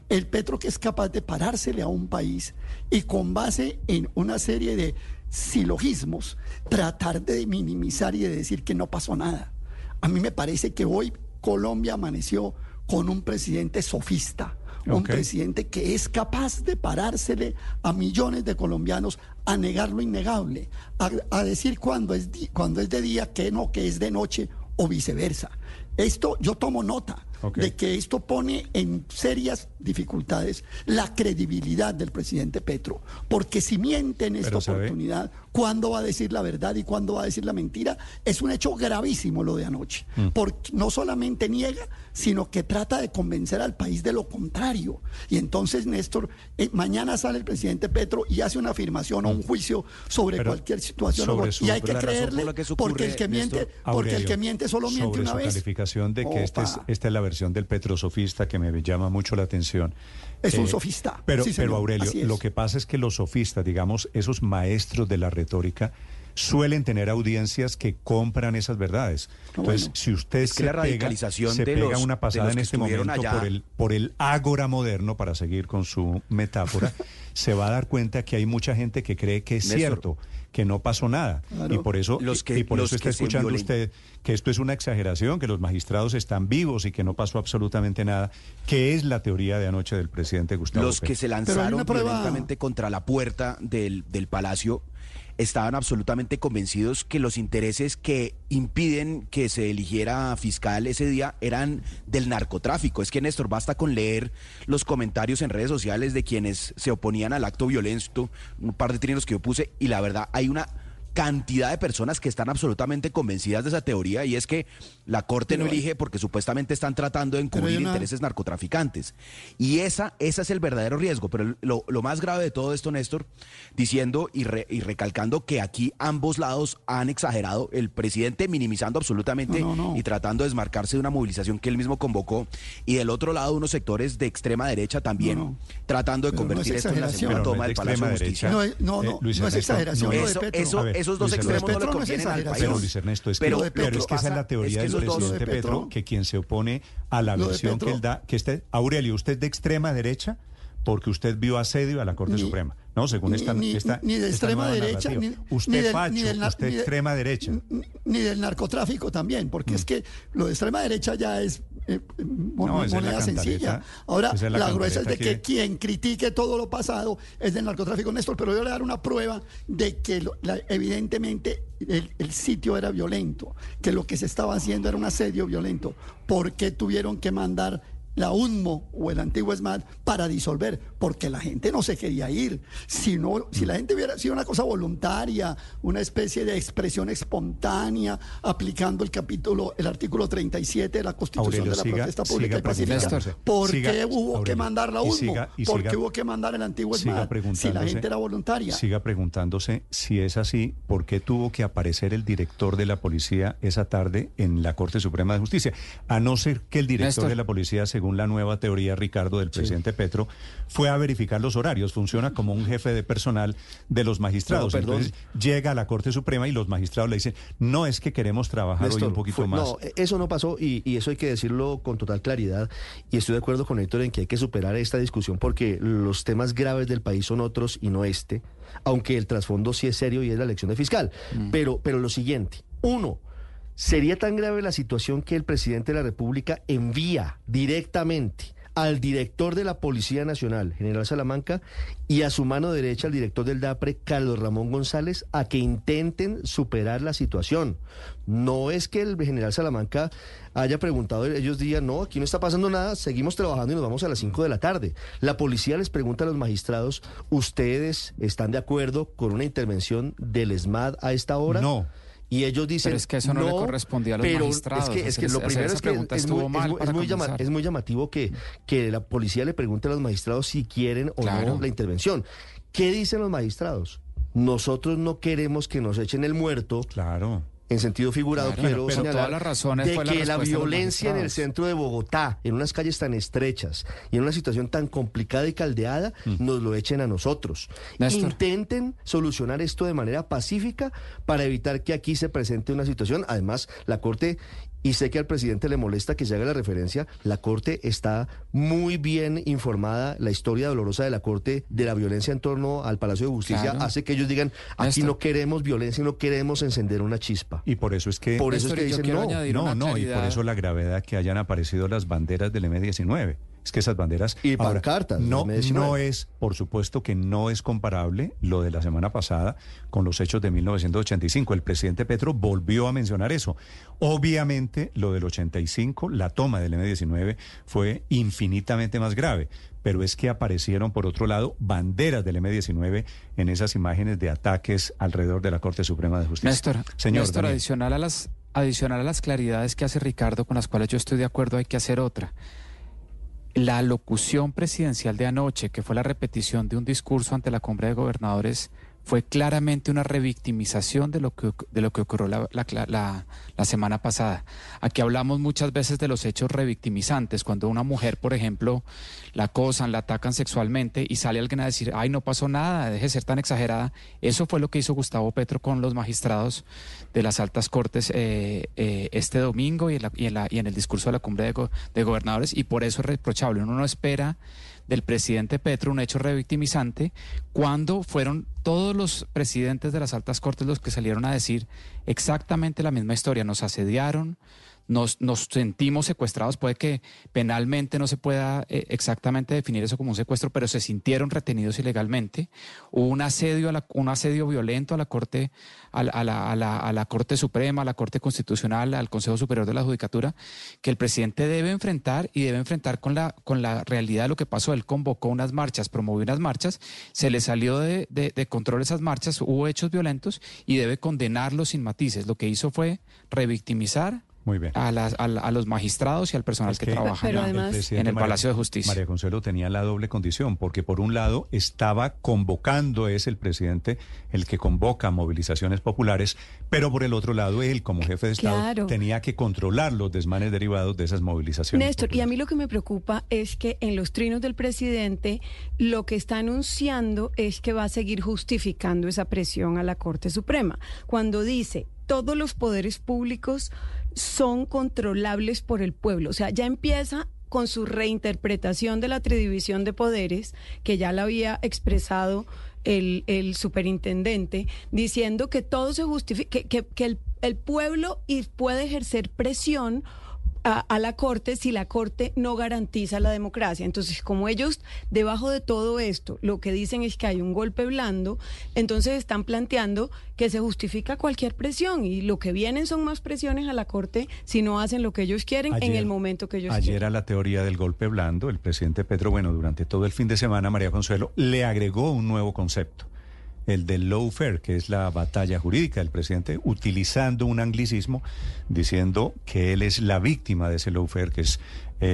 El Petro que es capaz de parársele a un país y con base en una serie de silogismos tratar de minimizar y de decir que no pasó nada. A mí me parece que hoy Colombia amaneció con un presidente sofista, un presidente que es capaz de parársele a millones de colombianos a negar lo innegable, a decir cuando es de día que no, que es de noche o viceversa. Esto yo tomo nota de que esto pone en serias dificultades la credibilidad del presidente Petro, porque si miente en esta oportunidad, ¿cuándo va a decir la verdad y cuándo va a decir la mentira? Es un hecho gravísimo lo de anoche, porque no solamente niega, sino que trata de convencer al país de lo contrario. Y entonces, Néstor, mañana sale el presidente Petro y hace una afirmación o un juicio sobre cualquier situación, y hay que creerle, porque el que miente, solo miente una vez. Calificación de que esta es la versión del petrosofista que me llama mucho la atención. Es un sofista. Pero, sí, pero Aurelio, lo que pasa es que los sofistas, digamos, esos maestros de la retórica, suelen tener audiencias que compran esas verdades. Entonces, si usted se pega una pasada en este momento por el ágora moderno, para seguir con su metáfora, se va a dar cuenta que hay mucha gente que cree que es cierto, que no pasó nada. Claro. Y por eso está escuchando usted que esto es una exageración, que los magistrados están vivos y que no pasó absolutamente nada, que es la teoría de anoche del presidente Gustavo Petro. Los que se lanzaron violentamente contra la puerta del Palacio estaban absolutamente convencidos que los intereses que impiden que se eligiera fiscal ese día eran del narcotráfico. Es que, Néstor, basta con leer los comentarios en redes sociales de quienes se oponían al acto violento, un par de trinos que yo puse, y la verdad hay una cantidad de personas que están absolutamente convencidas de esa teoría, y es que la Corte no elige porque supuestamente están tratando de encubrir intereses narcotraficantes. Y ese es el verdadero riesgo. Pero lo más grave de todo esto, Néstor, diciendo y recalcando que aquí ambos lados han exagerado, el presidente minimizando absolutamente y tratando de desmarcarse de una movilización que él mismo convocó, y del otro lado unos sectores de extrema derecha también tratando de convertir esto en la segunda toma del Palacio de Justicia. No es exageración. Esos dos extremos no le convienen al país. Pero Luis Ernesto, es que esa es la teoría del presidente Petro, que quien se opone a la versión que él da, Aurelio, usted es de extrema derecha porque usted vio asedio a la Corte Suprema, ¿no? Según esta ni de extrema derecha, usted extrema derecha. Ni del narcotráfico también, porque es que lo de extrema derecha ya es moneda sencilla. Ahora, la gruesa es de que quien critique todo lo pasado es del narcotráfico, Néstor, pero yo le voy a dar una prueba de que evidentemente el sitio era violento, que lo que se estaba haciendo era un asedio violento. ¿Por qué tuvieron que mandar la UNMO o el antiguo ESMAD para disolver? Porque la gente no se quería ir. Si la gente hubiera sido una cosa voluntaria, una especie de expresión espontánea, aplicando el artículo 37 de la Constitución de la protesta pública y pacífica, ¿por qué hubo que mandar la UNMO? ¿Por qué hubo que mandar el antiguo ESMAD? Si la gente era voluntaria. Siga preguntándose, si es así, ¿por qué tuvo que aparecer el director de la policía esa tarde en la Corte Suprema de Justicia? A no ser que el director de la policía, según la nueva teoría, Ricardo, del presidente Petro, fue a verificar los horarios, funciona como un jefe de personal de los magistrados. Entonces llega a la Corte Suprema y los magistrados le dicen, no, es que queremos trabajar hoy un poquito más. No, eso no pasó, y eso hay que decirlo con total claridad, y estoy de acuerdo con Héctor en que hay que superar esta discusión porque los temas graves del país son otros y no este, aunque el trasfondo sí es serio y es la elección de fiscal. Pero lo siguiente, ¿sería tan grave la situación que el presidente de la República envía directamente al director de la Policía Nacional, general Salamanca, y a su mano derecha al director del DAPRE, Carlos Ramón González, a que intenten superar la situación? No es que el general Salamanca haya preguntado, ellos digan, no, aquí no está pasando nada, seguimos trabajando y nos vamos a las 5 de la tarde. La policía les pregunta a los magistrados, ¿ustedes están de acuerdo con una intervención del ESMAD a esta hora? No. Y ellos dicen, pero es que eso no le correspondía a los magistrados. Es que lo primero es que es muy llamativo que la policía le pregunte a los magistrados si quieren o no la intervención. ¿Qué dicen los magistrados? Nosotros no queremos que nos echen el muerto. Claro. En sentido figurado, quiero señalar de que la violencia en el centro de Bogotá, en unas calles tan estrechas y en una situación tan complicada y caldeada, nos lo echen a nosotros. Néstor, intenten solucionar esto de manera pacífica para evitar que aquí se presente una situación. Además, la Corte y sé que al presidente le molesta que se haga la referencia, la Corte está muy bien informada. La historia dolorosa de la Corte de la violencia en torno al Palacio de Justicia hace que ellos digan, aquí no queremos violencia y no queremos encender una chispa. Y por eso es que... dicen y por eso la gravedad que hayan aparecido las banderas del M-19. Es que esas banderas... Y pancartas. No es, por supuesto que no es comparable lo de la semana pasada con los hechos de 1985. El presidente Petro volvió a mencionar eso. Obviamente, lo del 85, la toma del M-19, fue infinitamente más grave. Pero es que aparecieron, por otro lado, banderas del M-19 en esas imágenes de ataques alrededor de la Corte Suprema de Justicia. Néstor, adicional a las claridades que hace Ricardo, con las cuales yo estoy de acuerdo, hay que hacer otra. La locución presidencial de anoche, que fue la repetición de un discurso ante la Cumbre de Gobernadores, fue claramente una revictimización de lo que ocurrió la semana pasada. Aquí hablamos muchas veces de los hechos revictimizantes, cuando una mujer, por ejemplo, la acosan, la atacan sexualmente y sale alguien a decir, ay, no pasó nada, deje de ser tan exagerada. Eso fue lo que hizo Gustavo Petro con los magistrados de las altas cortes este domingo y en el discurso de la Cumbre de Gobernadores, y por eso es reprochable. Uno no espera del presidente Petro un hecho revictimizante cuando fueron todos los presidentes de las altas cortes los que salieron a decir exactamente la misma historia. Nos asediaron, nos sentimos secuestrados. Puede que penalmente no se pueda exactamente definir eso como un secuestro, pero se sintieron retenidos ilegalmente. Hubo un asedio violento a la Corte, a la Corte Suprema, a la Corte Constitucional, al Consejo Superior de la Judicatura, que el presidente debe enfrentar con la realidad de lo que pasó. Él convocó unas marchas, promovió unas marchas, se le salió de control esas marchas, hubo hechos violentos y debe condenarlos sin matices. Lo que hizo fue revictimizar Muy bien. a los magistrados y al personal que trabaja en el Palacio de Justicia. María Consuelo tenía la doble condición, porque por un lado estaba convocando, es el presidente el que convoca movilizaciones populares, pero por el otro lado él, como jefe de Estado, tenía que controlar los desmanes derivados de esas movilizaciones. Néstor, populares. Y a mí lo que me preocupa es que en los trinos del presidente lo que está anunciando es que va a seguir justificando esa presión a la Corte Suprema. Cuando dice, todos los poderes públicos son controlables por el pueblo. O sea, ya empieza con su reinterpretación de la tridivisión de poderes, que ya la había expresado el superintendente, diciendo que todo se justifica, que el pueblo puede ejercer presión a la Corte si la Corte no garantiza la democracia. Entonces, como ellos, debajo de todo esto, lo que dicen es que hay un golpe blando, entonces están planteando que se justifica cualquier presión, y lo que vienen son más presiones a la Corte si no hacen lo que ellos quieren en el momento que ellos quieren. Ayer a la teoría del golpe blando, el presidente Petro, durante todo el fin de semana, María Consuelo, le agregó un nuevo concepto, el del lawfare, que es la batalla jurídica del presidente, utilizando un anglicismo, diciendo que él es la víctima de ese lawfare, que es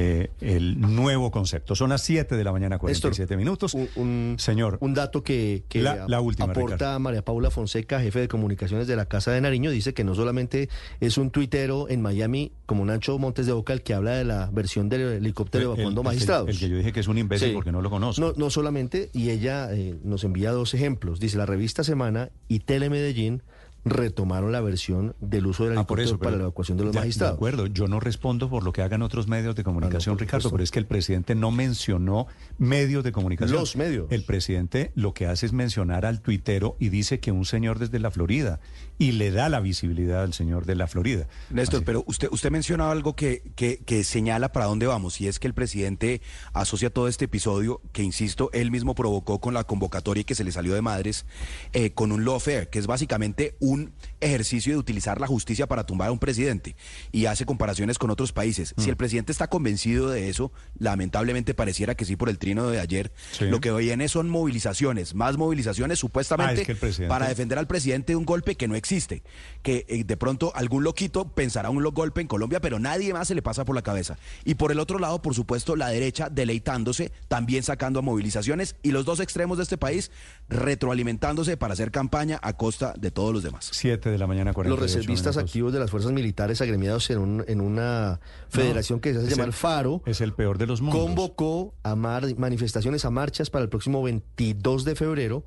el nuevo concepto. Son las 7 de la mañana, 47 minutos. Señor. Un dato que la última, aporta Ricardo. María Paula Fonseca, jefe de comunicaciones de la Casa de Nariño, dice que no solamente es un tuitero en Miami como Nacho Montes de Oca el que habla de la versión del helicóptero evacuando magistrados. El que yo dije que es un imbécil porque no lo conozco. No solamente, y ella nos envía 2 ejemplos. Dice, la revista Semana y Telemedellín retomaron la versión del uso del helicóptero para la evacuación de los magistrados. De acuerdo, yo no respondo por lo que hagan otros medios de comunicación, Ricardo, pero es que el presidente no mencionó medios de comunicación. Los medios. El presidente lo que hace es mencionar al tuitero y dice que un señor desde la Florida, y le da la visibilidad al señor de la Florida. Néstor, pero usted mencionaba algo que señala para dónde vamos, y es que el presidente asocia todo este episodio, que insisto, él mismo provocó con la convocatoria y que se le salió de madres, con un lawfare, que es básicamente un ejercicio de utilizar la justicia para tumbar a un presidente, y hace comparaciones con otros países. Si el presidente está convencido de eso, lamentablemente pareciera que sí, por el trino de ayer, lo que viene son movilizaciones, más movilizaciones supuestamente para defender al presidente de un golpe que no existe, que de pronto algún loquito pensará un golpe en Colombia, pero nadie más se le pasa por la cabeza. Y por el otro lado, por supuesto, la derecha deleitándose, también sacando a movilizaciones, y los dos extremos de este país retroalimentándose para hacer campaña a costa de todos los demás. 7 de la mañana, 48 Los reservistas minutos. activos de las fuerzas militares agremiados en una federación que se hace llamar FARO. Es el peor de los mundos. Convocó a manifestaciones, a marchas para el próximo 22 de febrero,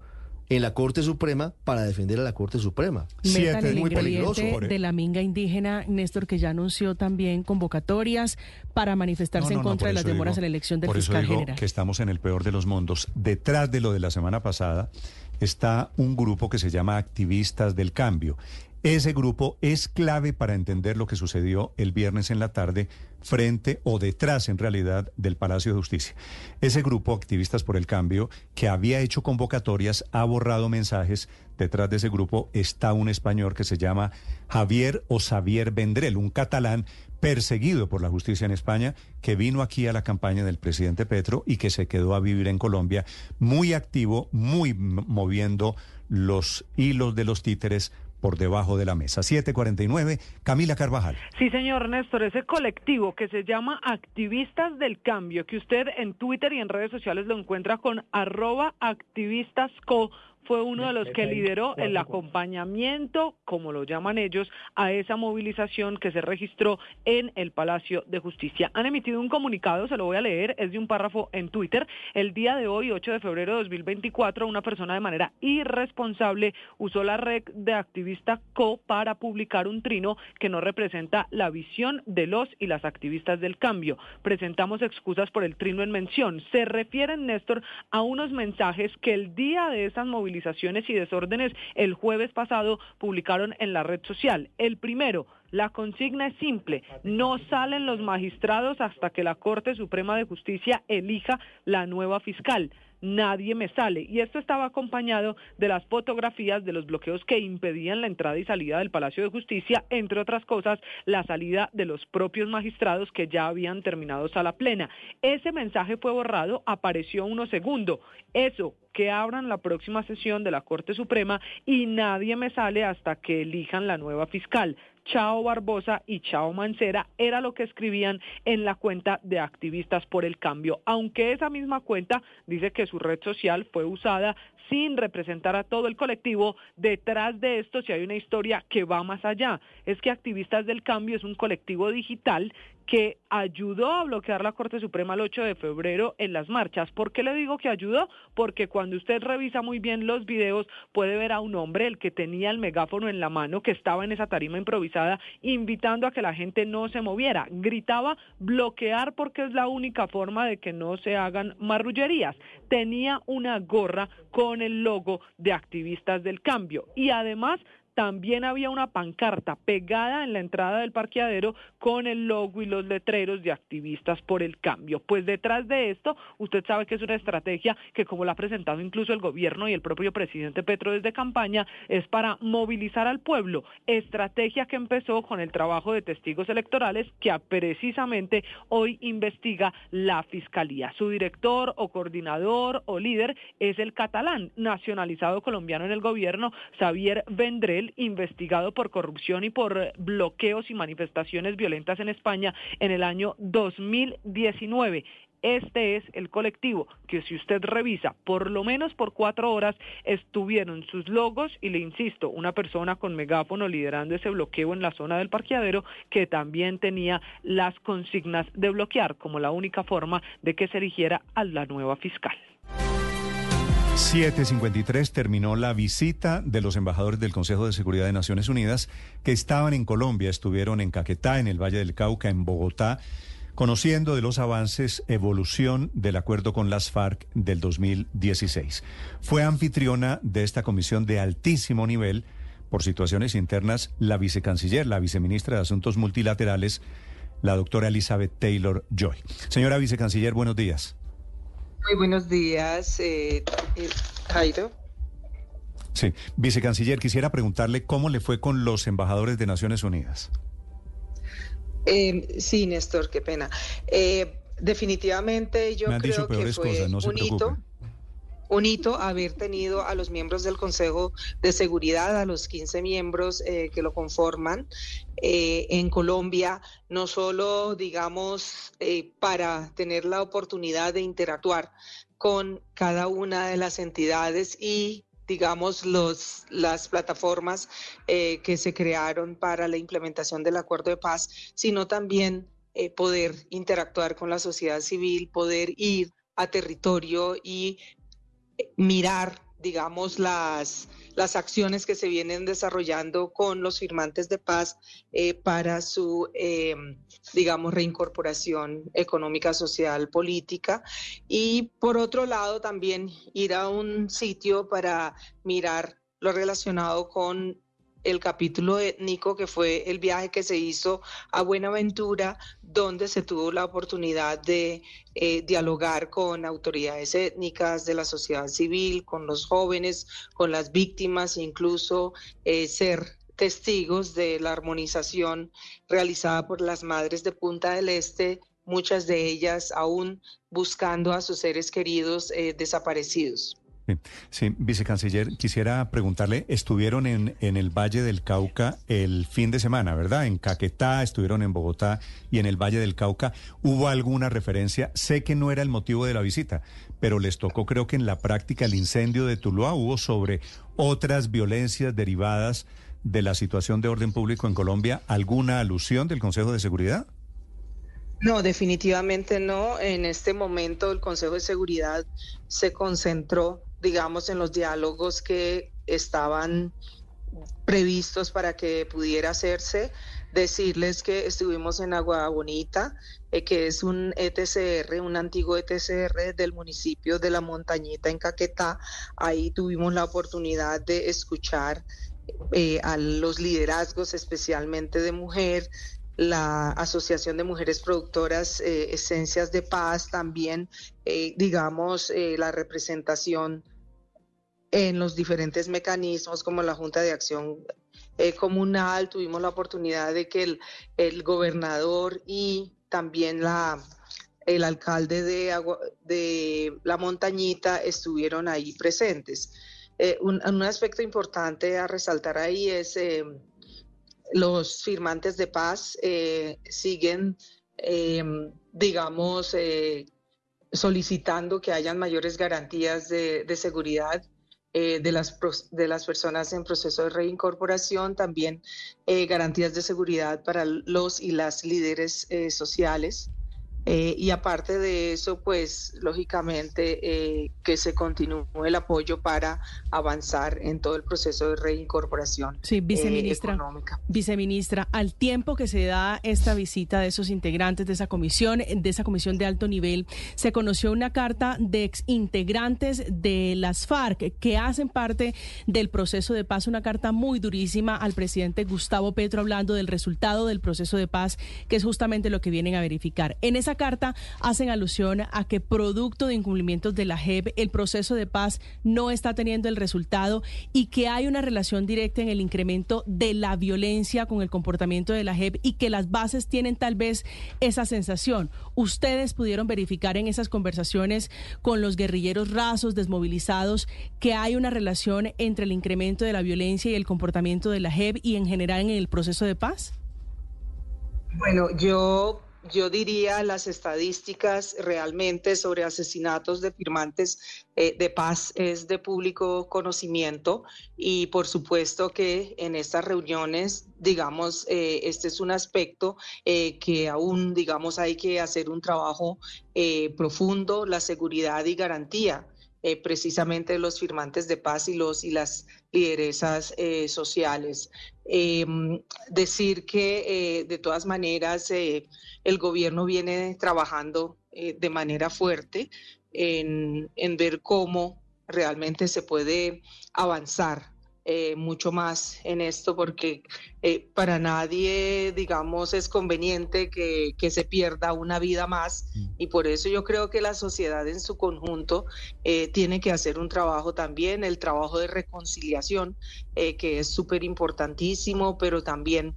en la Corte Suprema para defender a la Corte Suprema. Metan el muy peligroso. De la minga indígena, Néstor, que ya anunció también convocatorias para manifestarse en contra de las demoras en la elección del fiscal general. Por eso digo que estamos en el peor de los mundos. Detrás de lo de la semana pasada está un grupo que se llama Activistas del Cambio. Ese grupo es clave para entender lo que sucedió el viernes en la tarde frente o detrás, en realidad, del Palacio de Justicia. Ese grupo, Activistas por el Cambio, que había hecho convocatorias, ha borrado mensajes. Detrás de ese grupo está un español que se llama Javier o Xavier Vendrell, un catalán perseguido por la justicia en España, que vino aquí a la campaña del presidente Petro y que se quedó a vivir en Colombia, muy activo, muy moviendo los hilos de los títeres por debajo de la mesa. 7:49, Camila Carvajal. Sí, señor Néstor, ese colectivo que se llama Activistas del Cambio, que usted en Twitter y en redes sociales lo encuentra con @activistasco, fue uno de los que lideró el acompañamiento, como lo llaman ellos, a esa movilización que se registró en el Palacio de Justicia. Han emitido un comunicado, se lo voy a leer, es de un párrafo en Twitter. El día de hoy, 8 de febrero de 2024, una persona de manera irresponsable usó la red de Activista Co para publicar un trino que no representa la visión de los y las activistas del cambio. Presentamos excusas por el trino en mención. Se refieren, Néstor, a unos mensajes que el día de esas movilizaciones y desórdenes el jueves pasado publicaron en la red social. El primero: la consigna es simple, no salen los magistrados hasta que la Corte Suprema de Justicia elija la nueva fiscal. Nadie me sale. Y esto estaba acompañado de las fotografías de los bloqueos que impedían la entrada y salida del Palacio de Justicia, entre otras cosas, la salida de los propios magistrados que ya habían terminado sala plena. Ese mensaje fue borrado, apareció uno segundo. Eso, que abran la próxima sesión de la Corte Suprema y nadie me sale hasta que elijan la nueva fiscal. Chao Barbosa y chao Mancera, era lo que escribían en la cuenta de Activistas por el Cambio, aunque esa misma cuenta dice que su red social fue usada sin representar a todo el colectivo. Detrás de esto sí hay una historia que va más allá. Es que Activistas del Cambio es un colectivo digital que ayudó a bloquear la Corte Suprema el 8 de febrero en las marchas. ¿Por qué le digo que ayudó? Porque cuando usted revisa muy bien los videos, puede ver a un hombre, el que tenía el megáfono en la mano, que estaba en esa tarima improvisada, invitando a que la gente no se moviera. Gritaba bloquear porque es la única forma de que no se hagan marrullerías. Tenía una gorra con el logo de Activistas del Cambio y además también había una pancarta pegada en la entrada del parqueadero con el logo y los letreros de Activistas por el Cambio. Pues detrás de esto, usted sabe que es una estrategia que, como la ha presentado incluso el gobierno y el propio presidente Petro desde campaña, es para movilizar al pueblo. Estrategia que empezó con el trabajo de testigos electorales que precisamente hoy investiga la Fiscalía. Su director o coordinador o líder es el catalán nacionalizado colombiano en el gobierno, Xavier Vendrell, investigado por corrupción y por bloqueos y manifestaciones violentas en España en el año 2019. Este es el colectivo que, si usted revisa, por lo menos por 4 horas estuvieron sus logos y, le insisto, una persona con megáfono liderando ese bloqueo en la zona del parqueadero que también tenía las consignas de bloquear como la única forma de que se eligiera a la nueva fiscal. 7:53 terminó la visita de los embajadores del Consejo de Seguridad de Naciones Unidas que estaban en Colombia, estuvieron en Caquetá, en el Valle del Cauca, en Bogotá, conociendo de los avances, evolución del acuerdo con las FARC del 2016. Fue anfitriona de esta comisión de altísimo nivel por situaciones internas la vicecanciller, la viceministra de Asuntos Multilaterales, la doctora Elizabeth Taylor-Joy. Señora vicecanciller, buenos días. Muy buenos días, Jairo. Sí, vicecanciller, quisiera preguntarle cómo le fue con los embajadores de Naciones Unidas. Sí, Néstor, qué pena. Definitivamente yo creo que fue cosas, no un hito haber tenido a los miembros del Consejo de Seguridad, a los 15 miembros que lo conforman en Colombia, no solo, digamos, para tener la oportunidad de interactuar con cada una de las entidades y, digamos, las plataformas que se crearon para la implementación del acuerdo de paz, sino también poder interactuar con la sociedad civil, poder ir a territorio y mirar digamos, las acciones que se vienen desarrollando con los firmantes de paz para su, digamos, reincorporación económica, social, política. Y por otro lado, también ir a un sitio para mirar lo relacionado con el capítulo étnico, que fue el viaje que se hizo a Buenaventura, donde se tuvo la oportunidad de dialogar con autoridades étnicas de la sociedad civil, con los jóvenes, con las víctimas, e incluso ser testigos de la armonización realizada por las madres de Punta del Este, muchas de ellas aún buscando a sus seres queridos desaparecidos. Sí, vicecanciller, quisiera preguntarle, estuvieron en el Valle del Cauca el fin de semana, ¿verdad? En Caquetá, estuvieron en Bogotá y en el Valle del Cauca. ¿Hubo alguna referencia? Sé que no era el motivo de la visita, pero les tocó, creo que en la práctica, el incendio de Tuluá. ¿Hubo sobre otras violencias derivadas de la situación de orden público en Colombia alguna alusión del Consejo de Seguridad? No, definitivamente no. En este momento el Consejo de Seguridad se concentró, digamos, en los diálogos que estaban previstos para que pudiera hacerse. Decirles que estuvimos en Agua Bonita, que es un ETCR, un antiguo ETCR del municipio de La Montañita en Caquetá. Ahí tuvimos la oportunidad de escuchar a los liderazgos, especialmente de mujer, la Asociación de Mujeres Productoras Esencias de Paz, también, digamos, la representación en los diferentes mecanismos como la Junta de Acción Comunal. Tuvimos la oportunidad de que el gobernador y también el alcalde de La Montañita estuvieron ahí presentes. Un aspecto importante a resaltar ahí es los firmantes de paz siguen, digamos, solicitando que hayan mayores garantías de seguridad de las personas en proceso de reincorporación, también garantías de seguridad para los y las líderes sociales. Y aparte de eso, pues lógicamente que se continúe el apoyo para avanzar en todo el proceso de reincorporación económica. Viceministra, al tiempo que se da esta visita de esos integrantes de esa comisión de alto nivel, se conoció una carta de exintegrantes de las FARC que hacen parte del proceso de paz, una carta muy durísima al presidente Gustavo Petro hablando del resultado del proceso de paz, que es justamente lo que vienen a verificar. En esa carta hacen alusión a que producto de incumplimientos de la JEP, el proceso de paz no está teniendo el resultado y que hay una relación directa en el incremento de la violencia con el comportamiento de la JEP y que las bases tienen tal vez esa sensación. ¿Ustedes pudieron verificar en esas conversaciones con los guerrilleros rasos desmovilizados que hay una relación entre el incremento de la violencia y el comportamiento de la JEP y en general en el proceso de paz? Bueno, yo diría las estadísticas realmente sobre asesinatos de firmantes de paz es de público conocimiento y por supuesto que en estas reuniones, digamos, este es un aspecto que aún, digamos, hay que hacer un trabajo profundo, la seguridad y garantía precisamente de los firmantes de paz y las lideresas sociales. Decir que de todas maneras el gobierno viene trabajando de manera fuerte en ver cómo realmente se puede avanzar mucho más en esto, porque para nadie, digamos, es conveniente que se pierda una vida más y por eso yo creo que la sociedad en su conjunto tiene que hacer un trabajo también, el trabajo de reconciliación, que es súper importantísimo, pero también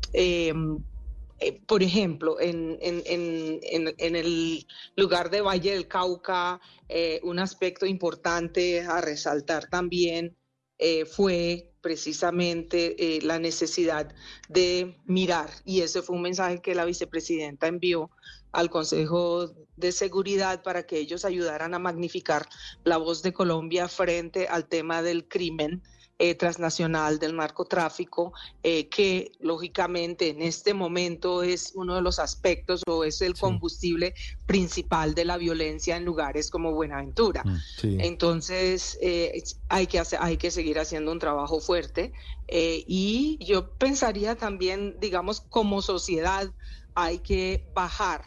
por ejemplo, en el lugar de Valle del Cauca, un aspecto importante a resaltar también fue precisamente la necesidad de mirar, y ese fue un mensaje que la vicepresidenta envió al Consejo de Seguridad para que ellos ayudaran a magnificar la voz de Colombia frente al tema del crimen transnacional del narcotráfico, que lógicamente en este momento es uno de los aspectos o es el combustible principal de la violencia en lugares como Buenaventura. Entonces hay que seguir haciendo un trabajo fuerte, y yo pensaría también, digamos, como sociedad hay que bajar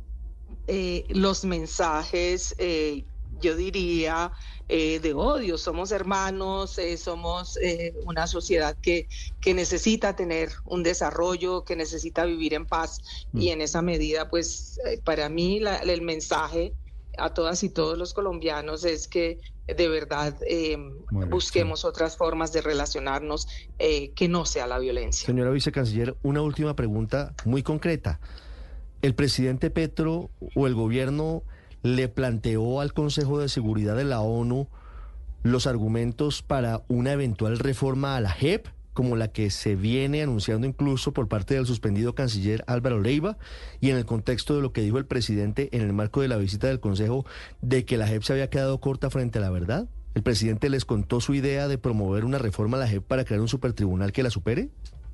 los mensajes, yo diría, de odio. Somos hermanos, somos una sociedad que necesita tener un desarrollo, que necesita vivir en paz, y en esa medida, pues, para mí el mensaje a todas y todos los colombianos es que de verdad busquemos otras formas de relacionarnos que no sea la violencia. Señora vicecanciller, una última pregunta muy concreta. ¿El presidente Petro o el gobierno le planteó al Consejo de Seguridad de la ONU los argumentos para una eventual reforma a la JEP, como la que se viene anunciando incluso por parte del suspendido canciller Álvaro Leiva, y en el contexto de lo que dijo el presidente en el marco de la visita del Consejo de que la JEP se había quedado corta frente a la verdad? ¿El presidente les contó su idea de promover una reforma a la JEP para crear un supertribunal que la supere?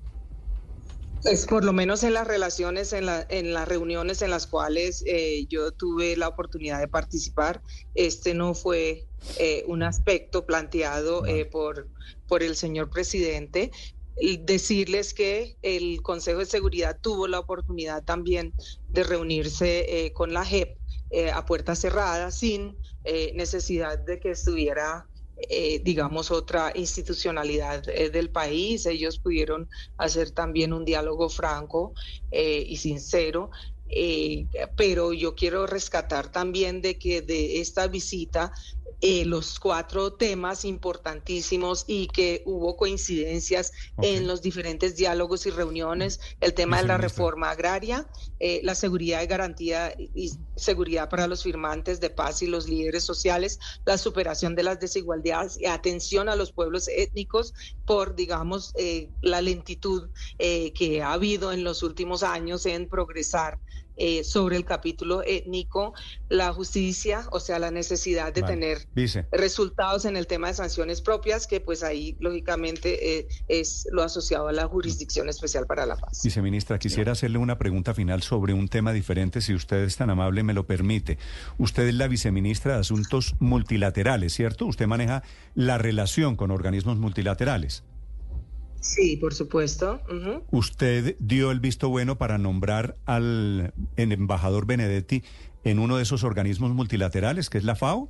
Pues por lo menos en las relaciones, en las reuniones en las cuales yo tuve la oportunidad de participar, este no fue un aspecto planteado por el señor presidente. Decirles que el Consejo de Seguridad tuvo la oportunidad también de reunirse con la JEP a puerta cerrada, sin necesidad de que estuviera digamos, otra institucionalidad del país. Ellos pudieron hacer también un diálogo franco y sincero, pero yo quiero rescatar también de que de esta visita los 4 temas importantísimos y que hubo coincidencias en los diferentes diálogos y reuniones: el tema de la reforma agraria, la seguridad y garantía y seguridad para los firmantes de paz y los líderes sociales, la superación de las desigualdades y atención a los pueblos étnicos por, digamos, la lentitud que ha habido en los últimos años en progresar sobre el capítulo étnico, la justicia, o sea, la necesidad de tener resultados en el tema de sanciones propias, que pues ahí lógicamente es lo asociado a la Jurisdicción Especial para la Paz. Viceministra, quisiera hacerle una pregunta final sobre un tema diferente, si usted es tan amable, me lo permite. Usted es la viceministra de Asuntos Multilaterales, ¿cierto? Usted maneja la relación con organismos multilaterales. Sí, por supuesto. ¿Usted dio el visto bueno para nombrar al embajador Benedetti en uno de esos organismos multilaterales, que es la FAO?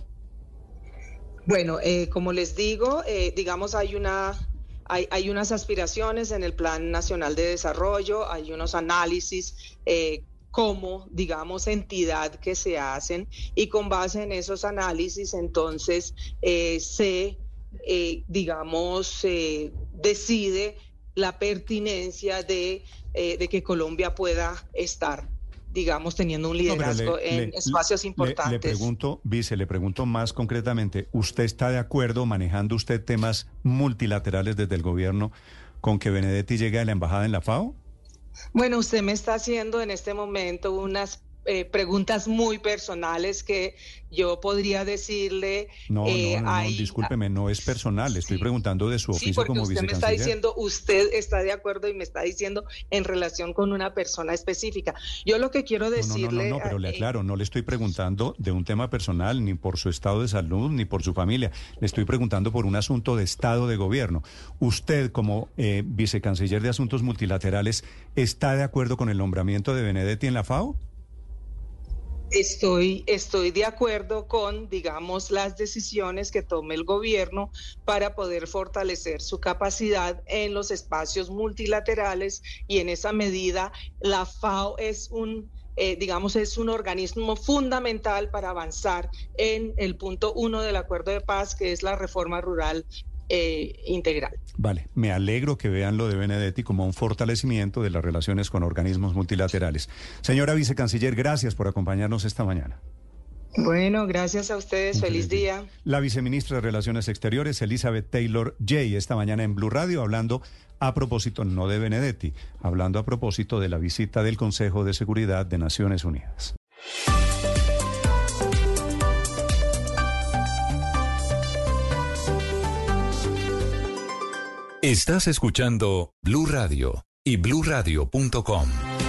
Bueno, como les digo, digamos, hay unas aspiraciones en el Plan Nacional de Desarrollo, hay unos análisis como, digamos, entidad que se hacen, y con base en esos análisis, entonces, decide la pertinencia de que Colombia pueda estar, digamos, teniendo un liderazgo en espacios importantes. Le pregunto más concretamente, ¿usted está de acuerdo, manejando usted temas multilaterales desde el gobierno, con que Benedetti llegue a la embajada en la FAO? Bueno, usted me está haciendo en este momento unas preguntas muy personales que yo podría decirle. No, discúlpeme, no es personal, estoy preguntando de su oficio como vicecanciller. Usted me está diciendo, usted está de acuerdo y me está diciendo en relación con una persona específica. Yo lo que quiero decirle... No, pero le aclaro, no le estoy preguntando de un tema personal, ni por su estado de salud, ni por su familia. Le estoy preguntando por un asunto de estado de gobierno. Usted, como vicecanciller de Asuntos Multilaterales, ¿está de acuerdo con el nombramiento de Benedetti en la FAO? Estoy de acuerdo con, digamos, las decisiones que tome el gobierno para poder fortalecer su capacidad en los espacios multilaterales, y en esa medida la FAO es un organismo fundamental para avanzar en el punto 1 del Acuerdo de Paz, que es la reforma rural integral. Vale, me alegro que vean lo de Benedetti como un fortalecimiento de las relaciones con organismos multilaterales. Señora vicecanciller, gracias por acompañarnos esta mañana. Bueno, gracias a ustedes. Feliz día. La viceministra de Relaciones Exteriores, Elizabeth Taylor Jay, esta mañana en Blue Radio, hablando a propósito, no de Benedetti, hablando a propósito de la visita del Consejo de Seguridad de Naciones Unidas. Estás escuchando Blue Radio y bluradio.com.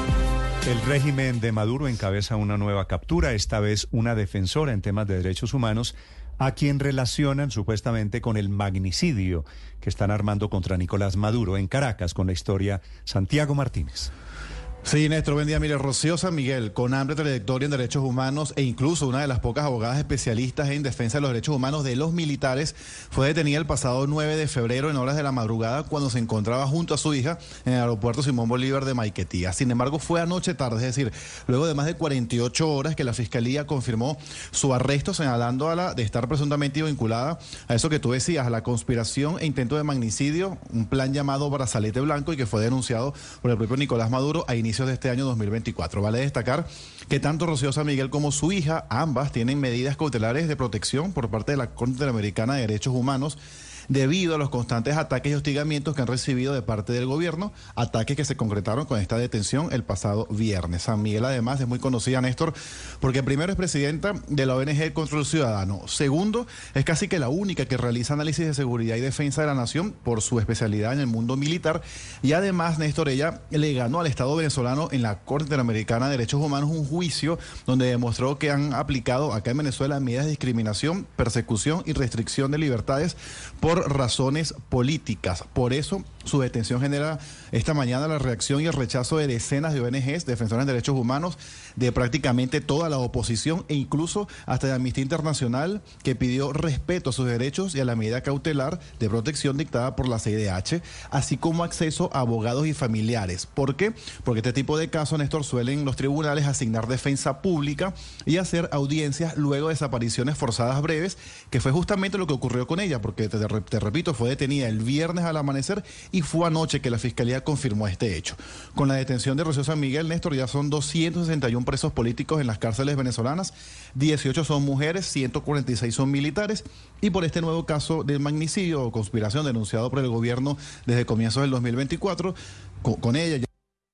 El régimen de Maduro encabeza una nueva captura, esta vez una defensora en temas de derechos humanos, a quien relacionan supuestamente con el magnicidio que están armando contra Nicolás Maduro en Caracas. Con la historia, Santiago Martínez. Sí, Néstor, buen día. Mire, Rocío San Miguel, con amplia trayectoria en derechos humanos e incluso una de las pocas abogadas especialistas en defensa de los derechos humanos de los militares, fue detenida el pasado 9 de febrero en horas de la madrugada cuando se encontraba junto a su hija en el aeropuerto Simón Bolívar de Maiquetía. Sin embargo, fue anoche tarde, es decir, luego de más de 48 horas que la Fiscalía confirmó su arresto, señalándola de estar presuntamente vinculada a eso que tú decías, a la conspiración e intento de magnicidio, un plan llamado Brazalete Blanco y que fue denunciado por el propio Nicolás Maduro a inicios de este año 2024. Vale destacar que tanto Rocío San Miguel como su hija, ambas tienen medidas cautelares de protección por parte de la Corte Interamericana de Derechos Humanos debido a los constantes ataques y hostigamientos que han recibido de parte del gobierno, ataques que se concretaron con esta detención el pasado viernes. San Miguel además es muy conocida, Néstor, porque primero es presidenta de la ONG Control Ciudadano, segundo es casi que la única que realiza análisis de seguridad y defensa de la nación por su especialidad en el mundo militar, y además, Néstor, ella le ganó al Estado venezolano en la Corte Interamericana de Derechos Humanos un juicio donde demostró que han aplicado acá en Venezuela medidas de discriminación, persecución y restricción de libertades por razones políticas. Por eso su detención genera esta mañana la reacción y el rechazo de decenas de ONGs, defensores de derechos humanos, de prácticamente toda la oposición e incluso hasta de Amnistía Internacional, que pidió respeto a sus derechos y a la medida cautelar de protección dictada por la CIDH, así como acceso a abogados y familiares. ¿Por qué? Porque este tipo de casos, Néstor, suelen los tribunales asignar defensa pública y hacer audiencias luego de desapariciones forzadas breves, que fue justamente lo que ocurrió con ella, porque te repito, fue detenida el viernes al amanecer y fue anoche que la Fiscalía confirmó este hecho. Con la detención de Rocío San Miguel, Néstor, ya son 261 presos políticos en las cárceles venezolanas, 18 son mujeres, 146 son militares, y por este nuevo caso del magnicidio o conspiración denunciado por el gobierno desde comienzos del 2024, con ella ya...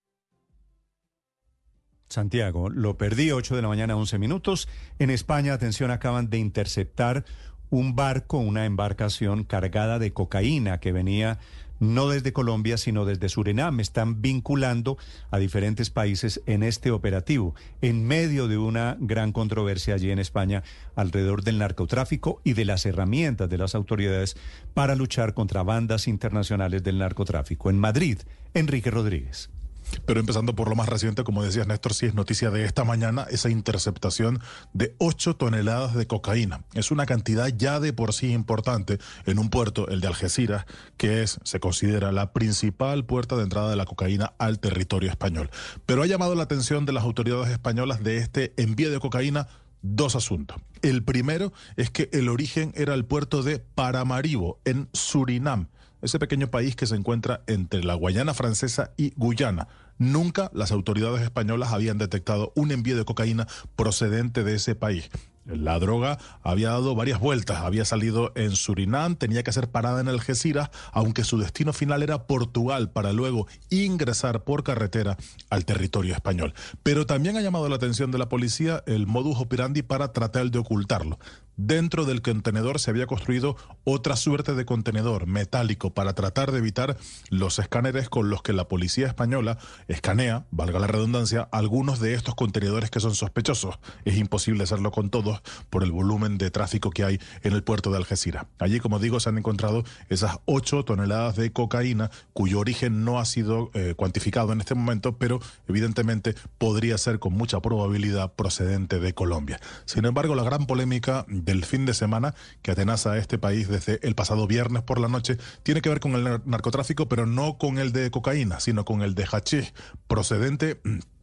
Santiago, lo perdí, 8 de la mañana, 11 minutos. En España, atención, acaban de interceptar un barco, una embarcación cargada de cocaína que venía no desde Colombia, sino desde Surinam. Están vinculando a diferentes países en este operativo, en medio de una gran controversia allí en España alrededor del narcotráfico y de las herramientas de las autoridades para luchar contra bandas internacionales del narcotráfico. En Madrid, Enrique Rodríguez. Pero empezando por lo más reciente, como decías, Néstor, sí es noticia de esta mañana esa interceptación de 8 toneladas de cocaína. Es una cantidad ya de por sí importante en un puerto, el de Algeciras, que se considera la principal puerta de entrada de la cocaína al territorio español. Pero ha llamado la atención de las autoridades españolas de este envío de cocaína dos asuntos. El primero es que el origen era el puerto de Paramaribo, en Surinam, ese pequeño país que se encuentra entre la Guayana Francesa y Guyana. Nunca las autoridades españolas habían detectado un envío de cocaína procedente de ese país. La droga había dado varias vueltas, había salido en Surinam, tenía que ser parada en Algeciras, aunque su destino final era Portugal, para luego ingresar por carretera al territorio español. Pero también ha llamado la atención de la policía el modus operandi para tratar de ocultarlo. Dentro del contenedor se había construido otra suerte de contenedor metálico para tratar de evitar los escáneres con los que la policía española escanea, valga la redundancia, algunos de estos contenedores que son sospechosos. Es imposible hacerlo con todos por el volumen de tráfico que hay en el puerto de Algeciras. Allí, como digo, se han encontrado esas 8 toneladas de cocaína cuyo origen no ha sido cuantificado en este momento, pero evidentemente podría ser con mucha probabilidad procedente de Colombia. Sin embargo, la gran polémica del fin de semana que atenaza a este país desde el pasado viernes por la noche tiene que ver con el narcotráfico, pero no con el de cocaína, sino con el de hachís procedente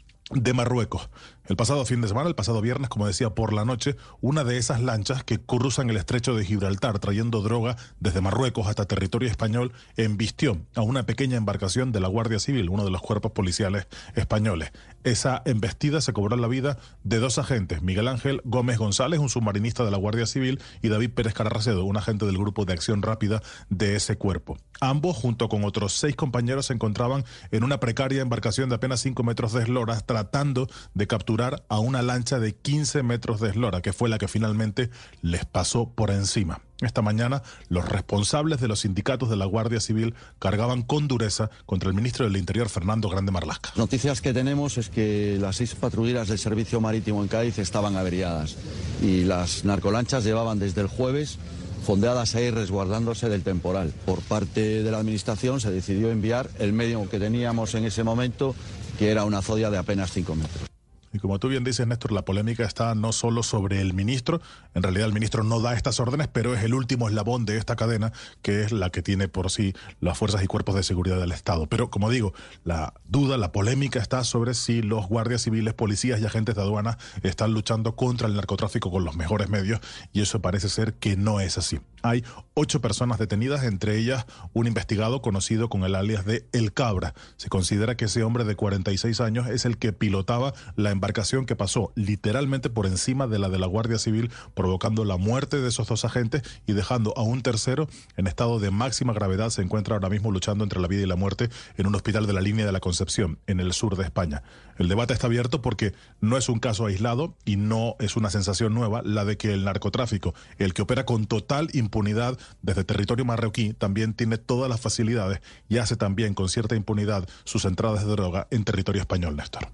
de Marruecos. El pasado fin de semana, el pasado viernes, como decía, por la noche, una de esas lanchas que cruzan el estrecho de Gibraltar trayendo droga desde Marruecos hasta territorio español embistió a una pequeña embarcación de la Guardia Civil, uno de los cuerpos policiales españoles. Esa embestida se cobró la vida de 2 agentes, Miguel Ángel Gómez González, un submarinista de la Guardia Civil, y David Pérez Carracedo, un agente del Grupo de Acción Rápida de ese cuerpo. Ambos, junto con otros 6 compañeros, se encontraban en una precaria embarcación de apenas 5 metros de eslora, tratando de capturar a una lancha de 15 metros de eslora, que fue la que finalmente les pasó por encima. Esta mañana, los responsables de los sindicatos de la Guardia Civil cargaban con dureza contra el ministro del Interior, Fernando Grande Marlaska. Noticias que tenemos es que las 6 patrulleras del Servicio Marítimo en Cádiz estaban averiadas y las narcolanchas llevaban desde el jueves fondeadas ahí resguardándose del temporal. Por parte de la Administración se decidió enviar el medio que teníamos en ese momento, que era una zodia de apenas 5 metros. Y como tú bien dices, Néstor, la polémica está no solo sobre el ministro, en realidad el ministro no da estas órdenes, pero es el último eslabón de esta cadena, que es la que tiene por sí las fuerzas y cuerpos de seguridad del Estado. Pero, como digo, la duda, la polémica está sobre si los guardias civiles, policías y agentes de aduana están luchando contra el narcotráfico con los mejores medios, y eso parece ser que no es así. Hay 8 personas detenidas, entre ellas un investigado conocido con el alias de El Cabra. Se considera que ese hombre de 46 años es el que pilotaba la embarcación que pasó literalmente por encima de la Guardia Civil, provocando la muerte de esos 2 agentes y dejando a un tercero en estado de máxima gravedad. Se encuentra ahora mismo luchando entre la vida y la muerte en un hospital de la Línea de la Concepción, en el sur de España. El debate está abierto porque no es un caso aislado y no es una sensación nueva la de que el narcotráfico, el que opera con total impunidad desde territorio marroquí, también tiene todas las facilidades y hace también con cierta impunidad sus entradas de droga en territorio español, Néstor.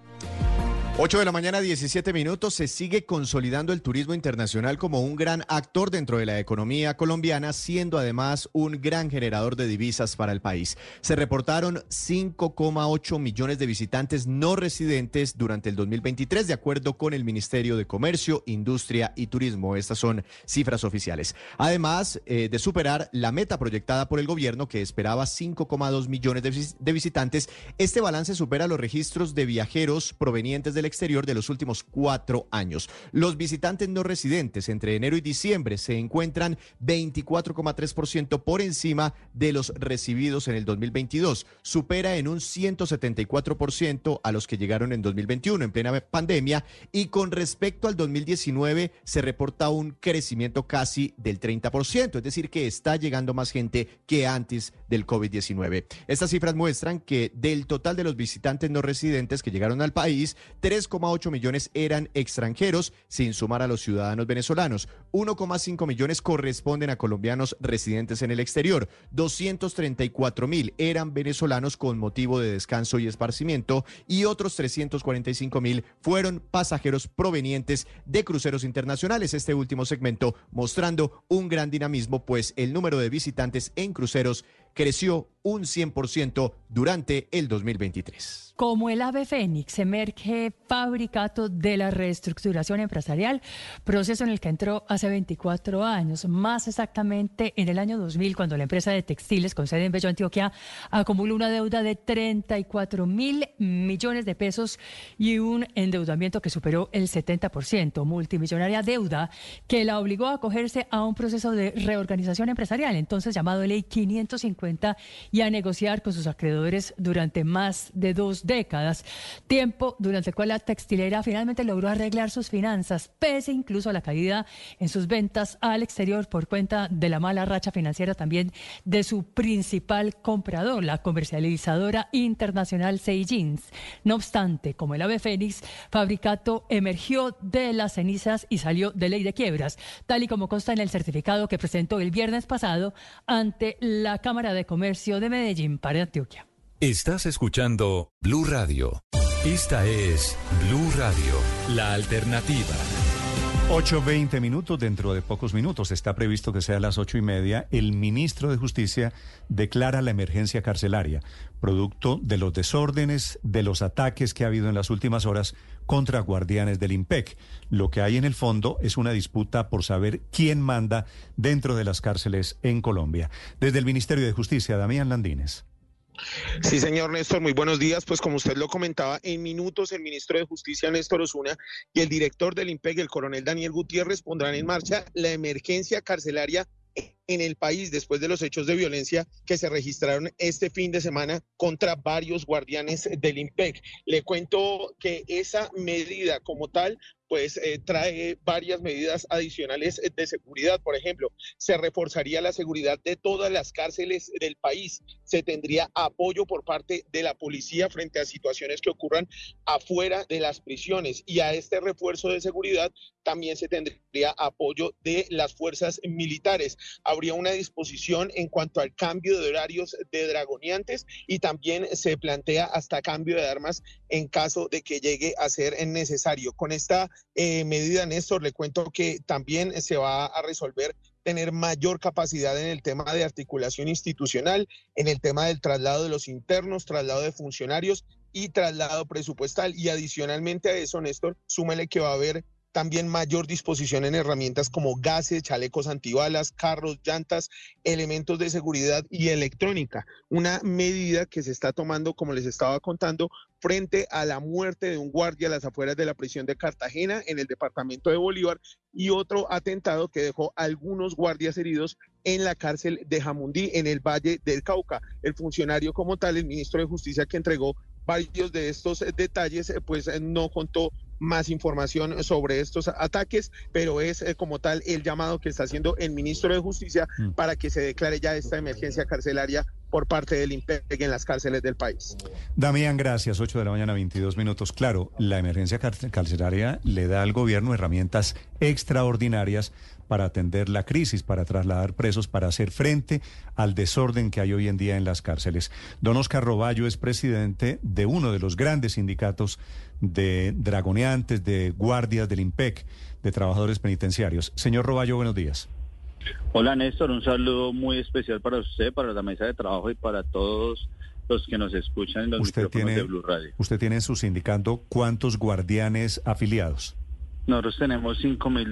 8 de la mañana, 17 minutos. Se sigue consolidando el turismo internacional como un gran actor dentro de la economía colombiana, siendo además un gran generador de divisas para el país. Se reportaron 5,8 millones de visitantes no residentes durante el 2023, de acuerdo con el Ministerio de Comercio, Industria y Turismo. Estas son cifras oficiales. Además de superar la meta proyectada por el gobierno, que esperaba 5,2 millones de visitantes, este balance supera los registros de viajeros provenientes del exterior de los últimos 4 años. Los visitantes no residentes entre enero y diciembre se encuentran 24,3% por encima de los recibidos en el 2022. Supera en un 174% a los que llegaron en 2021, en plena pandemia, y con respecto al 2019 se reporta un crecimiento casi del 30%, es decir, que está llegando más gente que antes del COVID-19. Estas cifras muestran que del total de los visitantes no residentes que llegaron al país, 3,8 millones eran extranjeros, sin sumar a los ciudadanos venezolanos. 1,5 millones corresponden a colombianos residentes en el exterior. 234.000 eran venezolanos con motivo de descanso y esparcimiento, y otros 345.000 fueron pasajeros provenientes de cruceros internacionales. Este último segmento mostrando un gran dinamismo, pues el número de visitantes en cruceros creció un 100% durante el 2023. Como el ave fénix, emerge Fabricato de la reestructuración empresarial, proceso en el que entró hace 24 años, más exactamente en el año 2000, cuando la empresa de textiles con sede en Bello, Antioquia, acumuló una deuda de 34.000 millones de pesos y un endeudamiento que superó el 70%, multimillonaria deuda que la obligó a acogerse a un proceso de reorganización empresarial, entonces llamado Ley 550, y a negociar con sus acreedores durante más de 2 décadas, tiempo durante el cual la textilera finalmente logró arreglar sus finanzas, pese incluso a la caída en sus ventas al exterior por cuenta de la mala racha financiera también de su principal comprador, la comercializadora internacional Say Jeans. No obstante, como el ave fénix, Fabricato emergió de las cenizas y salió de ley de quiebras, tal y como consta en el certificado que presentó el viernes pasado ante la Cámara de Comercio de Medellín para Antioquia. Estás escuchando Blue Radio. Esta es Blue Radio, la alternativa. 8:20 minutos, dentro de pocos minutos, está previsto que sea a las 8:30, el ministro de Justicia declara la emergencia carcelaria, producto de los desórdenes, de los ataques que ha habido en las últimas horas contra guardianes del IMPEC. Lo que hay en el fondo es una disputa por saber quién manda dentro de las cárceles en Colombia. Desde el Ministerio de Justicia, Damián Landines. Sí, señor Néstor, muy buenos días. Pues como usted lo comentaba, en minutos el ministro de Justicia, Néstor Osuna, y el director del IMPEC, el coronel Daniel Gutiérrez, pondrán en marcha la emergencia carcelaria en el país después de los hechos de violencia que se registraron este fin de semana contra varios guardianes del IMPEC. Le cuento que esa medida como tal pues trae varias medidas adicionales de seguridad. Por ejemplo, se reforzaría la seguridad de todas las cárceles del país. Se tendría apoyo por parte de la policía frente a situaciones que ocurran afuera de las prisiones. Y a este refuerzo de seguridad también se tendría apoyo de las fuerzas militares. Habría una disposición en cuanto al cambio de horarios de dragoneantes y también se plantea hasta cambio de armas en caso de que llegue a ser necesario. Con esta medida, Néstor, le cuento que también se va a resolver tener mayor capacidad en el tema de articulación institucional, en el tema del traslado de los internos, traslado de funcionarios y traslado presupuestal. Y adicionalmente a eso, Néstor, súmele que va a haber también mayor disposición en herramientas como gases, chalecos antibalas, carros, llantas, elementos de seguridad y electrónica. Una medida que se está tomando, como les estaba contando, frente a la muerte de un guardia a las afueras de la prisión de Cartagena, en el departamento de Bolívar, y otro atentado que dejó algunos guardias heridos en la cárcel de Jamundí, en el Valle del Cauca. El funcionario como tal, el ministro de Justicia que entregó varios de estos detalles, pues no contó más información sobre estos ataques, pero es como tal el llamado que está haciendo el ministro de Justicia para que se declare ya esta emergencia carcelaria por parte del IMPEC en las cárceles del país. Damián, gracias. 8 de la mañana, 22 minutos. Claro, la emergencia carcelaria le da al gobierno herramientas extraordinarias para atender la crisis, para trasladar presos, para hacer frente al desorden que hay hoy en día en las cárceles. Don Oscar Roballo es presidente de uno de los grandes sindicatos de dragoneantes, de guardias del IMPEC, de trabajadores penitenciarios. Señor Roballo, buenos días. Hola Néstor, un saludo muy especial para usted, para la mesa de trabajo y para todos los que nos escuchan en los micrófonos de Blue Radio. ¿Usted tiene en su sindicato cuántos guardianes afiliados? Nosotros tenemos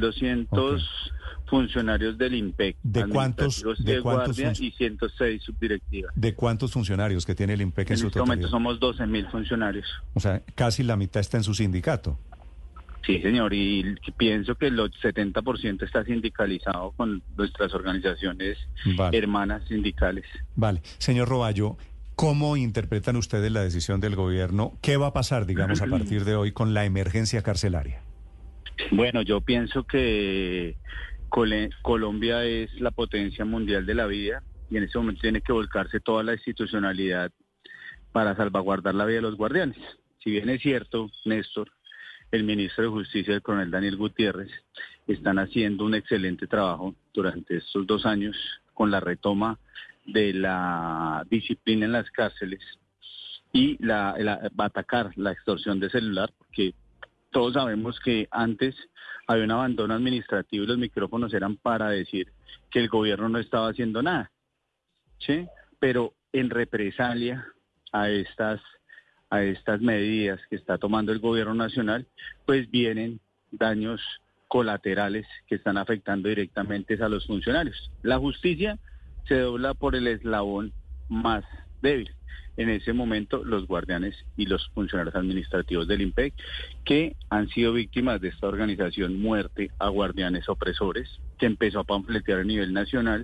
5.200 funcionarios del IMPEC. ¿De cuántos guardia y 106 subdirectivas. ¿De cuántos funcionarios que tiene el IMPEC en su totalidad? En este momento somos 12.000 funcionarios. O sea, casi la mitad está en su sindicato. Sí, señor, y pienso que el 70% está sindicalizado con nuestras organizaciones hermanas sindicales. Vale. Señor Roballo, ¿cómo interpretan ustedes la decisión del gobierno? ¿Qué va a pasar, digamos, a partir de hoy con la emergencia carcelaria? Bueno, yo pienso que Colombia es la potencia mundial de la vida y en ese momento tiene que volcarse toda la institucionalidad para salvaguardar la vida de los guardianes. Si bien es cierto, Néstor, el ministro de Justicia, el coronel Daniel Gutiérrez, están haciendo un excelente trabajo durante estos 2 años con la retoma de la disciplina en las cárceles y va a atacar la extorsión de celular, porque todos sabemos que antes había un abandono administrativo y los micrófonos eran para decir que el gobierno no estaba haciendo nada, ¿sí? Pero en represalia a estas medidas que está tomando el gobierno nacional, pues vienen daños colaterales que están afectando directamente a los funcionarios. La justicia se dobla por el eslabón más débil. En ese momento, los guardianes y los funcionarios administrativos del IMPEC, que han sido víctimas de esta organización Muerte a Guardianes Opresores, que empezó a panfletear a nivel nacional,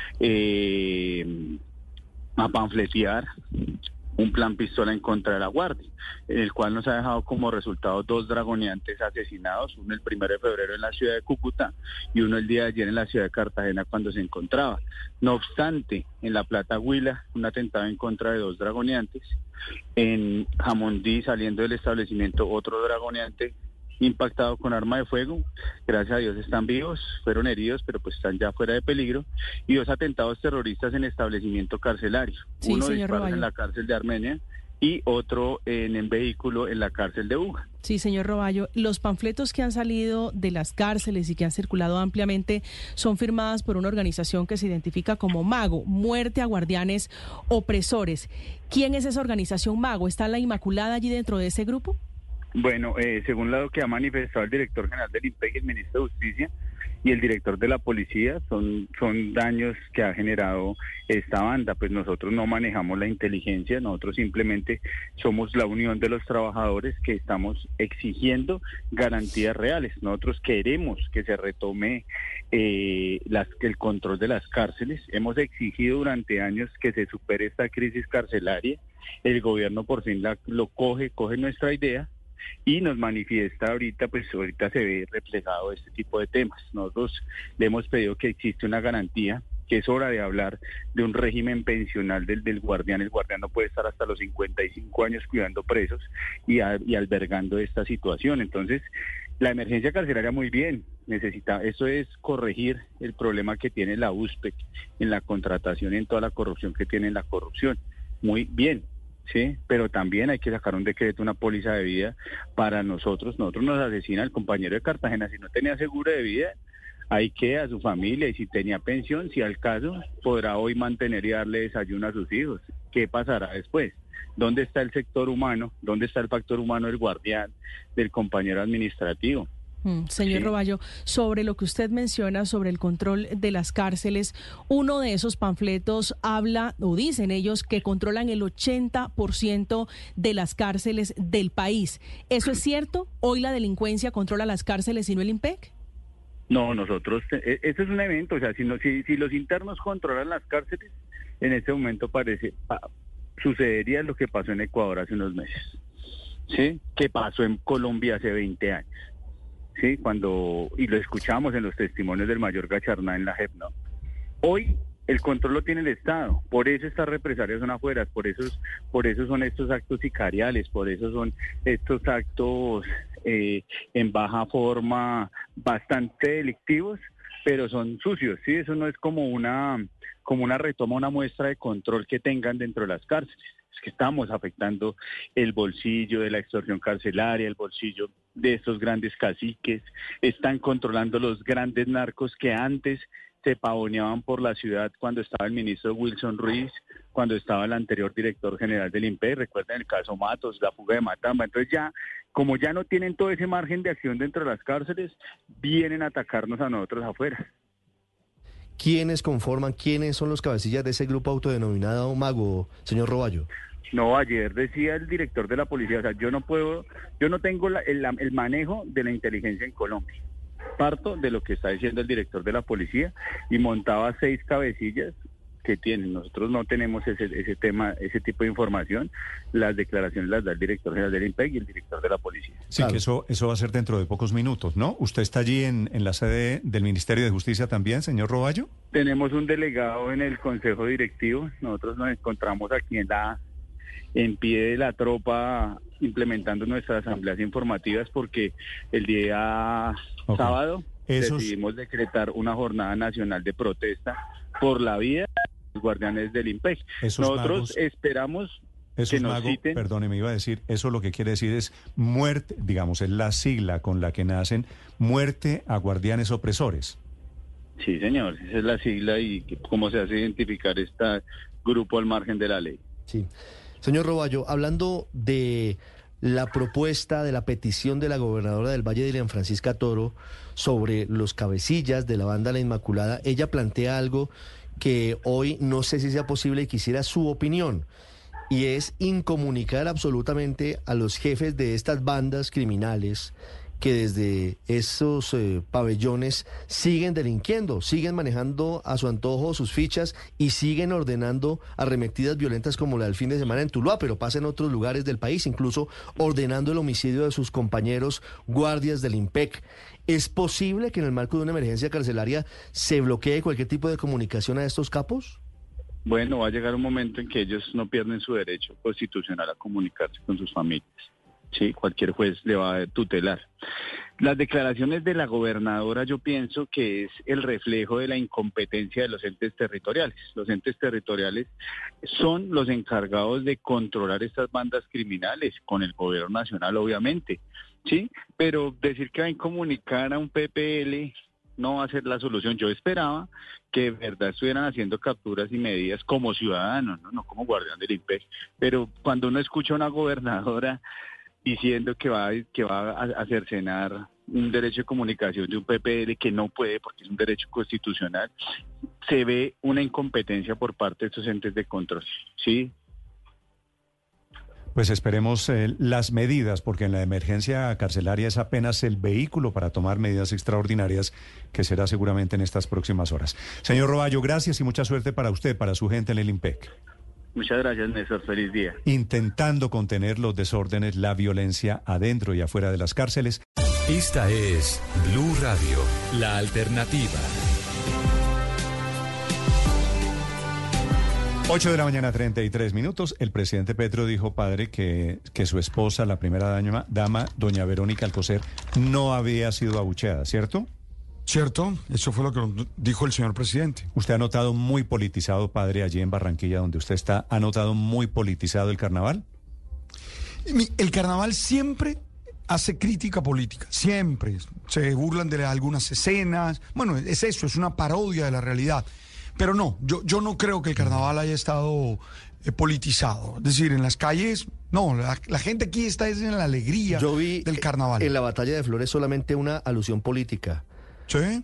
a panfletear un plan pistola en contra de la Guardia, en el cual nos ha dejado como resultado 2 dragoneantes asesinados, uno el 1 de febrero en la ciudad de Cúcuta y uno el día de ayer en la ciudad de Cartagena cuando se encontraba. No obstante, en La Plata, Huila, un atentado en contra de 2 dragoneantes, en Jamundí, saliendo del establecimiento, otro dragoneante impactado con arma de fuego. Gracias a Dios están vivos, fueron heridos, pero pues están ya fuera de peligro. Y 2 atentados terroristas en establecimiento carcelario. Sí, uno disparado en la cárcel de Armenia y otro en un vehículo en la cárcel de Buga. Sí, señor Roballo, los panfletos que han salido de las cárceles y que han circulado ampliamente son firmadas por una organización que se identifica como MAGO, Muerte a Guardianes Opresores. ¿Quién es esa organización MAGO? ¿Está la Inmaculada allí dentro de ese grupo? Bueno, según lo que ha manifestado el director general del IMPEC y el ministro de Justicia y el director de la policía, son daños que ha generado esta banda. Pues nosotros no manejamos la inteligencia, nosotros simplemente somos la unión de los trabajadores que estamos exigiendo garantías reales. Nosotros queremos que se retome el control de las cárceles. Hemos exigido durante años que se supere esta crisis carcelaria. El gobierno por fin lo coge nuestra idea y nos manifiesta ahorita se ve reflejado este tipo de temas. Nosotros le hemos pedido que existe una garantía, que es hora de hablar de un régimen pensional del guardián. El guardián no puede estar hasta los 55 años cuidando presos y albergando esta situación. Entonces, la emergencia carcelaria muy bien, eso es corregir el problema que tiene la USPEC en la contratación y en toda la corrupción que tiene en la corrupción. Muy bien, sí, pero también hay que sacar un decreto, una póliza de vida para nosotros. Nosotros nos asesina el compañero de Cartagena, si no tenía seguro de vida, ahí queda a su familia, y si tenía pensión, si al caso, podrá hoy mantener y darle desayuno a sus hijos. ¿Qué pasará después? ¿Dónde está el sector humano? ¿Dónde está el factor humano del guardián, del compañero administrativo? Señor Roballo, sobre lo que usted menciona sobre el control de las cárceles, uno de esos panfletos habla, o dicen ellos, que controlan el 80% de las cárceles del país. ¿Eso es cierto? ¿Hoy la delincuencia controla las cárceles y no el IMPEC? No, nosotros, eso es un evento, o sea, si los internos controlan las cárceles, en este momento sucedería lo que pasó en Ecuador hace unos meses, ¿sí? Que pasó en Colombia hace 20 años, ¿sí? Y lo escuchamos en los testimonios del mayor Gacharná en la JEP, ¿no? Hoy el control lo tiene el Estado, por eso estas represalias son afuera, por eso son estos actos sicariales, por eso son estos actos en baja forma bastante delictivos, pero son sucios, ¿sí? Eso no es como una retoma, una muestra de control que tengan dentro de las cárceles. Es que estamos afectando el bolsillo de la extorsión carcelaria, el bolsillo de estos grandes caciques, están controlando los grandes narcos que antes se pavoneaban por la ciudad cuando estaba el ministro Wilson Ruiz, cuando estaba el anterior director general del IMPEC, recuerden el caso Matos, la fuga de Matamba. Entonces como ya no tienen todo ese margen de acción dentro de las cárceles, vienen a atacarnos a nosotros afuera. ¿Quiénes son los cabecillas de ese grupo autodenominado Mago, señor Roballo? No, ayer decía el director de la policía, o sea, yo no tengo el manejo de la inteligencia en Colombia. Parto de lo que está diciendo el director de la policía y montaba 6 cabecillas que tienen. Nosotros no tenemos ese tipo de información. Las declaraciones las da el director general del IMPEC y el director de la policía. Sí, claro. Que eso va a ser dentro de pocos minutos, ¿no? ¿Usted está allí en la sede del Ministerio de Justicia también, señor Roballo? Tenemos un delegado en el Consejo Directivo. Nosotros nos encontramos aquí en pie de la tropa implementando nuestras asambleas informativas porque el día sábado decidimos decretar una jornada nacional de protesta por la vida de los guardianes del IMPEC. Nosotros esperamos que nos citen. Perdóneme, iba a decir, eso lo que quiere decir es muerte, digamos, es la sigla con la que nacen, muerte a guardianes opresores. Sí, señor, esa es la sigla y cómo se hace identificar este grupo al margen de la ley. Sí. Señor Roballo, hablando de la propuesta de la petición de la gobernadora del Valle, Dilian Francisca Toro, sobre los cabecillas de la banda La Inmaculada, ella plantea algo que hoy no sé si sea posible y quisiera su opinión, y es incomunicar absolutamente a los jefes de estas bandas criminales que desde esos pabellones siguen delinquiendo, siguen manejando a su antojo sus fichas y siguen ordenando arremetidas violentas como la del fin de semana en Tuluá, pero pasa en otros lugares del país, incluso ordenando el homicidio de sus compañeros guardias del IMPEC. ¿Es posible que en el marco de una emergencia carcelaria se bloquee cualquier tipo de comunicación a estos capos? Bueno, va a llegar un momento en que ellos no pierden su derecho constitucional a comunicarse con sus familias. Sí, cualquier juez le va a tutelar. Las declaraciones de la gobernadora yo pienso que es el reflejo de la incompetencia de los entes territoriales. Los entes territoriales son los encargados de controlar estas bandas criminales, con el gobierno nacional obviamente, sí, pero decir que va a incomunicar a un PPL no va a ser la solución. Yo esperaba que de verdad estuvieran haciendo capturas y medidas como ciudadanos, no como guardián del IMPEC, pero cuando uno escucha a una gobernadora diciendo que va a cercenar un derecho de comunicación de un PPL que no puede porque es un derecho constitucional, se ve una incompetencia por parte de estos entes de control, ¿sí? Pues esperemos las medidas, porque en la emergencia carcelaria es apenas el vehículo para tomar medidas extraordinarias, que será seguramente en estas próximas horas. Señor Roballo, gracias y mucha suerte para usted, para su gente en el IMPEC. Muchas gracias, Néstor. Feliz día. Intentando contener los desórdenes, la violencia adentro y afuera de las cárceles. Esta es Blue Radio, la alternativa. 8 de la mañana, 33 minutos. El presidente Petro dijo, padre, que su esposa, la primera dama, doña Verónica Alcocer, no había sido abucheada, ¿cierto? Cierto, eso fue lo que dijo el señor presidente. ¿Usted ha notado muy politizado, padre, allí en Barranquilla, donde usted está, ha notado muy politizado el carnaval? El carnaval siempre hace crítica política, siempre. Se burlan de algunas escenas. Bueno, es eso, es una parodia de la realidad. Pero no, yo no creo que el carnaval haya estado politizado. Es decir, en las calles, no, la gente aquí está en la alegría del carnaval. En la batalla de Flores solamente una alusión política. ¿Sí?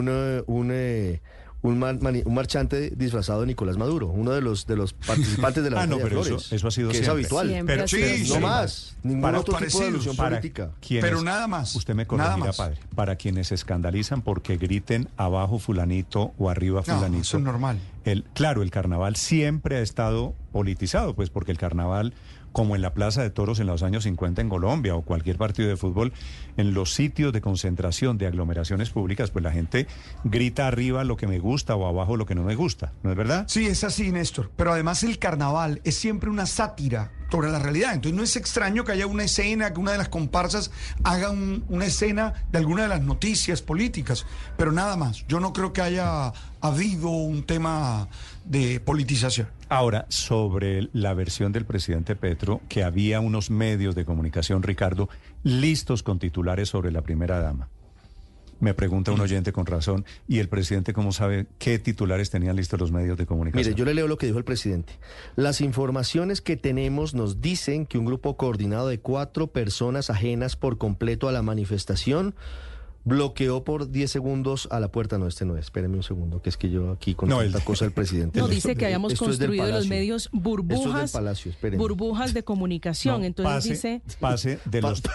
Un marchante disfrazado de Nicolás Maduro, uno de los participantes de la batalla de Flores. Eso ha sido que siempre. Es habitual. Pero no más, ningún otro tipo de alusión política. Pero nada más. Usted me corregirá, padre. Para quienes se escandalizan porque griten abajo fulanito o arriba fulanito. No, eso es normal. Claro, el carnaval siempre ha estado politizado, pues porque el carnaval, como en la Plaza de Toros en los años 50 en Colombia o cualquier partido de fútbol, en los sitios de concentración de aglomeraciones públicas, pues la gente grita arriba lo que me gusta o abajo lo que no me gusta, ¿no es verdad? Sí, es así, Néstor. Pero además el carnaval es siempre una sátira sobre la realidad. Entonces no es extraño que haya una escena, que una de las comparsas haga una escena de alguna de las noticias políticas, pero nada más. Yo no creo que haya habido un tema de politización. Ahora, sobre la versión del presidente Petro, que había unos medios de comunicación, Ricardo, listos con titulares sobre la primera dama. Me pregunta un oyente con razón, ¿y el presidente cómo sabe qué titulares tenían listos los medios de comunicación? Mire, yo le leo lo que dijo el presidente. Las informaciones que tenemos nos dicen que un grupo coordinado de 4 personas ajenas por completo a la manifestación bloqueó por 10 segundos a la puerta. No, este no es. Espéreme un segundo, que es que yo aquí con tanta cosa del presidente. No, dice que habíamos construido los medios burbujas, burbujas de comunicación. No, entonces pase de los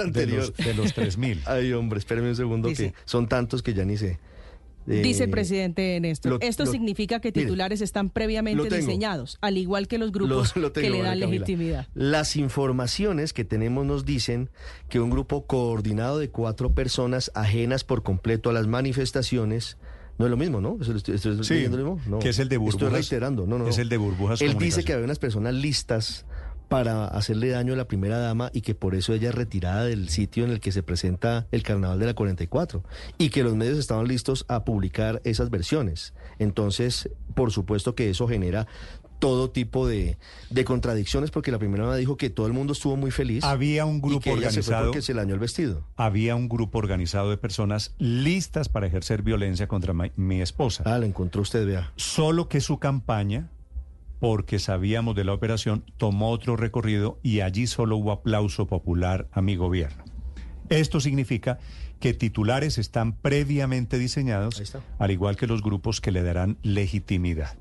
3.000. Ay, hombre, espéreme un segundo, dice, que son tantos que ya ni sé. Dice el presidente Néstor, esto significa que titulares están previamente diseñados, al igual que los grupos que le dan legitimidad. Las informaciones que tenemos nos dicen que un grupo coordinado de 4 personas ajenas por completo a las manifestaciones, no es lo mismo, ¿no? ¿Estoy leyendo lo mismo? No. Que es el de burbujas. Estoy reiterando, no. Es el de burbujas. Él dice que había unas personas listas para hacerle daño a la primera dama y que por eso ella es retirada del sitio en el que se presenta el carnaval de la 44 y que los medios estaban listos a publicar esas versiones. Entonces, por supuesto que eso genera todo tipo de contradicciones, porque la primera dama dijo que todo el mundo estuvo muy feliz. Había un grupo y que organizado. Ella se fue porque se le dañó el vestido. Había un grupo organizado de personas listas para ejercer violencia contra mi esposa. La encontró usted, vea. Solo que su campaña, porque sabíamos de la operación, tomó otro recorrido y allí solo hubo aplauso popular a mi gobierno. Esto significa que titulares están previamente diseñados, al igual que los grupos que le darán legitimidad.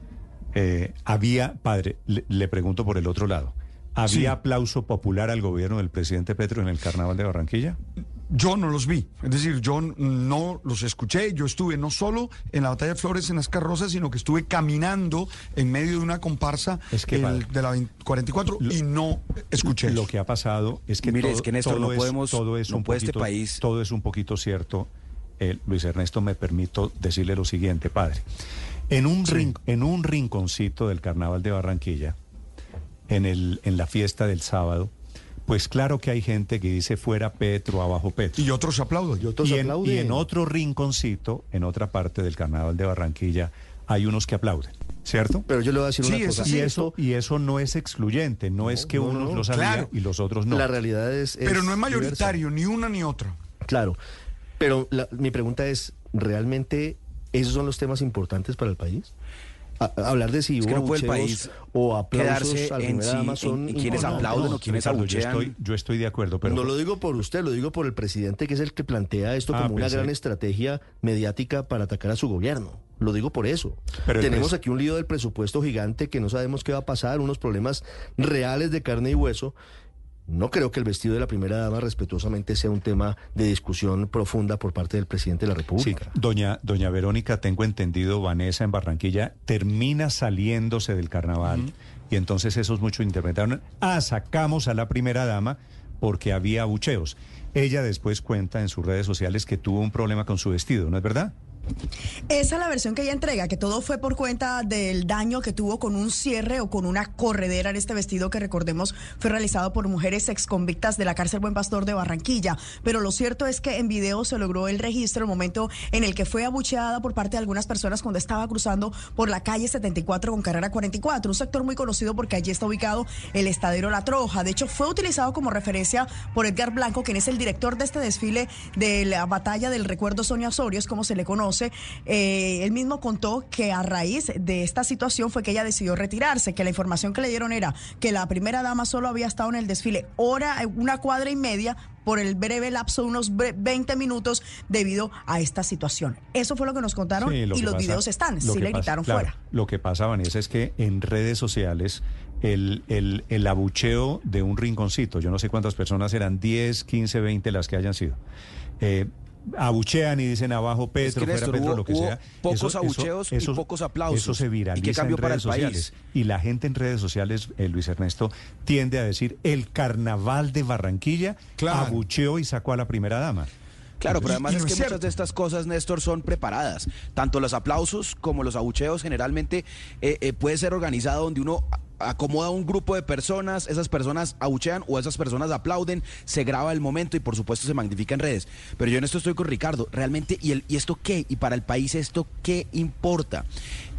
Padre, le pregunto por el otro lado, ¿había aplauso popular al gobierno del presidente Petro en el Carnaval de Barranquilla? Yo no los vi, es decir, yo no los escuché. Yo estuve no solo en la batalla de Flores en las carrozas, sino que estuve caminando en medio de una comparsa de la 44 y no escuché. Lo que ha pasado es que mire, es que Néstor, todo es un poquito cierto. Luis Ernesto, me permito decirle lo siguiente, padre. En un rinconcito del Carnaval de Barranquilla, en la fiesta del sábado, pues claro que hay gente que dice fuera Petro, abajo Petro. Y otros aplauden. Y en otro rinconcito, en otra parte del Carnaval de Barranquilla, hay unos que aplauden, ¿cierto? Pero yo le voy a decir una cosa. Y eso no es excluyente, no es que unos lo sabían y los otros no. La realidad es pero no es mayoritario, diversa. Ni una ni otra. Claro, pero mi pregunta es, ¿realmente esos son los temas importantes para el país? Hablar de si hubo abucheos o aplausos a la primera dama son quienes aplauden o quienes abuchean. Yo estoy de acuerdo, pero no lo digo por usted, lo digo por el presidente, que es el que plantea esto como una gran estrategia mediática para atacar a su gobierno. Lo digo por eso. Pero tenemos aquí un lío del presupuesto gigante que no sabemos qué va a pasar, unos problemas reales de carne y hueso. no creo que el vestido de la primera dama respetuosamente sea un tema de discusión profunda por parte del presidente de la República. Sí, doña Verónica, tengo entendido, Vanessa en Barranquilla termina saliéndose del carnaval y entonces esos muchos interpretaron, sacamos a la primera dama porque había abucheos. Ella después cuenta en sus redes sociales que tuvo un problema con su vestido, ¿no es verdad? Esa es la versión que ella entrega, que todo fue por cuenta del daño que tuvo con un cierre o con una corredera en este vestido que, recordemos, fue realizado por mujeres exconvictas de la cárcel Buen Pastor de Barranquilla. Pero lo cierto es que en video se logró el registro, el momento en el que fue abucheada por parte de algunas personas cuando estaba cruzando por la calle 74 con carrera 44, un sector muy conocido porque allí está ubicado el Estadero La Troja. De hecho, fue utilizado como referencia por Edgar Blanco, quien es el director de este desfile de la Batalla del Recuerdo Sonia Osorio, es como se le conoce. Él mismo contó que a raíz de esta situación fue que ella decidió retirarse, que la información que le dieron era que la primera dama solo había estado en el desfile una cuadra y media por el breve lapso de unos 20 minutos debido a esta situación. Eso fue lo que nos contaron y los videos están, sí le gritaron fuera. Lo que pasa, Vanessa, es que en redes sociales el abucheo de un rinconcito, yo no sé cuántas personas eran, 10, 15, 20 las que hayan sido, abuchean y dicen abajo Petro, fuera Petro, lo que sea. Pocos abucheos y pocos aplausos. Eso se viraliza. ¿Y qué cambió en para redes el país? sociales. Y la gente en redes sociales, Luis Ernesto, tiende a decir el carnaval de Barranquilla abucheó y sacó a la primera dama. Claro, pero además es que muchas de estas cosas, Néstor, son preparadas. Tanto los aplausos como los abucheos generalmente puede ser organizado donde uno acomoda un grupo de personas, esas personas abuchean o esas personas aplauden, se graba el momento y por supuesto se magnifica en redes. Pero yo en esto estoy con Ricardo, realmente, ¿y esto qué? ¿Y para el país esto qué importa?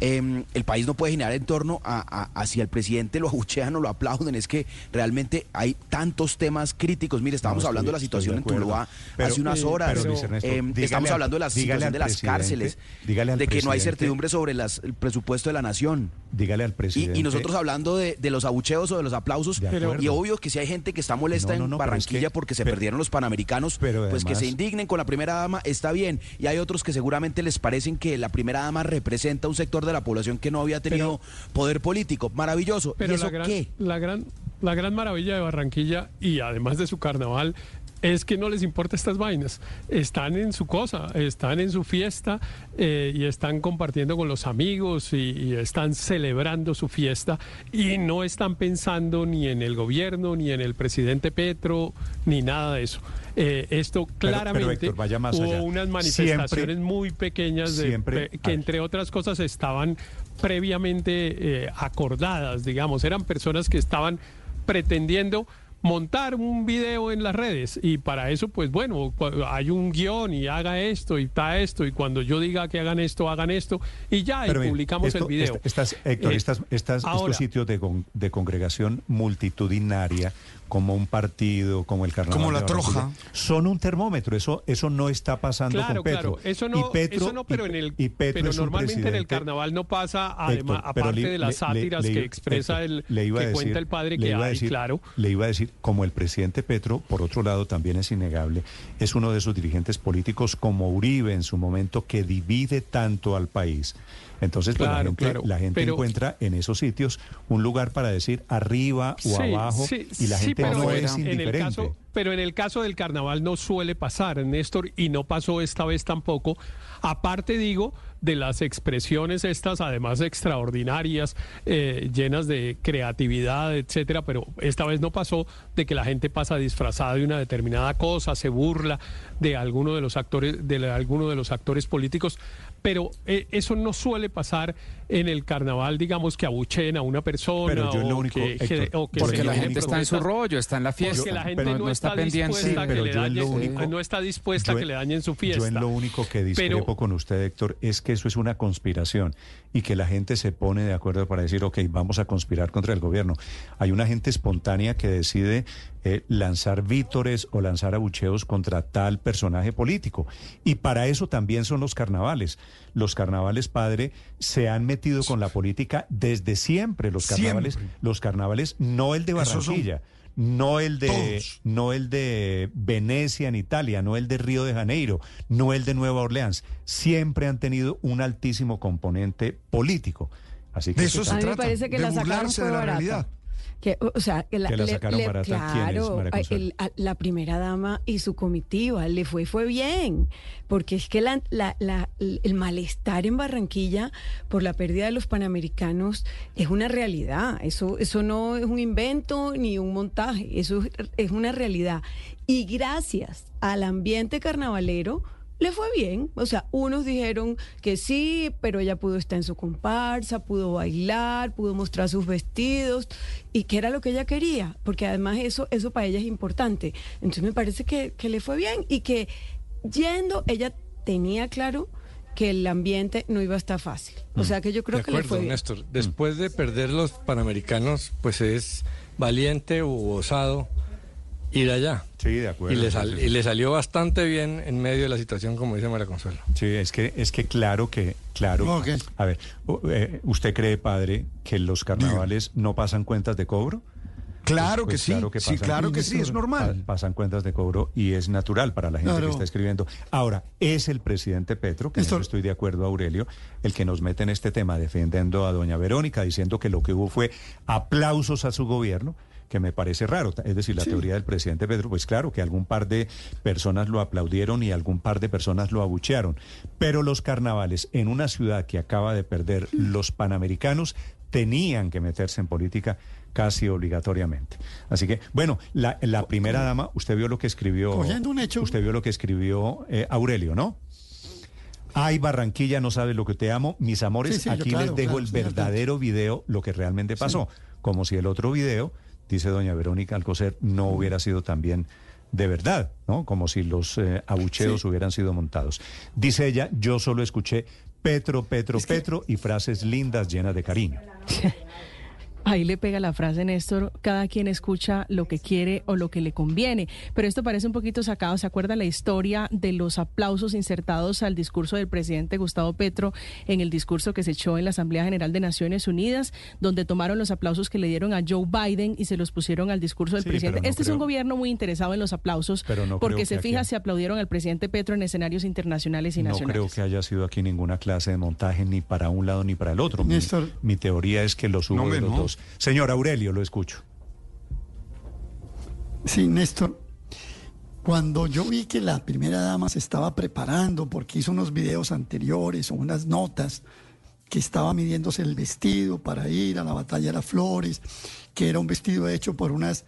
El país no puede generar en torno a si al presidente lo abuchean o lo aplauden, es que realmente hay tantos temas críticos. Mire, estábamos hablando de la situación en Tuluá hace unas horas, estamos hablando de la situación de las cárceles, de que no hay certidumbre sobre el presupuesto de la nación. Dígale al presidente. Y nosotros hablando de los abucheos o de los aplausos, y obvio que si hay gente que está molesta en Barranquilla porque se perdieron los Panamericanos, pues además, que se indignen con la primera dama, está bien, y hay otros que seguramente les parecen que la primera dama representa un sector de la población que no había tenido poder político, maravilloso. Pero ¿y eso qué? La gran maravilla de Barranquilla, y además de su carnaval, es que no les importa estas vainas. Están en su cosa, están en su fiesta y están compartiendo con los amigos y están celebrando su fiesta y no están pensando ni en el gobierno, ni en el presidente Petro, ni nada de eso. Esto claramente Héctor, vaya más hubo allá. unas manifestaciones muy pequeñas que entre otras cosas estaban previamente acordadas, digamos. Eran personas que estaban pretendiendo montar un video en las redes y para eso, pues bueno, hay un guión y haga esto y está esto y cuando yo diga que hagan esto y ya, pero y publicamos el video. Héctor, estos sitios de congregación multitudinaria, como un partido, como el carnaval, como la Troja, son un termómetro. Eso no está pasando con Petro. Claro, eso no, pero normalmente en el carnaval no pasa, además, aparte de las sátiras que expresa cuenta el padre que hay, claro. Le iba a decir, como el presidente Petro, por otro lado, también es innegable, es uno de esos dirigentes políticos como Uribe en su momento, que divide tanto al país. Entonces, pues, la gente encuentra en esos sitios un lugar para decir arriba o abajo, y la gente no es indiferente. Pero en el caso del carnaval no suele pasar, Néstor, y no pasó esta vez tampoco. Aparte, digo, de las expresiones estas, además extraordinarias, llenas de creatividad, etcétera, pero esta vez no pasó de que la gente pasa disfrazada de una determinada cosa, se burla de alguno de los actores políticos. Pero eso no suele pasar en el carnaval, digamos, que abucheen a una persona. Pero yo lo único, porque la gente está en su rollo, está en la fiesta. Porque la gente no está dispuesta a que le dañen, no está dispuesta a que le dañen su fiesta. Yo en lo único que discrepo con usted, Héctor, es que eso es una conspiración y que la gente se pone de acuerdo para decir, ok, vamos a conspirar contra el gobierno. Hay una gente espontánea que decide lanzar vítores o lanzar abucheos contra tal personaje político. Y para eso también son los carnavales. Los carnavales, padre, se han metido con la política desde siempre. Los carnavales, no el de Barranquilla, no el de Venecia en Italia, no el de Río de Janeiro, no el de Nueva Orleans. Siempre han tenido un altísimo componente político. Así que de eso se trata, a mí me parece que de la sacaron burlarse de la realidad. la sacaron barata. Claro, la primera dama y su comitiva le fue bien, porque es que el malestar en Barranquilla por la pérdida de los Panamericanos es una realidad. Eso no es un invento ni un montaje, eso es una realidad. Y gracias al ambiente carnavalero le fue bien. O sea, unos dijeron que sí, pero ella pudo estar en su comparsa, pudo bailar, pudo mostrar sus vestidos, y que era lo que ella quería, porque además eso para ella es importante. Entonces me parece que le fue bien, y que ella tenía claro que el ambiente no iba a estar fácil. O sea que yo creo que le fue bien. Néstor, después de perder los Panamericanos, pues es valiente u osado ir allá. Sí, de acuerdo. Y le salió bastante bien en medio de la situación, como dice María Consuelo. Sí, es que claro. Okay. A ver, ¿usted cree, padre, que los carnavales no pasan cuentas de cobro? Claro que sí, claro que sí, es normal. Pasan cuentas de cobro y es natural para la gente que está escribiendo. Ahora, es el presidente Petro, que no estoy de acuerdo, Aurelio, el que nos mete en este tema defendiendo a doña Verónica, diciendo que lo que hubo fue aplausos a su gobierno, que me parece raro. Es decir, la teoría del presidente Petro, pues claro, que algún par de personas lo aplaudieron y algún par de personas lo abuchearon. Pero los carnavales en una ciudad que acaba de perder los Panamericanos tenían que meterse en política casi obligatoriamente. Así que, bueno, la primera dama, usted vio lo que escribió... Cogiendo un hecho. Usted vio lo que escribió Aurelio, ¿no? Ay, Barranquilla, no sabes lo que te amo. Mis amores, aquí les dejo el verdadero video, lo que realmente pasó. Como si el otro video, dice doña Verónica Alcocer, no hubiera sido también de verdad, ¿no? Como si los abucheos hubieran sido montados. Dice ella, yo solo escuché Petro y frases lindas llenas de cariño. Ahí le pega la frase, Néstor, cada quien escucha lo que quiere o lo que le conviene, pero esto parece un poquito sacado. ¿Se acuerda la historia de los aplausos insertados al discurso del presidente Gustavo Petro en el discurso que se echó en la Asamblea General de Naciones Unidas, donde tomaron los aplausos que le dieron a Joe Biden y se los pusieron al discurso del presidente? Es un gobierno muy interesado en los aplausos, porque se fija si aplaudieron al presidente Petro en escenarios internacionales y nacionales. No creo que haya sido aquí ninguna clase de montaje ni para un lado ni para el otro. Mi teoría es que los hubo de los dos. Señor Aurelio, lo escucho. Sí, Néstor, cuando yo vi que la primera dama se estaba preparando, porque hizo unos videos anteriores o unas notas, que estaba midiéndose el vestido para ir a la Batalla de las Flores, que era un vestido hecho por unas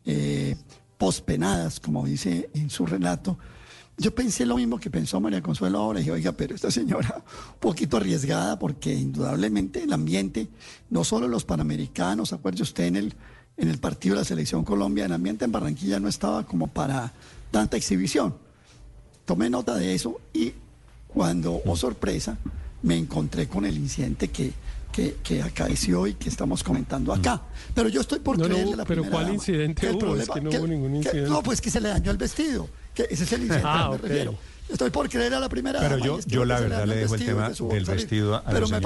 pospenadas, como dice en su relato, yo pensé lo mismo que pensó María Consuelo ahora. Y dije, oiga, pero esta señora un poquito arriesgada, porque indudablemente el ambiente, no solo los Panamericanos, acuérdese usted en el partido de la Selección Colombia, el ambiente en Barranquilla no estaba como para tanta exhibición. Tomé nota de eso y cuando, oh sorpresa, me encontré con el incidente que acaeció y que estamos comentando acá. Pero yo estoy por creerle la primera ¿Pero cuál incidente hubo? Es que no hubo ningún incidente. No, pues que se le dañó el vestido. Que ese es el incidente al que me refiero. Estoy por creer a la primera dama. Pero yo la verdad le dejo el tema del vestido a los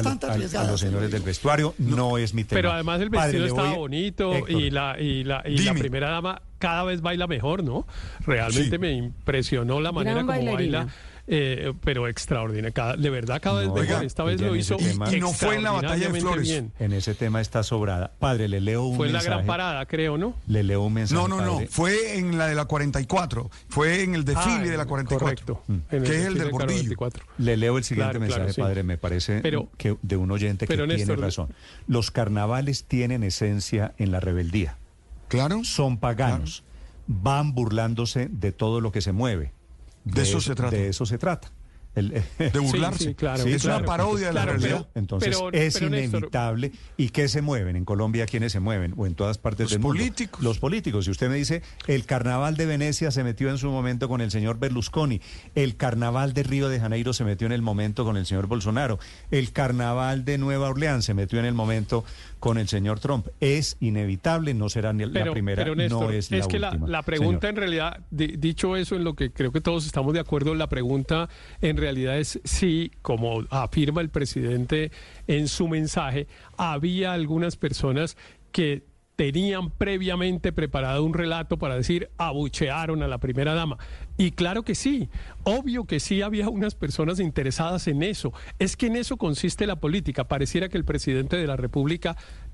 señores del vestuario. No es mi tema. Pero además el vestido estaba bonito, Héctor, y la primera dama cada vez baila mejor, ¿no? Realmente me impresionó la manera como baila. Pero extraordinario, de verdad cada vez mejor. Esta vez lo hizo y no fue en la Batalla de Flores. Bien. En ese tema está sobrada. Padre, le leo un mensaje. Fue en la Gran Parada, creo, ¿no? Le leo un mensaje. No, fue en la de la 44. Fue en el desfile de la 44. Correcto. Que es el del gordillo. Le leo el siguiente mensaje, padre. Me parece que de un oyente que tiene razón. Los carnavales tienen esencia en la rebeldía. Claro. Son paganos. Claro. Van burlándose de todo lo que se mueve. De eso se trata. De eso se trata. De burlarse. Sí, claro, es una parodia de la realidad. Entonces es inevitable. Néstor, ¿y qué se mueven? En Colombia, ¿quiénes se mueven? O en todas partes del mundo. Los políticos. Si usted me dice, el carnaval de Venecia se metió en su momento con el señor Berlusconi. El carnaval de Río de Janeiro se metió en el momento con el señor Bolsonaro. El carnaval de Nueva Orleans se metió en el momento con el señor Trump. Es inevitable, no será ni la primera, pero Néstor, no es la última. Es que la pregunta, señor, en realidad, dicho eso, en lo que creo que todos estamos de acuerdo, la pregunta en realidad es si, como afirma el presidente en su mensaje, había algunas personas que tenían previamente preparado un relato para decir abuchearon a la primera dama. Y claro que sí, obvio que sí había unas personas interesadas en eso. Es que en eso consiste la política. Pareciera que el presidente de la República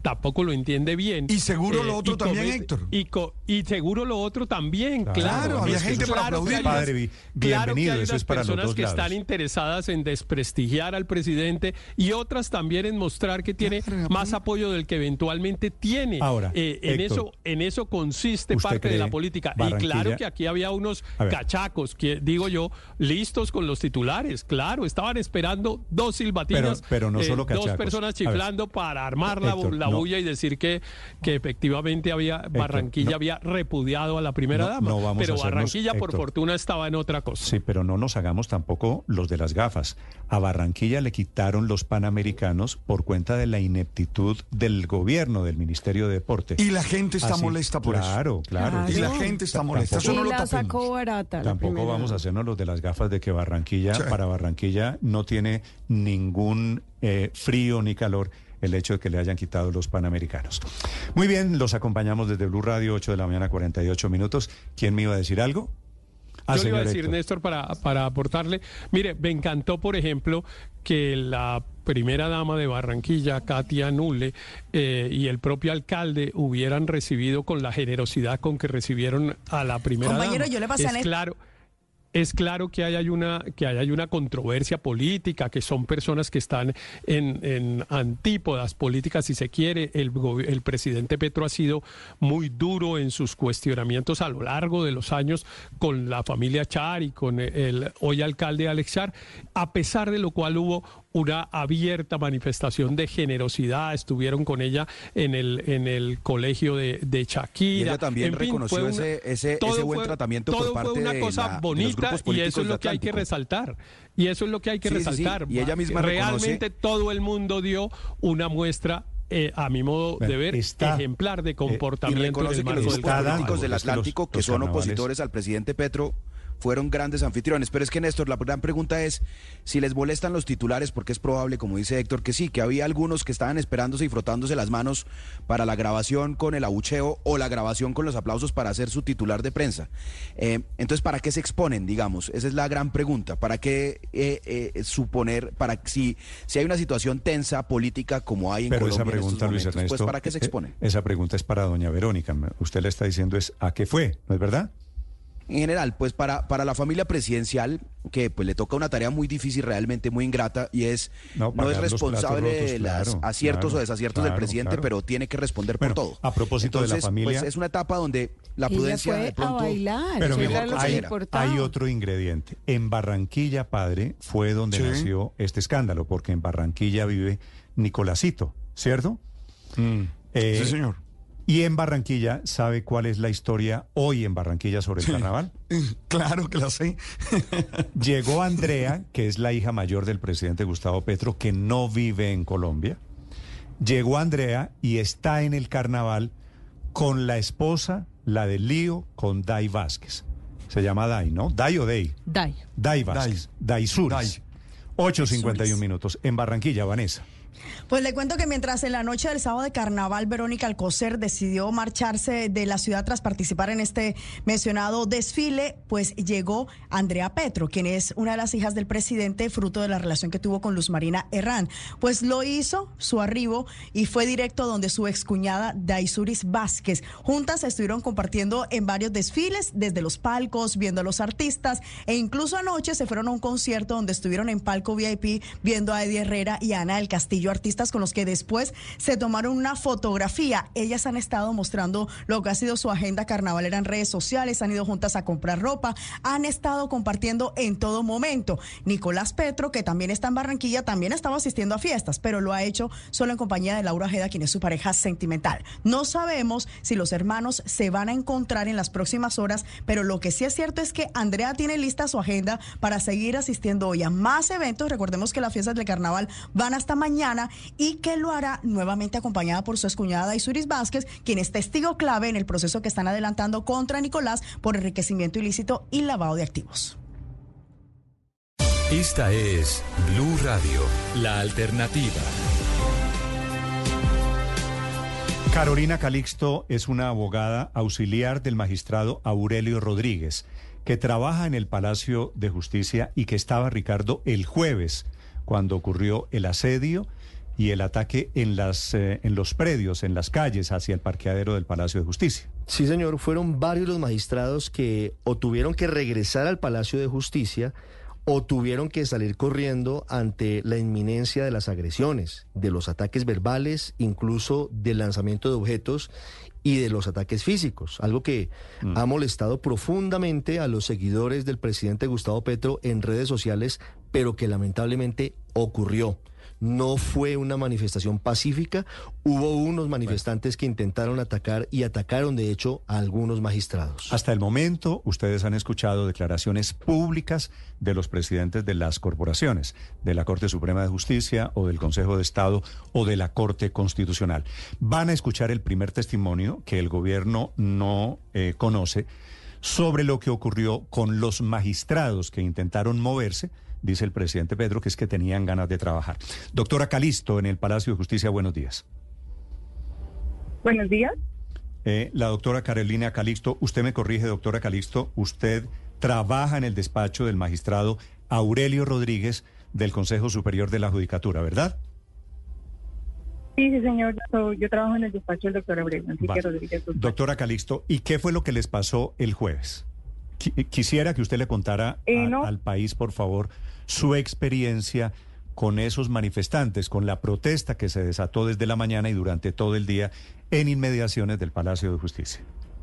tampoco lo entiende bien. Y seguro lo otro también, Héctor. Y seguro lo otro también, claro. Había gente para aplaudir. Padre, bienvenido, eso es para los dos lados. Personas que están interesadas en desprestigiar al presidente y otras también en mostrar que tiene más apoyo del que eventualmente tiene. Ahora, en eso consiste parte de la política. Y claro que aquí había unos cachacos, que digo yo, listos con los titulares. Claro, estaban esperando dos silbatinas, pero no solo cachacos. Dos personas chiflando para armar la bulla y decir que efectivamente Barranquilla había repudiado a la primera dama. Pero Barranquilla, por fortuna, estaba en otra cosa. Sí, pero no nos hagamos tampoco los de las gafas. A Barranquilla le quitaron los Panamericanos por cuenta de la ineptitud del gobierno, del Ministerio de Deporte. Y la gente está molesta por eso. Claro. Y la gente está molesta. Eso no lo tapemos. Sacó barata. Tampoco vamos a hacernos los de las gafas de que para Barranquilla no tiene ningún frío ni calor el hecho de que le hayan quitado los Panamericanos. Muy bien, los acompañamos desde Blue Radio, 8 de la mañana, 48 minutos. ¿Quién me iba a decir algo? Yo le iba a decir, Héctor. Néstor, para aportarle. Mire, me encantó, por ejemplo, que la primera dama de Barranquilla, Katia Nule, y el propio alcalde hubieran recibido con la generosidad con que recibieron a la primera dama. Yo le pasé Es claro que hay una controversia política, que son personas que están en antípodas políticas, si se quiere. El presidente Petro ha sido muy duro en sus cuestionamientos a lo largo de los años con la familia Char y con el hoy alcalde Alex Char, a pesar de lo cual hubo una abierta manifestación de generosidad. Estuvieron con ella en el colegio de Shakira. Y ella también reconoció ese buen tratamiento por parte de los grupos políticos. Y eso es lo que hay que resaltar. Y ella misma reconoce. Realmente todo el mundo dio una muestra, a mi modo de ver, ejemplar de comportamiento. Y reconoce que los grupos políticos del Atlántico, que son opositores al presidente Petro, fueron grandes anfitriones. Pero es que, Néstor, la gran pregunta es si les molestan los titulares, porque es probable, como dice Héctor, que sí, que había algunos que estaban esperándose y frotándose las manos para la grabación con el abucheo o la grabación con los aplausos para hacer su titular de prensa. Entonces, ¿para qué se exponen, digamos? Esa es la gran pregunta. ¿Para qué si hay una situación tensa política como hay en Colombia esa pregunta, en estos momentos, Luis Ernesto, pues ¿para qué se exponen? Esa pregunta es para doña Verónica. Usted le está diciendo ¿a qué fue? ¿No es verdad? En general, pues para la familia presidencial, que pues le toca una tarea muy difícil, realmente muy ingrata, y no es responsable de los aciertos o desaciertos del presidente, pero tiene que responder por todo. A propósito de la familia, pues es una etapa donde la prudencia de pronto... A bailar, pero mira, hay otro ingrediente. En Barranquilla, padre, fue donde nació este escándalo, porque en Barranquilla vive Nicolásito, ¿cierto? Sí, señor. Y en Barranquilla, ¿sabe cuál es la historia hoy en Barranquilla sobre el carnaval? Claro que la sé. Llegó Andrea, que es la hija mayor del presidente Gustavo Petro, que no vive en Colombia. Llegó Andrea y está en el carnaval con la esposa, la del lío, con Day Vázquez. Se llama Day, ¿no? ¿Day o Day? Day. Day Vázquez. Day Suris. 8:51 minutos. En Barranquilla, Vanessa. Pues le cuento que mientras en la noche del sábado de carnaval Verónica Alcocer decidió marcharse de la ciudad tras participar en este mencionado desfile, pues llegó Andrea Petro, quien es una de las hijas del presidente, fruto de la relación que tuvo con Luz Marina Herrán. Pues lo hizo su arribo y fue directo donde su excuñada Daisuris Vázquez. Juntas estuvieron compartiendo en varios desfiles, desde los palcos, viendo a los artistas, e incluso anoche se fueron a un concierto donde estuvieron en palco VIP viendo a Eddie Herrera y Ana del Castillo, artistas con los que después se tomaron una fotografía. Ellas han estado mostrando lo que ha sido su agenda carnavalera en redes sociales, han ido juntas a comprar ropa, han estado compartiendo en todo momento. Nicolás Petro, que también está en Barranquilla, también estaba asistiendo a fiestas, pero lo ha hecho solo en compañía de Laura Ojeda, quien es su pareja sentimental. No sabemos si los hermanos se van a encontrar en las próximas horas, pero lo que sí es cierto es que Andrea tiene lista su agenda para seguir asistiendo hoy a más eventos. Recordemos que las fiestas del carnaval van hasta mañana y que lo hará nuevamente acompañada por su excuñada Daisuris Vázquez, quien es testigo clave en el proceso que están adelantando contra Nicolás por enriquecimiento ilícito y lavado de activos. Esta es Blue Radio, la alternativa. Carolina Calixto es una abogada auxiliar del magistrado Aurelio Rodríguez, que trabaja en el Palacio de Justicia y que estaba, Ricardo, el jueves, cuando ocurrió el asedio y el ataque en los predios, en las calles, hacia el parqueadero del Palacio de Justicia. Sí, señor, fueron varios los magistrados que o tuvieron que regresar al Palacio de Justicia o tuvieron que salir corriendo ante la inminencia de las agresiones, de los ataques verbales, incluso del lanzamiento de objetos y de los ataques físicos, algo que ha molestado profundamente a los seguidores del presidente Gustavo Petro en redes sociales, pero que lamentablemente ocurrió. No fue una manifestación pacífica, hubo unos manifestantes que intentaron atacar y atacaron de hecho a algunos magistrados. Hasta el momento ustedes han escuchado declaraciones públicas de los presidentes de las corporaciones, de la Corte Suprema de Justicia o del Consejo de Estado o de la Corte Constitucional. Van a escuchar el primer testimonio que el gobierno no conoce sobre lo que ocurrió con los magistrados que intentaron moverse. Dice el presidente Petro que es que tenían ganas de trabajar. Doctora Calisto, en el Palacio de Justicia, buenos días. Buenos días. La doctora Carolina Calixto, usted me corrige, doctora Calixto, usted trabaja en el despacho del magistrado Aurelio Rodríguez del Consejo Superior de la Judicatura, ¿verdad? Sí, señor. Yo trabajo en el despacho del doctor Aurelio Rodríguez. Doctora Calixto, ¿y qué fue lo que les pasó el jueves? Quisiera que usted le contara al país, por favor, su experiencia con esos manifestantes, con la protesta que se desató desde la mañana y durante todo el día en inmediaciones del Palacio de Justicia.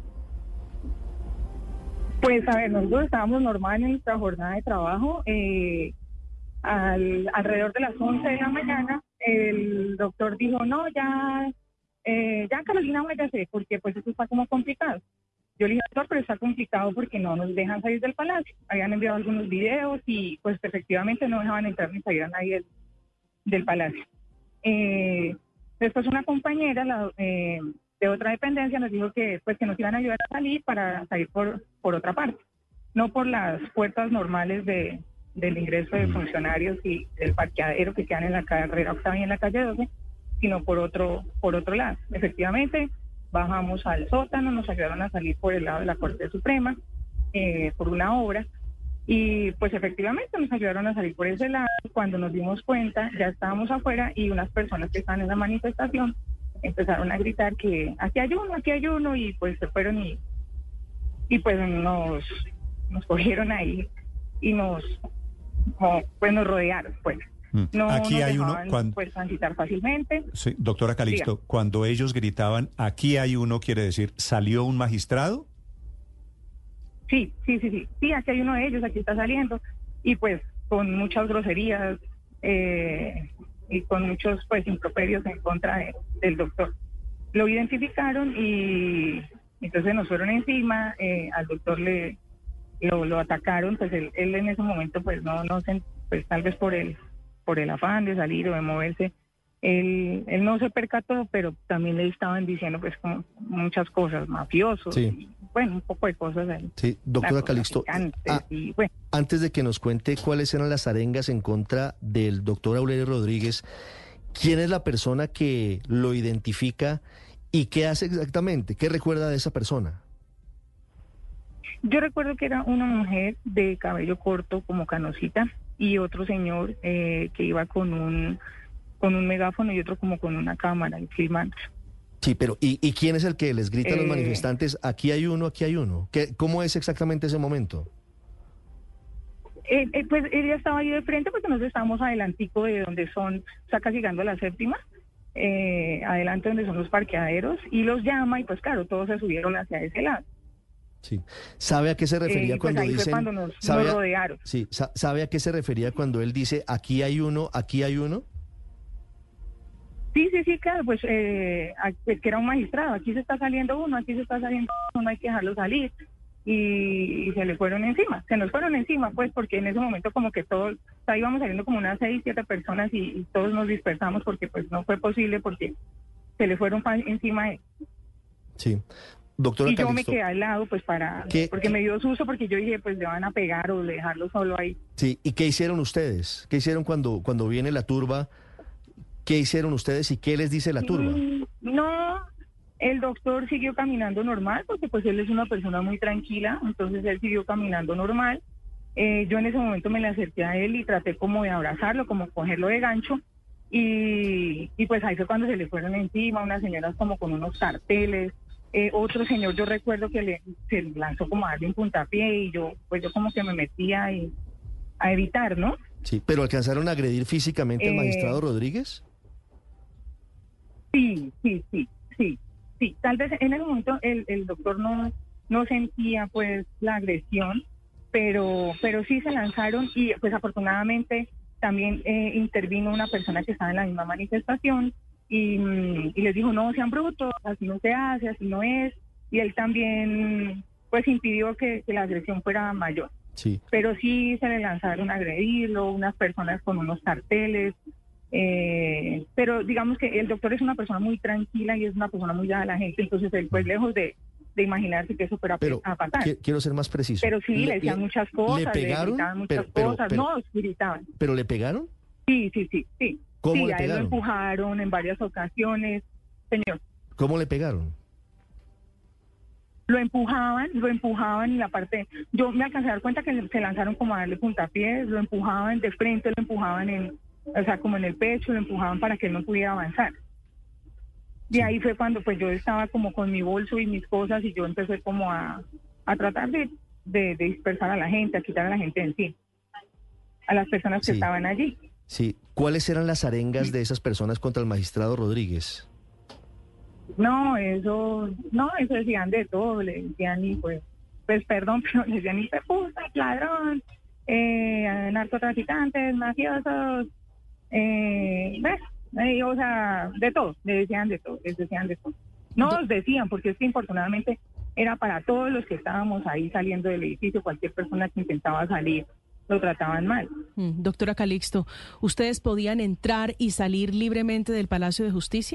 Pues, a ver, nosotros estábamos normal en nuestra jornada de trabajo. Alrededor de las 11 de la mañana, el doctor dijo, no, ya Carolina, váyase, porque pues eso está como complicado. Yo le dije, doctor, pero está complicado porque no nos dejan salir del palacio. Habían enviado algunos videos y pues efectivamente no dejaban entrar ni salir a nadie del palacio. Después una compañera de otra dependencia nos dijo que pues que nos iban a ayudar a salir para salir por otra parte. No por las puertas normales del ingreso de funcionarios y del parqueadero que quedan en la carrera octava y en la calle 12, sino por otro lado. Efectivamente, bajamos al sótano, nos ayudaron a salir por el lado de la Corte Suprema, por una obra, y pues efectivamente nos ayudaron a salir por ese lado. Cuando nos dimos cuenta, ya estábamos afuera y unas personas que estaban en la manifestación empezaron a gritar que aquí hay uno, y pues se fueron y pues nos cogieron ahí y nos rodearon, pues. No aquí nos hay dejaban, uno pues, transitar fácilmente. Sí, doctora Calixto, Diga. Cuando ellos gritaban, aquí hay uno, quiere decir, ¿salió un magistrado? Sí, aquí hay uno de ellos, aquí está saliendo, y pues con muchas groserías y con muchos pues improperios en contra del doctor. Lo identificaron y entonces nos fueron encima, al doctor lo atacaron, pues él en ese momento pues pues tal vez por el afán de salir o de moverse, él no se percató, pero también le estaban diciendo pues como muchas cosas, mafiosos, sí. Y, bueno, un poco de cosas ahí. Sí, doctora Calixto, antes de que nos cuente cuáles eran las arengas en contra del doctor Aurelio Rodríguez, ¿quién es la persona que lo identifica y qué hace exactamente? ¿Qué recuerda de esa persona? Yo recuerdo que era una mujer de cabello corto como Canosita y otro señor que iba con un megáfono y otro como con una cámara y filmando. Sí, pero ¿y quién es el que les grita a los manifestantes, aquí hay uno, aquí hay uno? ¿Cómo es exactamente ese momento? Pues ella estaba ahí de frente porque nosotros estábamos adelantico de donde son, o sea, casi llegando a la séptima, adelante donde son los parqueaderos, y los llama y pues claro, todos se subieron hacia ese lado. Sí. ¿Sabe a qué se refería cuando ahí dicen? Fue cuando nos rodearon. Sí, ¿sabe a qué se refería cuando él dice aquí hay uno, aquí hay uno? Sí, claro, pues que era un magistrado, aquí se está saliendo uno, no hay que dejarlo salir, y se le fueron encima, se nos fueron encima, pues porque en ese momento como que todos, o sea, íbamos saliendo como unas 6, 7 personas y todos nos dispersamos porque pues no fue posible porque se le fueron encima a él. Sí. Doctora y yo Calixto, me quedé al lado pues porque me dio susto porque yo dije pues le van a pegar o dejarlo solo ahí. Sí, ¿y qué hicieron ustedes? ¿Qué hicieron cuando viene la turba? ¿Qué hicieron ustedes y qué les dice la turba? No, el doctor siguió caminando normal porque pues él es una persona muy tranquila, entonces él siguió caminando normal. Yo en ese momento me le acerqué a él y traté como de abrazarlo, como cogerlo de gancho, y pues ahí fue cuando se le fueron encima unas señoras como con unos carteles. Otro señor, yo recuerdo que se lanzó como a darle un puntapié y yo como que me metía a evitar, ¿no? Sí, pero ¿alcanzaron a agredir físicamente al magistrado Rodríguez? Sí. Tal vez en el momento el doctor no sentía pues la agresión, pero sí se lanzaron y pues afortunadamente también intervino una persona que estaba en la misma manifestación y les dijo, no sean brutos, así no se hace, así no es, y él también pues impidió que la agresión fuera mayor. Sí. Pero sí se le lanzaron a agredirlo, unas personas con unos carteles, pero digamos que el doctor es una persona muy tranquila y es una persona muy dada a la gente, entonces él pues lejos de imaginarse que eso fuera a pasar. Quiero ser más preciso. Pero sí, le decían muchas cosas, ¿le pegaron? Le gritaban muchas cosas, no, gritaban. ¿Pero le pegaron? Sí. ¿Cómo le a él pegaron? lo empujaron en varias ocasiones, señor. ¿Cómo le pegaron? Lo empujaban en la parte... Yo me alcancé a dar cuenta que se lanzaron como a darle puntapiés, lo empujaban de frente, lo empujaban como en el pecho, lo empujaban para que él no pudiera avanzar. Y ahí fue cuando pues yo estaba como con mi bolso y mis cosas y yo empecé como a tratar de dispersar a la gente, a quitar a la gente en sí, a las personas que estaban allí. Sí. ¿Cuáles eran las arengas de esas personas contra el magistrado Rodríguez? No, eso decían de todo, le decían y pues perdón, pero le decían y puta, ladrón, narcotraficantes, mafiosos, o sea, de todo, les decían de todo. No nos decían, porque es que infortunadamente era para todos los que estábamos ahí saliendo del edificio, cualquier persona que intentaba salir, lo trataban mal. Doctora Calixto, ¿ustedes podían entrar y salir libremente del Palacio de Justicia?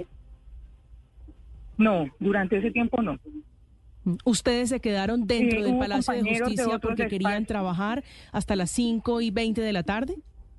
No, durante ese tiempo no. ¿Ustedes se quedaron dentro del Palacio de Justicia porque querían trabajar hasta las 5:20 de la tarde?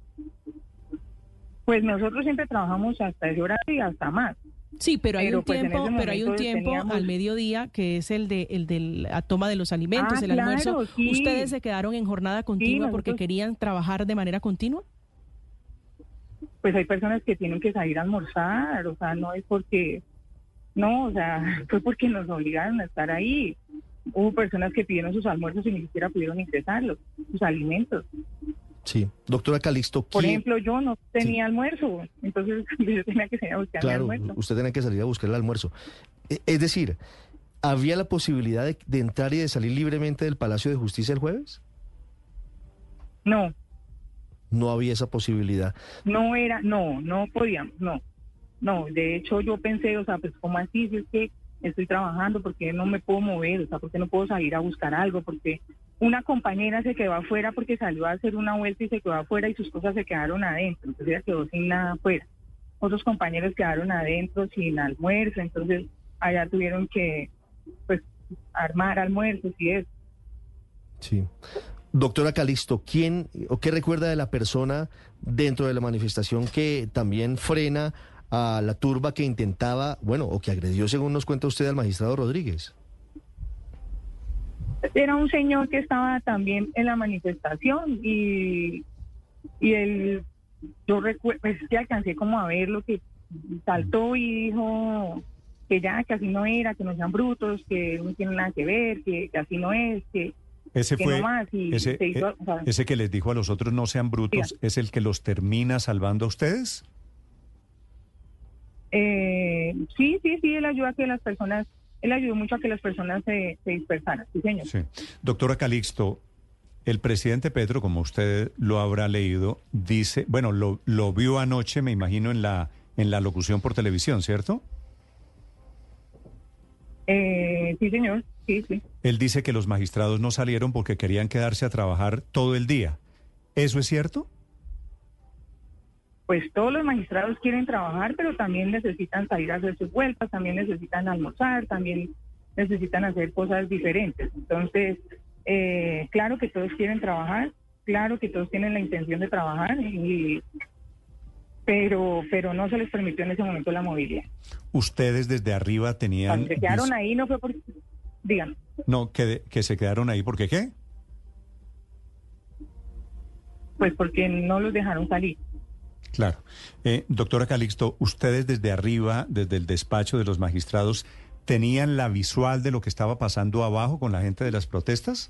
Pues nosotros siempre trabajamos hasta ese horario y hasta más. Sí, pero hay un tiempo al mediodía que es el de la toma de los alimentos, el almuerzo. Sí. ¿Ustedes se quedaron en jornada continua porque querían trabajar de manera continua? Pues hay personas que tienen que salir a almorzar, o sea, no es porque... No, o sea, fue porque nos obligaron a estar ahí. Hubo personas que pidieron sus almuerzos y ni siquiera pudieron ingresarlos, sus alimentos. Sí. Doctora Calixto, por ejemplo, yo no tenía almuerzo, entonces yo tenía que salir a buscar el almuerzo. Usted tenía que salir a buscar el almuerzo. Es decir, ¿había la posibilidad de entrar y de salir libremente del Palacio de Justicia el jueves? No. No había esa posibilidad. No podíamos, no. No, de hecho yo pensé, o sea, pues ¿cómo así? Si es que estoy trabajando, porque no me puedo mover, o sea, porque no puedo salir a buscar algo, porque una compañera se quedó afuera porque salió a hacer una vuelta y se quedó afuera y sus cosas se quedaron adentro, entonces ella quedó sin nada afuera. Otros compañeros quedaron adentro sin almuerzo, entonces allá tuvieron que, pues, armar almuerzos y eso. Sí. Doctora Calixto, ¿quién o qué recuerda de la persona dentro de la manifestación que también frena a la turba que intentaba, o que agredió, según nos cuenta usted, al magistrado Rodríguez? Era un señor que estaba también en la manifestación y él, yo recuerdo, pues que alcancé como a ver lo que saltó y dijo que así no era, que no sean brutos, que no tienen nada que ver, que así no es, que... Ese fue, no más, y ese que les dijo a los otros no sean brutos, ¿sí? ¿Es el que los termina salvando a ustedes? Sí, él ayuda a que las personas, él ayudó mucho a que las personas se dispersaran, sí, señor. Sí. Doctora Calixto, el presidente Petro, como usted lo habrá leído, dice, lo vio anoche, me imagino, en la locución por televisión, ¿cierto? Sí, señor, sí. Él dice que los magistrados no salieron porque querían quedarse a trabajar todo el día. ¿Eso es cierto? Pues todos los magistrados quieren trabajar, pero también necesitan salir a hacer sus vueltas, también necesitan almorzar, también necesitan hacer cosas diferentes. Entonces, claro que todos quieren trabajar, claro que todos tienen la intención de trabajar, pero no se les permitió en ese momento la movilidad. ¿Ustedes desde arriba tenían...? Cuando se quedaron ahí no fue por... Díganme. No, que se quedaron ahí, ¿por qué? Pues porque no los dejaron salir. Claro. Doctora Calixto, ustedes desde arriba, desde el despacho de los magistrados, ¿tenían la visual de lo que estaba pasando abajo con la gente de las protestas?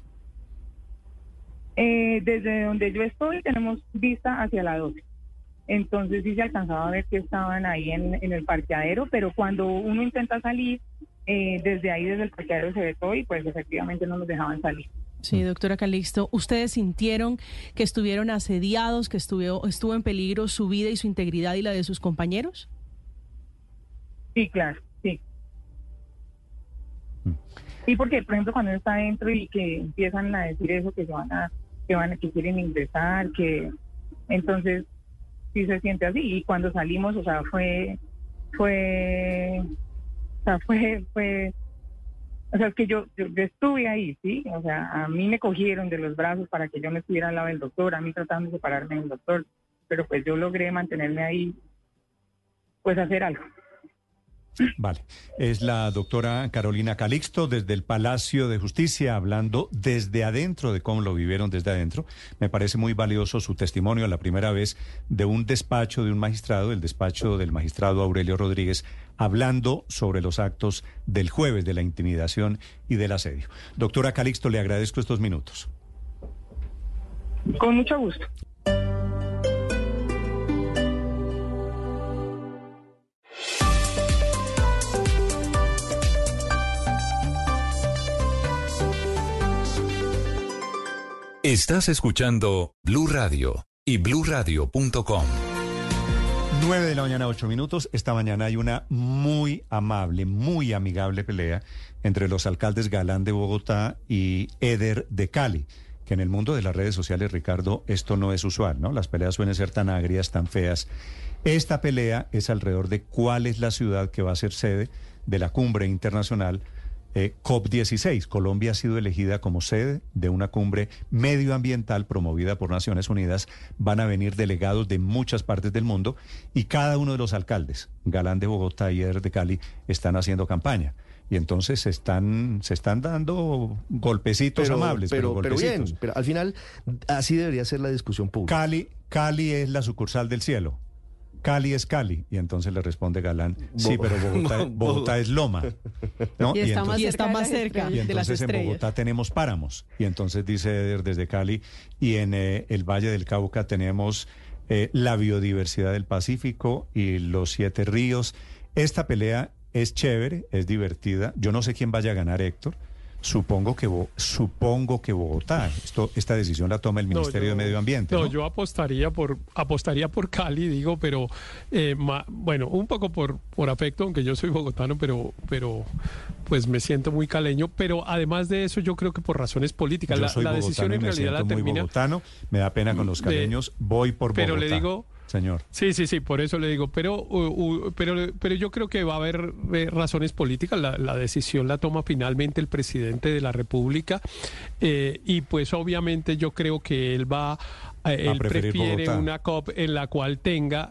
Desde donde yo estoy tenemos vista hacia la 12. Entonces sí se alcanzaba a ver que estaban ahí en el parqueadero, pero cuando uno intenta salir, desde ahí, desde el parqueadero se ve todo y pues efectivamente no nos dejaban salir. Sí, doctora Calixto, ¿ustedes sintieron que estuvieron asediados, que estuvo en peligro su vida y su integridad y la de sus compañeros? Sí, claro, sí. Sí, porque por ejemplo cuando uno está adentro y que empiezan a decir eso, que que quieren ingresar, que entonces sí se siente así. Y cuando salimos, o sea, o sea, es que yo estuve ahí, ¿sí? O sea, a mí me cogieron de los brazos para que yo no estuviera al lado del doctor, a mí tratando de separarme del doctor, pero pues yo logré mantenerme ahí, pues hacer algo. Vale, es la doctora Carolina Calixto desde el Palacio de Justicia, hablando desde adentro de cómo lo vivieron desde adentro. Me parece muy valioso su testimonio, la primera vez de un despacho de un magistrado, el despacho del magistrado Aurelio Rodríguez, hablando sobre los actos del jueves de la intimidación y del asedio. Doctora Calixto, le agradezco estos minutos. Con mucho gusto. Estás escuchando Blue Radio y bluradio.com. 9 de la mañana, 8 minutos. Esta mañana hay una muy amable, muy amigable pelea entre los alcaldes Galán de Bogotá y Eder de Cali, que en el mundo de las redes sociales, Ricardo, esto no es usual, ¿no? Las peleas suelen ser tan agrias, tan feas. Esta pelea es alrededor de cuál es la ciudad que va a ser sede de la cumbre internacional COP16. Colombia ha sido elegida como sede de una cumbre medioambiental promovida por Naciones Unidas. Van a venir delegados de muchas partes del mundo y cada uno de los alcaldes, Galán de Bogotá y Eder de Cali, están haciendo campaña. Y entonces se están dando golpecitos amables. Pero bien, pero al final así debería ser la discusión pública. Cali es la sucursal del cielo. Cali es Cali. Y entonces le responde Galán, sí, pero Bogotá es Loma, ¿no? Y está más cerca y de las estrellas. En Bogotá tenemos páramos. Y entonces dice Eder desde Cali, y en el Valle del Cauca tenemos la biodiversidad del Pacífico y los 7 ríos. Esta pelea es chévere, es divertida. Yo no sé quién vaya a ganar, Héctor. Supongo que Bogotá. Esta decisión la toma el Ministerio de Medio Ambiente. No, yo apostaría por Cali, digo, pero bueno, un poco por afecto, aunque yo soy bogotano, pero pues me siento muy caleño. Pero además de eso, yo creo que por razones políticas, la decisión en realidad la termina. Muy bogotano, me da pena con los caleños, voy por Bogotá. Pero le digo. Señor. Sí, por eso le digo, pero yo creo que va a haber razones políticas. La decisión la toma finalmente el presidente de la República y pues obviamente yo creo que él prefiere Bogotá. Una COP en la cual tenga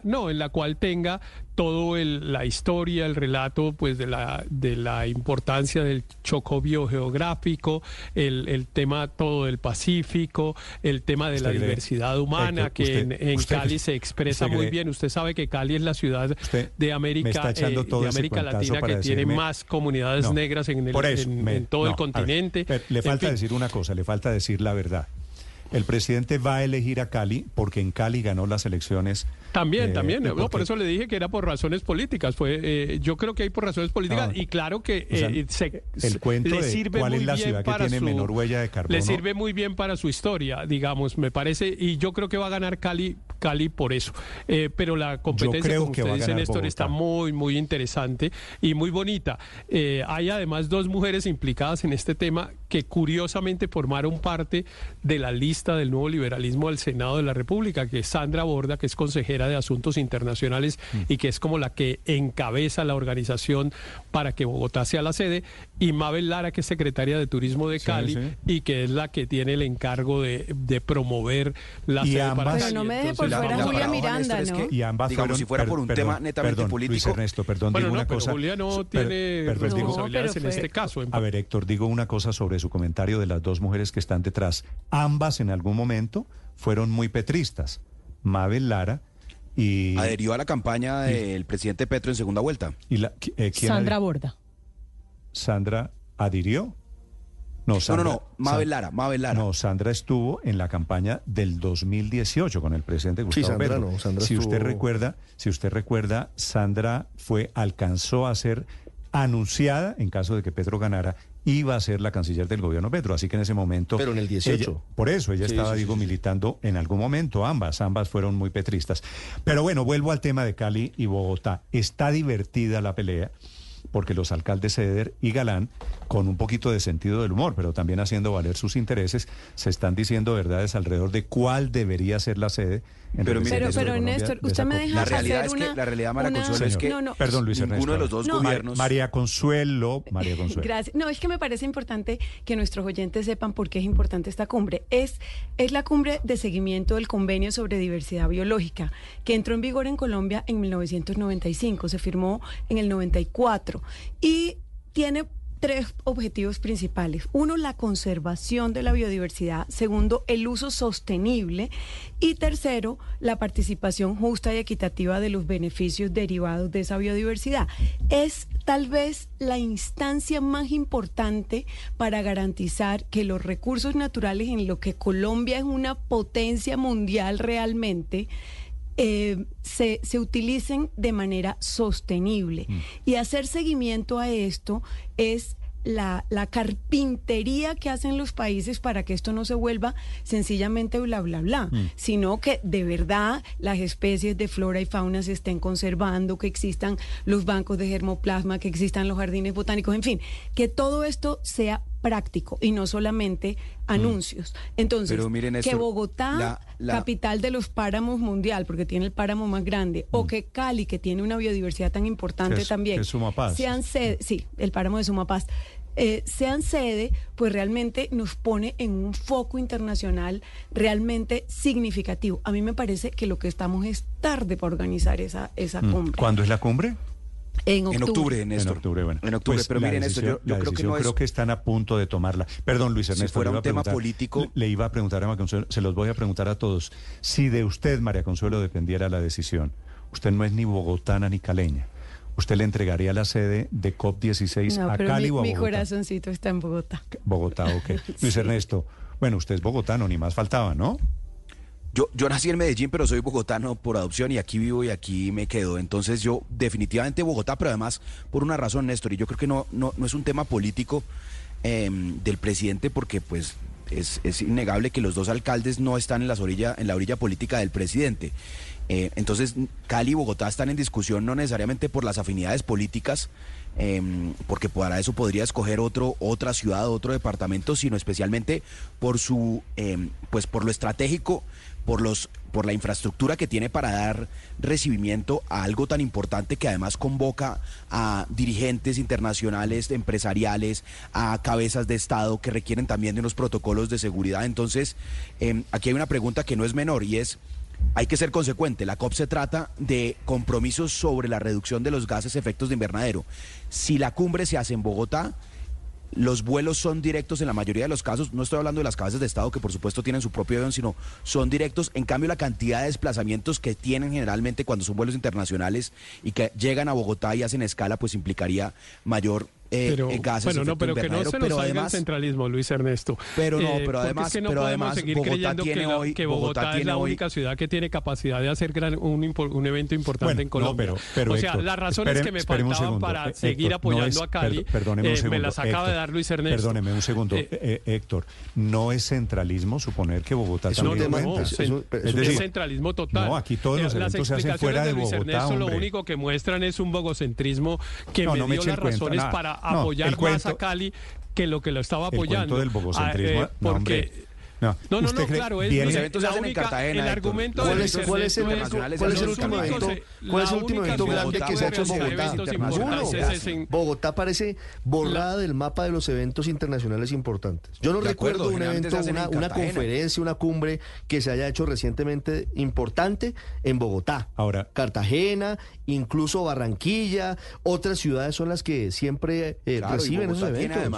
todo la historia, el relato pues de la importancia del choco biogeográfico, el tema todo del Pacífico, el tema de la diversidad humana, que en Cali se expresa muy bien. Usted sabe que Cali es la ciudad de América Latina que tiene más comunidades negras en todo el continente. Le falta decir una cosa, le falta decir la verdad. El presidente va a elegir a Cali porque en Cali ganó las elecciones. También. No, por eso le dije que era por razones políticas. Yo creo que hay por razones políticas y claro que el cuento le sirve de cuál es la ciudad que tiene menor huella de carbono. Le sirve muy bien para su historia, digamos, me parece, y yo creo que va a ganar Cali por eso. Pero la competencia, como usted dice, Néstor, está muy, muy interesante y muy bonita. Hay además 2 mujeres implicadas en este tema que curiosamente formaron parte de la lista del nuevo liberalismo del Senado de la República, que es Sandra Borda, que es consejera de Asuntos Internacionales y que es como la que encabeza la organización para que Bogotá sea la sede, y Mabel Lara, que es secretaria de Turismo de Cali y que es la que tiene el encargo de promover la sede para Cali. Pero no me deje por fuera Julia Miranda, ¿no? Y ambas digamos, si fuera por un tema netamente político. Luis Ernesto, digo una cosa. Julia no tiene responsabilidades en este caso. A ver, Héctor, digo una cosa sobre su comentario de las 2 mujeres que están detrás. Ambas en algún momento fueron muy petristas. Mabel Lara Y adherió a la campaña del presidente Petro en segunda vuelta. ¿Y Sandra Borda? ¿Sandra adhirió? No, Mabel Lara. No, Sandra estuvo en la campaña del 2018 con el presidente Gustavo Petro. Si usted recuerda, Sandra alcanzó a ser anunciada, en caso de que Petro ganara, iba a ser la canciller del gobierno Petro, así que en ese momento... Pero en el 18. Ella estaba militando en algún momento, ambas fueron muy petristas. Pero bueno, vuelvo al tema de Cali y Bogotá. Está divertida la pelea, porque los alcaldes Ceder y Galán, con un poquito de sentido del humor, pero también haciendo valer sus intereses, se están diciendo verdades alrededor de cuál debería ser la sede. Pero Néstor, usted me deja hacer la realidad, María Consuelo, es que perdón, Luis Ernesto, ninguno de los dos gobiernos... María Consuelo. Gracias. No, es que me parece importante que nuestros oyentes sepan por qué es importante esta cumbre. Es la cumbre de seguimiento del Convenio sobre Diversidad Biológica, que entró en vigor en Colombia en 1995, se firmó en el 94 y tiene 3 objetivos principales. 1, la conservación de la biodiversidad. 2, el uso sostenible. Y 3, la participación justa y equitativa de los beneficios derivados de esa biodiversidad. Es tal vez la instancia más importante para garantizar que los recursos naturales, en lo que Colombia es una potencia mundial realmente, se utilicen de manera sostenible. Y hacer seguimiento a esto es la carpintería que hacen los países para que esto no se vuelva sencillamente bla, bla, bla, sino que de verdad las especies de flora y fauna se estén conservando, que existan los bancos de germoplasma, que existan los jardines botánicos, en fin, que todo esto sea práctico y no solamente anuncios. Entonces, que Bogotá, capital de los páramos mundial, porque tiene el páramo más grande, o que Cali, que tiene una biodiversidad tan importante también, sean sede, el páramo de Sumapaz, sean sede, pues realmente nos pone en un foco internacional realmente significativo. A mí me parece que lo que estamos es tarde para organizar esa cumbre. ¿Cuándo es la cumbre? En octubre, Néstor. En octubre, bueno. En octubre, pues pero miren, Néstor, yo creo que están a punto de tomarla. Perdón, Luis Ernesto. Si fuera un tema político... Le iba a preguntar a María Consuelo, se los voy a preguntar a todos. Si de usted, María Consuelo, dependiera la decisión, usted no es ni bogotana ni caleña, ¿usted le entregaría la sede de COP16 a Cali o a Bogotá? Mi corazoncito está en Bogotá. Bogotá, ok. Luis Ernesto, bueno, usted es bogotano, ni más faltaba, ¿no? Yo nací en Medellín, pero soy bogotano por adopción y aquí vivo y aquí me quedo. Entonces yo definitivamente Bogotá, pero además por una razón, Néstor, y yo creo que no es un tema político del presidente, porque pues es innegable que los dos alcaldes no están en la orilla política del presidente. Entonces Cali y Bogotá están en discusión no necesariamente por las afinidades políticas, porque para eso podría escoger otra ciudad, otro departamento, sino especialmente por por lo estratégico, por la infraestructura que tiene para dar recibimiento a algo tan importante que además convoca a dirigentes internacionales, empresariales, a cabezas de Estado que requieren también de unos protocolos de seguridad. Entonces, aquí hay una pregunta que no es menor y es: hay que ser consecuente. La COP se trata de compromisos sobre la reducción de los gases efectos de invernadero. Si la cumbre se hace en Bogotá, los vuelos son directos en la mayoría de los casos. No estoy hablando de las cabezas de Estado, que por supuesto tienen su propio avión, sino son directos. En cambio, la cantidad de desplazamientos que tienen generalmente cuando son vuelos internacionales y que llegan a Bogotá y hacen escala, pues implicaría mayor gases. Bueno, no, pero que no se nos salga el centralismo, Luis Ernesto. Pero además, es que no podemos seguir creyendo que Bogotá es la única ciudad que tiene capacidad de hacer un evento importante en Colombia. Pero o sea, Héctor, las razones que me faltaban para seguir apoyando a Cali, me las acaba de dar Luis Ernesto. Perdóneme un segundo, Héctor. No es centralismo suponer que Bogotá también cuenta. Es centralismo total. No, aquí todos los eventos se hacen fuera de Bogotá, Ernesto, lo único que muestran es un bogocentrismo que me dio las razones para apoyar más a Cali que lo estaba apoyando. El cuento del bogocentrismo, claro, los eventos se hacen en Cartagena. El argumento ¿Cuál es el último evento grande que se ha hecho en Bogotá? Bogotá parece borrada del mapa de los eventos internacionales importantes. Yo no recuerdo un evento, una conferencia, una cumbre que se haya hecho recientemente importante en Bogotá. Ahora, Cartagena, incluso Barranquilla, otras ciudades son las que siempre reciben esos eventos.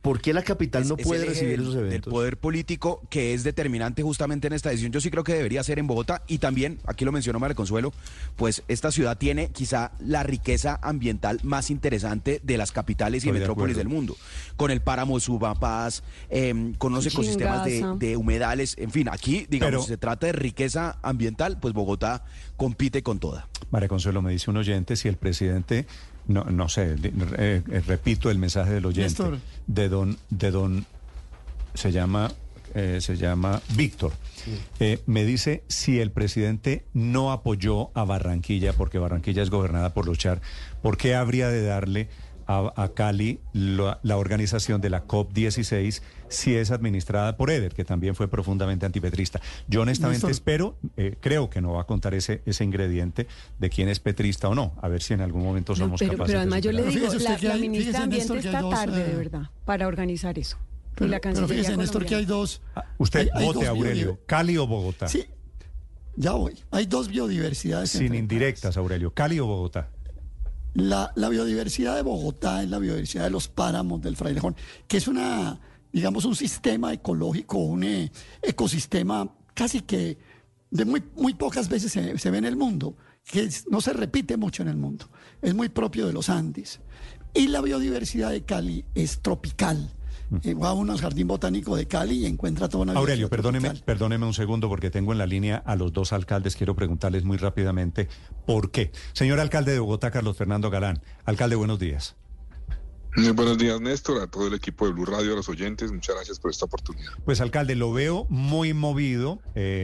¿Por qué la capital no puede recibir esos eventos? El poder político que es determinante justamente en esta decisión. Yo sí creo que debería ser en Bogotá, y también, aquí lo mencionó María Consuelo, pues esta ciudad tiene quizá la riqueza ambiental más interesante de las capitales y metrópolis del mundo, con el páramo Sumapaz, con unos ecosistemas de humedales, en fin, aquí, digamos, si se trata de riqueza ambiental, pues Bogotá compite con toda. María Consuelo, me dice un oyente, si el presidente... No sé, repito el mensaje del oyente. Néstor. De don se llama Víctor. Sí. Me dice, si el presidente no apoyó a Barranquilla, porque Barranquilla es gobernada por los Char, ¿por qué habría de darle a Cali la organización de la COP16 si es administrada por Eder, que también fue profundamente antipetrista? Yo honestamente espero, creo que no va a contar ese ingrediente de quién es petrista o no, a ver si en algún momento somos capaces pero además de yo le digo, la ministra de Ambiente está tarde, de verdad, para organizar eso. Pero fíjese, Néstor, que hay dos... Usted vote, Aurelio, ¿Cali o Bogotá? Sí, ya voy. Hay dos biodiversidades. Sin indirectas, Aurelio, ¿Cali o Bogotá? La biodiversidad de Bogotá es la biodiversidad de los páramos del Frailejón, que es un sistema ecológico, un ecosistema casi que de muy pocas veces se ve en el mundo, que no se repite mucho en el mundo, es muy propio de los Andes. Y la biodiversidad de Cali es tropical. Va uno al Jardín Botánico de Cali y encuentra toda una... Aurelio, perdóneme un segundo porque tengo en la línea a los dos alcaldes. Quiero preguntarles muy rápidamente por qué. Señor alcalde de Bogotá, Carlos Fernando Galán. Alcalde, buenos días. Muy buenos días, Néstor, a todo el equipo de Blue Radio, a los oyentes. Muchas gracias por esta oportunidad. Pues, alcalde, lo veo muy movido,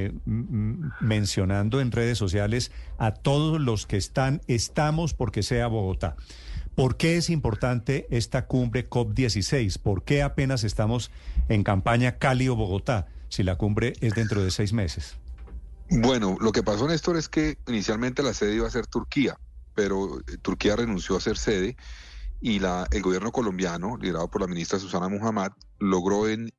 mencionando en redes sociales a todos los que estamos porque sea Bogotá. ¿Por qué es importante esta cumbre COP16? ¿Por qué apenas estamos en campaña Cali o Bogotá, si la cumbre es dentro de 6 meses? Bueno, lo que pasó, Néstor, es que inicialmente la sede iba a ser Turquía, pero Turquía renunció a ser sede y el gobierno colombiano, liderado por la ministra Susana Muhammad, logró en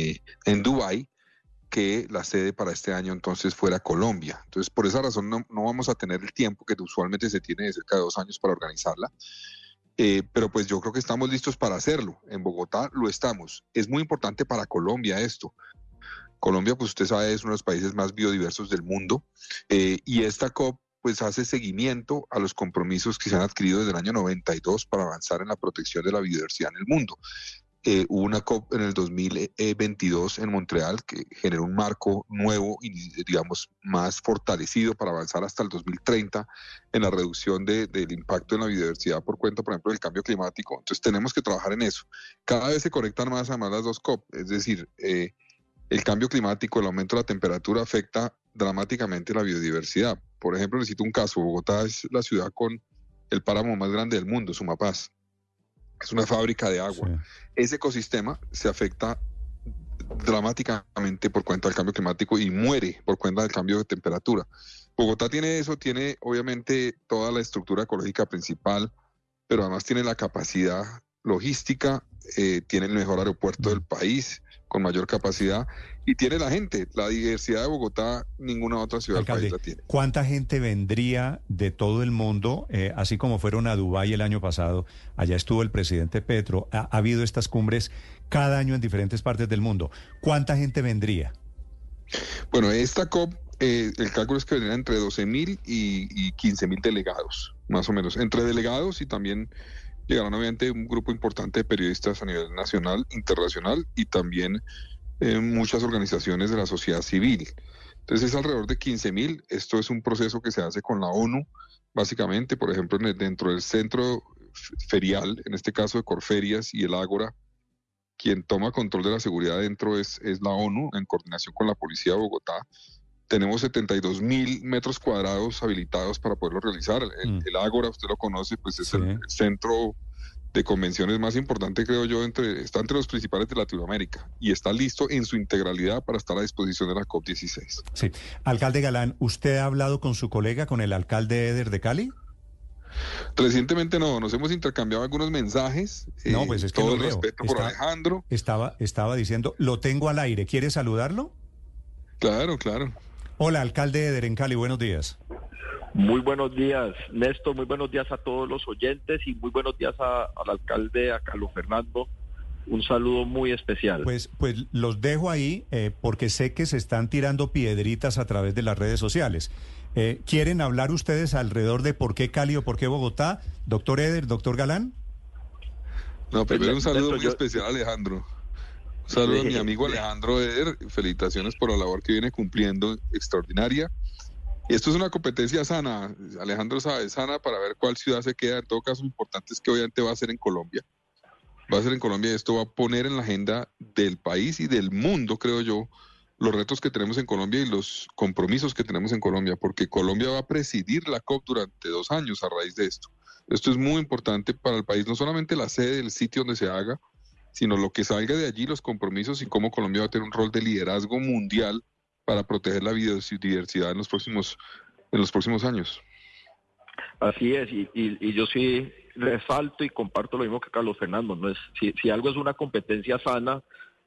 Dubái que la sede para este año entonces fuera Colombia. Entonces, por esa razón no vamos a tener el tiempo que usualmente se tiene de cerca de 2 años para organizarla. Pero pues yo creo que estamos listos para hacerlo. En Bogotá lo estamos. Es muy importante para Colombia esto. Colombia, pues usted sabe, es uno de los países más biodiversos del mundo. Y esta COP pues hace seguimiento a los compromisos que se han adquirido desde el año 92 para avanzar en la protección de la biodiversidad en el mundo. Hubo una COP en el 2022 en Montreal que generó un marco nuevo y, digamos, más fortalecido para avanzar hasta el 2030 en la reducción del impacto en la biodiversidad por cuenta, por ejemplo, del cambio climático. Entonces tenemos que trabajar en eso. Cada vez se conectan más además las dos COP, es decir, el cambio climático, el aumento de la temperatura afecta dramáticamente la biodiversidad. Por ejemplo, necesito un caso. Bogotá es la ciudad con el páramo más grande del mundo, Sumapaz. Es una fábrica de agua. Sí. Ese ecosistema se afecta dramáticamente por cuenta del cambio climático y muere por cuenta del cambio de temperatura. Bogotá tiene eso, tiene obviamente toda la estructura ecológica principal, pero además tiene la capacidad logística, tiene el mejor aeropuerto del país, con mayor capacidad, y tiene la gente. La diversidad de Bogotá, ninguna otra ciudad Alcalde, del país la tiene. ¿Cuánta gente vendría de todo el mundo, así como fueron a Dubái el año pasado? Allá estuvo el presidente Petro. Ha habido estas cumbres cada año en diferentes partes del mundo. ¿Cuánta gente vendría? Bueno, esta COP, el cálculo es que vendrían entre 12.000 y 15.000 delegados, más o menos. Entre delegados y también llegarán obviamente un grupo importante de periodistas a nivel nacional, internacional y también muchas organizaciones de la sociedad civil. Entonces es alrededor de 15.000. Esto es un proceso que se hace con la ONU, básicamente, por ejemplo, dentro del centro ferial, en este caso de Corferias y el Ágora, quien toma control de la seguridad dentro es la ONU, en coordinación con la Policía de Bogotá. Tenemos 72.000 metros cuadrados habilitados para poderlo realizar. El Ágora, usted lo conoce, pues es el centro de convenciones más importante, creo yo, está entre los principales de Latinoamérica y está listo en su integralidad para estar a disposición de la COP16. Sí. Alcalde Galán, ¿usted ha hablado con su colega, con el alcalde Eder de Cali? Recientemente no, nos hemos intercambiado algunos mensajes. No, pues es que todo lo el respeto por Alejandro. Estaba diciendo, lo tengo al aire, ¿quiere saludarlo? Claro, claro. Hola, alcalde Eder en Cali, buenos días. Muy buenos días, Néstor, muy buenos días a todos los oyentes y muy buenos días al alcalde, a Carlos Fernando. un saludo muy especial. Pues los dejo ahí porque sé que se están tirando piedritas a través de las redes sociales. ¿Quieren hablar ustedes alrededor de por qué Cali o por qué Bogotá? Doctor Eder, doctor Galán. No, primero un saludo muy especial a Alejandro. Un saludo a mi amigo Alejandro Eder. Felicitaciones por la labor que viene cumpliendo, extraordinaria. Y esto es una competencia sana, Alejandro sabe, sana para ver cuál ciudad se queda. En todo caso, lo importante es que obviamente va a ser en Colombia. Va a ser en Colombia y esto va a poner en la agenda del país y del mundo, creo yo, los retos que tenemos en Colombia y los compromisos que tenemos en Colombia, porque Colombia va a presidir la COP durante 2 años a raíz de esto. Esto es muy importante para el país, no solamente la sede del sitio donde se haga, sino lo que salga de allí, los compromisos y cómo Colombia va a tener un rol de liderazgo mundial para proteger la biodiversidad en los próximos años. Así es, y yo sí resalto y comparto lo mismo que Carlos Fernando. No es si algo es una competencia sana,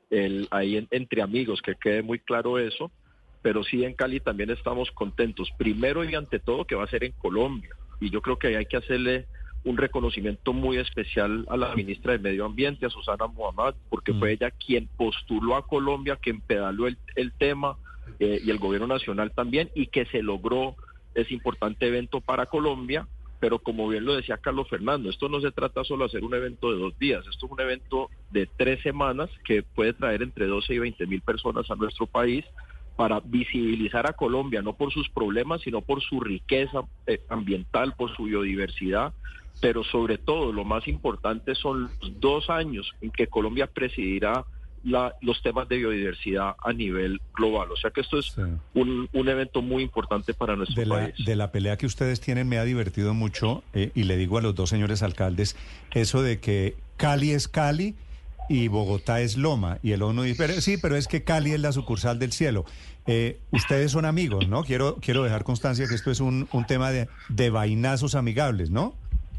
ahí entre amigos, que quede muy claro eso, pero sí en Cali también estamos contentos. Primero y ante todo que va a ser en Colombia, y yo creo que hay que hacerle un reconocimiento muy especial a la ministra de Medio Ambiente, a Susana Muhammad, porque fue ella quien postuló a Colombia, quien pedaló el tema, y el gobierno nacional también, y que se logró ese importante evento para Colombia. Pero como bien lo decía Carlos Fernando, esto no se trata solo de hacer un evento de 2 días, esto es un evento de 3 semanas que puede traer entre 12 y 20 mil personas a nuestro país para visibilizar a Colombia, no por sus problemas, sino por su riqueza ambiental, por su biodiversidad, pero sobre todo lo más importante son los 2 años en que Colombia presidirá los temas de biodiversidad a nivel global. O sea que esto es un evento muy importante para nuestro país. De la pelea que ustedes tienen me ha divertido mucho, y le digo a los 2 señores alcaldes, eso de que Cali es Cali y Bogotá es Loma. Y el uno dice, pero es que Cali es la sucursal del cielo. Ustedes son amigos, ¿no? Quiero dejar constancia que esto es un tema de vainazos amigables, ¿no?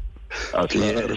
Claro,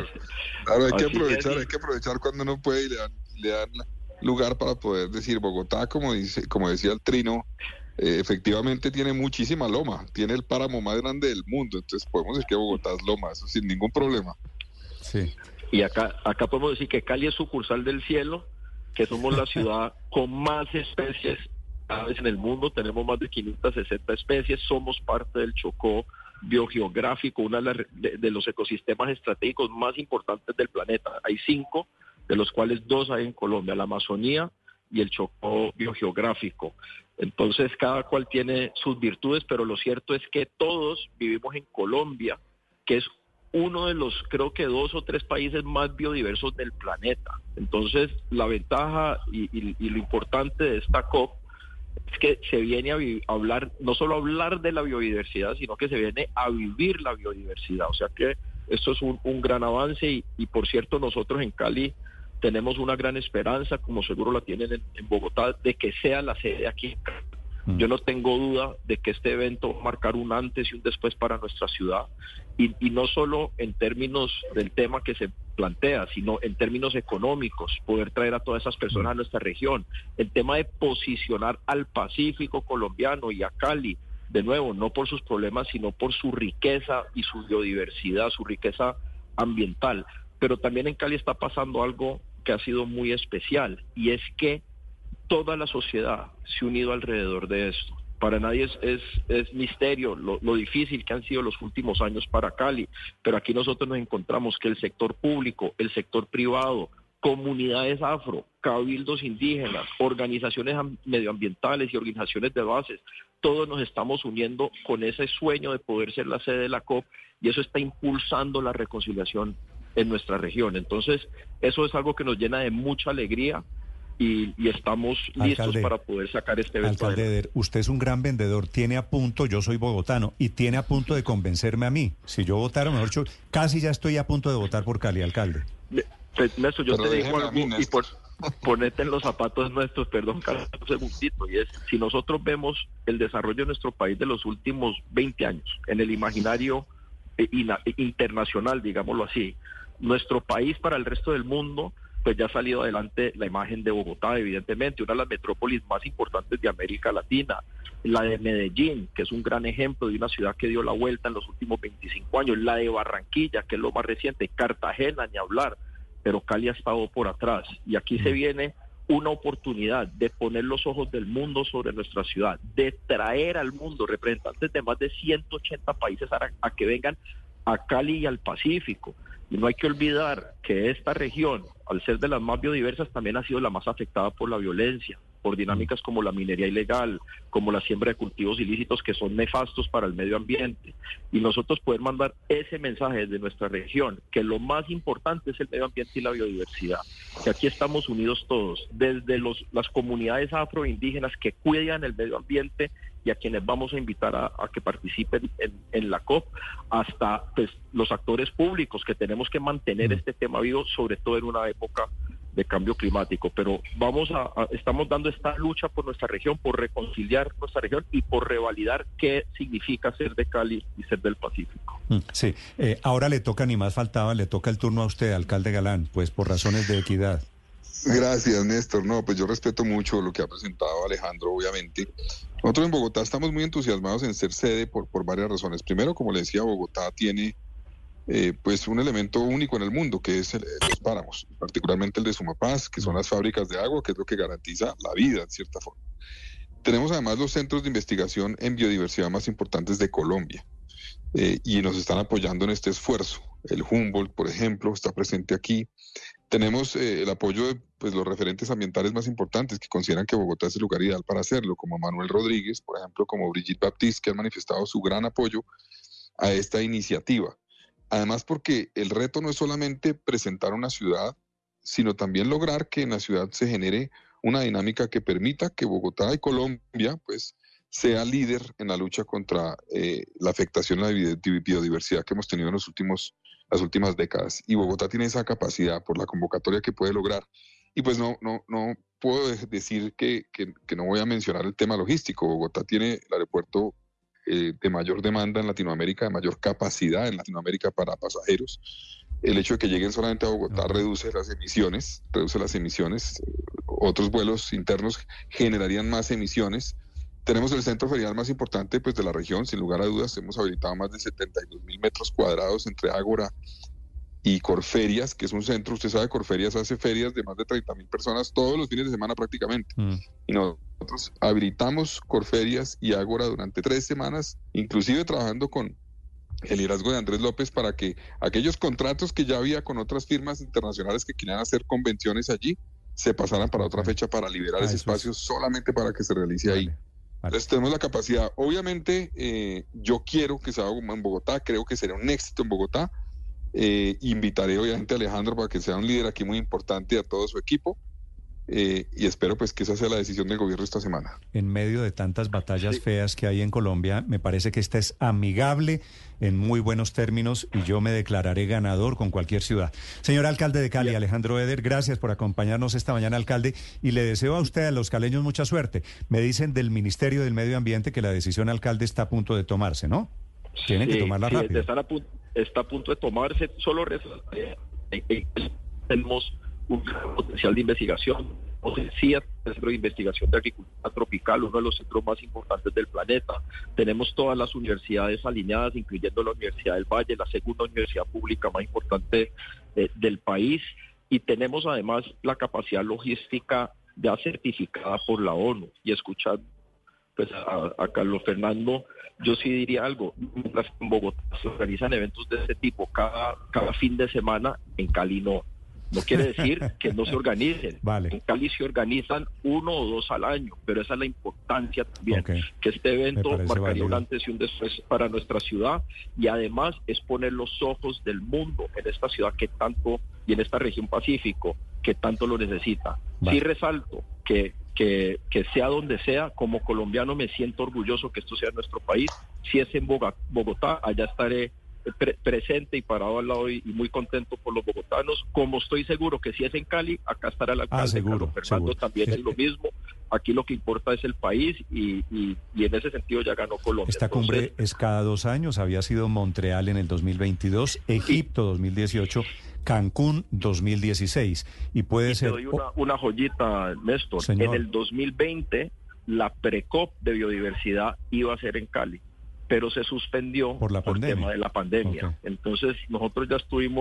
hay que aprovechar cuando uno puede y le dan lugar para poder decir Bogotá, como decía el Trino, efectivamente tiene muchísima loma, tiene el páramo más grande del mundo, entonces podemos decir que Bogotá es loma, eso sin ningún problema. Sí. Y acá podemos decir que Cali es sucursal del cielo, que somos la ciudad con más especies aves en el mundo, tenemos más de 560 especies, somos parte del Chocó biogeográfico, uno de los ecosistemas estratégicos más importantes del planeta. Hay 5, de los cuales 2 hay en Colombia, la Amazonía y el Chocó biogeográfico. Entonces cada cual tiene sus virtudes, pero lo cierto es que todos vivimos en Colombia, que es uno de los, creo que 2 o 3 países más biodiversos del planeta. Entonces la ventaja y lo importante de esta COP es que se viene a hablar, no solo a hablar de la biodiversidad, sino que se viene a vivir la biodiversidad. O sea que esto es un gran avance y por cierto nosotros en Cali tenemos una gran esperanza, como seguro la tienen en Bogotá, de que sea la sede aquí en Cali. Yo no tengo duda de que este evento va a marcar un antes y un después para nuestra ciudad, y no solo en términos del tema que se plantea, sino en términos económicos, poder traer a todas esas personas a nuestra región, el tema de posicionar al Pacífico colombiano y a Cali, de nuevo, no por sus problemas, sino por su riqueza y su biodiversidad, su riqueza ambiental. Pero también en Cali está pasando algo que ha sido muy especial, y es que toda la sociedad se ha unido alrededor de esto. Para nadie es misterio lo difícil que han sido los últimos años para Cali, pero aquí nosotros nos encontramos que el sector público, el sector privado, comunidades afro, cabildos indígenas, organizaciones medioambientales y organizaciones de bases, todos nos estamos uniendo con ese sueño de poder ser la sede de la COP, y eso está impulsando la reconciliación en nuestra región. Entonces, eso es algo que nos llena de mucha alegría y estamos listos, alcalde, para poder sacar este evento. Alcalde, usted es un gran vendedor, tiene a punto, yo soy bogotano, y tiene a punto de convencerme a mí. Si yo votara, mejor dicho, casi ya estoy a punto de votar por Cali, alcalde. Néstor, yo te digo algo, y por ponerte en los zapatos nuestros, perdón, Carlos, un segundito, y es, si nosotros vemos el desarrollo de nuestro país de los últimos 20 años, en el imaginario internacional, digámoslo así, nuestro país para el resto del mundo, pues ya ha salido adelante la imagen de Bogotá, evidentemente, una de las metrópolis más importantes de América Latina, la de Medellín, que es un gran ejemplo de una ciudad que dio la vuelta en los últimos 25 años, la de Barranquilla, que es lo más reciente, Cartagena, ni hablar. pero Cali ha estado por atrás. Y aquí se viene una oportunidad de poner los ojos del mundo sobre nuestra ciudad, de traer al mundo representantes de más de 180 países a que vengan a Cali y al Pacífico. Y no hay que olvidar que esta región, al ser de las más biodiversas, también ha sido la más afectada por la violencia, por dinámicas como la minería ilegal, como la siembra de cultivos ilícitos que son nefastos para el medio ambiente. Y nosotros poder mandar ese mensaje desde nuestra región, que lo más importante es el medio ambiente y la biodiversidad, que aquí estamos unidos todos, desde las comunidades afroindígenas que cuidan el medio ambiente y a quienes vamos a invitar a que participen en la COP, hasta pues, los actores públicos que tenemos que mantener este tema vivo, sobre todo en una época de cambio climático. Pero estamos dando esta lucha por nuestra región, por reconciliar nuestra región y por revalidar qué significa ser de Cali y ser del Pacífico. Sí, ahora le toca, ni más faltaba, le toca el turno a usted, alcalde Galán, pues por razones de equidad. Gracias, Néstor. No, pues yo respeto mucho lo que ha presentado Alejandro, obviamente. Nosotros en Bogotá estamos muy entusiasmados en ser sede por varias razones. Primero, como le decía, Bogotá tiene pues un elemento único en el mundo, que es los páramos, particularmente el de Sumapaz, que son las fábricas de agua, que es lo que garantiza la vida, en cierta forma. Tenemos además los centros de investigación en biodiversidad más importantes de Colombia, y nos están apoyando en este esfuerzo. El Humboldt, por ejemplo, está presente aquí. Tenemos el apoyo de pues, los referentes ambientales más importantes que consideran que Bogotá es el lugar ideal para hacerlo, como Manuel Rodríguez, por ejemplo, como Brigitte Baptiste, que han manifestado su gran apoyo a esta iniciativa. Además, porque el reto no es solamente presentar una ciudad, sino también lograr que en la ciudad se genere una dinámica que permita que Bogotá y Colombia pues, sea líder en la lucha contra la afectación a la biodiversidad que hemos tenido en las últimas décadas. Y Bogotá tiene esa capacidad por la convocatoria que puede lograr. Y pues no puedo decir que no voy a mencionar el tema logístico. Bogotá tiene el aeropuerto de mayor demanda en Latinoamérica, de mayor capacidad en Latinoamérica para pasajeros. El hecho de que lleguen solamente a Bogotá reduce las emisiones. Otros vuelos internos generarían más emisiones. Tenemos el centro ferial más importante pues, de la región, sin lugar a dudas. Hemos habilitado más de 72.000 metros cuadrados entre Ágora y Corferias, que es un centro, usted sabe, Corferias hace ferias de más de 30.000 personas todos los fines de semana prácticamente. Y nosotros habilitamos Corferias y Ágora durante 3 semanas, inclusive trabajando con el liderazgo de Andrés López para que aquellos contratos que ya había con otras firmas internacionales que querían hacer convenciones allí, se pasaran para otra fecha para liberar ese espacio solamente para que se realice ahí. Entonces tenemos la capacidad. Obviamente yo quiero que se haga en Bogotá, creo que sería un éxito en Bogotá. Invitaré obviamente a Alejandro para que sea un líder aquí muy importante, a todo su equipo, y espero pues que esa sea la decisión del gobierno esta semana. En medio de tantas batallas feas que hay en Colombia, me parece que esta es amigable en muy buenos términos y yo me declararé ganador con cualquier ciudad. Señor alcalde de Cali, Alejandro Eder, gracias por acompañarnos esta mañana, alcalde, y le deseo a usted, a los caleños, mucha suerte. Me dicen del Ministerio del Medio Ambiente que la decisión, alcalde, está a punto de tomarse, ¿no? Tienen que tomarla rápido. Está a punto de tomarse. Solo tenemos un potencial de investigación. Sí, el Centro de Investigación de Agricultura Tropical, uno de los centros más importantes del planeta. Tenemos todas las universidades alineadas, incluyendo la Universidad del Valle, la segunda universidad pública más importante del país. Y tenemos además la capacidad logística ya certificada por la ONU. Y escuchando pues a Carlos Fernando, yo sí diría algo. Mientras en Bogotá se organizan eventos de este tipo cada fin de semana, en Cali no. No quiere decir que no se organicen. Vale. En Cali se organizan 1 o 2 al año, pero esa es la importancia también, que este evento marcaría un antes y un después para nuestra ciudad, y además es poner los ojos del mundo en esta ciudad que tanto, y en esta región Pacífico, que tanto lo necesita. Sí resalto que sea donde sea, como colombiano me siento orgulloso que esto sea nuestro país. Si es en Bogotá, allá estaré presente y parado al lado y muy contento por los bogotanos, como estoy seguro que si es en Cali, acá estará el alcalde. Seguro, Carlos Fernando también es lo mismo. Aquí lo que importa es el país y en ese sentido ya ganó Colombia. Esta cumbre es cada 2 años, había sido Montreal en el 2022, Egipto 2018, Cancún 2016 y puede ser... Te doy una joyita, Néstor. Señor. En el 2020 la Precop de biodiversidad iba a ser en Cali, pero se suspendió por el tema de la pandemia. Entonces nosotros ya estuvimos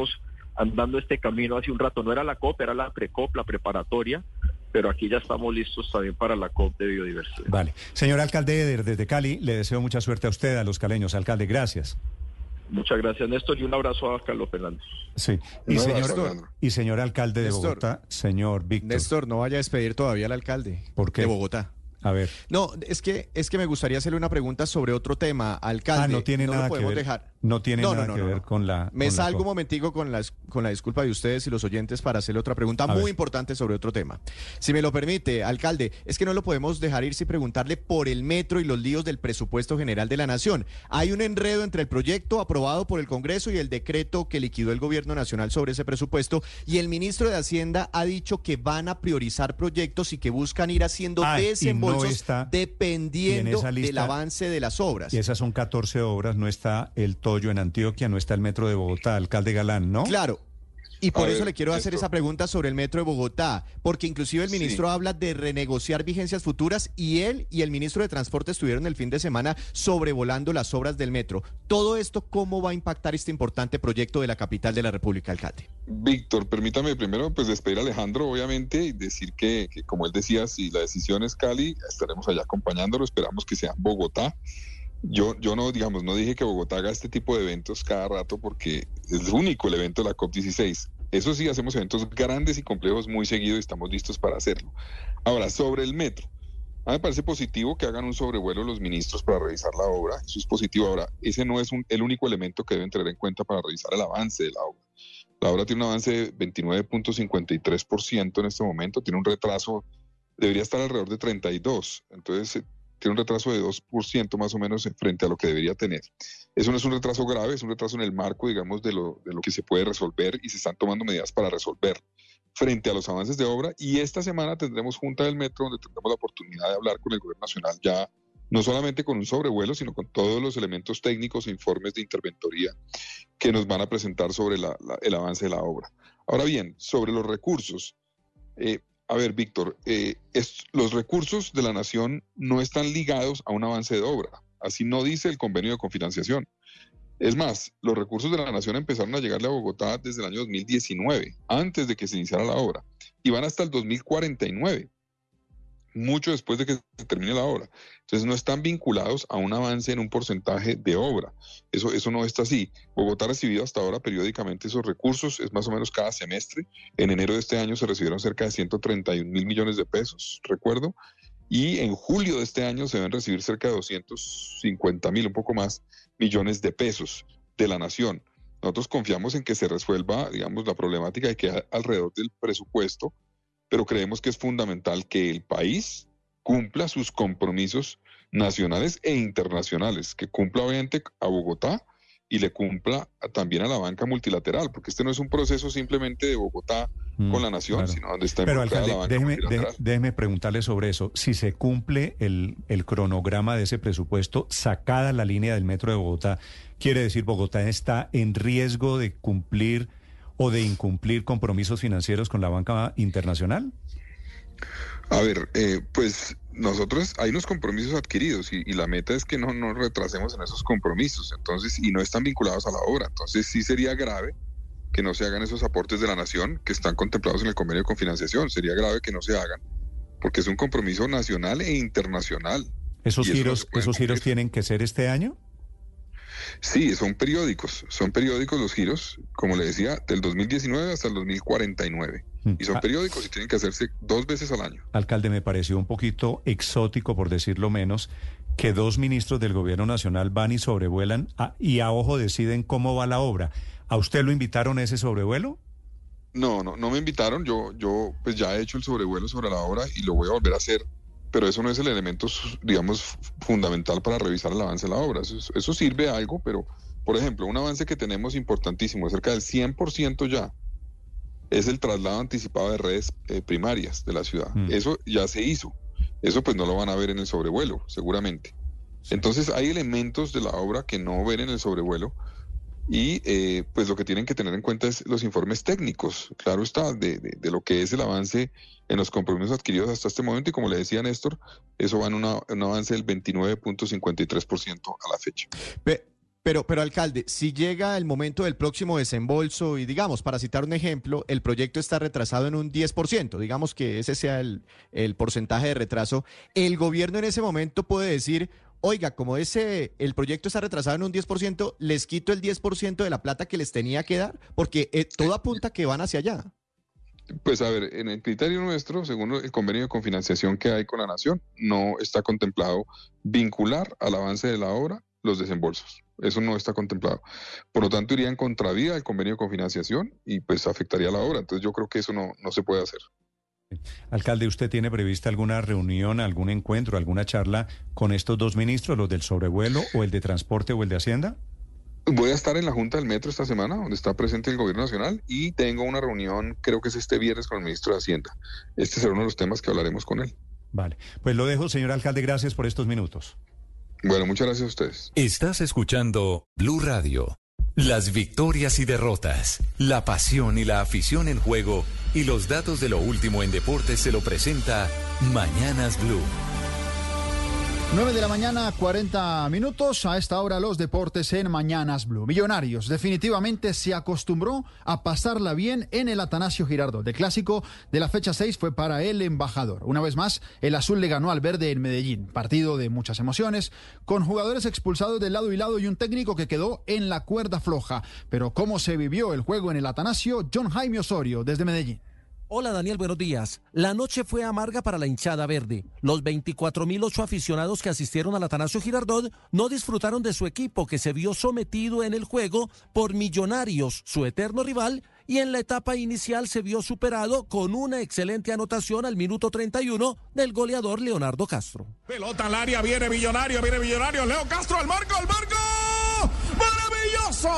andando este camino hace un rato. No era la COP, era la pre-COP, la preparatoria, pero aquí ya estamos listos también para la COP de biodiversidad. Vale. Señor alcalde Eder, desde Cali, le deseo mucha suerte a usted, a los caleños. Alcalde, gracias. Muchas gracias, Néstor, y un abrazo a Carlos Fernández. Sí. Y señor alcalde de Bogotá, señor Víctor. Néstor, no vaya a despedir todavía al alcalde. ¿Por qué? De Bogotá. A ver. No, es que me gustaría hacerle una pregunta sobre otro tema, alcalde. No tiene nada que ver. No tiene nada que ver con la... Me salgo un momentico con la disculpa de ustedes y los oyentes para hacerle otra pregunta muy importante sobre otro tema. Si me lo permite, alcalde, es que no lo podemos dejar ir sin preguntarle por el metro y los líos del presupuesto general de la Nación. Hay un enredo entre el proyecto aprobado por el Congreso y el decreto que liquidó el Gobierno Nacional sobre ese presupuesto, y el ministro de Hacienda ha dicho que van a priorizar proyectos y que buscan ir haciendo desembolsos dependiendo del avance de las obras. Y esas son 14 obras, no está el Toyo en Antioquia, no está el metro de Bogotá, alcalde Galán, ¿no? Claro. Y por eso le quiero hacer esa pregunta sobre el metro de Bogotá, porque inclusive el ministro habla de renegociar vigencias futuras, y él y el ministro de Transporte estuvieron el fin de semana sobrevolando las obras del metro. Todo esto, ¿cómo va a impactar este importante proyecto de la capital de la República, alcalde? Víctor, permítame primero despedir a Alejandro, obviamente, y decir que como él decía, si la decisión es Cali, estaremos allá acompañándolo, esperamos que sea Bogotá. Yo no dije que Bogotá haga este tipo de eventos cada rato, porque es el único el evento de la COP16. Eso sí, hacemos eventos grandes y complejos muy seguido y estamos listos para hacerlo. Ahora, sobre el metro. A mí me parece positivo que hagan un sobrevuelo los ministros para revisar la obra. Eso es positivo. Ahora, ese no es el único elemento que deben tener en cuenta para revisar el avance de la obra. La obra tiene un avance de 29.53% en este momento. Tiene un retraso, debería estar alrededor de 32%. Entonces, tiene un retraso de 2% más o menos frente a lo que debería tener. Eso no es un retraso grave, es un retraso en el marco, digamos, de lo que se puede resolver, y se están tomando medidas para resolver frente a los avances de obra. Y esta semana tendremos Junta del Metro, donde tendremos la oportunidad de hablar con el Gobierno Nacional, ya no solamente con un sobrevuelo, sino con todos los elementos técnicos e informes de interventoría que nos van a presentar sobre el avance de la obra. Ahora bien, sobre los recursos, a ver, Víctor, los recursos de la Nación no están ligados a un avance de obra. Así no dice el convenio de cofinanciación. Es más, los recursos de la Nación empezaron a llegarle a Bogotá desde el año 2019, antes de que se iniciara la obra, y van hasta el 2049, mucho después de que se termine la obra. Entonces no están vinculados a un avance en un porcentaje de obra. Eso no está así. Bogotá ha recibido hasta ahora periódicamente esos recursos, es más o menos cada semestre. En enero de este año se recibieron cerca de 131.000 millones de pesos, recuerdo, y en julio de este año se deben recibir cerca de 250.000, un poco más, millones de pesos de la Nación. Nosotros confiamos en que se resuelva, digamos, la problemática que hay alrededor del presupuesto, pero creemos que es fundamental que el país cumpla sus compromisos nacionales e internacionales, que cumpla obviamente a Bogotá y le cumpla también a la banca multilateral, porque este no es un proceso simplemente de Bogotá con la Nación, claro, sino donde está involucrada la banca multilateral. Déjeme preguntarle sobre eso. Si se cumple el cronograma de ese presupuesto, sacada la línea del metro de Bogotá, ¿quiere decir Bogotá está en riesgo de cumplir o de incumplir compromisos financieros con la banca internacional? A ver, pues nosotros hay unos compromisos adquiridos y la meta es que no nos retrasemos en esos compromisos, entonces, y no están vinculados a la obra. Entonces sí sería grave que no se hagan esos aportes de la Nación que están contemplados en el convenio de cofinanciación. Sería grave que no se hagan, porque es un compromiso nacional e internacional. ¿Esos giros tienen que ser este año? Sí, son periódicos los giros, como le decía, del 2019 hasta el 2049. Y son periódicos y tienen que hacerse 2 veces al año. Alcalde, me pareció un poquito exótico, por decirlo menos, que 2 ministros del Gobierno Nacional van y sobrevuelan y a ojo deciden cómo va la obra. ¿A usted lo invitaron a ese sobrevuelo? No me invitaron. Yo pues ya he hecho el sobrevuelo sobre la obra y lo voy a volver a hacer. Pero eso no es el elemento, digamos, fundamental para revisar el avance de la obra. Eso sirve a algo, pero, por ejemplo, un avance que tenemos importantísimo, cerca del 100% ya, es el traslado anticipado de redes primarias de la ciudad. Eso ya se hizo. Eso pues no lo van a ver en el sobrevuelo, seguramente. Entonces hay elementos de la obra que no ven en el sobrevuelo y pues lo que tienen que tener en cuenta es los informes técnicos, claro está, de lo que es el avance en los compromisos adquiridos hasta este momento, y como le decía Néstor, eso va en un avance del 29.53% a la fecha. Pero, alcalde, si llega el momento del próximo desembolso y, digamos, para citar un ejemplo, el proyecto está retrasado en un 10%, digamos que ese sea el porcentaje de retraso, el gobierno en ese momento puede decir, oiga, como el proyecto está retrasado en un 10%, les quito el 10% de la plata que les tenía que dar, porque todo apunta que van hacia allá. Pues a ver, en el criterio nuestro, según el convenio de cofinanciación que hay con la Nación, no está contemplado vincular al avance de la obra los desembolsos. Eso no está contemplado. Por lo tanto, iría en contravía del convenio de cofinanciación y pues afectaría la obra. Entonces yo creo que eso no se puede hacer. Alcalde, ¿usted tiene prevista alguna reunión, algún encuentro, alguna charla con estos dos ministros, los del sobrevuelo o el de transporte o el de Hacienda? Voy a estar en la Junta del Metro esta semana, donde está presente el Gobierno Nacional, y tengo una reunión, creo que es este viernes, con el ministro de Hacienda. Este será uno de los temas que hablaremos con él. Vale, pues lo dejo, señor alcalde, gracias por estos minutos. Bueno, muchas gracias a ustedes. Estás escuchando Blue Radio. Las victorias y derrotas, la pasión y la afición en juego y los datos de lo último en deportes se lo presenta Mañanas Blue. 9 de la mañana, 40 minutos. A esta hora los deportes en Mañanas Blue. Millonarios definitivamente se acostumbró a pasarla bien en el Atanasio Girardot. El clásico de la fecha 6 fue para el embajador. Una vez más, el azul le ganó al verde en Medellín. Partido de muchas emociones, con jugadores expulsados de lado y lado y un técnico que quedó en la cuerda floja. Pero ¿cómo se vivió el juego en el Atanasio? John Jaime Osorio, desde Medellín. Hola Daniel, buenos días. La noche fue amarga para la hinchada verde. Los 24.008 aficionados que asistieron al Atanasio Girardot no disfrutaron de su equipo, que se vio sometido en el juego por Millonarios, su eterno rival, y en la etapa inicial se vio superado con una excelente anotación al minuto 31 del goleador Leonardo Castro. Pelota al área, viene Millonario, Leo Castro al marco, ¡maravilloso!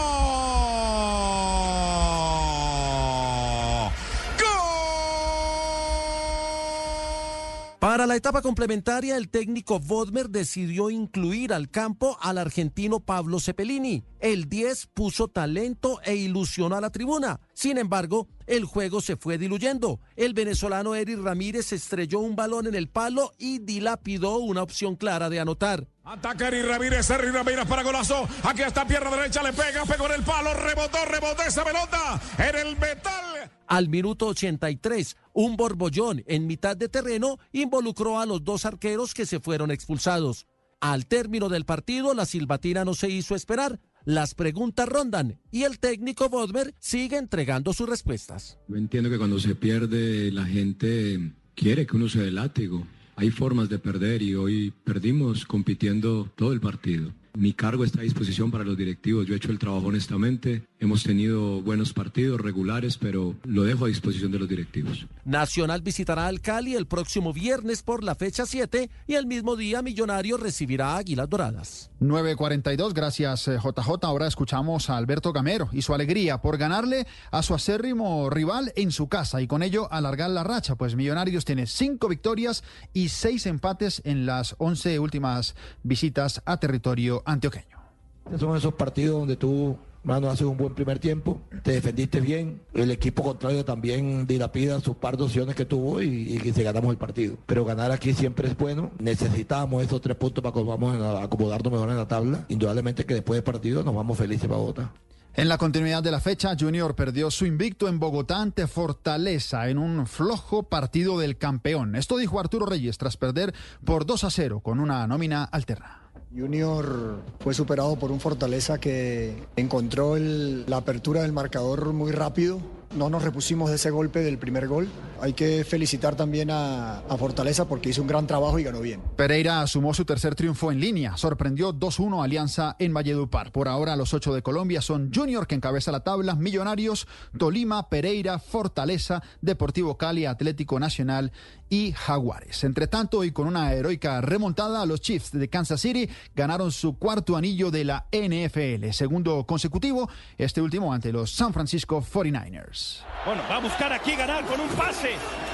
Para la etapa complementaria, el técnico Bodmer decidió incluir al campo al argentino Pablo Cepelini. El 10 puso talento e ilusionó a la tribuna. Sin embargo, el juego se fue diluyendo. El venezolano Eric Ramírez estrelló un balón en el palo y dilapidó una opción clara de anotar. Ataca Eric Ramírez para golazo. Aquí está pierna derecha, le pegó en el palo, rebotó esa pelota en el metal. Al minuto 83, un borbollón en mitad de terreno involucró a los dos arqueros que se fueron expulsados. Al término del partido, la silbatina no se hizo esperar. Las preguntas rondan y el técnico Bodmer sigue entregando sus respuestas. Yo entiendo que cuando se pierde la gente quiere que uno se dé látigo. Hay formas de perder y hoy perdimos compitiendo todo el partido. Mi cargo está a disposición para los directivos. Yo he hecho el trabajo honestamente. Hemos tenido buenos partidos regulares, pero lo dejo a disposición de los directivos. Nacional visitará al Cali el próximo viernes por la fecha 7 y el mismo día Millonarios recibirá a Águilas Doradas. 9:42, gracias JJ. Ahora escuchamos a Alberto Gamero y su alegría por ganarle a su acérrimo rival en su casa y con ello alargar la racha, pues Millonarios tiene 5 victorias y 6 empates en las 11 últimas visitas a territorio antioqueño. Son esos partidos donde tú, mano, haces un buen primer tiempo, te defendiste bien, el equipo contrario también dilapida sus par de opciones que tuvo y se ganamos el partido. Pero ganar aquí siempre es bueno, necesitábamos esos 3 puntos para que vamos a acomodarnos mejor en la tabla. Indudablemente que después del partido nos vamos felices para Bogotá. En la continuidad de la fecha, Junior perdió su invicto en Bogotá ante Fortaleza en un flojo partido del campeón. Esto dijo Arturo Reyes tras perder por 2-0 con una nómina alterna. Junior fue superado por un Fortaleza que encontró la apertura del marcador muy rápido. No nos repusimos de ese golpe del primer gol. Hay que felicitar también a Fortaleza porque hizo un gran trabajo y ganó bien. Pereira sumó su tercer triunfo en línea. Sorprendió 2-1 a Alianza en Valledupar. Por ahora los 8 de Colombia son Junior, que encabeza la tabla, Millonarios, Tolima, Pereira, Fortaleza, Deportivo Cali, Atlético Nacional y Jaguares. Entre tanto, y con una heroica remontada, los Chiefs de Kansas City ganaron su 4º anillo de la NFL, segundo consecutivo, este último ante los San Francisco 49ers. Bueno, va a buscar aquí ganar con un pase.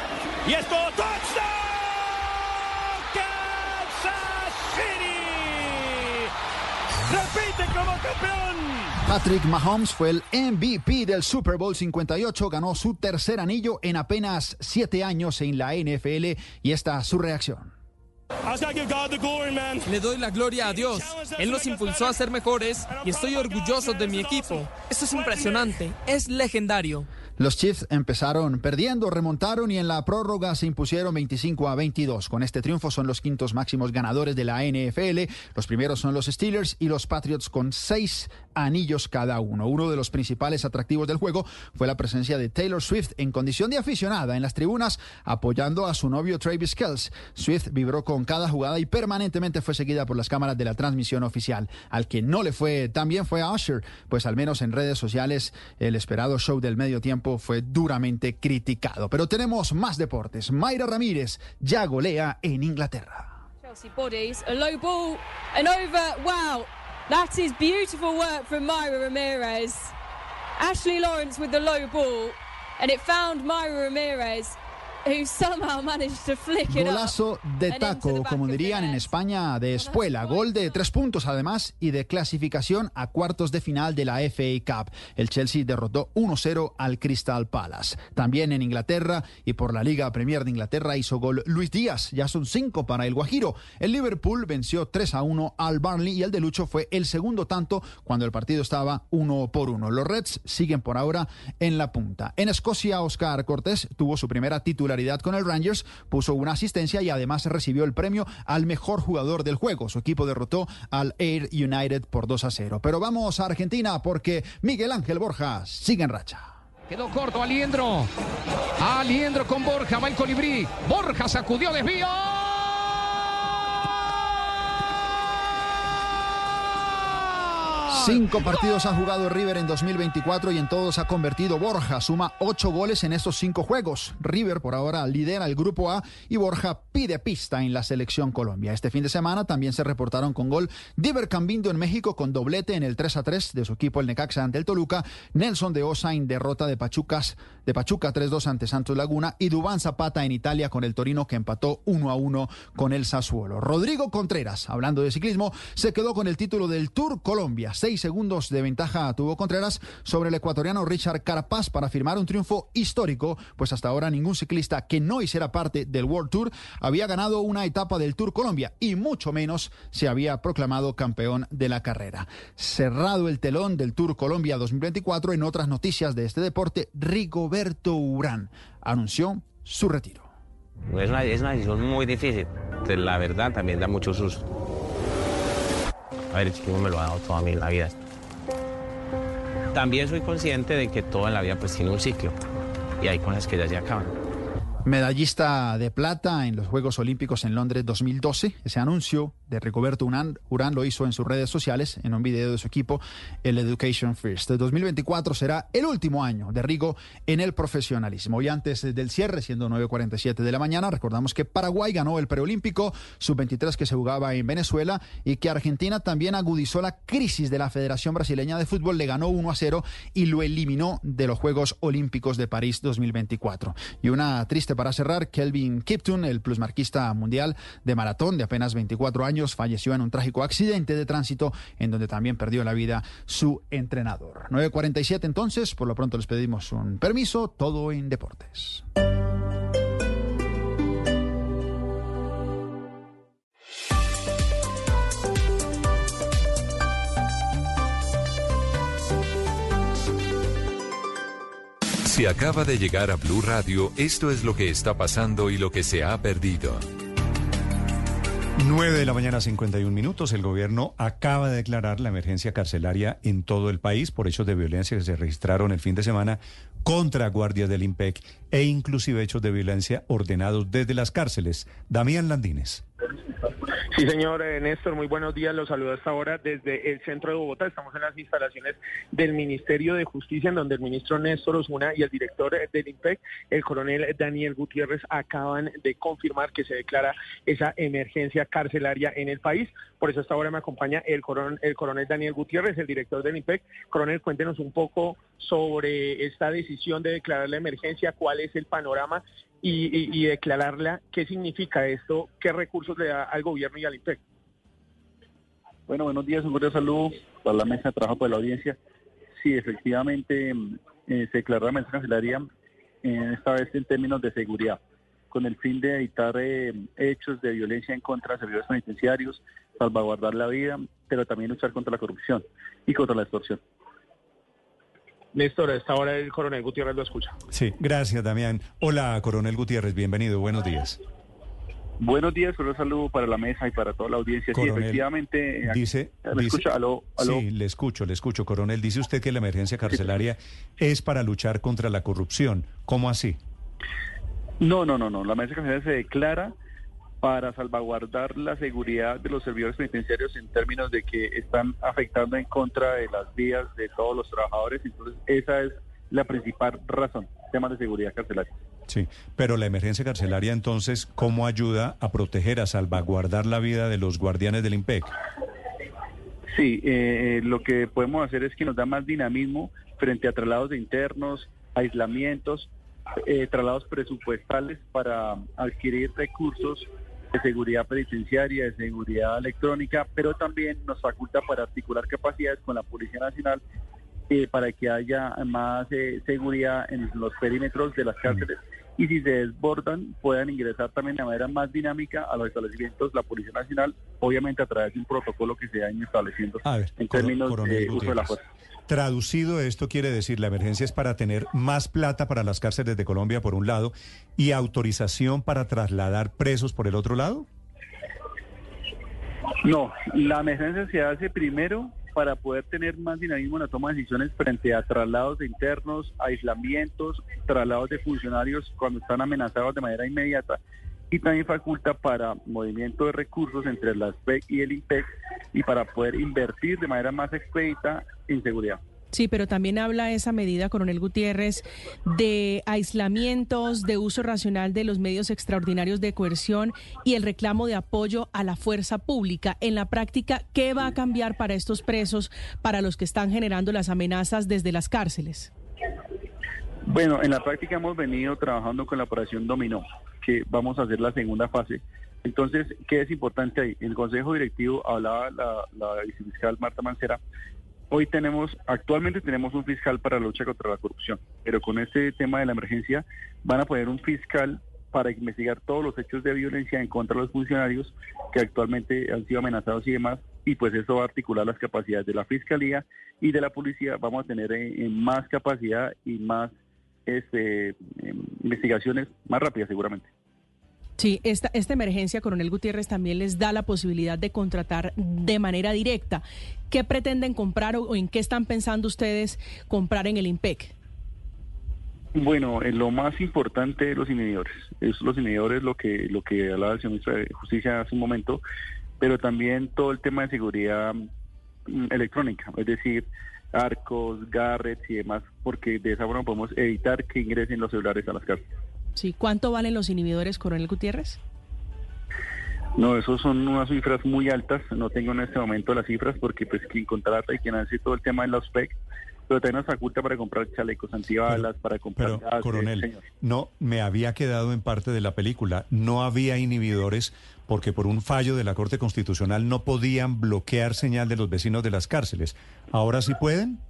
Y esto, ¡touchdown! ¡Kansas City! ¡Repite como campeón! Patrick Mahomes fue el MVP del Super Bowl 58, ganó su tercer anillo en apenas 7 años en la NFL y esta su reacción. Le doy la gloria a Dios. Él nos impulsó a ser mejores y estoy orgulloso de mi equipo. Esto es impresionante, es legendario. Los Chiefs empezaron perdiendo, remontaron y en la prórroga se impusieron 25-22. Con este triunfo son los quintos máximos ganadores de la NFL. Los primeros son los Steelers y los Patriots con 6 anillos cada uno. Uno de los principales atractivos del juego fue la presencia de Taylor Swift en condición de aficionada en las tribunas apoyando a su novio Travis Kelce. Swift vibró con cada jugada y permanentemente fue seguida por las cámaras de la transmisión oficial. Al que no le fue tan bien fue a Usher, pues al menos en redes sociales el esperado show del medio tiempo fue duramente criticado. Pero tenemos más deportes. Mayra Ramírez ya golea en Inglaterra. Chelsea bodies, a low ball and over. Wow, that is beautiful work from Mayra Ramirez. Ashley Lawrence with the low ball and it found Mayra Ramirez, who somehow managed to flick it Golazo de taco, como dirían en España, de espuela. Gol de 3 puntos además y de clasificación a cuartos de final de la FA Cup. El Chelsea derrotó 1-0 al Crystal Palace. También en Inglaterra y por la Liga Premier de Inglaterra hizo gol Luis Díaz. Ya son 5 para el Guajiro. El Liverpool venció 3-1 al Burnley y el de Lucho fue el segundo tanto cuando el partido estaba 1-1. Los Reds siguen por ahora en la punta. En Escocia, Oscar Cortés tuvo su primera titularidad con el Rangers, puso una asistencia y además recibió el premio al mejor jugador del juego. Su equipo derrotó al Ayr United por 2-0. Pero vamos a Argentina porque Miguel Ángel Borja sigue en racha. Quedó corto Aliendro. Aliendro con Borja, va el colibrí. Borja sacudió, desvío. 5 partidos ha jugado River en 2024 y en todos ha convertido Borja. Suma 8 goles en estos 5 juegos. River por ahora lidera el Grupo A y Borja pide pista en la Selección Colombia. Este fin de semana también se reportaron con gol Diver Cambindo en México con doblete en el 3-3 de su equipo el Necaxa ante el Toluca. Nelson de Osa en derrota de Pachuca 3-2 ante Santos Laguna y Duván Zapata en Italia con el Torino que empató 1-1 con el Sassuolo. Rodrigo Contreras, hablando de ciclismo, se quedó con el título del Tour Colombia. 6 segundos de ventaja tuvo Contreras sobre el ecuatoriano Richard Carapaz para firmar un triunfo histórico, pues hasta ahora ningún ciclista que no hiciera parte del World Tour había ganado una etapa del Tour Colombia y mucho menos se había proclamado campeón de la carrera. Cerrado el telón del Tour Colombia 2024, en otras noticias de este deporte, Rigoberto Urán anunció su retiro. Es una decisión muy difícil, la verdad también da mucho susto. A ver, el ciclismo me lo ha dado toda la vida. También soy consciente de que todo en la vida pues tiene un ciclo y hay cosas que ya se acaban. Medallista de plata en los Juegos Olímpicos en Londres 2012. Ese anuncio de Rigoberto Urán lo hizo en sus redes sociales en un video de su equipo, el Education First. El 2024 será el último año de Rigo en el profesionalismo. Y antes del cierre, siendo 9:47 de la mañana, recordamos que Paraguay ganó el preolímpico sub-23 que se jugaba en Venezuela y que Argentina también agudizó la crisis de la Federación Brasileña de Fútbol, le ganó 1-0 y lo eliminó de los Juegos Olímpicos de París 2024. Y una triste para cerrar, Kelvin Kiptum, el plusmarquista mundial de maratón de apenas 24 años, falleció en un trágico accidente de tránsito en donde también perdió la vida su entrenador. 9:47 entonces, por lo pronto les pedimos un permiso, todo en deportes. Si acaba de llegar a Blue Radio, esto es lo que está pasando y lo que se ha perdido. 9:51 a.m. El gobierno acaba de declarar la emergencia carcelaria en todo el país por hechos de violencia que se registraron el fin de semana contra guardias del IMPEC e inclusive hechos de violencia ordenados desde las cárceles. Damián Landines. Sí, señor Néstor, muy buenos días. Los saludo hasta ahora desde el centro de Bogotá. Estamos en las instalaciones del Ministerio de Justicia, en donde el ministro Néstor Osuna y el director del IMPEC, el coronel Daniel Gutiérrez, acaban de confirmar que se declara esa emergencia carcelaria en el país. Por eso hasta ahora me acompaña el coronel Daniel Gutiérrez, el director del IMPEC. Coronel, cuéntenos un poco sobre esta decisión de declarar la emergencia, cuál es el panorama y declararla, qué significa esto, qué recursos le da al gobierno y al IMPEC. Bueno, buenos días, un cordial saludo para la mesa de trabajo, para la audiencia. Sí, efectivamente se declaró la emergencia carcelaria, esta vez en términos de seguridad. con el fin de evitar hechos de violencia en contra de servidores penitenciarios, salvaguardar la vida, pero también luchar contra la corrupción y contra la extorsión. Néstor, a esta hora el coronel Gutiérrez lo escucha. Sí, gracias, Damián. Hola, coronel Gutiérrez, bienvenido, buenos días. Buenos días, un saludo para la mesa y para toda la audiencia. Coronel, sí, efectivamente. ¿Me escucha? ¿Aló? Sí, le escucho, coronel. Dice usted que la emergencia carcelaria es para luchar contra la corrupción. ¿Cómo así? No. La emergencia carcelaria se declara para salvaguardar la seguridad de los servidores penitenciarios en términos de que están afectando en contra de las vidas de todos los trabajadores. Entonces, esa es la principal razón, temas de seguridad carcelaria. Sí, pero la emergencia carcelaria, entonces, ¿cómo ayuda a proteger, a salvaguardar la vida de los guardianes del IMPEC? Sí, lo que podemos hacer es que nos da más dinamismo frente a traslados de internos, aislamientos, traslados presupuestales para adquirir recursos de seguridad penitenciaria, de seguridad electrónica, pero también nos faculta para articular capacidades con la Policía Nacional para que haya más seguridad en los perímetros de las cárceles y si se desbordan puedan ingresar también de manera más dinámica a los establecimientos la Policía Nacional, obviamente a través de un protocolo que se vayan estableciendo en términos de uso de la fuerza. Traducido, esto quiere decir, la emergencia es para tener más plata para las cárceles de Colombia, por un lado, y autorización para trasladar presos por el otro lado. No, la emergencia se hace primero para poder tener más dinamismo en la toma de decisiones frente a traslados de internos, aislamientos, traslados de funcionarios cuando están amenazados de manera inmediata, y también faculta para movimiento de recursos entre la SPEC y el IMPEC y para poder invertir de manera más expedita en seguridad. Sí, pero también habla esa medida, coronel Gutiérrez, de aislamientos, de uso racional de los medios extraordinarios de coerción y el reclamo de apoyo a la fuerza pública. En la práctica, ¿qué va a cambiar para estos presos, para los que están generando las amenazas desde las cárceles? Bueno, en la práctica hemos venido trabajando con la operación Dominó, que vamos a hacer la segunda fase. Entonces, ¿qué es importante ahí? En el Consejo Directivo hablaba la vicefiscal Marta Mancera. Actualmente tenemos un fiscal para la lucha contra la corrupción, pero con este tema de la emergencia van a poner un fiscal para investigar todos los hechos de violencia en contra de los funcionarios que actualmente han sido amenazados y demás, y pues eso va a articular las capacidades de la Fiscalía y de la Policía. Vamos a tener más capacidad y más investigaciones más rápidas seguramente. Sí, esta emergencia, coronel Gutiérrez, también les da la posibilidad de contratar de manera directa. ¿Qué pretenden comprar o en qué están pensando ustedes comprar en el IMPEC? Bueno, lo más importante de los inhibidores. Los inhibidores, lo que hablaba el señor ministro de Justicia hace un momento, pero también todo el tema de seguridad electrónica, es decir, arcos, garrets y demás, porque de esa forma podemos evitar que ingresen los celulares a las cárceles. Sí, ¿cuánto valen los inhibidores, coronel Gutiérrez? No, esos son unas cifras muy altas, no tengo en este momento las cifras porque pues quien contrata y quien hace todo el tema de los PEC, pero también nos faculta para comprar chalecos antibalas, para comprar... Pero, coronel, no, me había quedado en parte de la película, no había inhibidores porque por un fallo de la Corte Constitucional no podían bloquear señal de los vecinos de las cárceles. ¿Ahora sí pueden?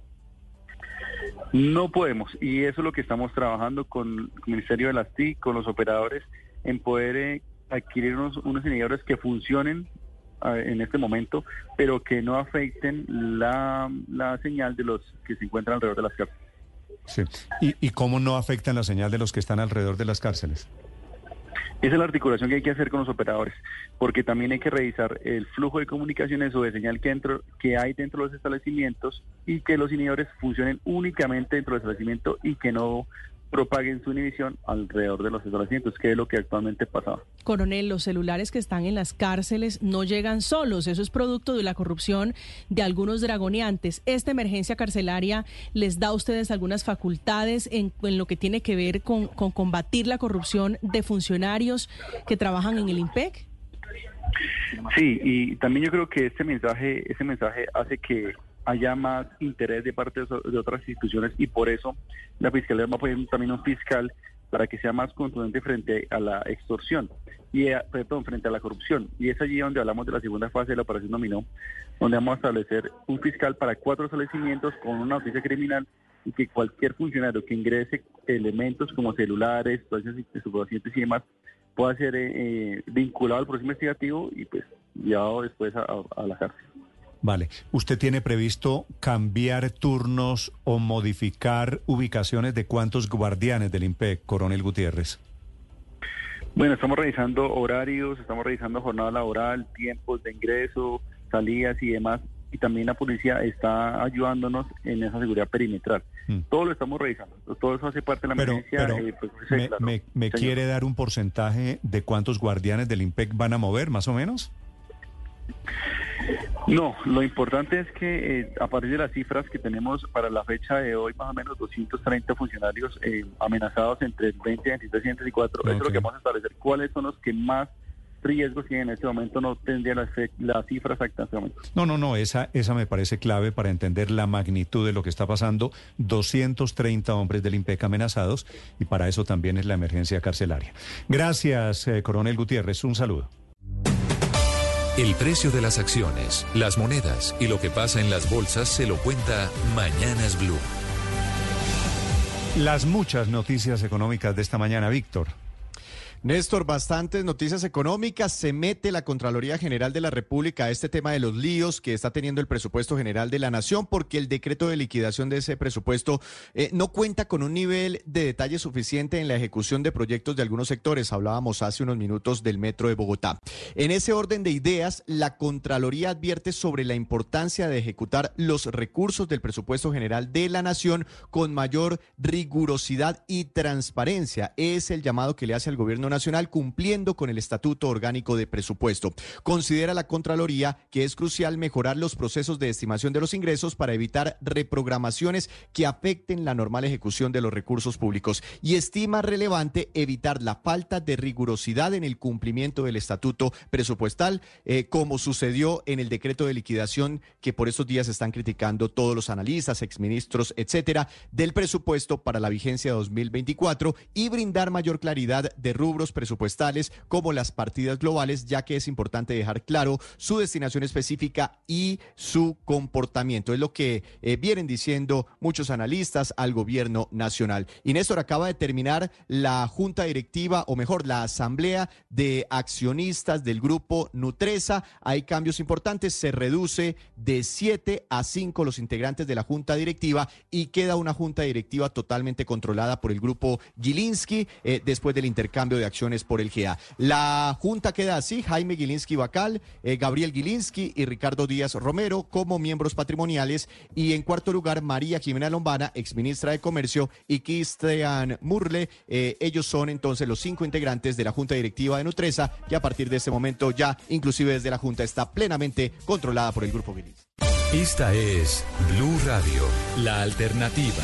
No podemos, y eso es lo que estamos trabajando con el Ministerio de las TIC, con los operadores, en poder adquirir unos inhibidores que funcionen en este momento, pero que no afecten la señal de los que se encuentran alrededor de las cárceles. Sí. ¿Y cómo no afectan la señal de los que están alrededor de las cárceles? Esa es la articulación que hay que hacer con los operadores, porque también hay que revisar el flujo de comunicaciones o de señal que hay dentro de los establecimientos y que los inhibidores funcionen únicamente dentro del establecimiento y que no propaguen su inhibición alrededor de los establecimientos, que es lo que actualmente pasa. Coronel, los celulares que están en las cárceles no llegan solos, eso es producto de la corrupción de algunos dragoneantes. ¿Esta emergencia carcelaria les da a ustedes algunas facultades en lo que tiene que ver con combatir la corrupción de funcionarios que trabajan en el IMPEC? Sí, y también yo creo que ese mensaje hace que haya más interés de parte de otras instituciones y por eso la Fiscalía va a poner también un fiscal para que sea más contundente frente a la extorsión frente a la corrupción. Y es allí donde hablamos de la segunda fase de la operación Dominó, donde vamos a establecer un fiscal para 4 establecimientos con una noticia criminal y que cualquier funcionario que ingrese elementos como celulares, estupefacientes y demás, pueda ser vinculado al proceso investigativo y pues llevado después a la cárcel. Vale. ¿Usted tiene previsto cambiar turnos o modificar ubicaciones de cuántos guardianes del IMPEC, coronel Gutiérrez? Bueno, estamos revisando horarios, estamos revisando jornada laboral, tiempos de ingreso, salidas y demás. Y también la policía está ayudándonos en esa seguridad perimetral. Todo lo estamos revisando. Todo eso hace parte de la emergencia. ¿Me quiere dar un porcentaje de cuántos guardianes del IMPEC van a mover, más o menos? No, lo importante es que a partir de las cifras que tenemos para la fecha de hoy, más o menos 230 funcionarios amenazados entre el 20, 23 y 24. Eso es lo que vamos a establecer. ¿Cuáles son los que más riesgos tienen en este momento? No tendría la cifra exacta en este momento. No, esa me parece clave para entender la magnitud de lo que está pasando. 230 hombres del IMPEC amenazados, y para eso también es la emergencia carcelaria. Gracias, coronel Gutiérrez. Un saludo. El precio de las acciones, las monedas y lo que pasa en las bolsas se lo cuenta Mañanas Blue. Las muchas noticias económicas de esta mañana, Víctor. Néstor, bastantes noticias económicas. Se mete la Contraloría General de la República a este tema de los líos que está teniendo el presupuesto general de la Nación, porque el decreto de liquidación de ese presupuesto no cuenta con un nivel de detalle suficiente en la ejecución de proyectos de algunos sectores. Hablábamos hace unos minutos del Metro de Bogotá. En ese orden de ideas, la Contraloría advierte sobre la importancia de ejecutar los recursos del presupuesto general de la Nación con mayor rigurosidad y transparencia. Es el llamado que le hace al gobierno nacional, cumpliendo con el Estatuto Orgánico de Presupuesto. Considera la Contraloría que es crucial mejorar los procesos de estimación de los ingresos para evitar reprogramaciones que afecten la normal ejecución de los recursos públicos, y estima relevante evitar la falta de rigurosidad en el cumplimiento del Estatuto Presupuestal, como sucedió en el decreto de liquidación que por estos días están criticando todos los analistas, exministros, etcétera, del presupuesto para la vigencia 2024, y brindar mayor claridad de rubros presupuestales como las partidas globales, ya que es importante dejar claro su destinación específica y su comportamiento. Es lo que vienen diciendo muchos analistas al gobierno nacional. Y Néstor, acaba de terminar la junta directiva, o mejor, la asamblea de accionistas del grupo Nutresa. Hay cambios importantes, se reduce de 7 a 5 los integrantes de la junta directiva y queda una junta directiva totalmente controlada por el grupo Gilinski, después del intercambio de acciones por el GA. La junta queda así: Jaime Gilinski Bacal, Gabriel Gilinski y Ricardo Díaz Romero como miembros patrimoniales, y en cuarto lugar María Jimena Lombana, exministra de Comercio, y Cristian Murle. Ellos son entonces los 5 integrantes de la junta directiva de Nutresa, que a partir de este momento ya inclusive desde la junta está plenamente controlada por el grupo Gilinski. Esta es Blue Radio, la alternativa.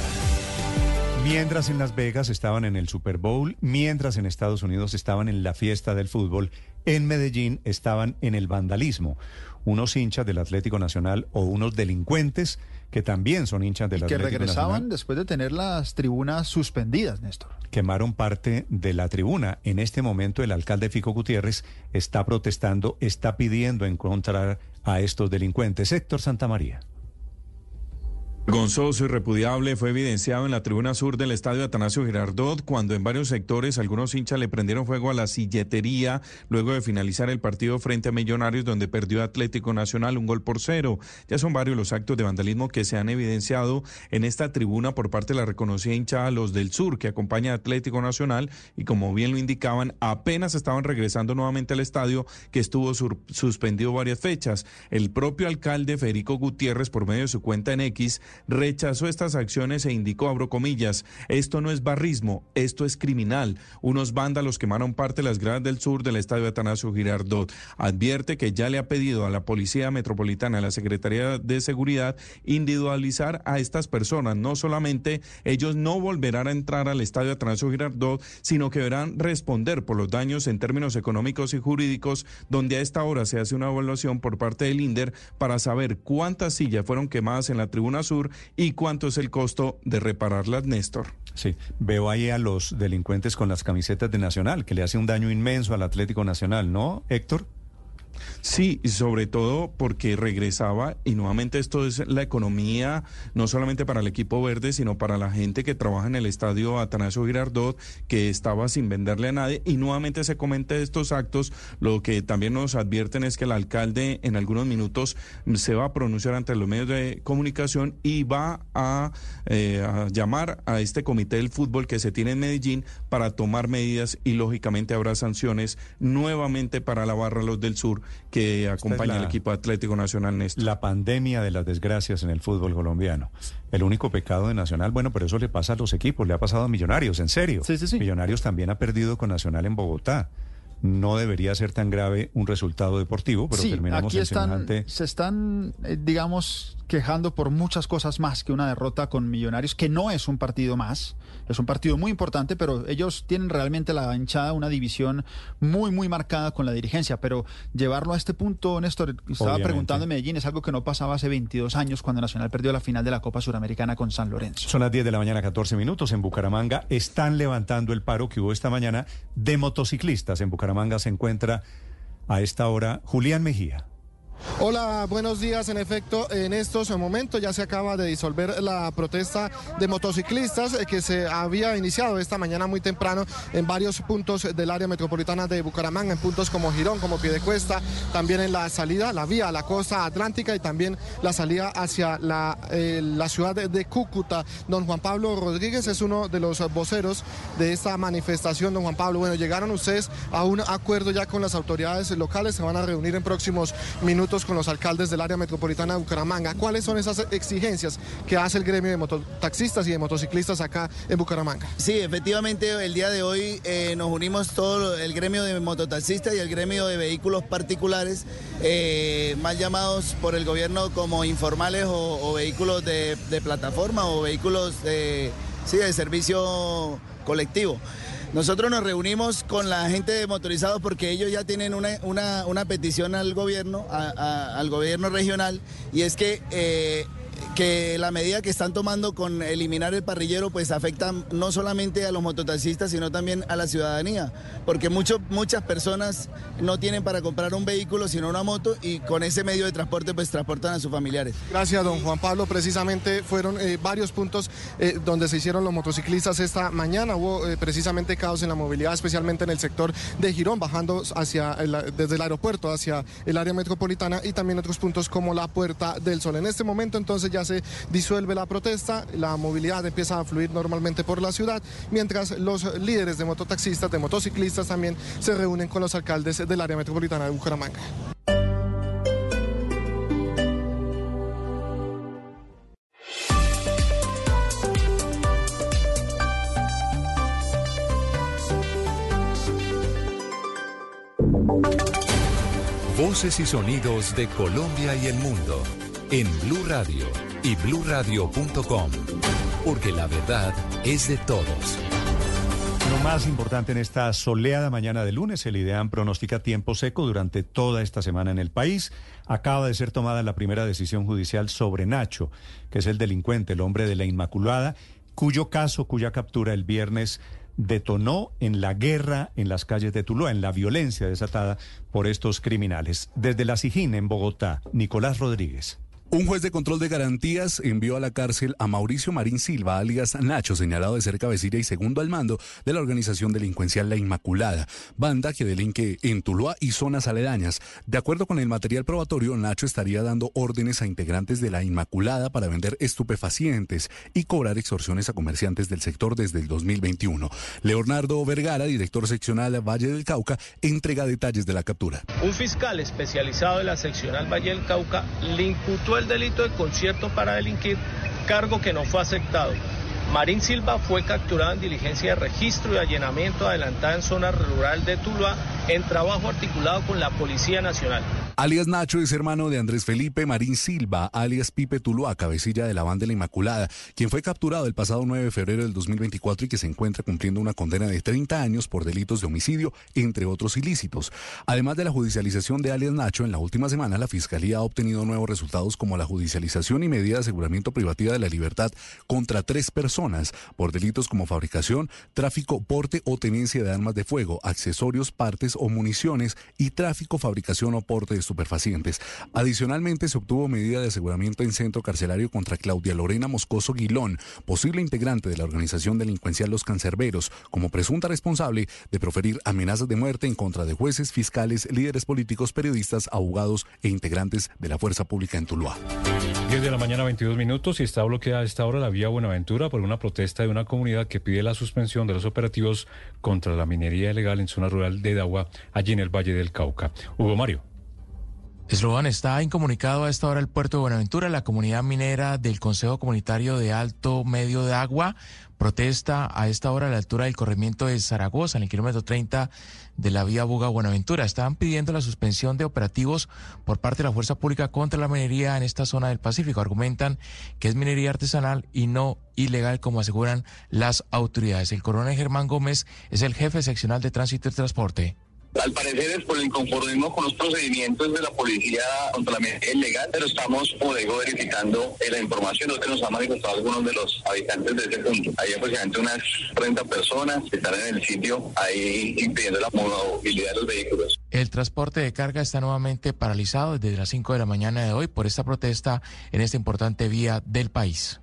Mientras en Las Vegas estaban en el Super Bowl, mientras en Estados Unidos estaban en la fiesta del fútbol, en Medellín estaban en el vandalismo. Unos hinchas del Atlético Nacional, o unos delincuentes que también son hinchas del Atlético Nacional, que regresaban después de tener las tribunas suspendidas, Néstor. Quemaron parte de la tribuna. En este momento el alcalde Fico Gutiérrez está protestando, está pidiendo encontrar a estos delincuentes. Héctor Santamaría. Gonzoso y repudiable fue evidenciado en la tribuna sur del estadio Atanasio Girardot, cuando en varios sectores algunos hinchas le prendieron fuego a la silletería luego de finalizar el partido frente a Millonarios, donde perdió Atlético Nacional 1-0. Ya son varios los actos de vandalismo que se han evidenciado en esta tribuna por parte de la reconocida hinchada Los del Sur, que acompaña a Atlético Nacional, y como bien lo indicaban, apenas estaban regresando nuevamente al estadio, que estuvo suspendido varias fechas. El propio alcalde Federico Gutiérrez, por medio de su cuenta en X, rechazó estas acciones e indicó, abro comillas, esto no es barrismo, esto es criminal. Unos vándalos quemaron parte de las gradas del sur del estadio Atanasio Girardot. Advierte que ya le ha pedido a la Policía Metropolitana, a la Secretaría de Seguridad, individualizar a estas personas. No solamente ellos no volverán a entrar al estadio Atanasio Girardot, sino que deberán responder por los daños en términos económicos y jurídicos, donde a esta hora se hace una evaluación por parte del INDER para saber cuántas sillas fueron quemadas en la tribuna sur y cuánto es el costo de repararlas, Néstor. Sí, veo ahí a los delincuentes con las camisetas de Nacional, que le hace un daño inmenso al Atlético Nacional, ¿no, Héctor? Sí, y sobre todo porque regresaba, y nuevamente esto es la economía, no solamente para el equipo verde, sino para la gente que trabaja en el estadio Atanasio Girardot, que estaba sin venderle a nadie, y nuevamente se comenta estos actos. Lo que también nos advierten es que el alcalde en algunos minutos se va a pronunciar ante los medios de comunicación y va a llamar a este comité del fútbol que se tiene en Medellín para tomar medidas, y lógicamente habrá sanciones nuevamente para la barra Los del Sur, que acompaña al equipo Atlético Nacional, Néstor. La pandemia de las desgracias en el fútbol colombiano. El único pecado de Nacional, bueno, pero eso le pasa a los equipos, le ha pasado a Millonarios, en serio. Sí. Millonarios también ha perdido con Nacional en Bogotá. No debería ser tan grave un resultado deportivo, pero terminamos aquí en semejante... se están, digamos, quejando por muchas cosas más que una derrota con Millonarios, que no es un partido más, es un partido muy importante, pero ellos tienen realmente la hinchada, una división muy, muy marcada con la dirigencia, pero llevarlo a este punto, Néstor, estaba preguntando en Medellín, es algo que no pasaba hace 22 años cuando Nacional perdió la final de la Copa Suramericana con San Lorenzo. Son las 10 de la mañana, 14 minutos. En Bucaramanga están levantando el paro que hubo esta mañana de motociclistas. En Bucaramanga se encuentra a esta hora Julián Mejía. Hola, buenos días. En efecto, en estos momentos ya se acaba de disolver la protesta de motociclistas que se había iniciado esta mañana muy temprano en varios puntos del área metropolitana de Bucaramanga, en puntos como Girón, como Piedecuesta, también en la salida, la vía a la costa atlántica y también la salida hacia la ciudad de Cúcuta. Don Juan Pablo Rodríguez es uno de los voceros de esta manifestación. Don Juan Pablo, bueno, llegaron ustedes a un acuerdo ya con las autoridades locales, se van a reunir en próximos minutos con los alcaldes del área metropolitana de Bucaramanga. ¿Cuáles son esas exigencias que hace el gremio de mototaxistas y de motociclistas acá en Bucaramanga? Sí, efectivamente, el día de hoy nos unimos todo el gremio de mototaxistas y el gremio de vehículos particulares, mal llamados por el gobierno como informales o vehículos de plataforma o vehículos de servicio colectivo. Nosotros nos reunimos con la gente de motorizados porque ellos ya tienen una petición al gobierno, al gobierno regional, y es que la medida que están tomando con eliminar el parrillero pues afecta no solamente a los mototaxistas sino también a la ciudadanía, porque muchas personas no tienen para comprar un vehículo sino una moto, y con ese medio de transporte pues transportan a sus familiares. Gracias, don Juan Pablo. Precisamente fueron varios puntos donde se hicieron los motociclistas esta mañana. Hubo precisamente caos en la movilidad, especialmente en el sector de Girón, bajando desde el aeropuerto hacia el área metropolitana, y también otros puntos como la Puerta del Sol. En este momento entonces ya se disuelve la protesta, la movilidad empieza a fluir normalmente por la ciudad, mientras los líderes de mototaxistas, de motociclistas también se reúnen con los alcaldes del área metropolitana de Bucaramanga. Voces y sonidos de Colombia y el mundo en Blue Radio y bluradio.com, porque la verdad es de todos. Lo más importante en esta soleada mañana de lunes, el IDEAM pronostica tiempo seco durante toda esta semana en el país. Acaba de ser tomada la primera decisión judicial sobre Nacho, que es el delincuente, el hombre de la Inmaculada, cuya captura el viernes detonó en la guerra en las calles de Tuluá, en la violencia desatada por estos criminales. Desde la Sijín, en Bogotá, Nicolás Rodríguez. Un juez de control de garantías envió a la cárcel a Mauricio Marín Silva, alias Nacho, señalado de ser cabecilla y segundo al mando de la organización delincuencial La Inmaculada, banda que delinque en Tuluá y zonas aledañas. De acuerdo con el material probatorio, Nacho estaría dando órdenes a integrantes de La Inmaculada para vender estupefacientes y cobrar extorsiones a comerciantes del sector desde el 2021. Leonardo Vergara, director seccional Valle del Cauca, entrega detalles de la captura. Un fiscal especializado de la seccional Valle del Cauca le imputó el delito de concierto para delinquir, cargo que no fue aceptado. Marín Silva fue capturado en diligencia de registro y allanamiento adelantada en zona rural de Tuluá en trabajo articulado con la Policía Nacional. Alias Nacho es hermano de Andrés Felipe Marín Silva, alias Pipe Tuluá, cabecilla de la banda de La Inmaculada, quien fue capturado el pasado 9 de febrero del 2024 y que se encuentra cumpliendo una condena de 30 años por delitos de homicidio, entre otros ilícitos. Además de la judicialización de alias Nacho, en la última semana la Fiscalía ha obtenido nuevos resultados como la judicialización y medida de aseguramiento privativa de la libertad contra 3 personas por delitos como fabricación, tráfico, porte o tenencia de armas de fuego, accesorios, partes o municiones y tráfico, fabricación o porte de estupefacientes. Adicionalmente, se obtuvo medida de aseguramiento en centro carcelario contra Claudia Lorena Moscoso Guilón, posible integrante de la organización delincuencial Los Cancerberos, como presunta responsable de proferir amenazas de muerte en contra de jueces, fiscales, líderes políticos, periodistas, abogados e integrantes de la fuerza pública en Tuluá. 10 de la mañana, 22 minutos, y está bloqueada a esta hora la vía Buenaventura por una protesta de una comunidad que pide la suspensión de los operativos contra la minería ilegal en zona rural de Dagua, allí en el Valle del Cauca. Hugo Mario. Sloan, está incomunicado a esta hora el puerto de Buenaventura. La comunidad minera del Consejo Comunitario de Alto Medio de Agua protesta a esta hora a la altura del corregimiento de Zaragoza, en el kilómetro 30 de la vía Buga-Buenaventura. Estaban pidiendo la suspensión de operativos por parte de la fuerza pública contra la minería en esta zona del Pacífico. Argumentan que es minería artesanal y no ilegal, como aseguran las autoridades. El coronel Germán Gómez es el jefe seccional de Tránsito y Transporte. Al parecer es por el inconformismo con los procedimientos de la policía contra la minería ilegal, pero estamos, como digo, verificando la información. Lo que nos han manifestado algunos de los habitantes de ese punto. Hay aproximadamente unas 30 personas que están en el sitio ahí impidiendo la movilidad de los vehículos. El transporte de carga está nuevamente paralizado desde las 5 de la mañana de hoy por esta protesta en esta importante vía del país.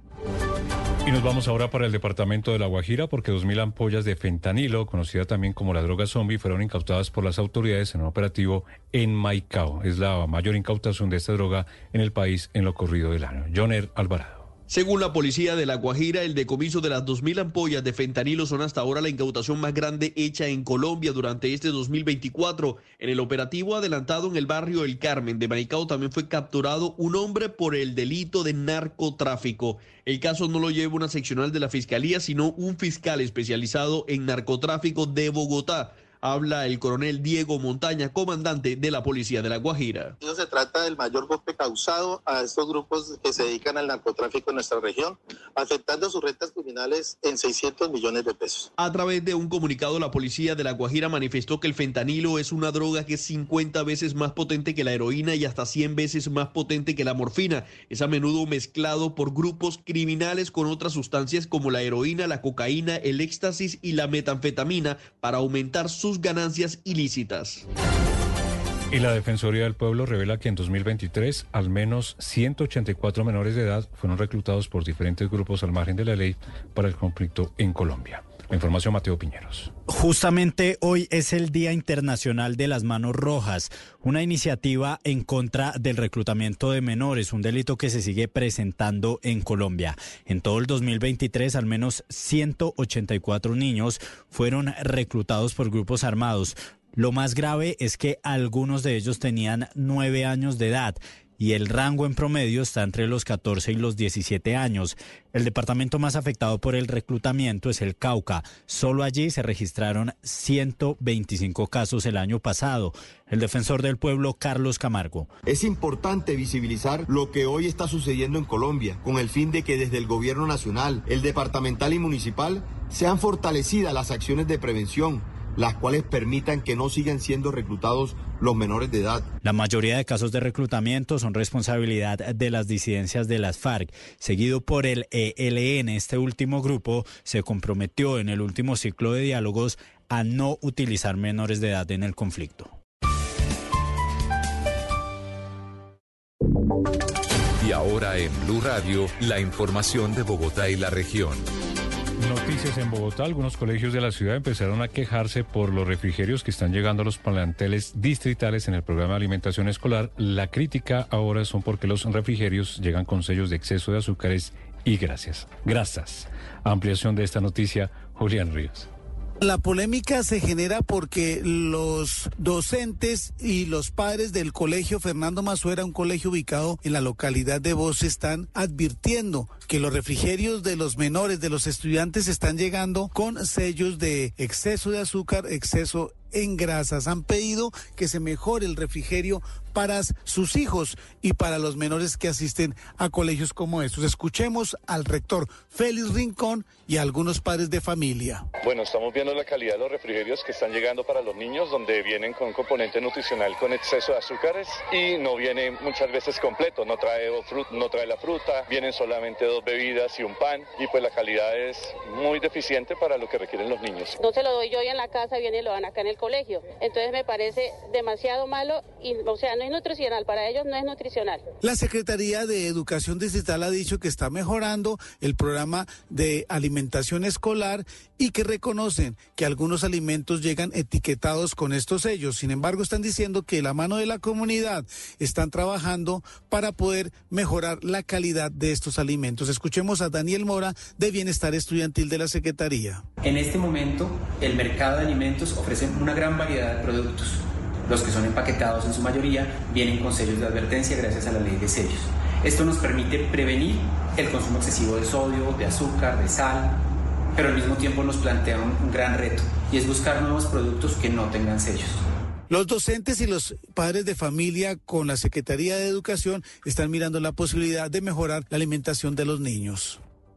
Y nos vamos ahora para el departamento de La Guajira, porque 2.000 ampollas de fentanilo, conocida también como la droga zombie, fueron incautadas por las autoridades en un operativo en Maicao. Es la mayor incautación de esta droga en el país en lo corrido del año. Joner Alvarado. Según la policía de La Guajira, el decomiso de las 2.000 ampollas de fentanilo son hasta ahora la incautación más grande hecha en Colombia durante este 2024. En el operativo adelantado en el barrio El Carmen de Maicao también fue capturado un hombre por el delito de narcotráfico. El caso no lo lleva una seccional de la Fiscalía, sino un fiscal especializado en narcotráfico de Bogotá. Habla el coronel Diego Montaña, comandante de la Policía de La Guajira. Eso se trata del mayor golpe causado a estos grupos que se dedican al narcotráfico en nuestra región, afectando sus rentas criminales en 600 millones de pesos. A través de un comunicado, la Policía de La Guajira manifestó que el fentanilo es una droga que es 50 veces más potente que la heroína y hasta 100 veces más potente que la morfina. Es a menudo mezclado por grupos criminales con otras sustancias como la heroína, la cocaína, el éxtasis y la metanfetamina para aumentar sus ganancias ilícitas. Y la Defensoría del Pueblo revela que en 2023 al menos 184 menores de edad fueron reclutados por diferentes grupos al margen de la ley para el conflicto en Colombia. La información, Mateo Piñeros. Justamente hoy es el Día Internacional de las Manos Rojas, una iniciativa en contra del reclutamiento de menores, un delito que se sigue presentando en Colombia. En todo el 2023, al menos 184 niños fueron reclutados por grupos armados. Lo más grave es que algunos de ellos tenían 9 años de edad. Y el rango en promedio está entre los 14 y los 17 años. El departamento más afectado por el reclutamiento es el Cauca. Solo allí se registraron 125 casos el año pasado. El defensor del pueblo, Carlos Camargo. Es importante visibilizar lo que hoy está sucediendo en Colombia, con el fin de que desde el gobierno nacional, el departamental y municipal, sean fortalecidas las acciones de prevención, las cuales permitan que no sigan siendo reclutados los menores de edad. La mayoría de casos de reclutamiento son responsabilidad de las disidencias de las FARC, seguido por el ELN. Este último grupo se comprometió en el último ciclo de diálogos a no utilizar menores de edad en el conflicto. Y ahora en Blue Radio, la información de Bogotá y la región. Noticias en Bogotá. Algunos colegios de la ciudad empezaron a quejarse por los refrigerios que están llegando a los planteles distritales en el programa de alimentación escolar. La crítica ahora son porque los refrigerios llegan con sellos de exceso de azúcares y grasas. Ampliación de esta noticia, Julián Ríos. La polémica se genera porque los docentes y los padres del colegio Fernando Masuera, un colegio ubicado en la localidad de Voz, están advirtiendo que los refrigerios de los menores, de los estudiantes, están llegando con sellos de exceso de azúcar, exceso en grasas. Han pedido que se mejore el refrigerio para sus hijos y para los menores que asisten a colegios como estos. Escuchemos al rector Félix Rincón y a algunos padres de familia. Bueno, estamos viendo la calidad de los refrigerios que están llegando para los niños, donde vienen con un componente nutricional con exceso de azúcares y no viene muchas veces completo, no trae la fruta, vienen solamente 2 bebidas y un pan, y pues la calidad es muy deficiente para lo que requieren los niños. No se lo doy yo en la casa, viene y lo dan acá en el colegio. Entonces me parece demasiado malo y, o sea, no es nutricional, para ellos no es nutricional. La Secretaría de Educación Distrital ha dicho que está mejorando el programa de alimentación escolar y que reconocen que algunos alimentos llegan etiquetados con estos sellos. Sin embargo, están diciendo que la mano de la comunidad están trabajando para poder mejorar la calidad de estos alimentos. Escuchemos a Daniel Mora, de Bienestar Estudiantil de la Secretaría. En este momento, el mercado de alimentos ofrece una gran variedad de productos. Los que son empaquetados en su mayoría vienen con sellos de advertencia gracias a la ley de sellos. Esto nos permite prevenir el consumo excesivo de sodio, de azúcar, de sal, pero al mismo tiempo nos plantea un gran reto, y es buscar nuevos productos que no tengan sellos. Los docentes y los padres de familia con la Secretaría de Educación están mirando la posibilidad de mejorar la alimentación de los niños.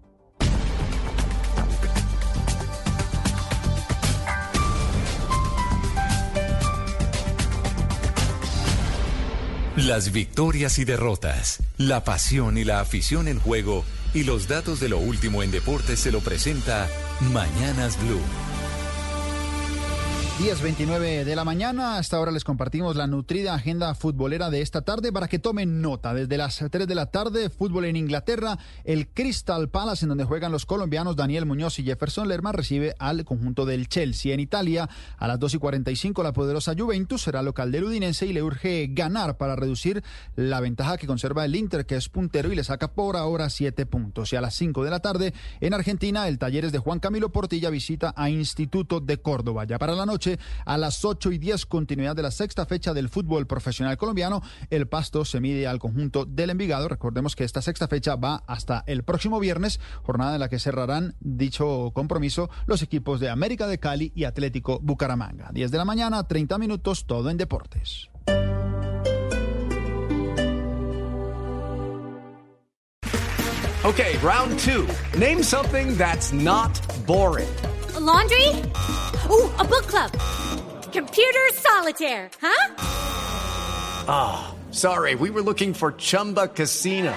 Las victorias y derrotas, la pasión y la afición en juego y los datos de lo último en deportes se lo presenta Mañanas Blue. 10:29 de la mañana, hasta ahora les compartimos la nutrida agenda futbolera de esta tarde para que tomen nota. Desde las 3 de la tarde, fútbol en Inglaterra, el Crystal Palace, en donde juegan los colombianos Daniel Muñoz y Jefferson Lerma, recibe al conjunto del Chelsea. En Italia, a las 2:45, la poderosa Juventus será local del Udinese y le urge ganar para reducir la ventaja que conserva el Inter, que es puntero y le saca por ahora 7 puntos. Y a las 5 de la tarde, en Argentina, el Talleres de Juan Camilo Portilla visita a Instituto de Córdoba. Ya para la noche, a las 8:10, continuidad de la sexta fecha del fútbol profesional colombiano. El Pasto se mide al conjunto del Envigado. Recordemos que esta sexta fecha va hasta el próximo viernes, jornada en la que cerrarán dicho compromiso los equipos de América de Cali y Atlético Bucaramanga. 10 de la mañana, 30 minutos, todo en deportes. Okay, round 2. Name something that's not boring. A laundry? Ooh, a book club. Computer solitaire, huh? Ah, oh, sorry, we were looking for Chumba Casino.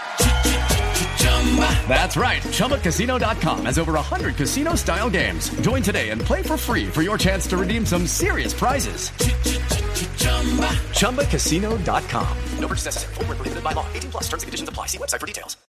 That's right, ChumbaCasino.com has over 100 casino-style games. Join today and play for free for your chance to redeem some serious prizes. ChumbaCasino.com. No purchase necessary. Void where prohibited by law. 18+ terms and conditions apply. See website for details.